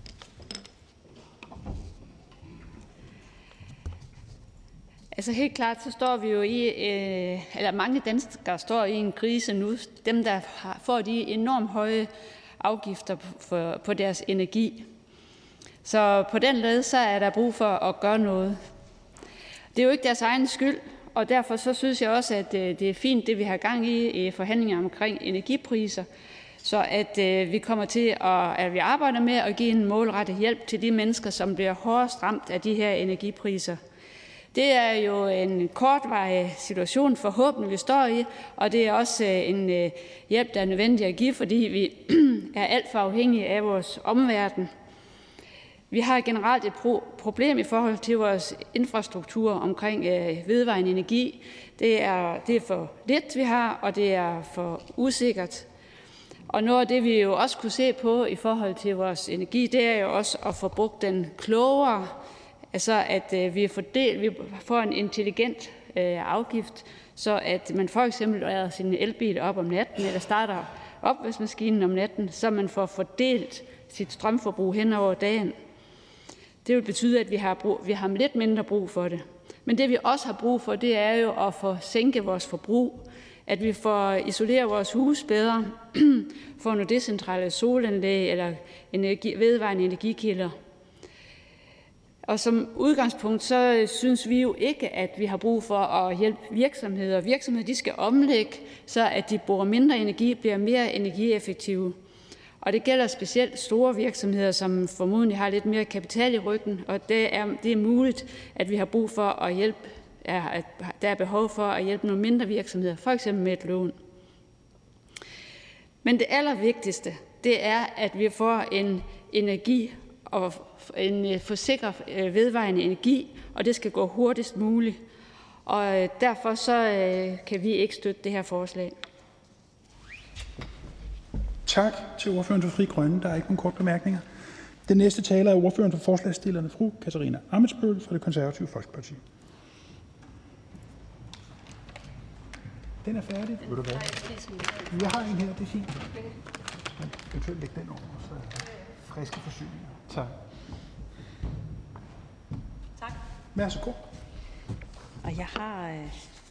Altså helt klart, så står vi jo i, øh, eller mange danskere står i en krise nu. Dem, der har, får de enormt høje afgifter på, på deres energi. Så på den led, så er der brug for at gøre noget. Det er jo ikke deres egen skyld, og derfor så synes jeg også, at det er fint, det vi har gang i i forhandlinger omkring energipriser, så at vi kommer til at, at vi arbejder med at give en målrettet hjælp til de mennesker, som bliver hårdest ramt af de her energipriser. Det er jo en kortvarig situation forhåbentlig, vi står i, og det er også en hjælp, der er nødvendig at give, fordi vi er alt for afhængige af vores omverden. Vi har generelt et pro- problem i forhold til vores infrastruktur omkring øh, vedvarende energi. Det er, det er for lidt, vi har, og det er for usikkert. Og noget af det, vi jo også kunne se på i forhold til vores energi, det er jo også at få brugt den klogere. Altså at øh, vi, fordel, vi får en intelligent øh, afgift, så at man for eksempel lader sin elbil op om natten, eller starter opvaskemaskinen om natten, så man får fordelt sit strømforbrug hen over dagen. Det vil betyde, at vi har, brug, vi har lidt mindre brug for det. Men det vi også har brug for, det er jo at få sænke vores forbrug, at vi får isoleret vores hus bedre, får nogle decentrale solanlæg eller energi, vedvarende energikilder. Og som udgangspunkt, så synes vi jo ikke, at vi har brug for at hjælpe virksomheder. Virksomheder de skal omlægge, så at de bruger mindre energi, bliver mere energieffektive. Og det gælder specielt store virksomheder, som formodentlig har lidt mere kapital i ryggen, og det er, det er muligt, at vi har brug for at hjælpe, at der er behov for at hjælpe nogle mindre virksomheder, for eksempel med et lån. Men det allervigtigste, det er, at vi får en energi og en forsikret vedvarende energi, og det skal gå hurtigst muligt. Og derfor så kan vi ikke støtte det her forslag. Tak til ordføreren for Frie Grønne. Der er ikke nogen kort bemærkninger. Den næste taler er ordføreren for forslagsstillerne, fru Katarina Ammitzbøll fra Det Konservative Folkeparti. Den er færdig. Ved du hvad? Jeg har en her, det er fint. Jeg kan lægge den over, så friske forsyninger. Tak. Tak. Værsgo. Og jeg har... Øh...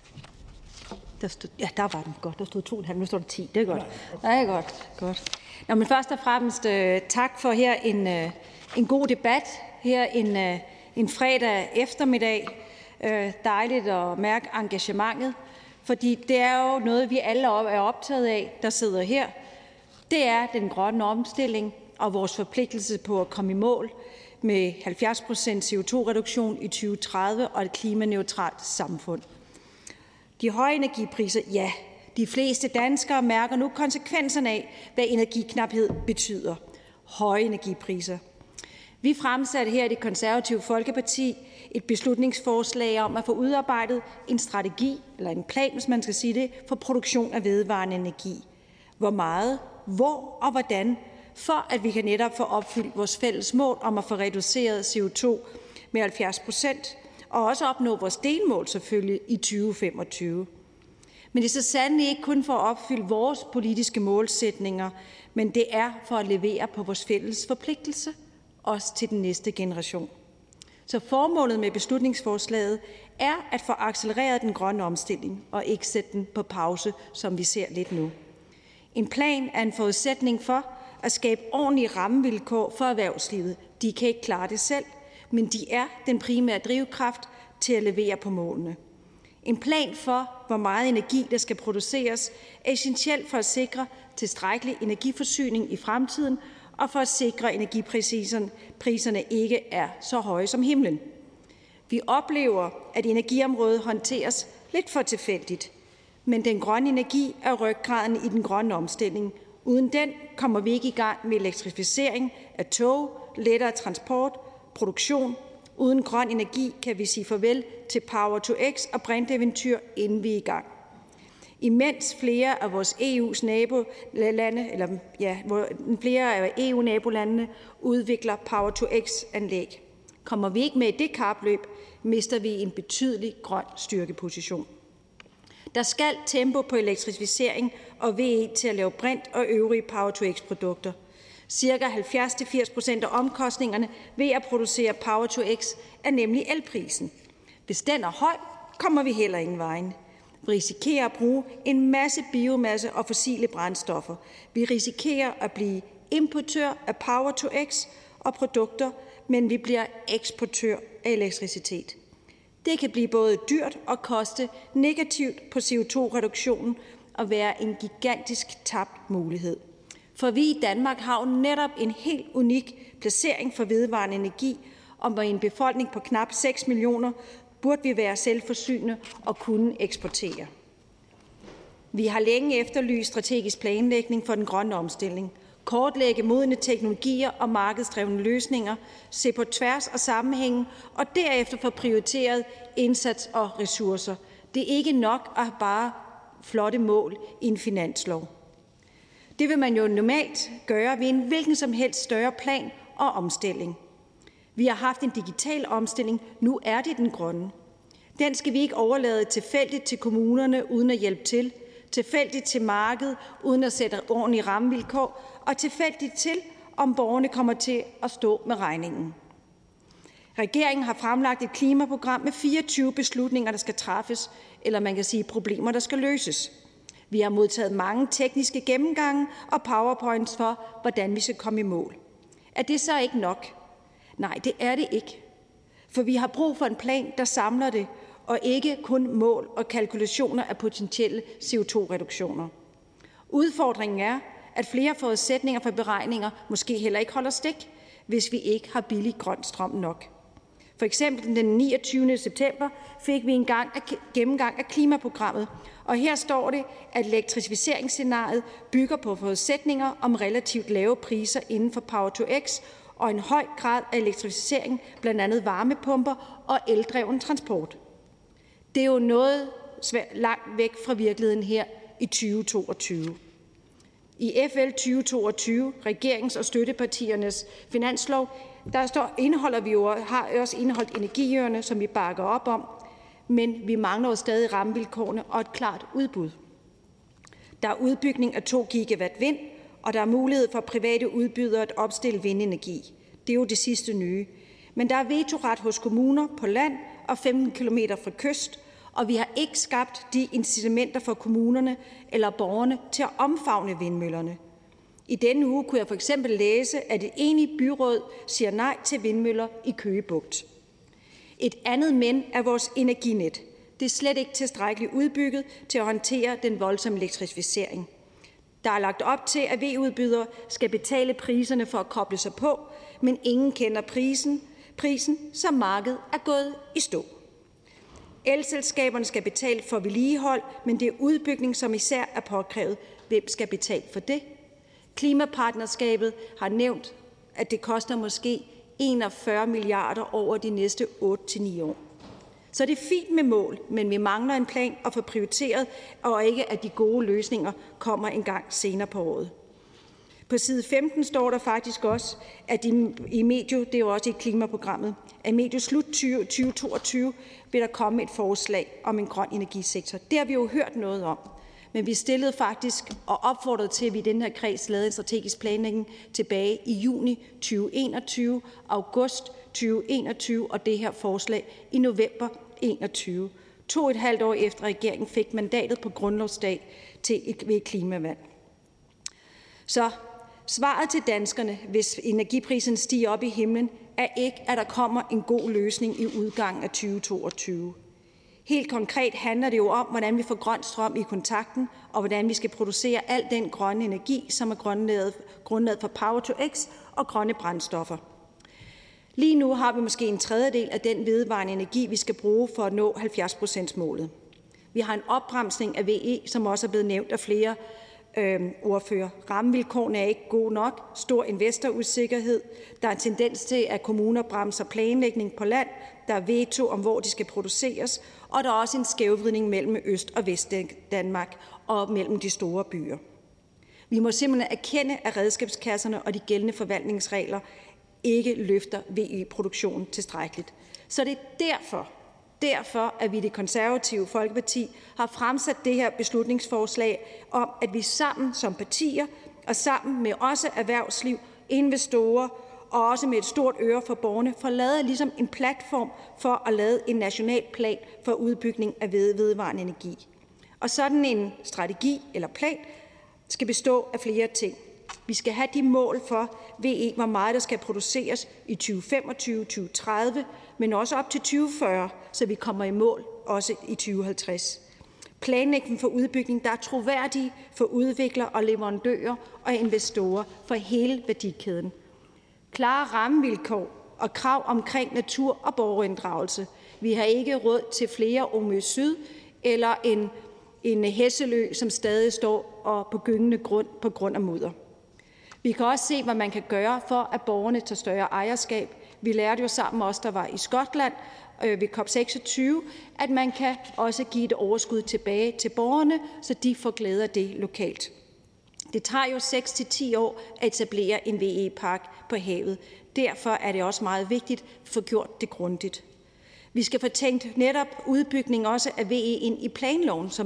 Der stod, ja, der var den godt. Der stod to og en halv, nu står der ti. Det er godt. Det er godt. godt. Nå, men først og fremmest øh, tak for her en, øh, en god debat. Her en, øh, en fredag eftermiddag. Øh, dejligt at mærke engagementet. Fordi det er jo noget, vi alle er optaget af, der sidder her. Det er den grønne omstilling og vores forpligtelse på at komme i mål med halvfjerds procent C O to reduktion i tyve tredive og et klimaneutralt samfund. De høje energipriser, ja, de fleste danskere mærker nu konsekvenserne af, hvad energiknaphed betyder. Høje energipriser. Vi fremsatte her i Det Konservative Folkeparti et beslutningsforslag om at få udarbejdet en strategi, eller en plan, hvis man skal sige det, for produktion af vedvarende energi. Hvor meget, hvor og hvordan, for at vi kan netop få opfyldt vores fælles mål om at få reduceret C O to med halvfjerds procent, og også opnå vores delmål selvfølgelig i tyve femogtyve. Men det er så sandelig ikke kun for at opfylde vores politiske målsætninger, men det er for at levere på vores fælles forpligtelse, også til den næste generation. Så formålet med beslutningsforslaget er at få accelereret den grønne omstilling og ikke sætte den på pause, som vi ser lidt nu. En plan er en forudsætning for at skabe ordentlige rammevilkår for erhvervslivet. De kan ikke klare det selv, men de er den primære drivkraft til at levere på målene. En plan for, hvor meget energi der skal produceres, er essentielt for at sikre tilstrækkelig energiforsyning i fremtiden og for at sikre, at energipriserne ikke er så høje som himlen. Vi oplever, at energiområdet håndteres lidt for tilfældigt, men den grønne energi er ryggraden i den grønne omstilling. Uden den kommer vi ikke i gang med elektrificering af tog, lettere transport, produktion. Uden grøn energi kan vi sige farvel til Power to X og brinteventyr, inden vi er i gang. Imens flere af vores E U's nabolande, eller ja, flere af E U-nabolandene udvikler Power to X-anlæg. Kommer vi ikke med i det kapløb, mister vi en betydelig grøn styrkeposition. Der skal tempo på elektrificering og V E til at lave brint og øvrige Power to X-produkter. Cirka halvfjerds til firs procent af omkostningerne ved at producere Power to X er nemlig elprisen. Hvis den er høj, kommer vi heller ingen vejen. Vi risikerer at bruge en masse biomasse og fossile brændstoffer. Vi risikerer at blive importør af Power to X og produkter, men vi bliver eksportør af elektricitet. Det kan blive både dyrt og koste negativt på C O to reduktionen og være en gigantisk tabt mulighed. For vi i Danmark har jo netop en helt unik placering for vedvarende energi, og med en befolkning på knap seks millioner burde vi være selvforsynende og kunne eksportere. Vi har længe efterlyst strategisk planlægning for den grønne omstilling, kortlægge modne teknologier og markedsdrevne løsninger, se på tværs og sammenhængen og derefter få prioriteret indsats og ressourcer. Det er ikke nok at have bare flotte mål i en finanslov. Det vil man jo normalt gøre ved en hvilken som helst større plan og omstilling. Vi har haft en digital omstilling, nu er det den grønne. Den skal vi ikke overlade tilfældigt til kommunerne uden at hjælpe til. tilfældigt til markedet uden at sætte ordentlige rammevilkår, og tilfældigt til, om borgerne kommer til at stå med regningen. Regeringen har fremlagt et klimaprogram med fireogtyve beslutninger, der skal træffes, eller man kan sige problemer, der skal løses. Vi har modtaget mange tekniske gennemgange og powerpoints for, hvordan vi skal komme i mål. Er det så ikke nok? Nej, det er det ikke. For vi har brug for en plan, der samler det, og ikke kun mål og kalkulationer af potentielle C O to reduktioner. Udfordringen er, at flere forudsætninger for beregninger måske heller ikke holder stik, hvis vi ikke har billig grøn strøm nok. For eksempel den niogtyvende september fik vi en gang af gennemgang af klimaprogrammet, og her står det, at elektrificeringsscenariet bygger på forudsætninger om relativt lave priser inden for Power to X og en høj grad af elektrificering, blandt andet varmepumper og eldreven transport. Det er jo noget langt væk fra virkeligheden her i tyve toogtyve. I F L tyve toogtyve, regerings- og støttepartiernes finanslov, der står, indeholder vi jo, har også indeholdt energiøerne, som vi bakker op om, men vi mangler jo stadig rammevilkårene og et klart udbud. Der er udbygning af to gigawatt vind, og der er mulighed for private udbydere at opstille vindenergi. Det er jo det sidste nye. Men der er vetoret hos kommuner på land og femten kilometer fra kyst, og vi har ikke skabt de incitamenter for kommunerne eller borgerne til at omfavne vindmøllerne. I denne uge kunne jeg for eksempel læse, at et enigt byråd siger nej til vindmøller i Køge Bugt. Et andet men er vores energinet. Det er slet ikke tilstrækkeligt udbygget til at håndtere den voldsomme elektrificering. Der er lagt op til, at V-udbydere skal betale priserne for at koble sig på, men ingen kender prisen, prisen så markedet er gået i stå. Elselskaberne skal betale for vedligehold, men det er udbygning, som især er påkrævet. Hvem skal betale for det? Klimapartnerskabet har nævnt, at det koster måske enogfyrre milliarder over de næste otte til ni år. Så det er fint med mål, men vi mangler en plan at få prioriteret, og ikke at de gode løsninger kommer en gang senere på året. På side femten står der faktisk også, at i medio, det er jo også i klimaprogrammet, at medio slut tyve toogtyve vil der komme et forslag om en grøn energisektor. Det har vi jo hørt noget om. Men vi stillede faktisk og opfordrede til, at vi i den her kreds lavede en strategisk planlægning tilbage i juni tyve enogtyve, august tyve enogtyve og det her forslag i november enogtyve. To og et halvt år efter regeringen fik mandatet på grundlovsdag til et, ved et klimavalg. Så svaret til danskerne, hvis energiprisen stiger op i himlen, er ikke, at der kommer en god løsning i udgangen af tyve toogtyve. Helt konkret handler det jo om, hvordan vi får grøn strøm i kontakten, og hvordan vi skal producere al den grønne energi, som er grundlaget for Power to X og grønne brændstoffer. Lige nu har vi måske en tredjedel af den vedvarende energi, vi skal bruge for at nå halvfjerds procent målet. Vi har en opbremsning af V E, som også er blevet nævnt af flere øh, ordfører. Rammevilkårene er ikke gode nok. Stor investorusikkerhed. Der er en tendens til, at kommuner bremser planlægning på land. Der er veto om, hvor de skal produceres. Og der er også en skævvridning mellem Øst- og Vest-Danmark og mellem de store byer. Vi må simpelthen erkende, at redskabskasserne og de gældende forvaltningsregler ikke løfter V E-produktionen tilstrækkeligt. Så det er derfor, derfor, at vi i Det Konservative Folkeparti har fremsat det her beslutningsforslag om, at vi sammen som partier og sammen med også erhvervsliv, investorer og også med et stort øre for borgerne, får lavet ligesom en platform for at lave en national plan for udbygning af vedvarende energi. Og sådan en strategi eller plan skal bestå af flere ting. Vi skal have de mål for V E, hvor meget der skal produceres i tyve femogtyve, tyve tredive, men også op til tyve fyrre, så vi kommer i mål også i tyve halvtreds. Planlægning for udbygning, der er troværdige for udviklere og leverandører og investorer for hele værdikæden. Klare rammevilkår og krav omkring natur- og borgerinddragelse. Vi har ikke råd til flere Omø Syd eller en, en Hesselø, som stadig står og på gyngende grund på grund af mudder. Vi kan også se, hvad man kan gøre for, at borgerne tager større ejerskab. Vi lærte jo sammen os, der var i Skotland øh, ved COP seksogtyve, at man kan også give et overskud tilbage til borgerne, så de får glæde af det lokalt. Det tager jo seks til ti år at etablere en V E-park på havet. Derfor er det også meget vigtigt at få gjort det grundigt. Vi skal få tænkt netop udbygning også af V E ind i planloven, som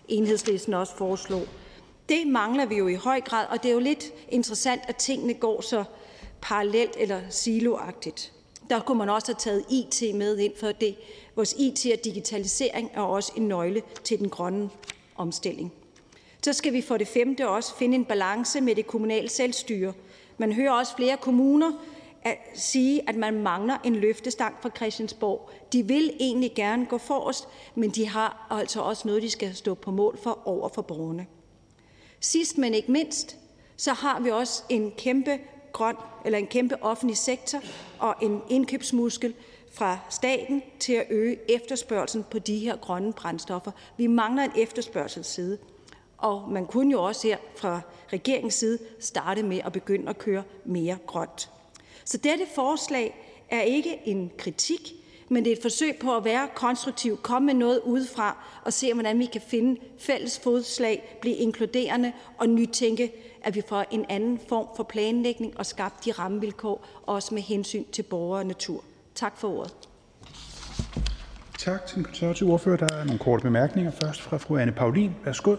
Enhedslisten også foreslog. Det mangler vi jo i høj grad, og det er jo lidt interessant, at tingene går så parallelt eller siloagtigt. Der kunne man også have taget I T med ind, for det. Vores I T og digitalisering er også en nøgle til den grønne omstilling. Så skal vi for det femte også finde en balance med det kommunale selvstyre. Man hører også flere kommuner at sige, at man mangler en løftestang fra Christiansborg. De vil egentlig gerne gå forrest, men de har altså også noget, de skal stå på mål for over for borgerne. Sidst, men ikke mindst, så har vi også en kæmpe grøn eller en kæmpe offentlig sektor og en indkøbsmuskel fra staten til at øge efterspørgselen på de her grønne brændstoffer. Vi mangler en efterspørgselsside, og man kunne jo også her fra regeringens side starte med at begynde at køre mere grønt. Så dette forslag er ikke en kritik, men det er et forsøg på at være konstruktiv, komme med noget udefra og se, hvordan vi kan finde fælles fodslag, blive inkluderende og nytænke, at vi får en anden form for planlægning og skabt de rammevilkår, også med hensyn til borgere og natur. Tak for ordet. Tak til den konservative ordfører. Der er nogle korte bemærkninger. Først fra fru Anne Paulin. Værsgo.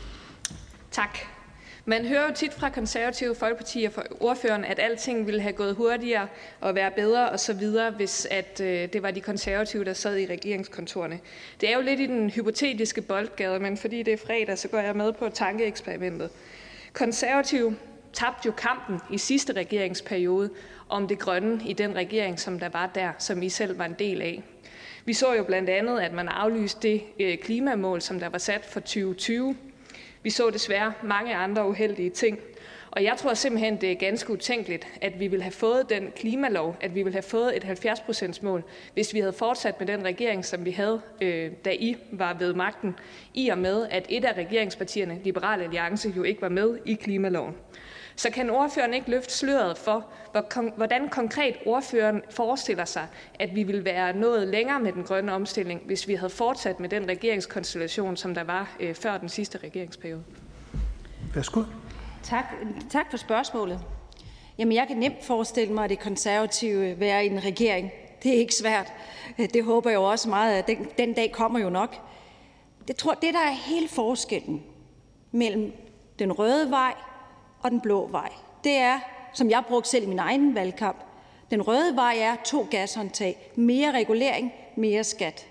Tak. Man hører jo tit fra Konservative Folkeparti og fra ordføreren, at alting ville have gået hurtigere og være bedre osv., hvis at, øh, det var de konservative, der sad i regeringskontorene. Det er jo lidt i den hypotetiske boldgade, men fordi det er fredag, så går jeg med på tankeeksperimentet. Konservative tabte jo kampen i sidste regeringsperiode om det grønne i den regering, som der var der, som I selv var en del af. Vi så jo blandt andet, at man aflyste det øh, klimamål, som der var sat for tyve tyve. Vi så desværre mange andre uheldige ting, og jeg tror simpelthen, det er ganske utænkeligt, at vi ville have fået den klimalov, at vi ville have fået et halvfjerds procents mål, hvis vi havde fortsat med den regering, som vi havde, øh, da I var ved magten, i og med, at et af regeringspartierne, Liberal Alliance, jo ikke var med i klimaloven. Så kan ordføreren ikke løfte sløret for, hvordan konkret ordføreren forestiller sig, at vi ville være nået længere med den grønne omstilling, hvis vi havde fortsat med den regeringskonstellation, som der var øh, før den sidste regeringsperiode? Værsgo. Tak, tak for spørgsmålet. Jamen, jeg kan nemt forestille mig, at det konservative være i en regering. Det er ikke svært. Det håber jeg jo også meget, at den, den dag kommer jo nok. Jeg tror, det der er hele forskellen mellem den røde vej og den blå vej, det er, som jeg brugte selv i min egen valgkamp, den røde vej er to gashåndtag, mere regulering, mere skat.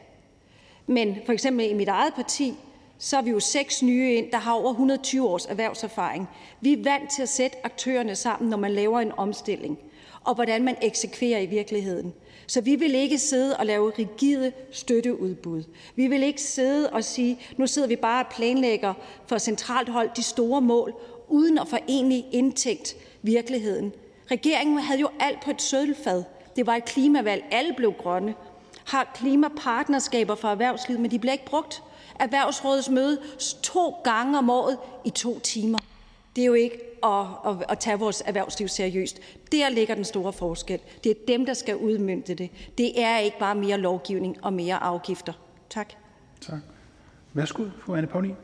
Men for eksempel i mit eget parti, så er vi jo seks nye ind, der har over et hundrede og tyve års erhvervserfaring. Vi er vant til at sætte aktørerne sammen, når man laver en omstilling, og hvordan man eksekverer i virkeligheden. Så vi vil ikke sidde og lave rigide støtteudbud. Vi vil ikke sidde og sige, nu sidder vi bare og planlægger for centralt hold de store mål, uden at få egentlig indtænkt virkeligheden. Regeringen havde jo alt på et sølvfad. Det var et klimavalg. Alle blev grønne. Har klimapartnerskaber for erhvervslivet, men de bliver ikke brugt. Erhvervsrådets møde to gange om året i to timer. Det er jo ikke at, at, at tage vores erhvervsliv seriøst. Der ligger den store forskel. Det er dem, der skal udmønte det. Det er ikke bare mere lovgivning og mere afgifter. Tak. Tak. Værsgo, fru Anne Paulin.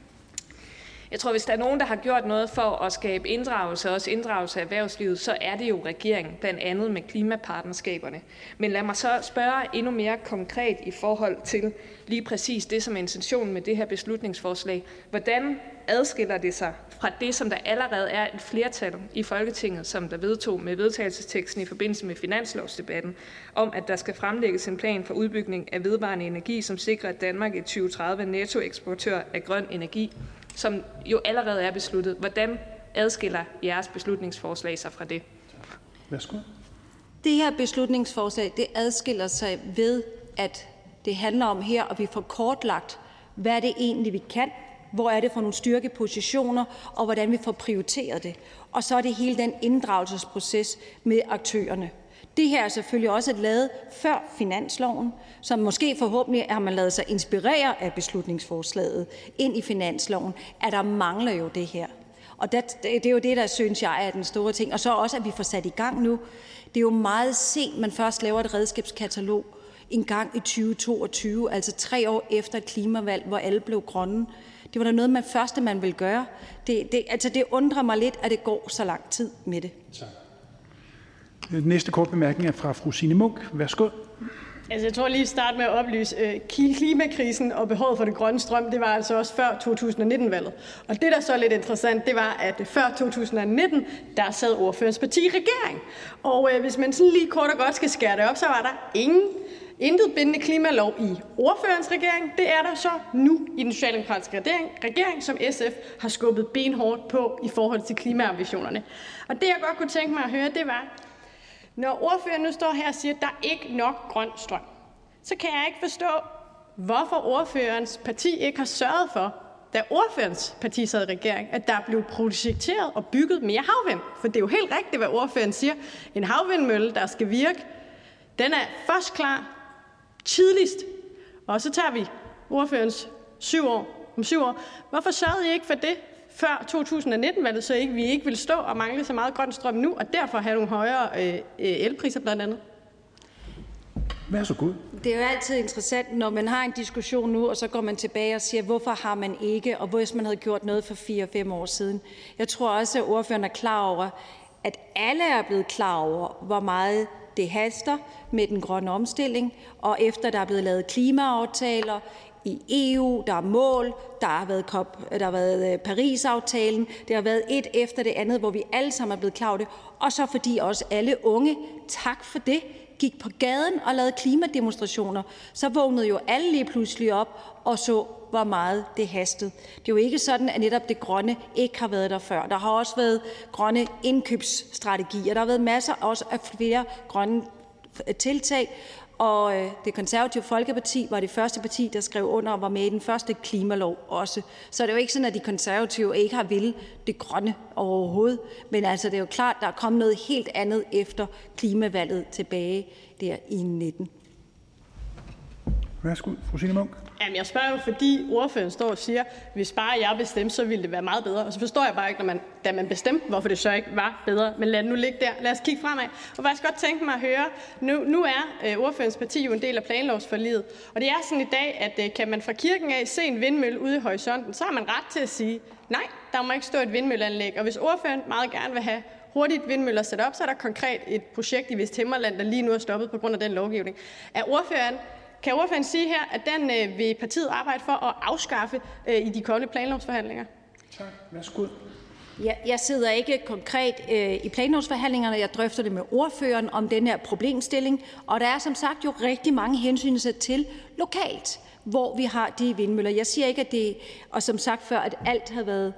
Jeg tror, hvis der er nogen, der har gjort noget for at skabe inddragelse, også inddragelse af erhvervslivet, så er det jo regeringen, blandt andet med klimapartnerskaberne. Men lad mig så spørge endnu mere konkret i forhold til lige præcis det, som er intentionen med det her beslutningsforslag. Hvordan adskiller det sig fra det, som der allerede er et flertal i Folketinget, som der vedtog med vedtagelsesteksten i forbindelse med finanslovsdebatten, om at der skal fremlægges en plan for udbygning af vedvarende energi, som sikrer, at Danmark i tyve tredive er nettoeksportør af grøn energi, som jo allerede er besluttet. Hvordan adskiller jeres beslutningsforslag sig fra det? Værsgo. Det her beslutningsforslag, det adskiller sig ved, at det handler om her, at vi får kortlagt, hvad det egentlig vi kan, hvor er det for nogle styrkepositioner, og hvordan vi får prioriteret det. Og så er det hele den inddragelsesproces med aktørerne. Det her er selvfølgelig også lavet før finansloven, som måske forhåbentlig har man lavet sig inspirere af beslutningsforslaget ind i finansloven, at der mangler jo det her. Og det, det er jo det, der synes jeg er den store ting. Og så også, at vi får sat i gang nu. Det er jo meget sent, man først laver et redskabskatalog en gang i tyve toogtyve, altså tre år efter et klimavalg, hvor alle blev grønne. Det var da noget, man første man ville gøre. Det, det, altså det undrer mig lidt, at det går så lang tid med det. Tak. Næste kort bemærkning er fra fru Signe Munk. Værsgo. Altså, jeg tror lige at starte med at oplyse, øh, klimakrisen og behovet for det grønne strøm, det var altså også før to tusind nitten-valget. Og det, der så er lidt interessant, det var, at før to tusind nitten, der sad ordførerens parti i regering. Og øh, hvis man sådan lige kort og godt skal skære det op, så var der ingen, intet bindende klimalov i ordførerens regering. Det er der så nu i den socialdemokratiske regering, regering, som S F har skubbet benhårdt på i forhold til klimaambitionerne. Og det, jeg godt kunne tænke mig at høre, det var, når ordføreren nu står her og siger, at der er ikke nok grøn strøm, så kan jeg ikke forstå, hvorfor ordførerens parti ikke har sørget for, da ordførens parti sad i regering, at der blev projekteret og bygget mere havvind. For det er jo helt rigtigt, hvad ordføreren siger. En havvindmølle, der skal virke, den er først klar tidligst, og så tager vi ordførens syv år, om syv år. Hvorfor sørgede I ikke for det før to tusind nitten-valget, så ikke, vi ikke ville stå og mangle så meget grøn strøm nu, og derfor have nogle højere øh, elpriser blandt andet? Vær så god. Det er jo altid interessant, når man har en diskussion nu, og så går man tilbage og siger, hvorfor har man ikke, og hvis man havde gjort noget for fire fem år siden. Jeg tror også, at ordføreren er klar over, at alle er blevet klar over, hvor meget det haster med den grønne omstilling, og efter der er blevet lavet klimaaftaler i E U, der er mål, der har været, COP, der har været Paris-aftalen, det har været et efter det andet, hvor vi alle sammen er blevet klar over det, og så fordi også alle unge, tak for det, gik på gaden og lavede klimademonstrationer, så vågnede jo alle lige pludselig op og så, hvor meget det hastede. Det er jo ikke sådan, at netop det grønne ikke har været der før. Der har også været grønne indkøbsstrategier. Der har været masser også af flere grønne tiltag, og det konservative Folkeparti var det første parti, der skrev under og var med i den første klimalov også. Så det er jo ikke sådan, at de konservative ikke har ville det grønne overhovedet. Men altså, det er jo klart, der er kommet noget helt andet efter klimavalget tilbage der i nitten. Værsgo, fru Signe Munk. Jamen, jeg spørger jo, fordi ordføreren står og siger, hvis bare jeg bestemte, så ville det være meget bedre. Og så forstår jeg bare ikke, når man, da man bestemte, hvorfor det så ikke var bedre. Men lad det nu ligge der. Lad os kigge fremad. Og faktisk godt tænke mig at høre, nu, nu er øh, ordførens parti jo en del af planlovsforliget. Og det er sådan i dag, at øh, kan man fra kirken af se en vindmølle ude i horisonten, så har man ret til at sige, nej, der må ikke stå et vindmølleanlæg. Og hvis ordføreren meget gerne vil have hurtigt vindmøller sat op, så er der konkret et projekt i Vesthimmerland, der lige nu er stoppet på grund af den lovgivning. Er ordføreren Kan ordføreren sige her, at den øh, vil partiet arbejde for at afskaffe øh, i de kommende planlovsforhandlinger? Tak. Værsgo. Jeg, jeg sidder ikke konkret øh, i planlovsforhandlingerne. Jeg drøfter det med ordføreren om den her problemstilling. Og der er som sagt jo rigtig mange hensyn til lokalt, hvor vi har de vindmøller. Jeg siger ikke, at det, og som sagt før, at alt har været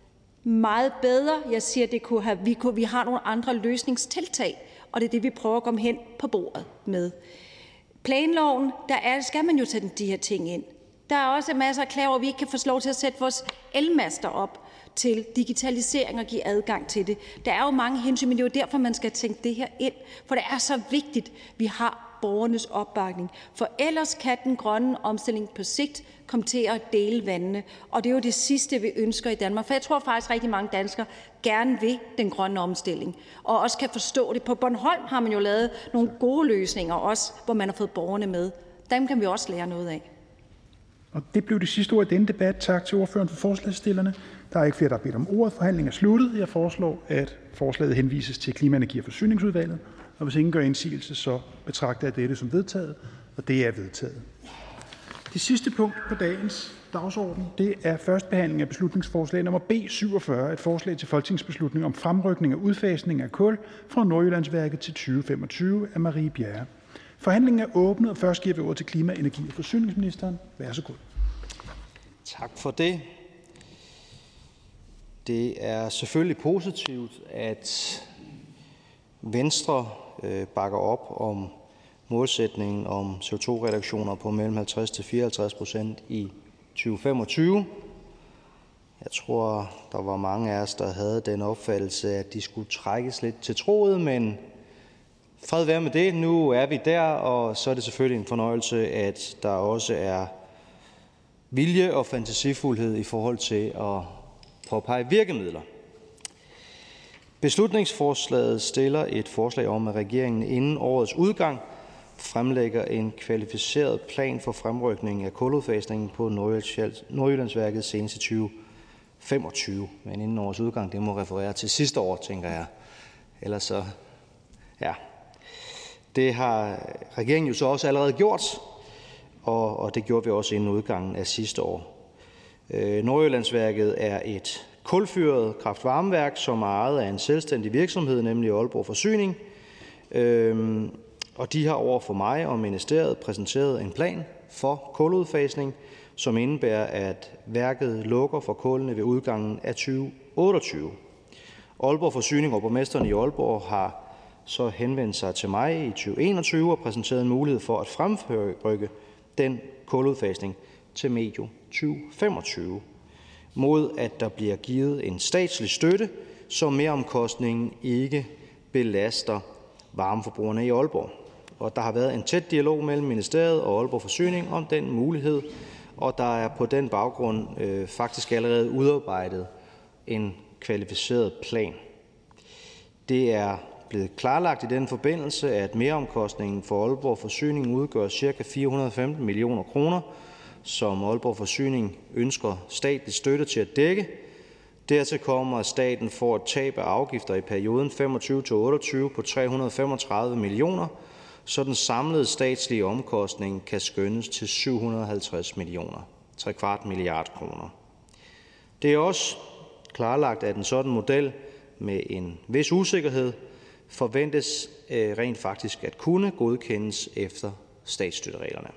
meget bedre. Jeg siger, at det kunne have, vi, kunne, vi har nogle andre løsningstiltag, og det er det, vi prøver at komme hen på bordet med. Planloven, der er, skal man jo sætte de her ting ind. Der er også masser af klager, hvor vi ikke kan få lov til at sætte vores elmaster op til digitalisering og give adgang til det. Der er jo mange hensyn, men det er jo derfor, man skal tænke det her ind. For det er så vigtigt, at vi har borgernes opbakning. For ellers kan den grønne omstilling på sigt komme til at dele vandene. Og det er jo det sidste, vi ønsker i Danmark. For jeg tror faktisk, at rigtig mange danskere gerne vil den grønne omstilling. Og også kan forstå det. På Bornholm har man jo lavet nogle gode løsninger også, hvor man har fået borgerne med. Dem kan vi også lære noget af. Og det blev det sidste ord i denne debat. Tak til ordføreren for forslagsstillerne. Der er ikke flere, der har bedt om ordet. Forhandlingen er sluttet. Jeg foreslår, at forslaget henvises til Klima-, Energi- og Forsyningsudvalget. Og hvis ingen gør indsigelse, så betragter jeg dette som vedtaget, og det er vedtaget. Det sidste punkt på dagens dagsorden, det er første behandling af beslutningsforslag nummer B syvogfyrre, et forslag til folketingsbeslutning om fremrykning af udfasning af kul fra Nordjyllandsværket til tyve femogtyve af Marie Bjerre. Forhandlingen er åbnet, og først giver vi ordet til Klima-, Energi- og Forsyningsministeren. Vær så god. Tak for det. Det er selvfølgelig positivt, at Venstre øh, bakker op om målsætningen om C O to reduktioner på mellem halvtreds til fireoghalvtreds procent i tyve femogtyve. Jeg tror, der var mange af os, der havde den opfattelse, at de skulle trækkes lidt til troet, men fred være med det. Nu er vi der, og så er det selvfølgelig en fornøjelse, at der også er vilje og fantasifuldhed i forhold til at påpege virkemidler. Beslutningsforslaget stiller et forslag om, at regeringen inden årets udgang fremlægger en kvalificeret plan for fremrykning af kuludfasningen på Nordjyllandsværket senest i tyve femogtyve. Men inden årets udgang, det må referere til sidste år, tænker jeg. Ellers så, ja. Det har regeringen jo så også allerede gjort, og, og det gjorde vi også inden udgangen af sidste år. Øh, Nordjyllandsværket er et kulfyret kraft-varmeværk, som er ejet af en selvstændig virksomhed, nemlig Aalborg Forsyning. Øh, og de har over for mig og ministeriet præsenteret en plan for kuludfasning, som indebærer, at værket lukker for kulene ved udgangen af tyve otteogtyve. Aalborg Forsyning og borgmesteren i Aalborg har så henvendt sig til mig i tyve enogtyve og præsenteret en mulighed for at fremrykke den kuludfasning til medio tyve femogtyve, mod at der bliver givet en statslig støtte, så meromkostningen ikke belaster varmeforbrugerne i Aalborg. Og der har været en tæt dialog mellem ministeriet og Aalborg Forsyning om den mulighed, og der er på den baggrund øh, faktisk allerede udarbejdet en kvalificeret plan. Det er blevet klarlagt i den forbindelse, at meromkostningen for Aalborg Forsyning udgør ca. fire hundrede og femten millioner kroner, som Aalborg Forsyning ønsker statlig støtte til at dække. Dertil kommer, at staten får et tab af afgifter i perioden femogtyve til otteogtyve på tre hundrede og femogtredive millioner, så den samlede statslige omkostning kan skønnes til syv hundrede og halvtreds millioner, tre kvart milliard kroner. Det er også klarlagt, at en sådan model med en vis usikkerhed forventes rent faktisk at kunne godkendes efter statsstøttereglerne.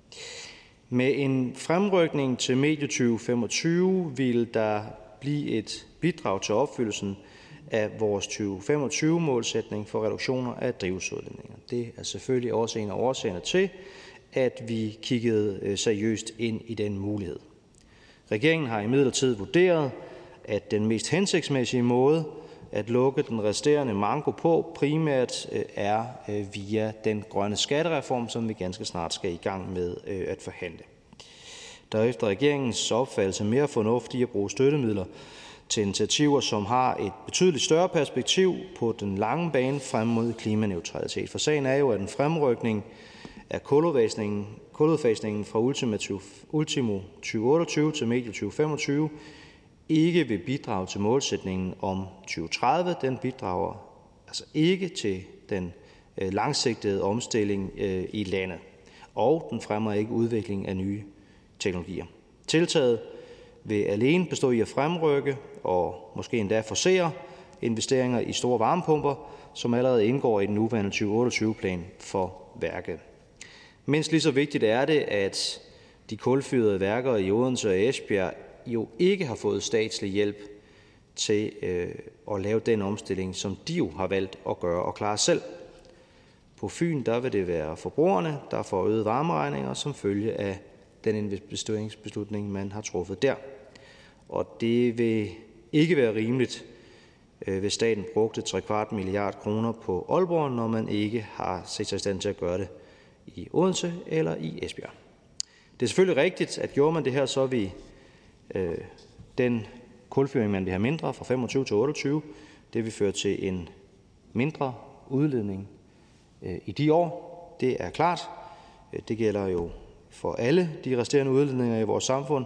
Med en fremrykning til medio tyve femogtyve vil der blive et bidrag til opfyldelsen af vores tyve femogtyve-målsætning for reduktioner af drivhusgasudledninger. Det er selvfølgelig også en af årsagerne til, at vi kiggede seriøst ind i den mulighed. Regeringen har imidlertid vurderet, at den mest hensigtsmæssige måde at lukke den resterende manko på primært er via den grønne skattereform, som vi ganske snart skal i gang med at forhandle. Der er efter regeringens opfattelse mere fornuftigt at bruge støttemidler til initiativer, som har et betydeligt større perspektiv på den lange bane frem mod klimaneutralitet. For sagen er jo, at en fremrykning af kuludfasningen, kuludfasningen fra ultimo tyve otteogtyve til medio tyve femogtyve ikke vil bidrage til målsætningen om tyve tredive. Den bidrager altså ikke til den langsigtede omstilling i landet, og den fremmer ikke udvikling af nye teknologier. Tiltaget vil alene bestå i at fremrykke og måske endda forcere investeringer i store varmepumper, som allerede indgår i den nuværende tyve otteogtyve-plan for værket. Mindst lige så vigtigt er det, at de kulfyrede værker i Odense og Esbjerg jo ikke har fået statslig hjælp til øh, at lave den omstilling, som de jo har valgt at gøre og klare selv. På Fyn der vil det være forbrugerne, der får øget varmeregninger som følge af den investeringsbeslutning, man har truffet der. Og det vil ikke være rimeligt, øh, hvis staten brugte tre kvart milliard kroner på Aalborg, når man ikke har set sig i stand til at gøre det i Odense eller i Esbjerg. Det er selvfølgelig rigtigt, at gjorde man det her, så vil øh, den kulfyring, man vil have mindre fra femogtyve til otteogtyve, det vil føre til en mindre udledning øh, i de år. Det er klart. Det gælder jo for alle de resterende udledninger i vores samfund.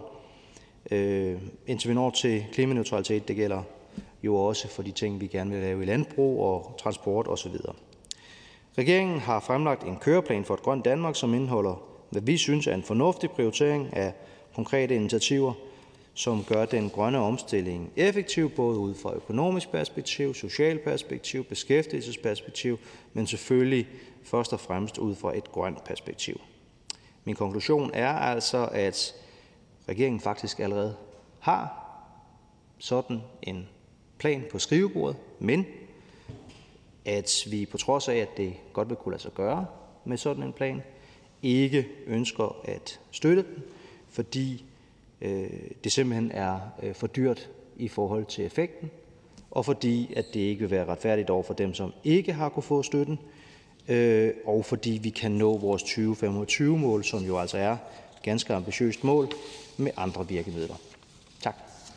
Øh, indtil vi når til klimaneutralitet, det gælder jo også for de ting, vi gerne vil lave i landbrug og transport osv. Regeringen har fremlagt en køreplan for et grønt Danmark, som indeholder, hvad vi synes er en fornuftig prioritering af konkrete initiativer, som gør den grønne omstilling effektiv, både ud fra økonomisk perspektiv, social perspektiv, beskæftigelsesperspektiv, men selvfølgelig først og fremmest ud fra et grønt perspektiv. Min konklusion er altså, at regeringen faktisk allerede har sådan en plan på skrivebordet, men at vi på trods af, at det godt vil kunne lade sig gøre med sådan en plan, ikke ønsker at støtte den, fordi øh, det simpelthen er øh, for dyrt i forhold til effekten, og fordi at det ikke vil være retfærdigt over for dem, som ikke har kunnet få støtten, øh, og fordi vi kan nå vores tyve femogtyve-mål, som jo altså er et ganske ambitiøst mål, med andre virkemidler. Tak.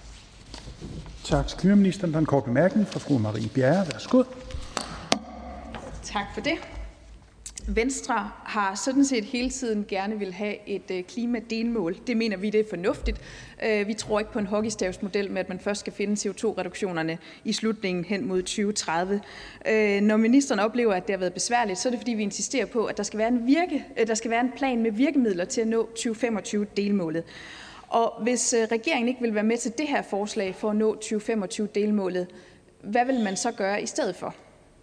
Tak til klimaministeren. Der er en kort bemærkning fra fru Marie Bjerre. Værsgo. Tak for det. Venstre har sådan set hele tiden gerne vil have et klimadelmål. Det mener vi, det er fornuftigt. Vi tror ikke på en hockeystavsmodel med, at man først skal finde C O to reduktionerne i slutningen hen mod tyve tredive. Når ministeren oplever, at det har været besværligt, så er det fordi, vi insisterer på, at der skal være en, virke, der skal være en plan med virkemidler til at nå tyve femogtyve-delmålet. Og hvis regeringen ikke vil være med til det her forslag for at nå tyve femogtyve-delmålet, hvad vil man så gøre i stedet for?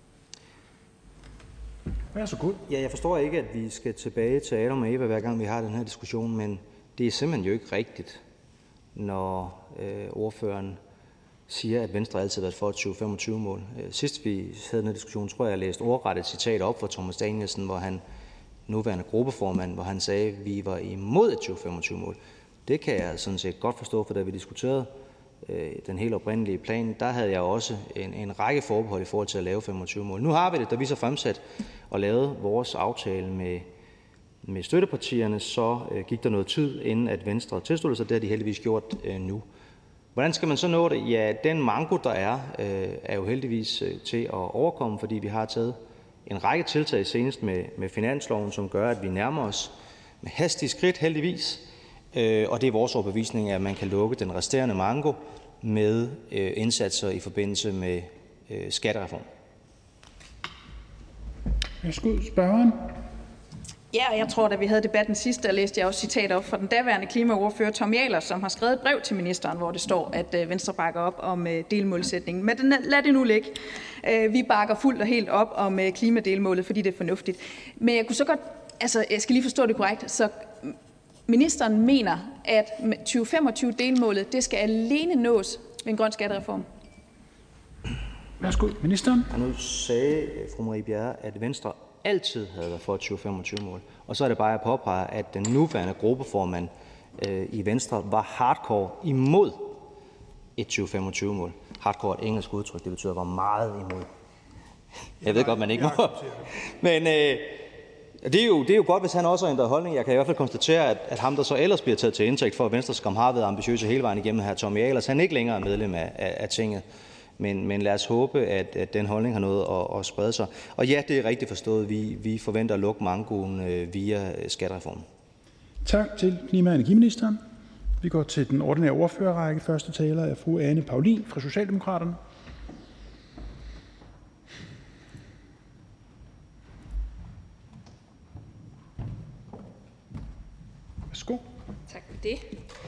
Vær så god. Ja, jeg forstår ikke, at vi skal tilbage til Adam og Eva, hver gang vi har den her diskussion, men det er simpelthen jo ikke rigtigt, når øh, ordføreren siger, at Venstre altid har været for et tyve femogtyve-mål. Sidst vi havde den her diskussion, tror jeg, jeg læste ordret et citat op fra Thomas Danielsen, hvor han, nuværende gruppeformand, hvor han sagde, at vi var imod et tyve femogtyve-mål. Det kan jeg sådan set godt forstå, for da vi diskuterede øh, den helt oprindelige plan, der havde jeg også en, en række forbehold i forhold til at lave femogtyve-mål. Nu har vi det, da vi så fremsat og lavede vores aftale med, med støttepartierne, så øh, gik der noget tid, inden at Venstre tilsluttede sig. Det har de heldigvis gjort øh, nu. Hvordan skal man så nå det? Ja, den manko, der er, øh, er jo heldigvis øh, til at overkomme, fordi vi har taget en række tiltag senest med, med finansloven, som gør, at vi nærmer os med hastige skridt heldigvis. Øh, og det er vores overbevisning, at man kan lukke den resterende manko med øh, indsatser i forbindelse med øh, skattereform. Værsgo, spørgeren. Ja, og jeg tror, da vi havde debatten sidst, der læste jeg også citater op fra den daværende klimaordfører Tom Jahler, som har skrevet et brev til ministeren, hvor det står, at Venstre bakker op om delmålsætningen. Men lad det nu ligge. Vi bakker fuldt og helt op om klimadelmålet, fordi det er fornuftigt. Men jeg kunne så godt, altså jeg skal lige forstå det korrekt, så ministeren mener, at tyve femogtyve-delmålet, det skal alene nås ved en grøn skattereform. Værsgo, ministeren. Og nu sagde fru Marie Bjerre, at Venstre altid havde været for et tyve femogtyve-mål. Og så er det bare at påpege, at den nuværende gruppeformand øh, i Venstre var hardcore imod et tyve femogtyve-mål. Hardcore er et engelsk udtryk, det betyder var meget imod. Jeg ved godt, man ikke må. Men øh, det, er jo, det er jo godt, hvis han også har ændret holdning. Jeg kan i hvert fald konstatere, at, at ham, der så ellers bliver taget til indtægt for, at Venstre skam har været ambitiøse hele vejen igennem her, Tom Jahler, han ikke længere er medlem af, af, af tinget. Men, men lad os håbe, at, at den holdning har noget at, at sprede sig. Og ja, det er rigtigt forstået. Vi, vi forventer at lukke mankoen øh, via skattereformen. Tak til klima- og energiministeren. Vi går til den ordinære ordførerrække. Første taler er fru Anne Paulin fra Socialdemokraterne. Værsgo. Tak for det.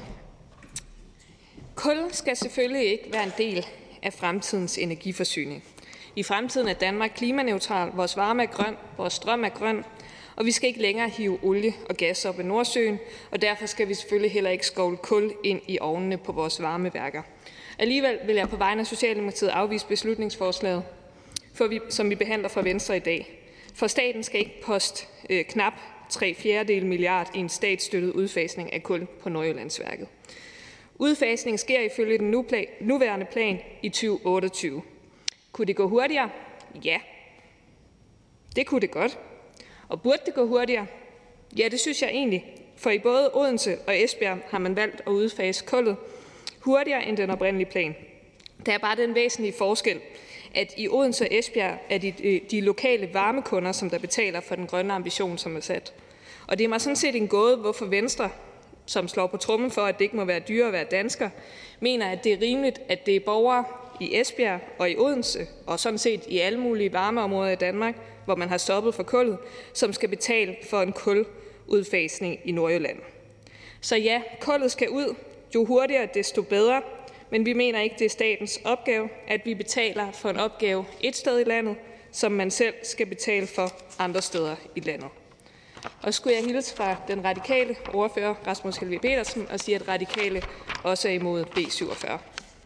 Kul skal selvfølgelig ikke være en del af fremtidens energiforsyning. I fremtiden er Danmark klimaneutral, vores varme er grøn, vores strøm er grøn, og vi skal ikke længere hive olie og gas op i Nordsøen, og derfor skal vi selvfølgelig heller ikke skovle kul ind i ovnene på vores varmeværker. Alligevel vil jeg på vegne af Socialdemokratiet afvise beslutningsforslaget, for vi, som vi behandler fra Venstre i dag. For staten skal ikke poste øh, knap tre fjerdedel milliard i en statsstøttet udfasning af kul på Nordjyllandsværket. Udfasningen sker ifølge den nuværende plan i tyve otteogtyve. Kunne det gå hurtigere? Ja, det kunne det godt. Og burde det gå hurtigere? Ja, det synes jeg egentlig. For i både Odense og Esbjerg har man valgt at udfase kullet hurtigere end den oprindelige plan. Der er bare den væsentlige forskel, at i Odense og Esbjerg er de, de lokale varmekunder, som der betaler for den grønne ambition, som er sat. Og det er mig sådan set en gåde, hvorfor Venstre, som slår på trommen for, at det ikke må være dyrere at være dansker, mener, at det er rimeligt, at det er borgere i Esbjerg og i Odense, og sådan set i alle mulige varmeområder i Danmark, hvor man har stoppet for kullet, som skal betale for en kuludfasning i Nordjylland. Så ja, kullet skal ud. Jo hurtigere, desto bedre. Men vi mener ikke, det er statens opgave, at vi betaler for en opgave et sted i landet, som man selv skal betale for andre steder i landet. Og skulle jeg hilse fra den radikale ordfører, Rasmus Helveg Petersen, og sige, at radikale også er imod B syvogfyrre.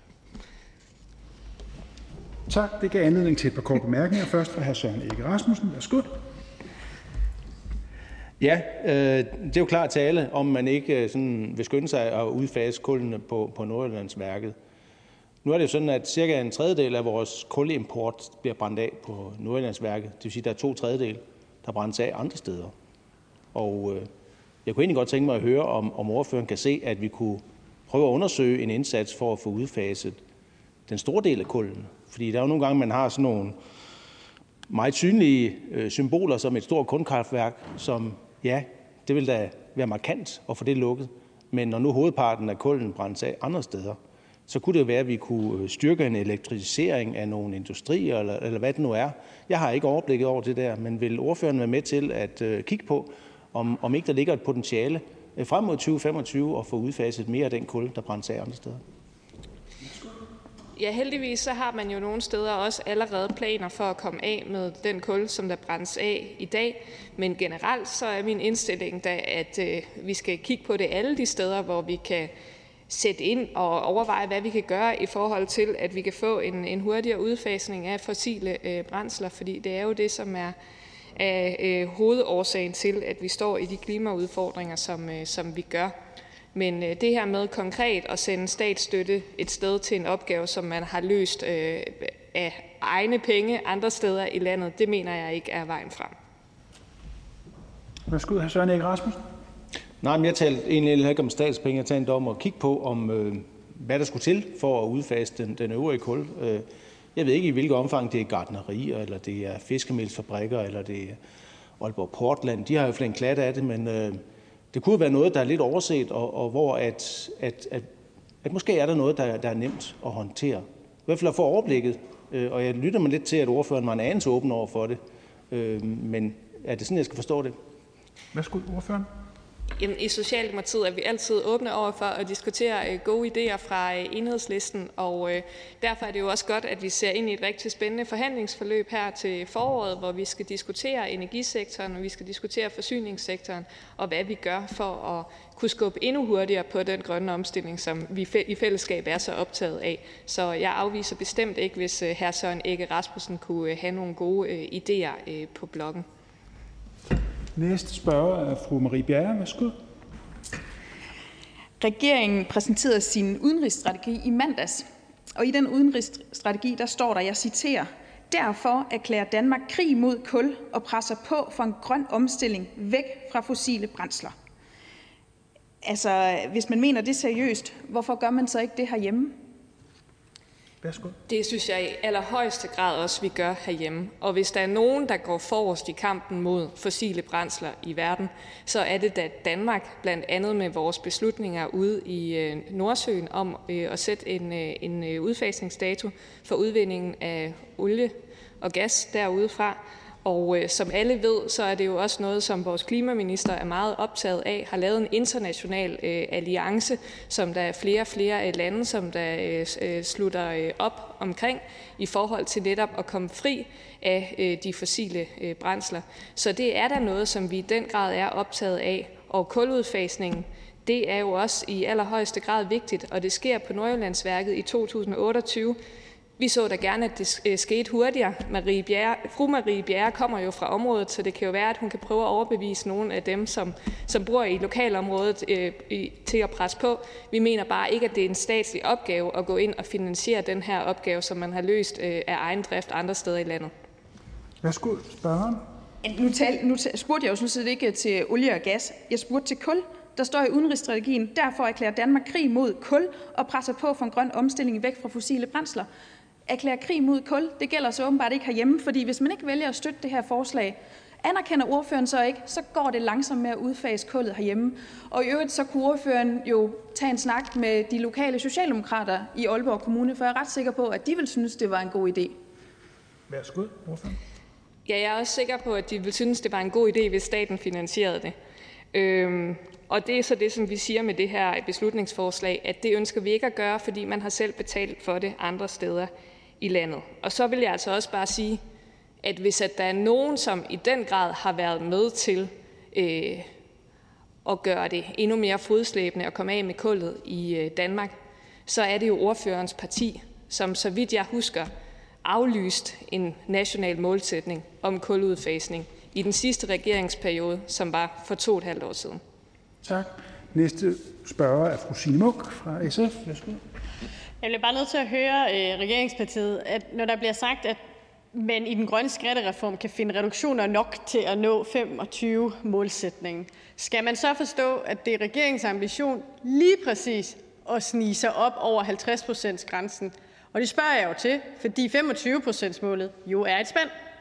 Tak. Det gav anledning til et par korte bemærkninger. Først fra hr. Søren Egge Rasmussen. Værsgo. Ja, øh, det er jo klart tale, om man ikke sådan vil skynde sig at udfase kullene på, på Nordjyllandsværket. Nu er det jo sådan, at cirka en tredjedel af vores kulimport bliver brændt af på Nordjyllandsværket. Det vil sige, at der er to tredjedel, der brændes af andre steder. Og øh, jeg kunne egentlig godt tænke mig at høre, om, om ordføreren kan se, at vi kunne prøve at undersøge en indsats for at få udfaset den store del af kulden. Fordi der er jo nogle gange, man har sådan nogle meget synlige øh, symboler som et stort kulkraftværk, som ja, det vil da være markant at få det lukket. Men når nu hovedparten af kulden brændes af andre steder, så kunne det jo være, at vi kunne styrke en elektrificering af nogle industrier, eller, eller hvad det nu er. Jeg har ikke overblikket over det der, men vil ordføreren være med til at øh, kigge på, om, om ikke der ligger et potentiale øh, frem mod tyve femogtyve og få udfaset mere af den kul, der brændes af andre steder? Ja, heldigvis så har man jo nogle steder også allerede planer for at komme af med den kul, som der brændes af i dag. Men generelt så er min indstilling da, at øh, vi skal kigge på det alle de steder, hvor vi kan sætte ind og overveje, hvad vi kan gøre i forhold til, at vi kan få en, en hurtigere udfasning af fossile øh, brændsler, fordi det er jo det, som er, er øh, hovedårsagen til, at vi står i de klimaudfordringer, som, øh, som vi gør. Men øh, det her med konkret at sende statsstøtte et sted til en opgave, som man har løst øh, af egne penge andre steder i landet, det mener jeg ikke er vejen frem. Værsgo, hr. Søren Egge Rasmussen. Nej, men jeg talte egentlig ikke om statspenge. Jeg talte om at kigge på, om, øh, hvad der skulle til for at udfase den, den øvrige kul. Øh, jeg ved ikke, i hvilket omfang det er gartnerier, eller det er fiskemelsfabrikker, eller det er Aalborg Portland. De har jo flere en klat af det, men øh, det kunne være noget, der er lidt overset, og, og hvor at, at, at, at måske er der noget, der, der er nemt at håndtere. I hvert fald at få overblikket, øh, og jeg lytter mig lidt til, at ordføreren var en anelse åben over for det. Øh, men er det sådan, jeg skal forstå det? Værsgo, ordføreren. Jamen, i Socialdemokratiet er vi altid åbne over for at diskutere øh, gode idéer fra øh, Enhedslisten, og øh, derfor er det jo også godt, at vi ser ind i et rigtig spændende forhandlingsforløb her til foråret, hvor vi skal diskutere energisektoren, og vi skal diskutere forsyningssektoren, og hvad vi gør for at kunne skubbe endnu hurtigere på den grønne omstilling, som vi i fællesskab er så optaget af. Så jeg afviser bestemt ikke, hvis øh, hr. Søren Egge Rasmussen kunne øh, have nogle gode øh, idéer øh, på bloggen. Næste spørger er fru Marie Bjerre. Værsgo. Regeringen præsenterede sin udenrigsstrategi i mandags, og i den udenrigsstrategi der står der, jeg citerer, derfor erklærer Danmark krig mod kul og presser på for en grøn omstilling væk fra fossile brændsler. Altså, hvis man mener det seriøst, hvorfor gør man så ikke det herhjemme? Værsgo. Det synes jeg i allerhøjeste grad også, vi gør herhjemme. Og hvis der er nogen, der går forrest i kampen mod fossile brændsler i verden, så er det da Danmark, blandt andet med vores beslutninger ude i Nordsøen om at sætte en, en udfasningsdato for udvindingen af olie og gas derudefra. Og øh, som alle ved, så er det jo også noget, som vores klimaminister er meget optaget af, har lavet en international øh, alliance, som der er flere og flere lande, som der øh, slutter øh, op omkring i forhold til netop at komme fri af øh, de fossile øh, brændsler. Så det er der noget, som vi i den grad er optaget af. Og kuludfasningen, det er jo også i allerhøjeste grad vigtigt, og det sker på Nordjyllandsværket i to tusind og otteogtyve. Vi så da gerne, at det skete hurtigere. Marie Bjerre, fru Marie Bjerre kommer jo fra området, så det kan jo være, at hun kan prøve at overbevise nogle af dem, som, som bor i lokalområdet, øh, til at presse på. Vi mener bare ikke, at det er en statslig opgave at gå ind og finansiere den her opgave, som man har løst øh, af egen drift andre steder i landet. Værsgo, spørgeren. Nu, tal, nu spurgte jeg jo sådan set ikke til olie og gas. Jeg spurgte til kul. Der står i udenrigsstrategien, derfor erklærer Danmark krig mod kul og presser på for en grøn omstilling væk fra fossile brændsler. Erklære krig mod kul, det gælder så åbenbart ikke herhjemme, fordi hvis man ikke vælger at støtte det her forslag, anerkender ordføreren så ikke, så går det langsomt med at udfase kullet herhjemme. Og i øvrigt så kunne ordføreren jo tage en snak med de lokale socialdemokrater i Aalborg Kommune, for jeg er ret sikker på, at de vil synes, det var en god idé. Værsgo, ordføreren. Ja, jeg er også sikker på, at de vil synes, det var en god idé, hvis staten finansierede det. Øhm, og det er så det, som vi siger med det her beslutningsforslag, at det ønsker vi ikke at gøre, fordi man har selv betalt for det andre steder i landet. Og så vil jeg altså også bare sige, at hvis at der er nogen, som i den grad har været med til øh, at gøre det endnu mere fodslæbende og komme af med kullet i øh, Danmark, så er det jo ordførerens parti, som så vidt jeg husker, aflyst en national målsætning om kuludfasning i den sidste regeringsperiode, som var for to og et halvt år siden. Tak. Næste spørger er fru Signe Munk fra S F. Værsgo. Jeg bliver bare nødt til at høre øh, regeringspartiet, at når der bliver sagt, at man i den grønne skattereform kan finde reduktioner nok til at nå femogtyve-målsætningen, skal man så forstå, at det er regeringens ambition lige præcis at snige sig op over halvtreds procents grænsen? Og det spørger jeg jo til, fordi femogtyve procents målet jo er et spænd.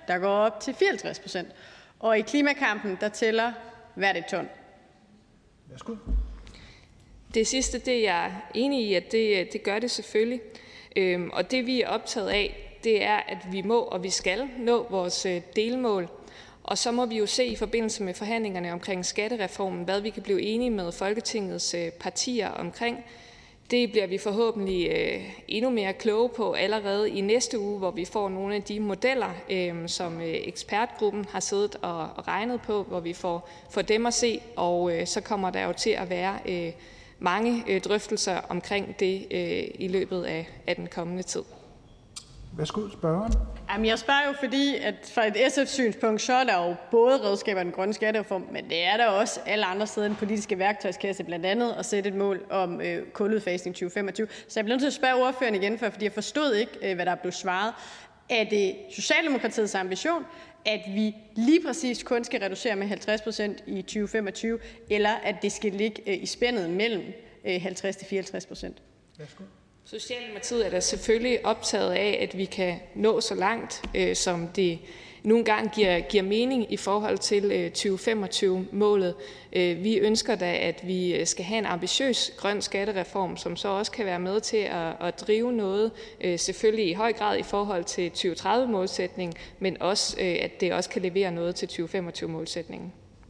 der går op til fireoghalvtreds procent. Og i klimakampen, der tæller hvert et ton. Værsgo. Det sidste, det er jeg enig i, at det, det gør det selvfølgelig. Øhm, og det vi er optaget af, det er, at vi må og vi skal nå vores delmål. Og så må vi jo se i forbindelse med forhandlingerne omkring skattereformen, hvad vi kan blive enige med Folketingets partier omkring. Det bliver vi forhåbentlig øh, endnu mere kloge på allerede i næste uge, hvor vi får nogle af de modeller, øh, som øh, ekspertgruppen har siddet og, og regnet på, hvor vi får, får dem at se, og øh, så kommer der jo til at være øh, mange øh, drøftelser omkring det øh, i løbet af, af den kommende tid. Værsgo, spørgeren. Jamen, jeg spørger jo, fordi at fra et S F-synspunkt, så er der jo både redskaber i den grønne skattereform, men det er der også alle andre steder i den politiske værktøjskasse, blandt andet at sætte et mål om øh, kuludfasning tyve femogtyve. Så jeg bliver nødt til at spørge ordføreren igen, for, fordi jeg forstod ikke, øh, hvad der blev svaret. Er det Socialdemokratiets ambition, at vi lige præcis kun skal reducere med halvtreds procent i tyve femogtyve, eller at det skal ligge øh, i spændet mellem øh, halvtreds til fireoghalvtreds procent? Værsgo. Socialdemokratiet er da selvfølgelig optaget af, at vi kan nå så langt, øh, som det nogle gange giver, giver mening i forhold til øh, tyve femogtyve-målet. Øh, vi ønsker da, at vi skal have en ambitiøs grøn skattereform, som så også kan være med til at, at drive noget, øh, selvfølgelig i høj grad i forhold til tyve tredive-målsætningen, men også, øh, at det også kan levere noget til tyve femogtyve-målsætningen.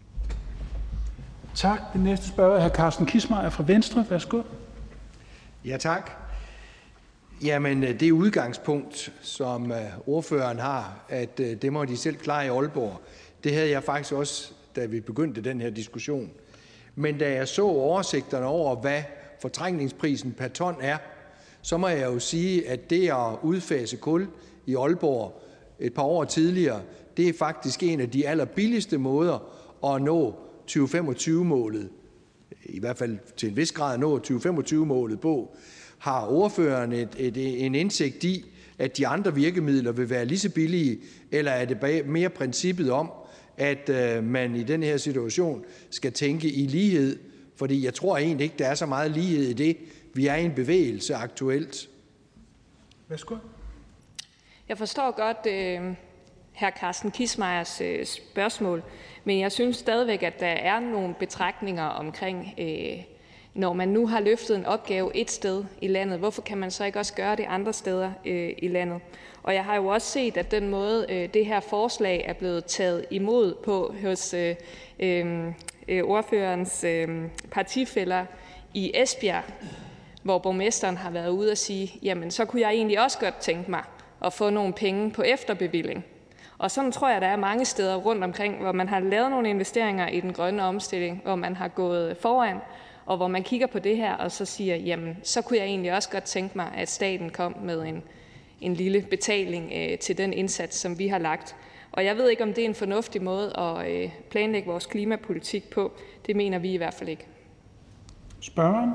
Tak. Den næste spørger er hr. Carsten Kissmeyer fra Venstre. Værsgo. Ja, tak. Jamen, det udgangspunkt, som ordføreren har, at det må de selv klare i Aalborg, det havde jeg faktisk også, da vi begyndte den her diskussion. Men da jeg så oversigterne over, hvad fortrængningsprisen per ton er, så må jeg jo sige, at det at udfase kul i Aalborg et par år tidligere, det er faktisk en af de allerbilligste måder at nå tyve femogtyve-målet, i hvert fald til en vis grad at nå tyve femogtyve-målet på. Har ordføreren et, et, en indsigt i, at de andre virkemidler vil være lige så billige, eller er det mere princippet om, at øh, man i den her situation skal tænke i lighed? Fordi jeg tror egentlig ikke, der er så meget lighed i det. Vi er i en bevægelse aktuelt. Værsgo. Jeg forstår godt øh, hr. Carsten Kissmeyers øh, spørgsmål, men jeg synes stadigvæk, at der er nogle betragtninger omkring, øh, når man nu har løftet en opgave et sted i landet, hvorfor kan man så ikke også gøre det andre steder øh, i landet? Og jeg har jo også set, at den måde, øh, det her forslag er blevet taget imod på hos øh, øh, ordførerens øh, partifæller i Esbjerg, hvor borgmesteren har været ude og sige, jamen så kunne jeg egentlig også godt tænke mig at få nogle penge på efterbevilling. Og sådan tror jeg, der er mange steder rundt omkring, hvor man har lavet nogle investeringer i den grønne omstilling, hvor man har gået foran, og hvor man kigger på det her og så siger, jamen så kunne jeg egentlig også godt tænke mig, at staten kom med en, en lille betaling øh, til den indsats, som vi har lagt. Og jeg ved ikke, om det er en fornuftig måde at øh, planlægge vores klimapolitik på. Det mener vi i hvert fald ikke. Spørgeren?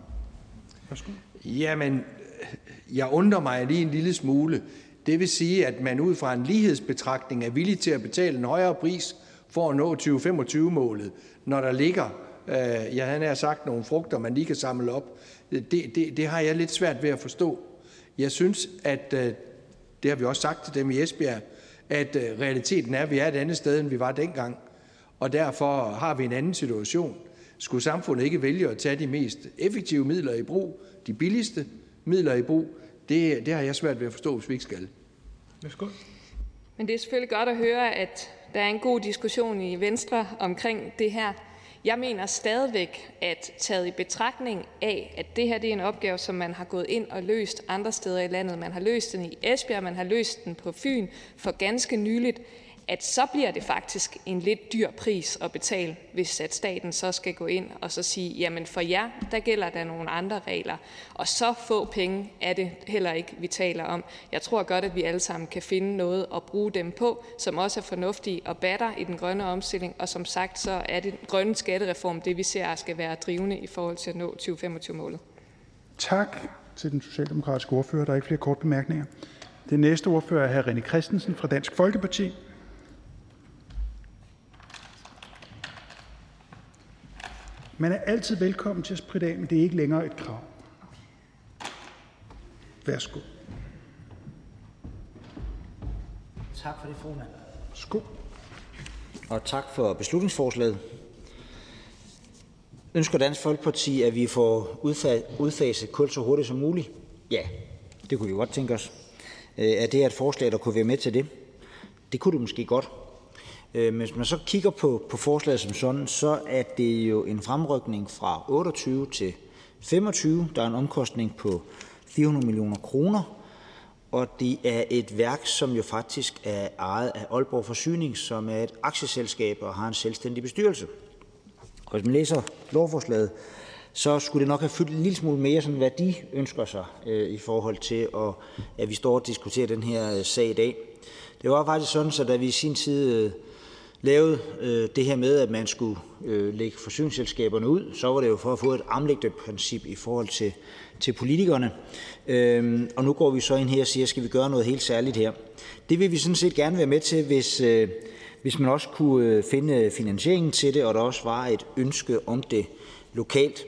Værsgo. Jamen, jeg undrer mig lige en lille smule. Det vil sige, at man ud fra en lighedsbetragtning er villig til at betale en højere pris for at nå tyve femogtyve-målet, når der ligger, øh, jeg havde nær sagt, nogle frugter, man lige kan samle op. Det, det, det har jeg lidt svært ved at forstå. Jeg synes, at øh, det har vi også sagt til dem i Esbjerg, at øh, realiteten er, at vi er et andet sted, end vi var dengang. Og derfor har vi en anden situation. Skulle samfundet ikke vælge at tage de mest effektive midler i brug, de billigste midler i brug, det, det har jeg svært ved at forstå, hvis vi ikke skal. Værsgo. Men det er selvfølgelig godt at høre, at der er en god diskussion i Venstre omkring det her. Jeg mener stadigvæk, at taget i betragtning af, at det her det er en opgave, som man har gået ind og løst andre steder i landet. Man har løst den i Esbjerg, man har løst den på Fyn for ganske nyligt, at så bliver det faktisk en lidt dyr pris at betale, hvis at staten så skal gå ind og så sige, jamen for jer, der gælder der nogle andre regler. Og så få penge er det heller ikke, vi taler om. Jeg tror godt, at vi alle sammen kan finde noget at bruge dem på, som også er fornuftige og batter i den grønne omstilling. Og som sagt, så er det den grønne skattereform, det vi ser skal være drivende i forhold til at nå tyve femogtyve-målet. Tak til den socialdemokratiske ordfører. Der er ikke flere korte bemærkninger. Den næste ordfører er hr. René Christensen fra Dansk Folkeparti. Man er altid velkommen til at spritte af, men det er ikke længere et krav. Værsgo. Tak for det, formand. Skål. Og tak for beslutningsforslaget. Ønsker Dansk Folkeparti, at vi får udfaset kul så hurtigt som muligt? Ja, det kunne vi godt tænke os. Er det et forslag, der kunne være med til det? Det kunne det måske godt. Men hvis man så kigger på, på forslaget som sådan, så er det jo en fremrykning fra otteogtyve til femogtyve. Der er en omkostning på fire hundrede millioner kroner. Og det er et værk, som jo faktisk er ejet af Aalborg Forsyning, som er et aktieselskab og har en selvstændig bestyrelse. Og hvis man læser lovforslaget, så skulle det nok have fyldt en lille smule mere, sådan, hvad de ønsker sig øh, i forhold til, at, at vi står og diskuterer den her øh, sag i dag. Det var faktisk sådan, at da vi i sin tid øh, lavede øh, det her med, at man skulle øh, lægge forsyningsselskaberne ud, så var det jo for at få et armlægteprincip i forhold til, til politikerne. Øh, og nu går vi så ind her og siger, skal vi gøre noget helt særligt her. Det vil vi sådan set gerne være med til, hvis, øh, hvis man også kunne øh, finde finansieringen til det, og der også var et ønske om det lokalt.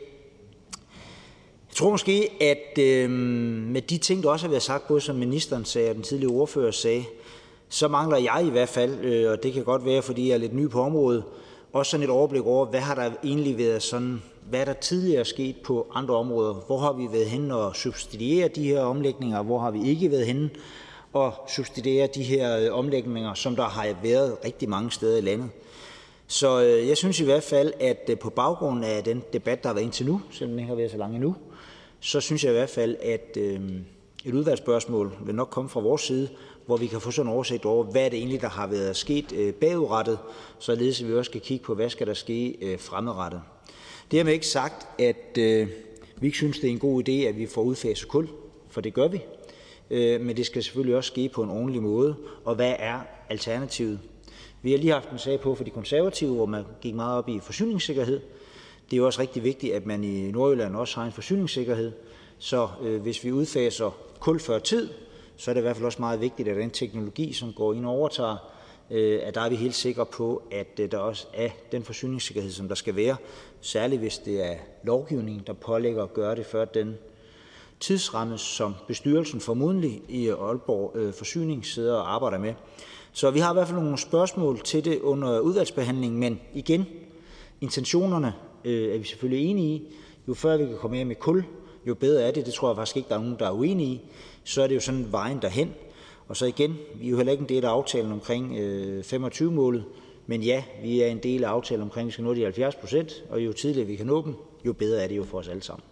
Jeg tror måske, at øh, med de ting, der også har været sagt, både som ministeren sagde og den tidligere ordfører sagde, så mangler jeg i hvert fald, øh, og det kan godt være, fordi jeg er lidt ny på området, også sådan et overblik over, hvad har der egentlig været sådan, hvad er der tidligere sket på andre områder? Hvor har vi været henne og subsidiere de her omlægninger, hvor har vi ikke været henne og subsidiere de her omlægninger, som der har været rigtig mange steder i landet. Så øh, jeg synes i hvert fald, at øh, på baggrund af den debat, der har været indtil nu, selvom den ikke har været så lang endnu, så synes jeg i hvert fald, at øh, et udvalgsspørgsmål vil nok komme fra vores side, hvor vi kan få sådan en oversigt over, hvad det egentlig, der har været sket øh, bagudrettet, således at vi også skal kigge på, hvad skal der ske øh, fremadrettet. Det har man ikke sagt, at øh, vi ikke synes, det er en god idé, at vi får udfaset kul, for det gør vi. Øh, men det skal selvfølgelig også ske på en ordentlig måde, og hvad er alternativet? Vi har lige haft en sag på for de konservative, hvor man gik meget op i forsyningssikkerhed. Det er jo også rigtig vigtigt, at man i Nordjylland også har en forsyningssikkerhed. Så øh, hvis vi udfaser kul før tid, så er det i hvert fald også meget vigtigt, at den teknologi, som går ind og overtager, øh, at der er vi helt sikre på, at øh, der også er den forsyningssikkerhed, som der skal være. Særligt hvis det er lovgivning, der pålægger at gøre det før den tidsramme, som bestyrelsen formodentlig i Aalborg øh, Forsyning sidder og arbejder med. Så vi har i hvert fald nogle spørgsmål til det under udvalgsbehandlingen, men igen, intentionerne øh, er vi selvfølgelig enige i. Jo før vi kan komme af med kul, jo bedre er det. Det tror jeg faktisk ikke, der er nogen, der er uenige i. Så er det jo sådan vejen derhen. Og så igen, vi er jo heller ikke en del af aftalen omkring øh, femogtyve-målet, men ja, vi er en del af aftalen omkring, at vi skal nå de halvfjerds procent, og jo tidligere vi kan nå dem, jo bedre er det jo for os alle sammen.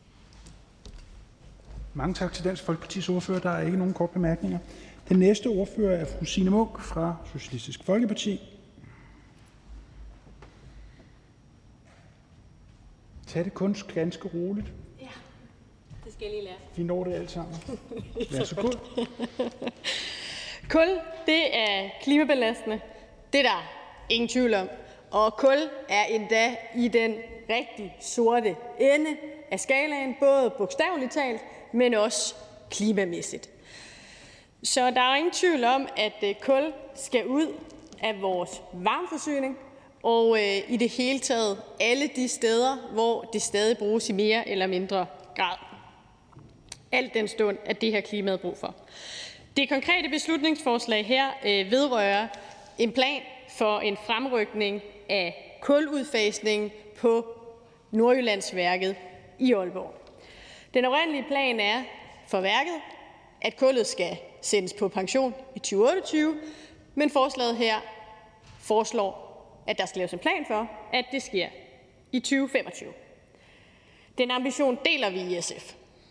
Mange tak til Dansk Folkepartis ordfører. Der er ikke nogen kort bemærkninger. Den næste ordfører er fru Signe Munk fra Socialistisk Folkeparti. Tag det kun ganske roligt. Ja, det skal jeg lige lære. Vi når det alt sammen. Vær så god. Kul, det er klimabelastende. Det er der ingen tvivl om. Og kul er endda i den rigtig sorte ende af skalaen, både bogstaveligt talt, men også klimamæssigt. Så der er ingen tvivl om, at kul skal ud af vores varmeforsyning, og øh, i det hele taget alle de steder, hvor det stadig bruges i mere eller mindre grad. Alt den stund, at det her klimaet brug for. Det konkrete beslutningsforslag her øh, vedrører en plan for en fremrykning af kuludfasning på Nordjyllandsværket i Aalborg. Den oprindelige plan er for værket, at kullet skal sendes på pension i tyve otteogtyve, men forslaget her foreslår, at der skal laves en plan for, at det sker i tyve femogtyve. Den ambition deler vi i S F.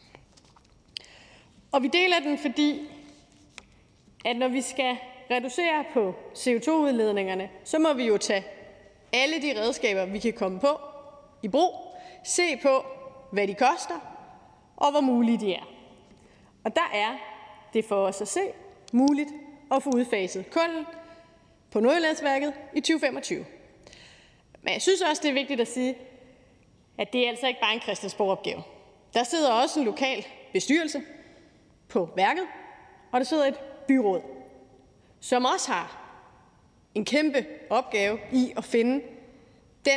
Og vi deler den, fordi at når vi skal reducere på C O to udledningerne, så må vi jo tage alle de redskaber, vi kan komme på i brug, se på, hvad de koster, og hvor mulige de er. Og der er det for os at se muligt at få udfaset kullet på Nordjyllandsværket i tyve femogtyve. Men jeg synes også, det er vigtigt at sige, at det er altså ikke bare en Christiansborg-opgave. Der sidder også en lokal bestyrelse på værket, og der sidder et byråd, som også har en kæmpe opgave i at finde den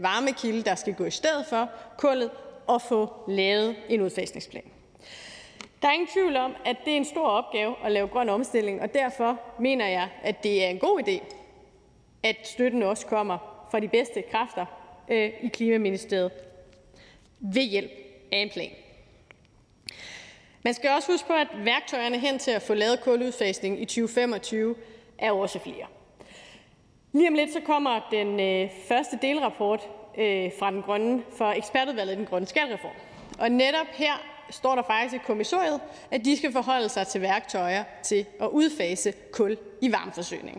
varmekilde, der skal gå i stedet for kullet, og få lavet en udfasningsplan. Der er ingen tvivl om, at det er en stor opgave at lave grøn omstilling, og derfor mener jeg, at det er en god idé, at støtten også kommer fra de bedste kræfter øh, i Klimaministeriet ved hjælp af en plan. Man skal også huske på, at værktøjerne hen til at få lavet kuludfasning i tyve femogtyve er også flere. Lige om lidt så kommer den øh, første delrapport øh, fra den grønne, for ekspertudvalget i den grønne skattereform. Og netop her står der faktisk i kommissoriet, at de skal forholde sig til værktøjer til at udfase kul i varmeforsyningen.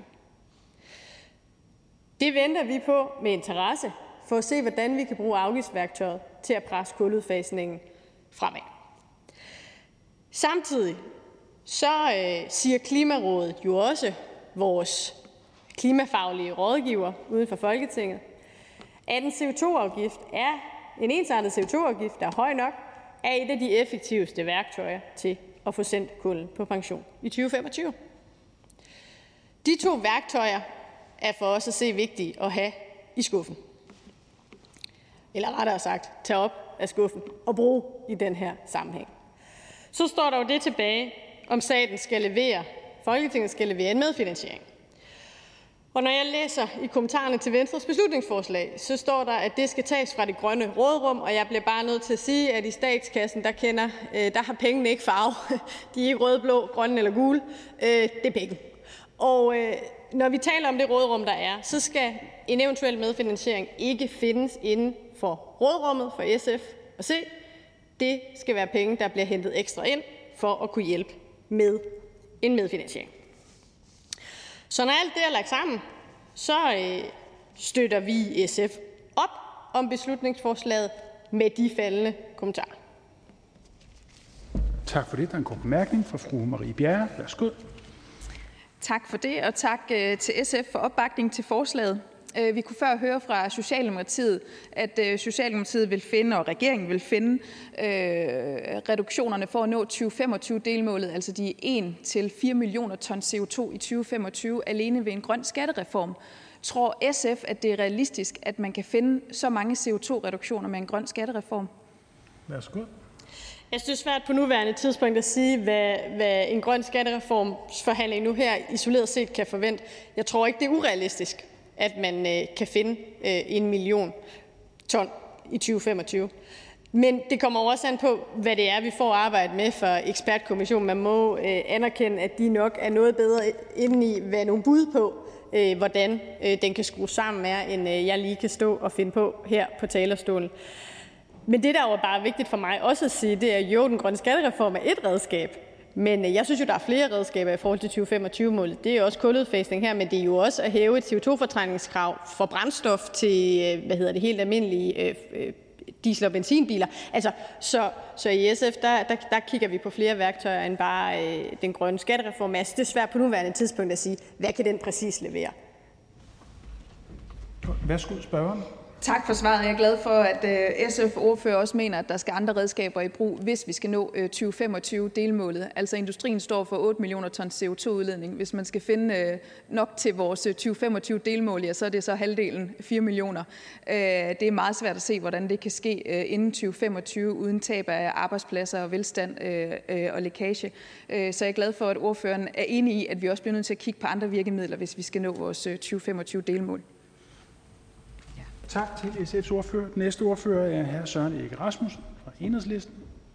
Det venter vi på med interesse for at se, hvordan vi kan bruge afgiftsværktøjet til at presse kuludfasningen fremad. Samtidig så øh, siger Klimarådet jo også, vores klimafaglige rådgiver uden for Folketinget, at en C O to afgift er en ensartet C O to afgift, der er høj nok, er et af de effektiveste værktøjer til at få sendt kulden på pension i tyve femogtyve. De to værktøjer er for os at se vigtige at have i skuffen. Eller rettere sagt, tage op af skuffen og bruge i den her sammenhæng. Så står der jo det tilbage, om staten skal levere, Folketinget skal levere en medfinansiering. Og når jeg læser i kommentarerne til Venstres beslutningsforslag, så står der, at det skal tages fra det grønne råderum, og jeg bliver bare nødt til at sige, at i statskassen, der, kender, der har pengene ikke farve. De er ikke røde, blå, grønne eller gule. Det er penge. Og når vi taler om det råderum, der er, så skal en eventuel medfinansiering ikke findes inden for råderummet for S F og C. Det skal være penge, der bliver hentet ekstra ind for at kunne hjælpe med en medfinansiering. Så når alt det er lagt sammen, så øh, støtter vi i S F op om beslutningsforslaget med de faldende kommentarer. Tak for det. Der er en kort bemærkning fra fru Marie Bjerre. Værsgo. Tak for det, og tak øh, til S F for opbakning til forslaget. Vi kunne før høre fra Socialdemokratiet, at Socialdemokratiet vil finde, og regeringen vil finde øh, reduktionerne for at nå tyve femogtyve-delmålet, altså de en til fire millioner ton C O to i tyve femogtyve, alene ved en grøn skattereform. Tror S F, at det er realistisk, at man kan finde så mange C O to-reduktioner med en grøn skattereform? Værsgo. Jeg synes, det er svært på nuværende tidspunkt at sige, hvad, hvad en grøn skattereformsforhandling nu her isoleret set kan forvente. Jeg tror ikke, det er urealistisk, at man øh, kan finde øh, en million ton i tyve femogtyve. Men det kommer også an på, hvad det er, vi får arbejde med for ekspertkommissionen. Man må øh, anerkende, at de nok er noget bedre inde i, hvad nogle bud på, øh, hvordan øh, den kan skrues sammen er, end øh, jeg lige kan stå og finde på her på talerstolen. Men det, der er jo bare vigtigt for mig også at sige, det er jo, den grønne skattereform er et redskab. Men jeg synes jo, der er flere redskaber i forhold til tyve femogtyve-målet. Det er jo også kuludfasning her, men det er jo også at hæve et C O to-fortrængningskrav for brændstof til hvad hedder det, helt almindelige øh, diesel- og benzinbiler. Altså, så, så i S F, der, der, der kigger vi på flere værktøjer end bare øh, den grønne skattereform. Altså, det er svært på nuværende tidspunkt at sige, hvad kan den præcis levere? Værsgo, spørgeren. Tak for svaret. Jeg er glad for, at S F-ordfører også mener, at der skal andre redskaber i brug, hvis vi skal nå tyve femogtyve-delmålet. Altså industrien står for otte millioner ton C O to-udledning. Hvis man skal finde nok til vores tyve femogtyve-delmål, ja, så er det så halvdelen, fire millioner. Det er meget svært at se, hvordan det kan ske inden tyve femogtyve, uden tab af arbejdspladser og velstand og lækage. Så jeg er glad for, at ordføreren er enig i, at vi også bliver nødt til at kigge på andre virkemidler, hvis vi skal nå vores tyve femogtyve-delmål. Tak til S F's ordfører. Den næste ordfører er hr. Søren Egge Rasmussen fra Enhedslisten.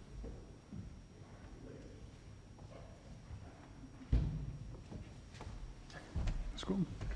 Værsgo.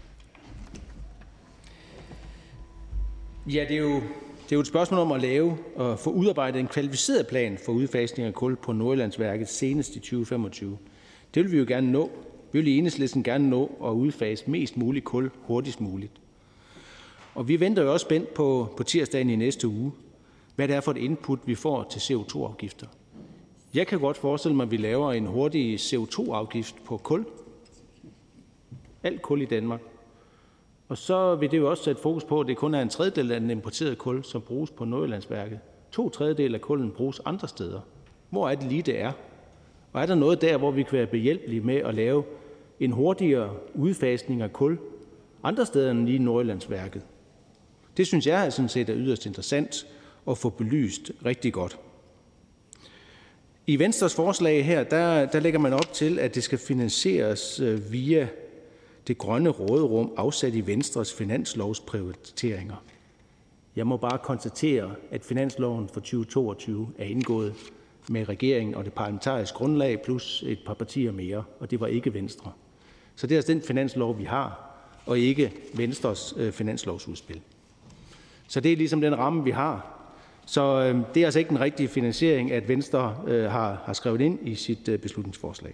Ja, det er jo, det er jo et spørgsmål om at lave og få udarbejdet en kvalificeret plan for udfasning af kul på Nordjyllandsværket senest i tyve femogtyve. Det vil vi jo gerne nå. Vi vil i Enhedslisten gerne nå at udfase mest muligt kul hurtigst muligt. Og vi venter jo også spændt på, på tirsdagen i næste uge, hvad det er for et input, vi får til C O to-afgifter. Jeg kan godt forestille mig, at vi laver en hurtig C O to-afgift på kul. Alt kul i Danmark. Og så vil det jo også sætte fokus på, at det kun er en tredjedel af den importerede kul, som bruges på Nordjyllandsværket. To tredjedel af kullen bruges andre steder. Hvor er det lige, det er? Og er der noget der, hvor vi kan være behjælpelige med at lave en hurtigere udfasning af kul andre steder end lige Nordjyllandsværket? Det synes jeg sådan set er yderst interessant at få belyst rigtig godt. I Venstres forslag her, der, der lægger man op til, at det skal finansieres via det grønne råderum afsat i Venstres finanslovsprioriteringer. Jeg må bare konstatere, at finansloven for tyve toogtyve er indgået med regeringen og det parlamentariske grundlag plus et par partier mere, og det var ikke Venstre. Så det er altså den finanslov, vi har, og ikke Venstres øh, finanslovsudspil. Så det er ligesom den ramme, vi har. Så øh, det er altså ikke den rigtige finansiering, at Venstre øh, har, har skrevet ind i sit øh, beslutningsforslag.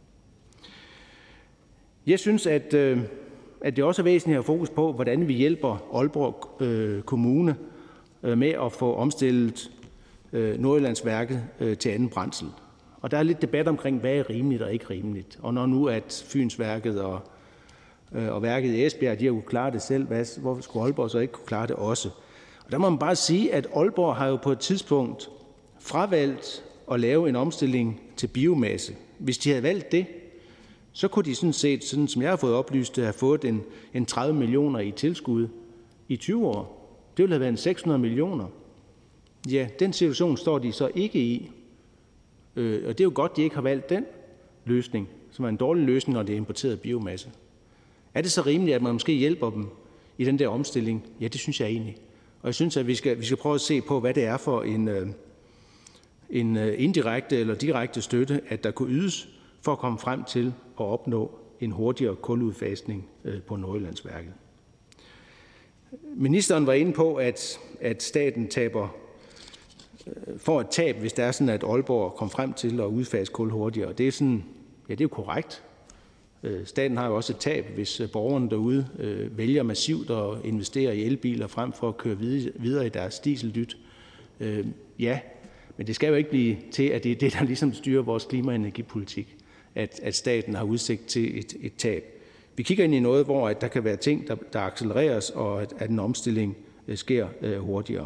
Jeg synes, at, øh, at det også er væsentligt at have fokus på, hvordan vi hjælper Aalborg øh, Kommune øh, med at få omstillet øh, Nordjyllandsværket øh, til anden brændsel. Og der er lidt debat omkring, hvad er rimeligt og ikke rimeligt. Og når nu at Fynsværket og, øh, og værket i Esbjerg, de har kunne klare det selv, hvad, hvorfor skulle Aalborg så ikke kunne klare det også? Og der må man bare sige, at Aalborg har jo på et tidspunkt fravalgt at lave en omstilling til biomasse. Hvis de havde valgt det, så kunne de sådan set, sådan som jeg har fået oplyst, have fået en, en tredive millioner i tilskud i tyve år. Det ville have været en seks hundrede millioner. Ja, den situation står de så ikke i. Øh, og det er jo godt, de ikke har valgt den løsning, som er en dårlig løsning, når det er importeret biomasse. Er det så rimeligt, at man måske hjælper dem i den der omstilling? Ja, det synes jeg egentlig. Og jeg synes, at vi skal, vi skal prøve at se på, hvad det er for en, øh, en indirekte eller direkte støtte, at der kunne ydes for at komme frem til at opnå en hurtigere kuludfasning øh, på Nordjyllandsværket. Ministeren var inde på, at, at staten taber, øh, får et tab, hvis det er sådan, at Aalborg kom frem til at udfase kul hurtigere. Det er, sådan, ja, det er jo korrekt. Øh, staten har jo også et tab, hvis borgerne derude øh, vælger massivt at investere i elbiler frem for at køre videre i deres dieseldyt. Øh, ja, men det skal jo ikke blive til, at det er det, der ligesom styrer vores klima- og energipolitik, at, at staten har udsigt til et, et tab. Vi kigger ind i noget, hvor at der kan være ting, der, der accelereres, og at, at en omstilling øh, sker øh, hurtigere.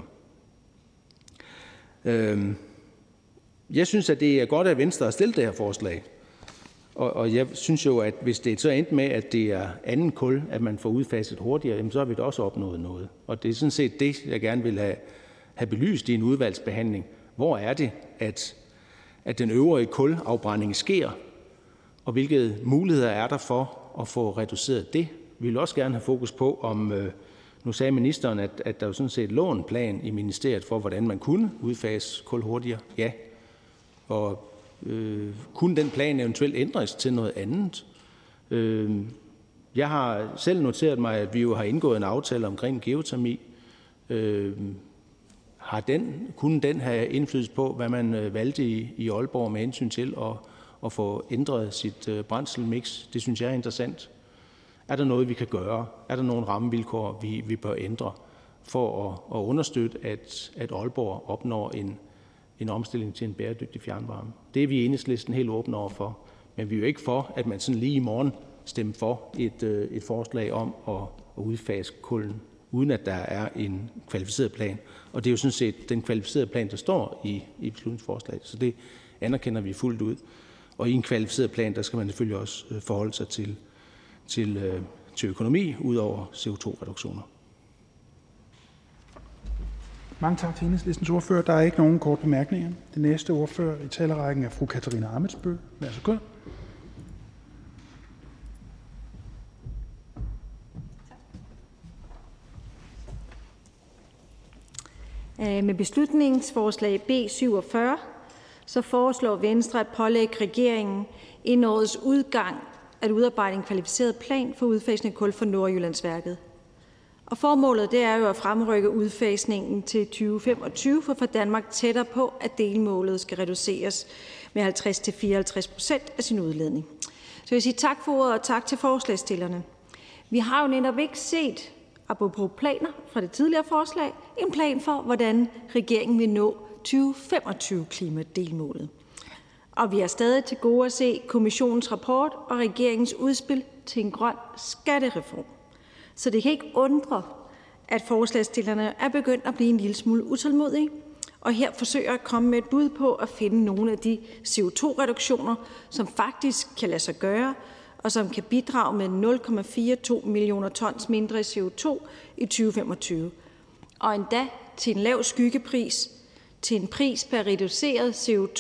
Øh, jeg synes, at det er godt, at Venstre har stillet det her forslag. Og, og jeg synes jo, at hvis det så endte med, at det er anden kul, at man får udfaset hurtigere, jamen så har vi da også opnået noget. Og det er sådan set det, jeg gerne vil have, have belyst i en udvalgsbehandling. Hvor er det, at, at den øvrige kulafbrænding sker, og hvilke muligheder er der for at få reduceret det? Vi vil også gerne have fokus på, om, øh, nu sagde ministeren, at, at der jo sådan set lå en plan i ministeriet for, hvordan man kunne udfase kul hurtigere. Ja, og øh, kunne den plan eventuelt ændres til noget andet? Øh, jeg har selv noteret mig, at vi jo har indgået en aftale omkring geotermi. Øh, har den, kunne den have indflydelse på, hvad man valgte i, i Aalborg med hensyn til at, at få ændret sit øh, brændselmix? Det synes jeg er interessant. Er der noget, vi kan gøre? Er der nogle rammevilkår, vi, vi bør ændre for at, at understøtte, at, at Aalborg opnår en, en omstilling til en bæredygtig fjernvarme? Det er vi i Enhedslisten helt åbne over for. Men vi er jo ikke for, at man sådan lige i morgen stemmer for et, øh, et forslag om at, at udfase kulden, uden at der er en kvalificeret plan. Og det er jo sådan set den kvalificerede plan, der står i, i beslutningsforslaget. Så det anerkender vi fuldt ud. Og i en kvalificeret plan, der skal man selvfølgelig også forholde sig til, til, øh, til økonomi, ud over C O to reduktioner. Mange tak til Enhedslistens ordfører. Der er ikke nogen korte bemærkninger. Den næste ordfører i talerrækken er fru Katarina Ammitzbøll. Værsgo. Med beslutningsforslag B syvogfyrre så foreslår Venstre at pålægge regeringen inden årets udgang at udarbejde en kvalificeret plan for udfasning af kul for Nordjyllandsværket. Og formålet det er jo at fremrykke udfasningen til tyve femogtyve for at få Danmark tættere på, at delmålet skal reduceres med halvtreds til fireoghalvtreds procent af sin udledning. Så jeg vil sige tak for ordet og tak til forslagsstillerne. Vi har jo netop ikke set, apropos planer fra det tidligere forslag, en plan for, hvordan regeringen vil nå tyve femogtyve-klimadelmålet. Og vi har stadig til gode at se kommissionens rapport og regeringens udspil til en grøn skattereform. Så det kan ikke undre, at forslagsstillerne er begyndt at blive en lille smule utålmodige, og her forsøger at komme med et bud på at finde nogle af de C O to reduktioner, som faktisk kan lade sig gøre, og som kan bidrage med nul komma fireogtyve millioner tons mindre C O to i tyve femogtyve. Og endda til en lav skyggepris, til en pris per reduceret C O to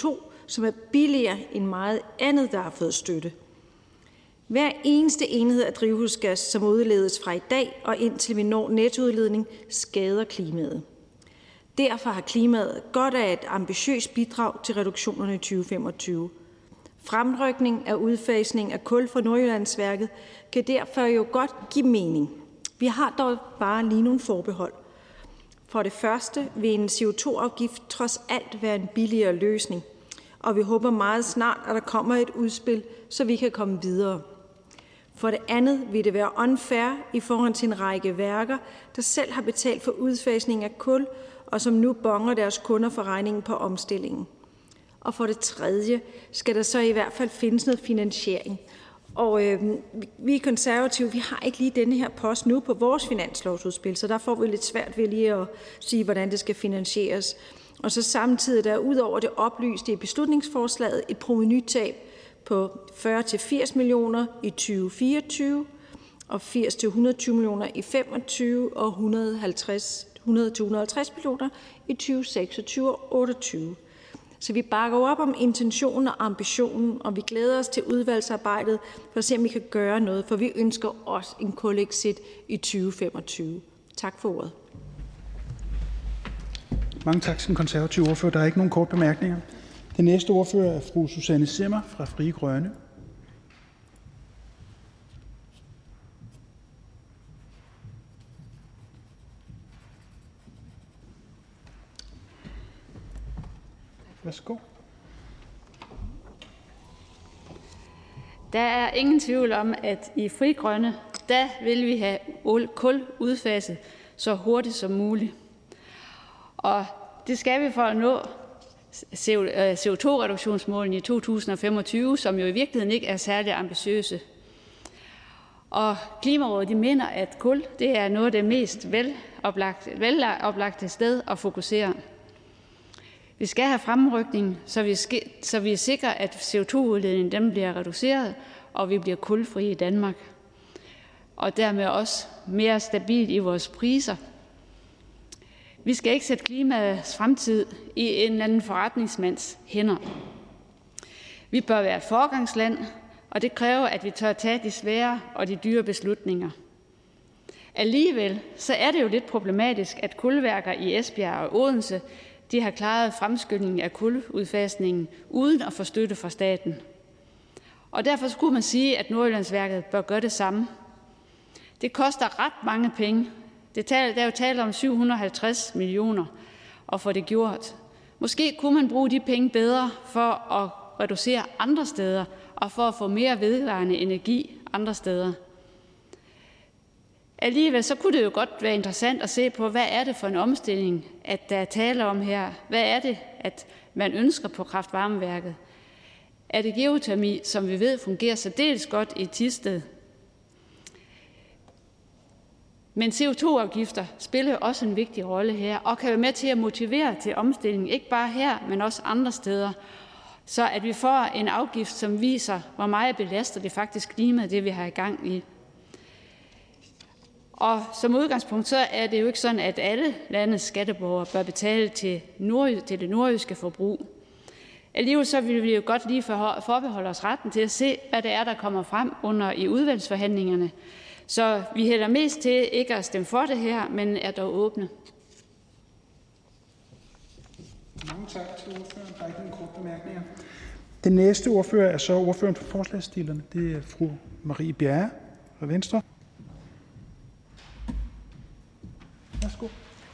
som er billigere end meget andet, der har fået støtte. Hver eneste enhed af drivhusgas, som udledes fra i dag og indtil vi når nettoudledning, skader klimaet. Derfor har klimaet godt af et ambitiøst bidrag til reduktionerne i tyve femogtyve. Fremrykning af udfasning af kul fra Nordjyllandsværket kan derfor jo godt give mening. Vi har dog bare lige nogle forbehold. For det første vil en C O to afgift trods alt være en billigere løsning, og vi håber meget snart, at der kommer et udspil, så vi kan komme videre. For det andet vil det være unfair i forhold til en række værker, der selv har betalt for udfasning af kul, og som nu bonger deres kunder for regningen på omstillingen. Og for det tredje skal der så i hvert fald findes noget finansiering. Og øh, vi konservative, vi har ikke lige denne her post nu på vores finanslovsudspil, så der får vi lidt svært ved lige at sige, hvordan det skal finansieres. Og så samtidig der ud over det oplyste i beslutningsforslaget et provenutab på fyrre til firs millioner i tyve fireogtyve og firs til hundrede og tyve millioner i femogtyve og hundrede til hundrede og halvtreds millioner i tyve seksogtyve og otteogtyve. Så vi bakker op om intentionen og ambitionen, og vi glæder os til udvalgsarbejdet for at se, om vi kan gøre noget, for vi ønsker også en kulexit i tyve femogtyve. Tak for ordet. Mange tak til den konservative ordfører. Der er ikke nogen korte bemærkninger. Den næste ordfører er fru Susanne Zimmer fra Frie Grønne. Værsgo. Der er ingen tvivl om, at i Frie Grønne, der vil vi have kul udfaset så hurtigt som muligt. Og det skal vi for at nå C O to reduktionsmålene i to tusind og femogtyve, som jo i virkeligheden ikke er særlig ambitiøse. Og Klimarådet de mener, at kul det er noget af det mest veloplagte, veloplagte sted at fokusere. Vi skal have fremrykning, så vi, skal, så vi sikrer, at C O to udledningen dem bliver reduceret, og vi bliver kulfrie i Danmark. Og dermed også mere stabil i vores priser. Vi skal ikke sætte klimaets fremtid i en eller anden forretningsmands hænder. Vi bør være et foregangsland, og det kræver, at vi tør tage de svære og de dyre beslutninger. Alligevel så er det jo lidt problematisk, at kulværker i Esbjerg og Odense de har klaret fremskyndelsen af kuludfasningen uden at få støtte fra staten. Og derfor skulle man sige, at Nordjyllandsværket bør gøre det samme. Det koster ret mange penge. Det der er jo tale om syv hundrede og halvtreds millioner at få det gjort. Måske kunne man bruge de penge bedre for at reducere andre steder og for at få mere vedvarende energi andre steder. Alligevel så kunne det jo godt være interessant at se på, hvad er det for en omstilling, at der er tale om her? Hvad er det, at man ønsker på kraftvarmeværket? Er det geotermi, som vi ved fungerer særdeles godt i Thisted? Men C O to afgifter spiller også en vigtig rolle her, og kan være med til at motivere til omstilling, ikke bare her, men også andre steder. Så at vi får en afgift, som viser, hvor meget belaster det faktisk klimaet, det vi har i gang i. Og som udgangspunkt, så er det jo ikke sådan, at alle landets skatteborgere bør betale til, nord, til det nordjyske forbrug. Alligevel så vil vi jo godt lige forbeholde os retten til at se, hvad det er, der kommer frem under i udvalgsforhandlingerne. Så vi hælder mest til ikke at stemme for det her, men er dog åbne. Mange tak til ordføreren. Der er ikke nogen korte bemærkninger. Den næste ordfører er så ordføreren for forslagsstillerne. Det er fru Marie Bjerre fra Venstre. Værsgo.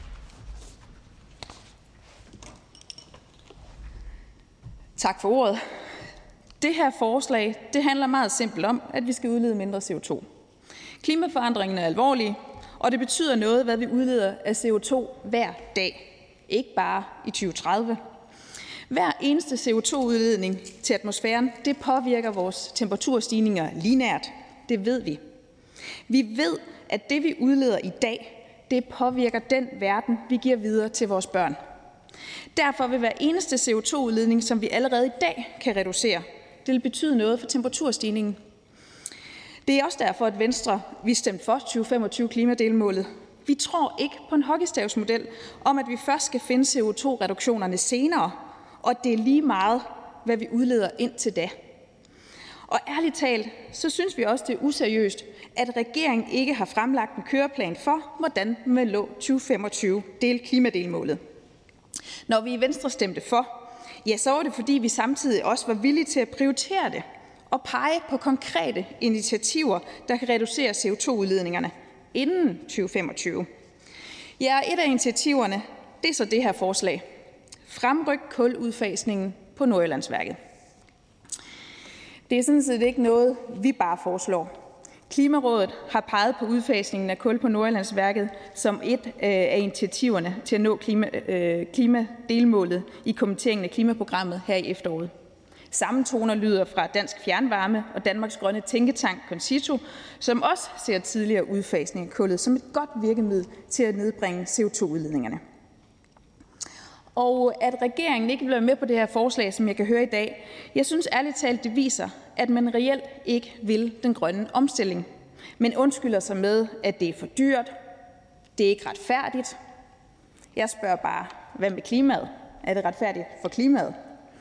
Tak for ordet. Det her forslag det handler meget simpelt om, at vi skal udlede mindre C O to. Klimaforandringen er alvorlig, og det betyder noget, hvad vi udleder af C O to hver dag. Ikke bare i tyve tredive. Hver eneste C O to udledning til atmosfæren, det påvirker vores temperaturstigninger lineært. Det ved vi. Vi ved, at det vi udleder i dag, det påvirker den verden, vi giver videre til vores børn. Derfor vil hver eneste C O to udledning, som vi allerede i dag kan reducere, det vil betyde noget for temperaturstigningen. Det er også derfor, at Venstre vi stemte for tyve femogtyve klimadelmålet. Vi tror ikke på en hockeystavsmodel om, at vi først skal finde C O to reduktionerne senere, og det er lige meget, hvad vi udleder indtil da. Og ærligt talt, så synes vi også, det er useriøst, at regeringen ikke har fremlagt en køreplan for, hvordan man lå tyve femogtyve del klimadelmålet. Når vi i Venstre stemte for, ja, så var det fordi, vi samtidig også var villige til at prioritere det og pege på konkrete initiativer, der kan reducere C O to udledningerne inden tyve femogtyve. Ja, et af initiativerne, det er så det her forslag. Fremryk kuludfasningen på Nordjyllandsværket. Det er sådan set ikke noget, vi bare foreslår. Klimarådet har peget på udfasningen af kul på Nordjyllandsværket som et af initiativerne til at nå klima, øh, klimadelmålet i kommenteringen af klimaprogrammet her i efteråret. Samme toner lyder fra Dansk Fjernvarme og Danmarks Grønne Tænketank Concito, som også ser tidligere udfasning af kullet som et godt virkemiddel til at nedbringe C O to udledningerne. Og at regeringen ikke vil være med på det her forslag, som jeg kan høre i dag, jeg synes ærligt talt, det viser, at man reelt ikke vil den grønne omstilling, men undskylder sig med, at det er for dyrt, det er ikke retfærdigt. Jeg spørger bare, hvad med klimaet? Er det retfærdigt for klimaet?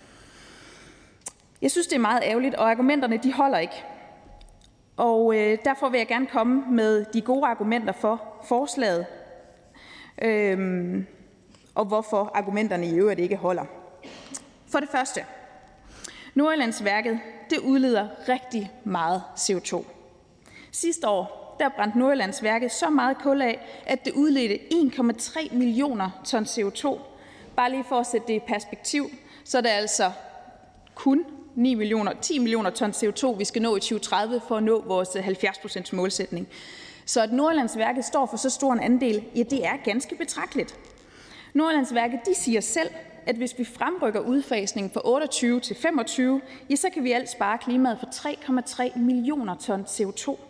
Jeg synes, det er meget ærgerligt, og argumenterne de holder ikke. Og øh, derfor vil jeg gerne komme med de gode argumenter for forslaget, øhm, og hvorfor argumenterne i øvrigt ikke holder. For det første, Nordjyllandsværket det udleder rigtig meget C O to. Sidste år der brændte Nordjyllandsværket så meget kul af, at det udledte en komma tre millioner ton C O to. Bare lige for at sætte det i perspektiv, så er det altså kun ni millioner, ti millioner ton C O to, vi skal nå i tyve tredive for at nå vores halvfjerds procent målsætning. Så at Nordjyllandsværket står for så stor en andel, ja, det er ganske betragteligt. Nordjyllandsværket de siger selv, at hvis vi fremrykker udfasningen fra otteogtyve til femogtyve, ja, så kan vi alt spare klimaet for tre komma tre millioner ton C O to.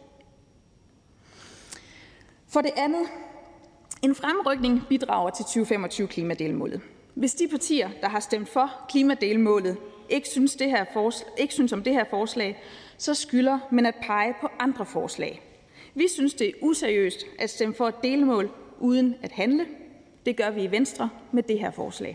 For det andet, en fremrykning bidrager til tyve femogtyve klimadelmålet. Hvis de partier, der har stemt for klimadelmålet, ikke synes, det her forslag, ikke synes om det her forslag, så skylder man at pege på andre forslag. Vi synes, det er useriøst at stemme for et delmål uden at handle. Det gør vi i Venstre med det her forslag.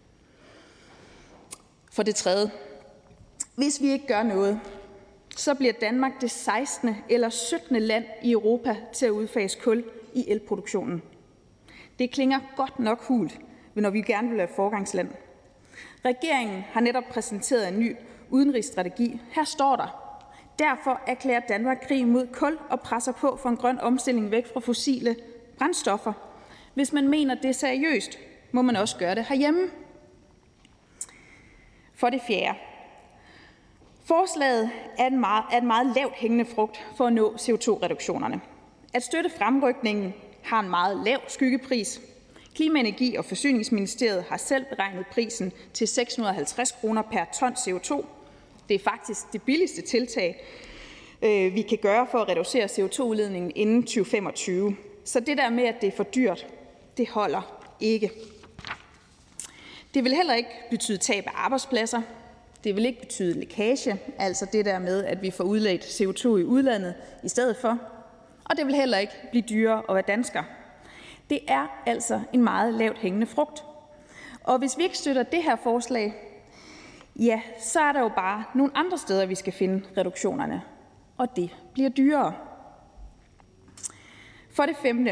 For det tredje, hvis vi ikke gør noget, så bliver Danmark det sekstende eller syttende land i Europa til at udfase kul i elproduktionen. Det klinger godt nok hult, når vi gerne vil være forgangsland. Regeringen har netop præsenteret en ny udenrigsstrategi. Her står der: derfor erklærer Danmark krig mod kul og presser på for en grøn omstilling væk fra fossile brændstoffer. Hvis man mener det er seriøst, må man også gøre det herhjemme. For det fjerde. Forslaget er en meget, er en meget lavt hængende frugt for at nå C O to reduktionerne. At støtte fremrykningen har en meget lav skyggepris. Klima-, Energi- og Forsyningsministeriet har selv beregnet prisen til seks hundrede og halvtreds kroner per ton C O to. Det er faktisk det billigste tiltag, vi kan gøre for at reducere C O to udledningen inden tyve femogtyve. Så det der med, at det er for dyrt, det holder ikke. Det vil heller ikke betyde tab af arbejdspladser. Det vil ikke betyde lækage, altså det der med, at vi får udledt C O to i udlandet i stedet for. Og det vil heller ikke blive dyrere at være dansker. Det er altså en meget lavt hængende frugt. Og hvis vi ikke støtter det her forslag, ja, så er der jo bare nogle andre steder, vi skal finde reduktionerne. Og det bliver dyrere. For det femte.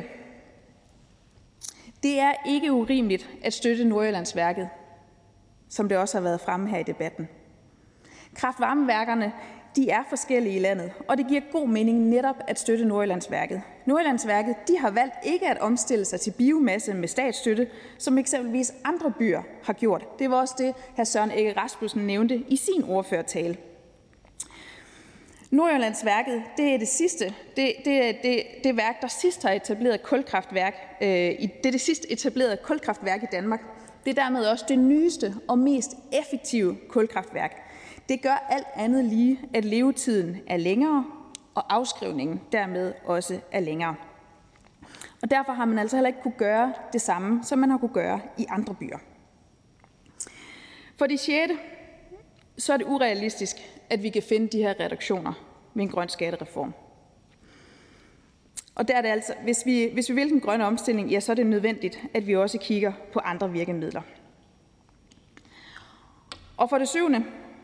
Det er ikke urimeligt at støtte Nordjyllandsværket, som det også har været fremme her i debatten. Kraft-varmeværkerne de er forskellige i landet, og det giver god mening netop at støtte Nordjyllandsværket. Nordjyllandsværket de har valgt ikke at omstille sig til biomasse med statsstøtte, som eksempelvis andre byer har gjort. Det var også det, hr. Søren Egge Rasmussen nævnte i sin ordførertale. Nordjyllandsværket det er det sidste, det, det er det, det værk, der sidst har etableret kulkraftværk. Øh, det er det sidste etablerede kulkraftværk i Danmark. Det er dermed også det nyeste og mest effektive kulkraftværk. Det gør alt andet lige, at levetiden er længere, og afskrivningen dermed også er længere. Og derfor har man altså heller ikke kunne gøre det samme, som man har kunne gøre i andre byer. For det sjette, så er det urealistisk, at vi kan finde de her reduktioner med en grøn skattereform. Og der er det altså, hvis vi, hvis vi vil den grønne omstilling, ja, så er det nødvendigt, at vi også kigger på andre virkemidler. Og for det syvende,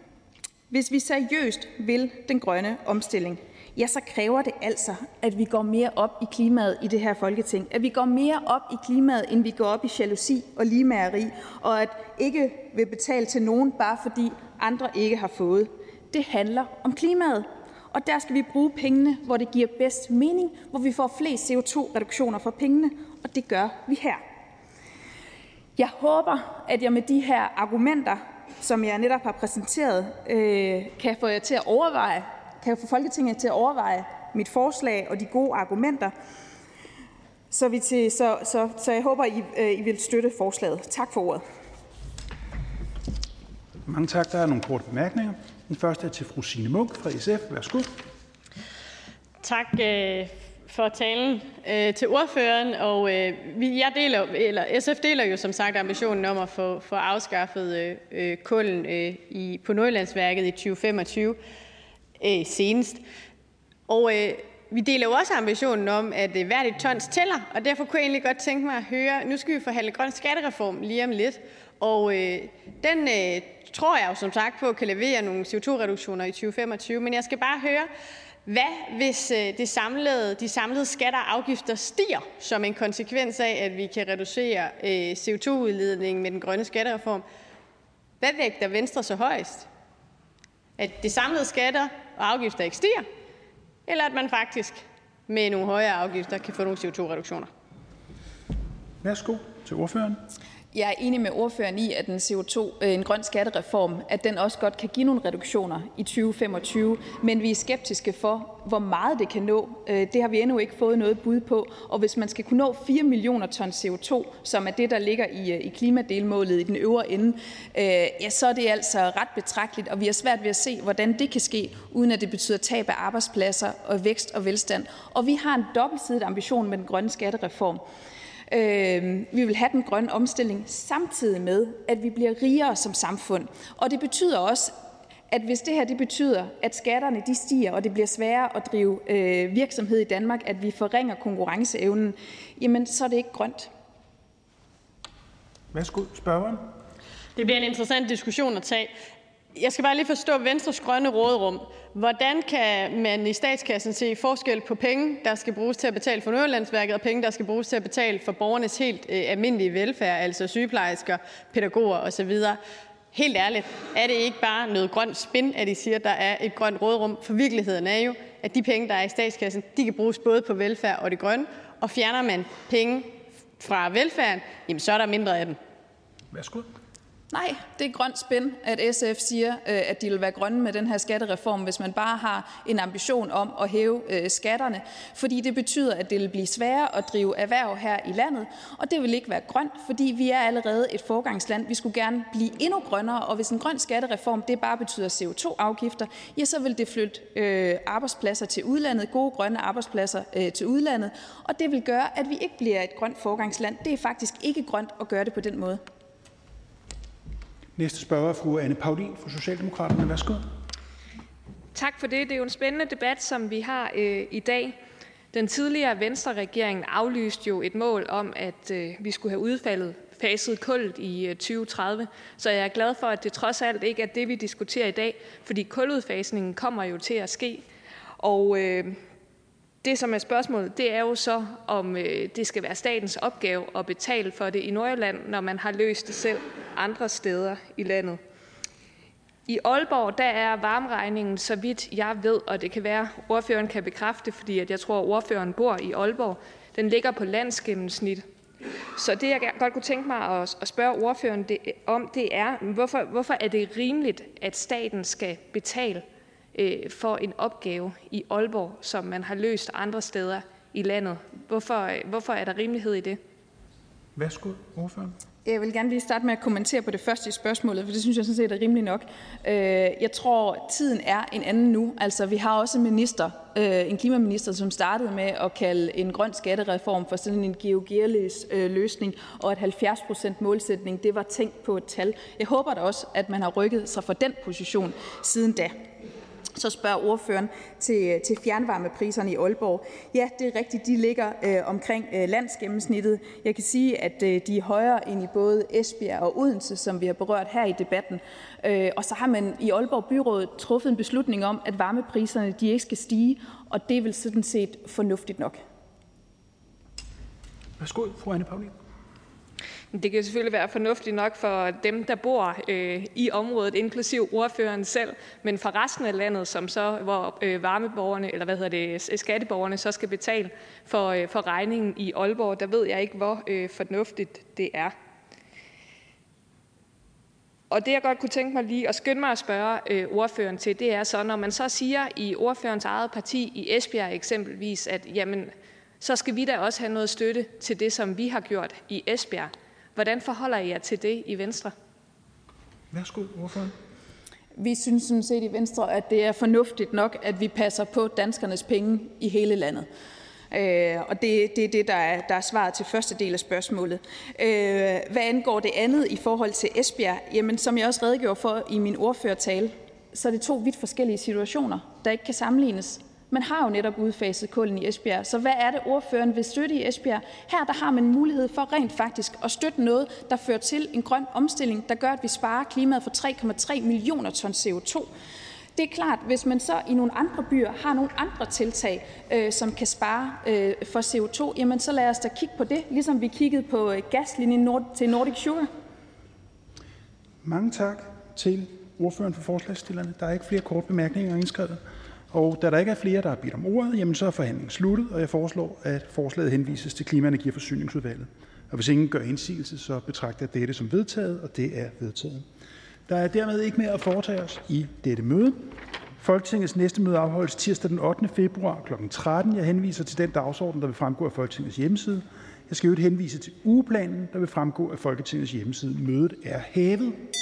Hvis vi seriøst vil den grønne omstilling, ja, så kræver det altså, at vi går mere op i klimaet i det her Folketing. At vi går mere op i klimaet, end vi går op i jalousi og ligemageri, og at ikke vil betale til nogen, bare fordi andre ikke har fået. Det handler om klimaet, og der skal vi bruge pengene, hvor det giver bedst mening, hvor vi får flest C O to reduktioner for pengene, og det gør vi her. Jeg håber, at jeg med de her argumenter, som jeg netop har præsenteret, øh, kan få jer til at overveje, kan få Folketinget til at overveje mit forslag og de gode argumenter. Så, vi til, så, så, så jeg håber, I, øh, I vil støtte forslaget. Tak for ordet. Mange tak. Der er nogle korte bemærkninger. Den første er til fru Signe Munk fra S F. Værsgo. Tak øh, for talen øh, til ordføreren. Og øh, jeg deler, eller S F deler jo som sagt ambitionen om at få, få afskaffet øh, kulden øh, i, på Nordjyllandsværket i tyve femogtyve øh, senest. Og øh, vi deler jo også ambitionen om, at øh, hvert et tons tæller, og derfor kunne jeg egentlig godt tænke mig at høre, nu skal vi forhandle grøn skattereform lige om lidt, og øh, den øh, tror jeg jo som sagt på kan levere nogle C O to reduktioner i tyve femogtyve, men jeg skal bare høre, hvad hvis øh, det samlede, de samlede skatter og afgifter stiger som en konsekvens af, at vi kan reducere øh, C O to udledningen med den grønne skattereform? Hvad vægter Venstre så højst? At det samlede skatter og afgifter ikke stiger, eller at man faktisk med nogle højere afgifter kan få nogle C O to reduktioner? Værsgo til ordføreren. Jeg er enig med ordføreren i, at en, C O to, en grøn skattereform, at den også godt kan give nogle reduktioner i tyve femogtyve, men vi er skeptiske for, hvor meget det kan nå. Det har vi endnu ikke fået noget bud på, og hvis man skal kunne nå fire millioner ton C O to, som er det, der ligger i, i klimadelmålet i den øvre ende, ja, så er det altså ret betragteligt, og vi har svært ved at se, hvordan det kan ske, uden at det betyder tab af arbejdspladser og vækst og velstand. Og vi har en dobbeltsidet ambition med den grønne skattereform. Øh, vi vil have den grønne omstilling samtidig med, at vi bliver rigere som samfund. Og det betyder også, at hvis det her det betyder, at skatterne de stiger, og det bliver sværere at drive øh, virksomhed i Danmark, at vi forringer konkurrenceevnen, jamen så er det ikke grønt. Værsgo, spørgeren. Det bliver en interessant diskussion at tage. Jeg skal bare lige forstå Venstres grønne råderum. Hvordan kan man i statskassen se forskel på penge, der skal bruges til at betale for Nordjyllandsværket, og penge, der skal bruges til at betale for borgernes helt øh, almindelige velfærd, altså sygeplejersker, pædagoger osv.? Helt ærligt, er det ikke bare noget grønt spin, at I siger, at der er et grønt råderum? For virkeligheden er jo, at de penge, der er i statskassen, de kan bruges både på velfærd og det grønne, og fjerner man penge fra velfærden, jamen så er der mindre af dem. Værsgo. Nej, det er grønt spin, at S F siger, at de vil være grønne med den her skattereform, hvis man bare har en ambition om at hæve skatterne. Fordi det betyder, at det vil blive sværere at drive erhverv her i landet, og det vil ikke være grønt, fordi vi er allerede et forgangsland. Vi skulle gerne blive endnu grønnere, og hvis en grøn skattereform det bare betyder C O to afgifter, ja, så vil det flytte øh, arbejdspladser til udlandet, gode grønne arbejdspladser øh, til udlandet, og det vil gøre, at vi ikke bliver et grønt forgangsland. Det er faktisk ikke grønt at gøre det på den måde. Næste spørger er fru Anne Paulin fra Socialdemokraterne. Værsgo. Tak for det. Det er jo en spændende debat, som vi har øh, i dag. Den tidligere Venstre-regering aflyste jo et mål om, at øh, vi skulle have udfaldet faset kullet i øh, tyve tredive. Så jeg er glad for, at det trods alt ikke er det, vi diskuterer i dag, fordi kuludfasningen kommer jo til at ske. Og øh, det, som er spørgsmålet, det er jo så, om øh, det skal være statens opgave at betale for det i Nordjylland, når man har løst det selv andre steder i landet. I Aalborg, der er varmeregningen, så vidt jeg ved, og det kan være, at ordføreren kan bekræfte, fordi at jeg tror, at ordføreren bor i Aalborg, den ligger på landsgennemsnit. Så det, jeg godt kunne tænke mig at, at spørge ordføreren det, om, det er, hvorfor, hvorfor er det rimeligt, at staten skal betale øh, for en opgave i Aalborg, som man har løst andre steder i landet? Hvorfor, hvorfor er der rimelighed i det? Værsgo, ordføreren. Jeg vil gerne lige starte med at kommentere på det første i spørgsmålet, for det synes jeg sådan set er rimeligt nok. Jeg tror, tiden er en anden nu. Altså, vi har også en minister, en klimaminister, som startede med at kalde en grøn skattereform for sådan en geogearløs løsning, og at halvfjerds procent målsætning, det var tænkt på et tal. Jeg håber da også, at man har rykket sig fra den position siden da. Så spørger ordføreren til, til fjernvarmepriserne i Aalborg. Ja, det er rigtigt, de ligger øh, omkring øh, landsgennemsnittet. Jeg kan sige, at øh, de er højere end i både Esbjerg og Odense, som vi har berørt her i debatten. Øh, og så har man i Aalborg Byråd truffet en beslutning om, at varmepriserne de ikke skal stige, og det er vel sådan set fornuftigt nok. Værsgo, fru Anne Paulin. Det kan selvfølgelig være fornuftigt nok for dem, der bor øh, i området, inklusiv ordføreren selv, men for resten af landet, som så, hvor øh, varmeborgerne, eller hvad hedder det, skatteborgerne så skal betale for, øh, for regningen i Aalborg, der ved jeg ikke, hvor øh, fornuftigt det er. Og det, jeg godt kunne tænke mig lige at skynde mig at spørge øh, ordføreren til, det er så, når man så siger i ordførens eget parti, i Esbjerg eksempelvis, at jamen, så skal vi da også have noget støtte til det, som vi har gjort i Esbjerg. Hvordan forholder I jer til det i Venstre? Værsgo, ordføreren. Vi synes sådan set i Venstre, at det er fornuftigt nok, at vi passer på danskernes penge i hele landet. Øh, og det, det er det, der er, der er svaret til første del af spørgsmålet. Øh, hvad angår det andet i forhold til Esbjerg, jamen som jeg også redegjorde for i min ordførertale, så er det to vidt forskellige situationer, der ikke kan sammenlignes. Man har jo netop udfaset kulden i Esbjerg, så hvad er det, ordføreren vil støtte i Esbjerg? Her der har man mulighed for rent faktisk at støtte noget, der fører til en grøn omstilling, der gør, at vi sparer klimaet for tre komma tre millioner ton C O to. Det er klart, hvis man så i nogle andre byer har nogle andre tiltag, øh, som kan spare øh, for C O to, jamen så lad os da kigge på det, ligesom vi kiggede på gaslinjen Nord- til Nordic Sugar. Mange tak til ordføreren for forslagsstillerne. Der er ikke flere korte bemærkninger indskrevet. Og da der ikke er flere, der har bedt om ordet, jamen så er forhandlingen sluttet, og jeg foreslår, at forslaget henvises til Klima-, Energi- og Forsyningsudvalget. Og hvis ingen gør indsigelse, så betragter jeg dette som vedtaget, og det er vedtaget. Der er dermed ikke mere at foretage os i dette møde. Folketingets næste møde afholdes tirsdag den ottende februar klokken tretten. Jeg henviser til den dagsorden, der vil fremgå af Folketingets hjemmeside. Jeg skal jo henvise til ugeplanen, der vil fremgå af Folketingets hjemmeside. Mødet er hævet.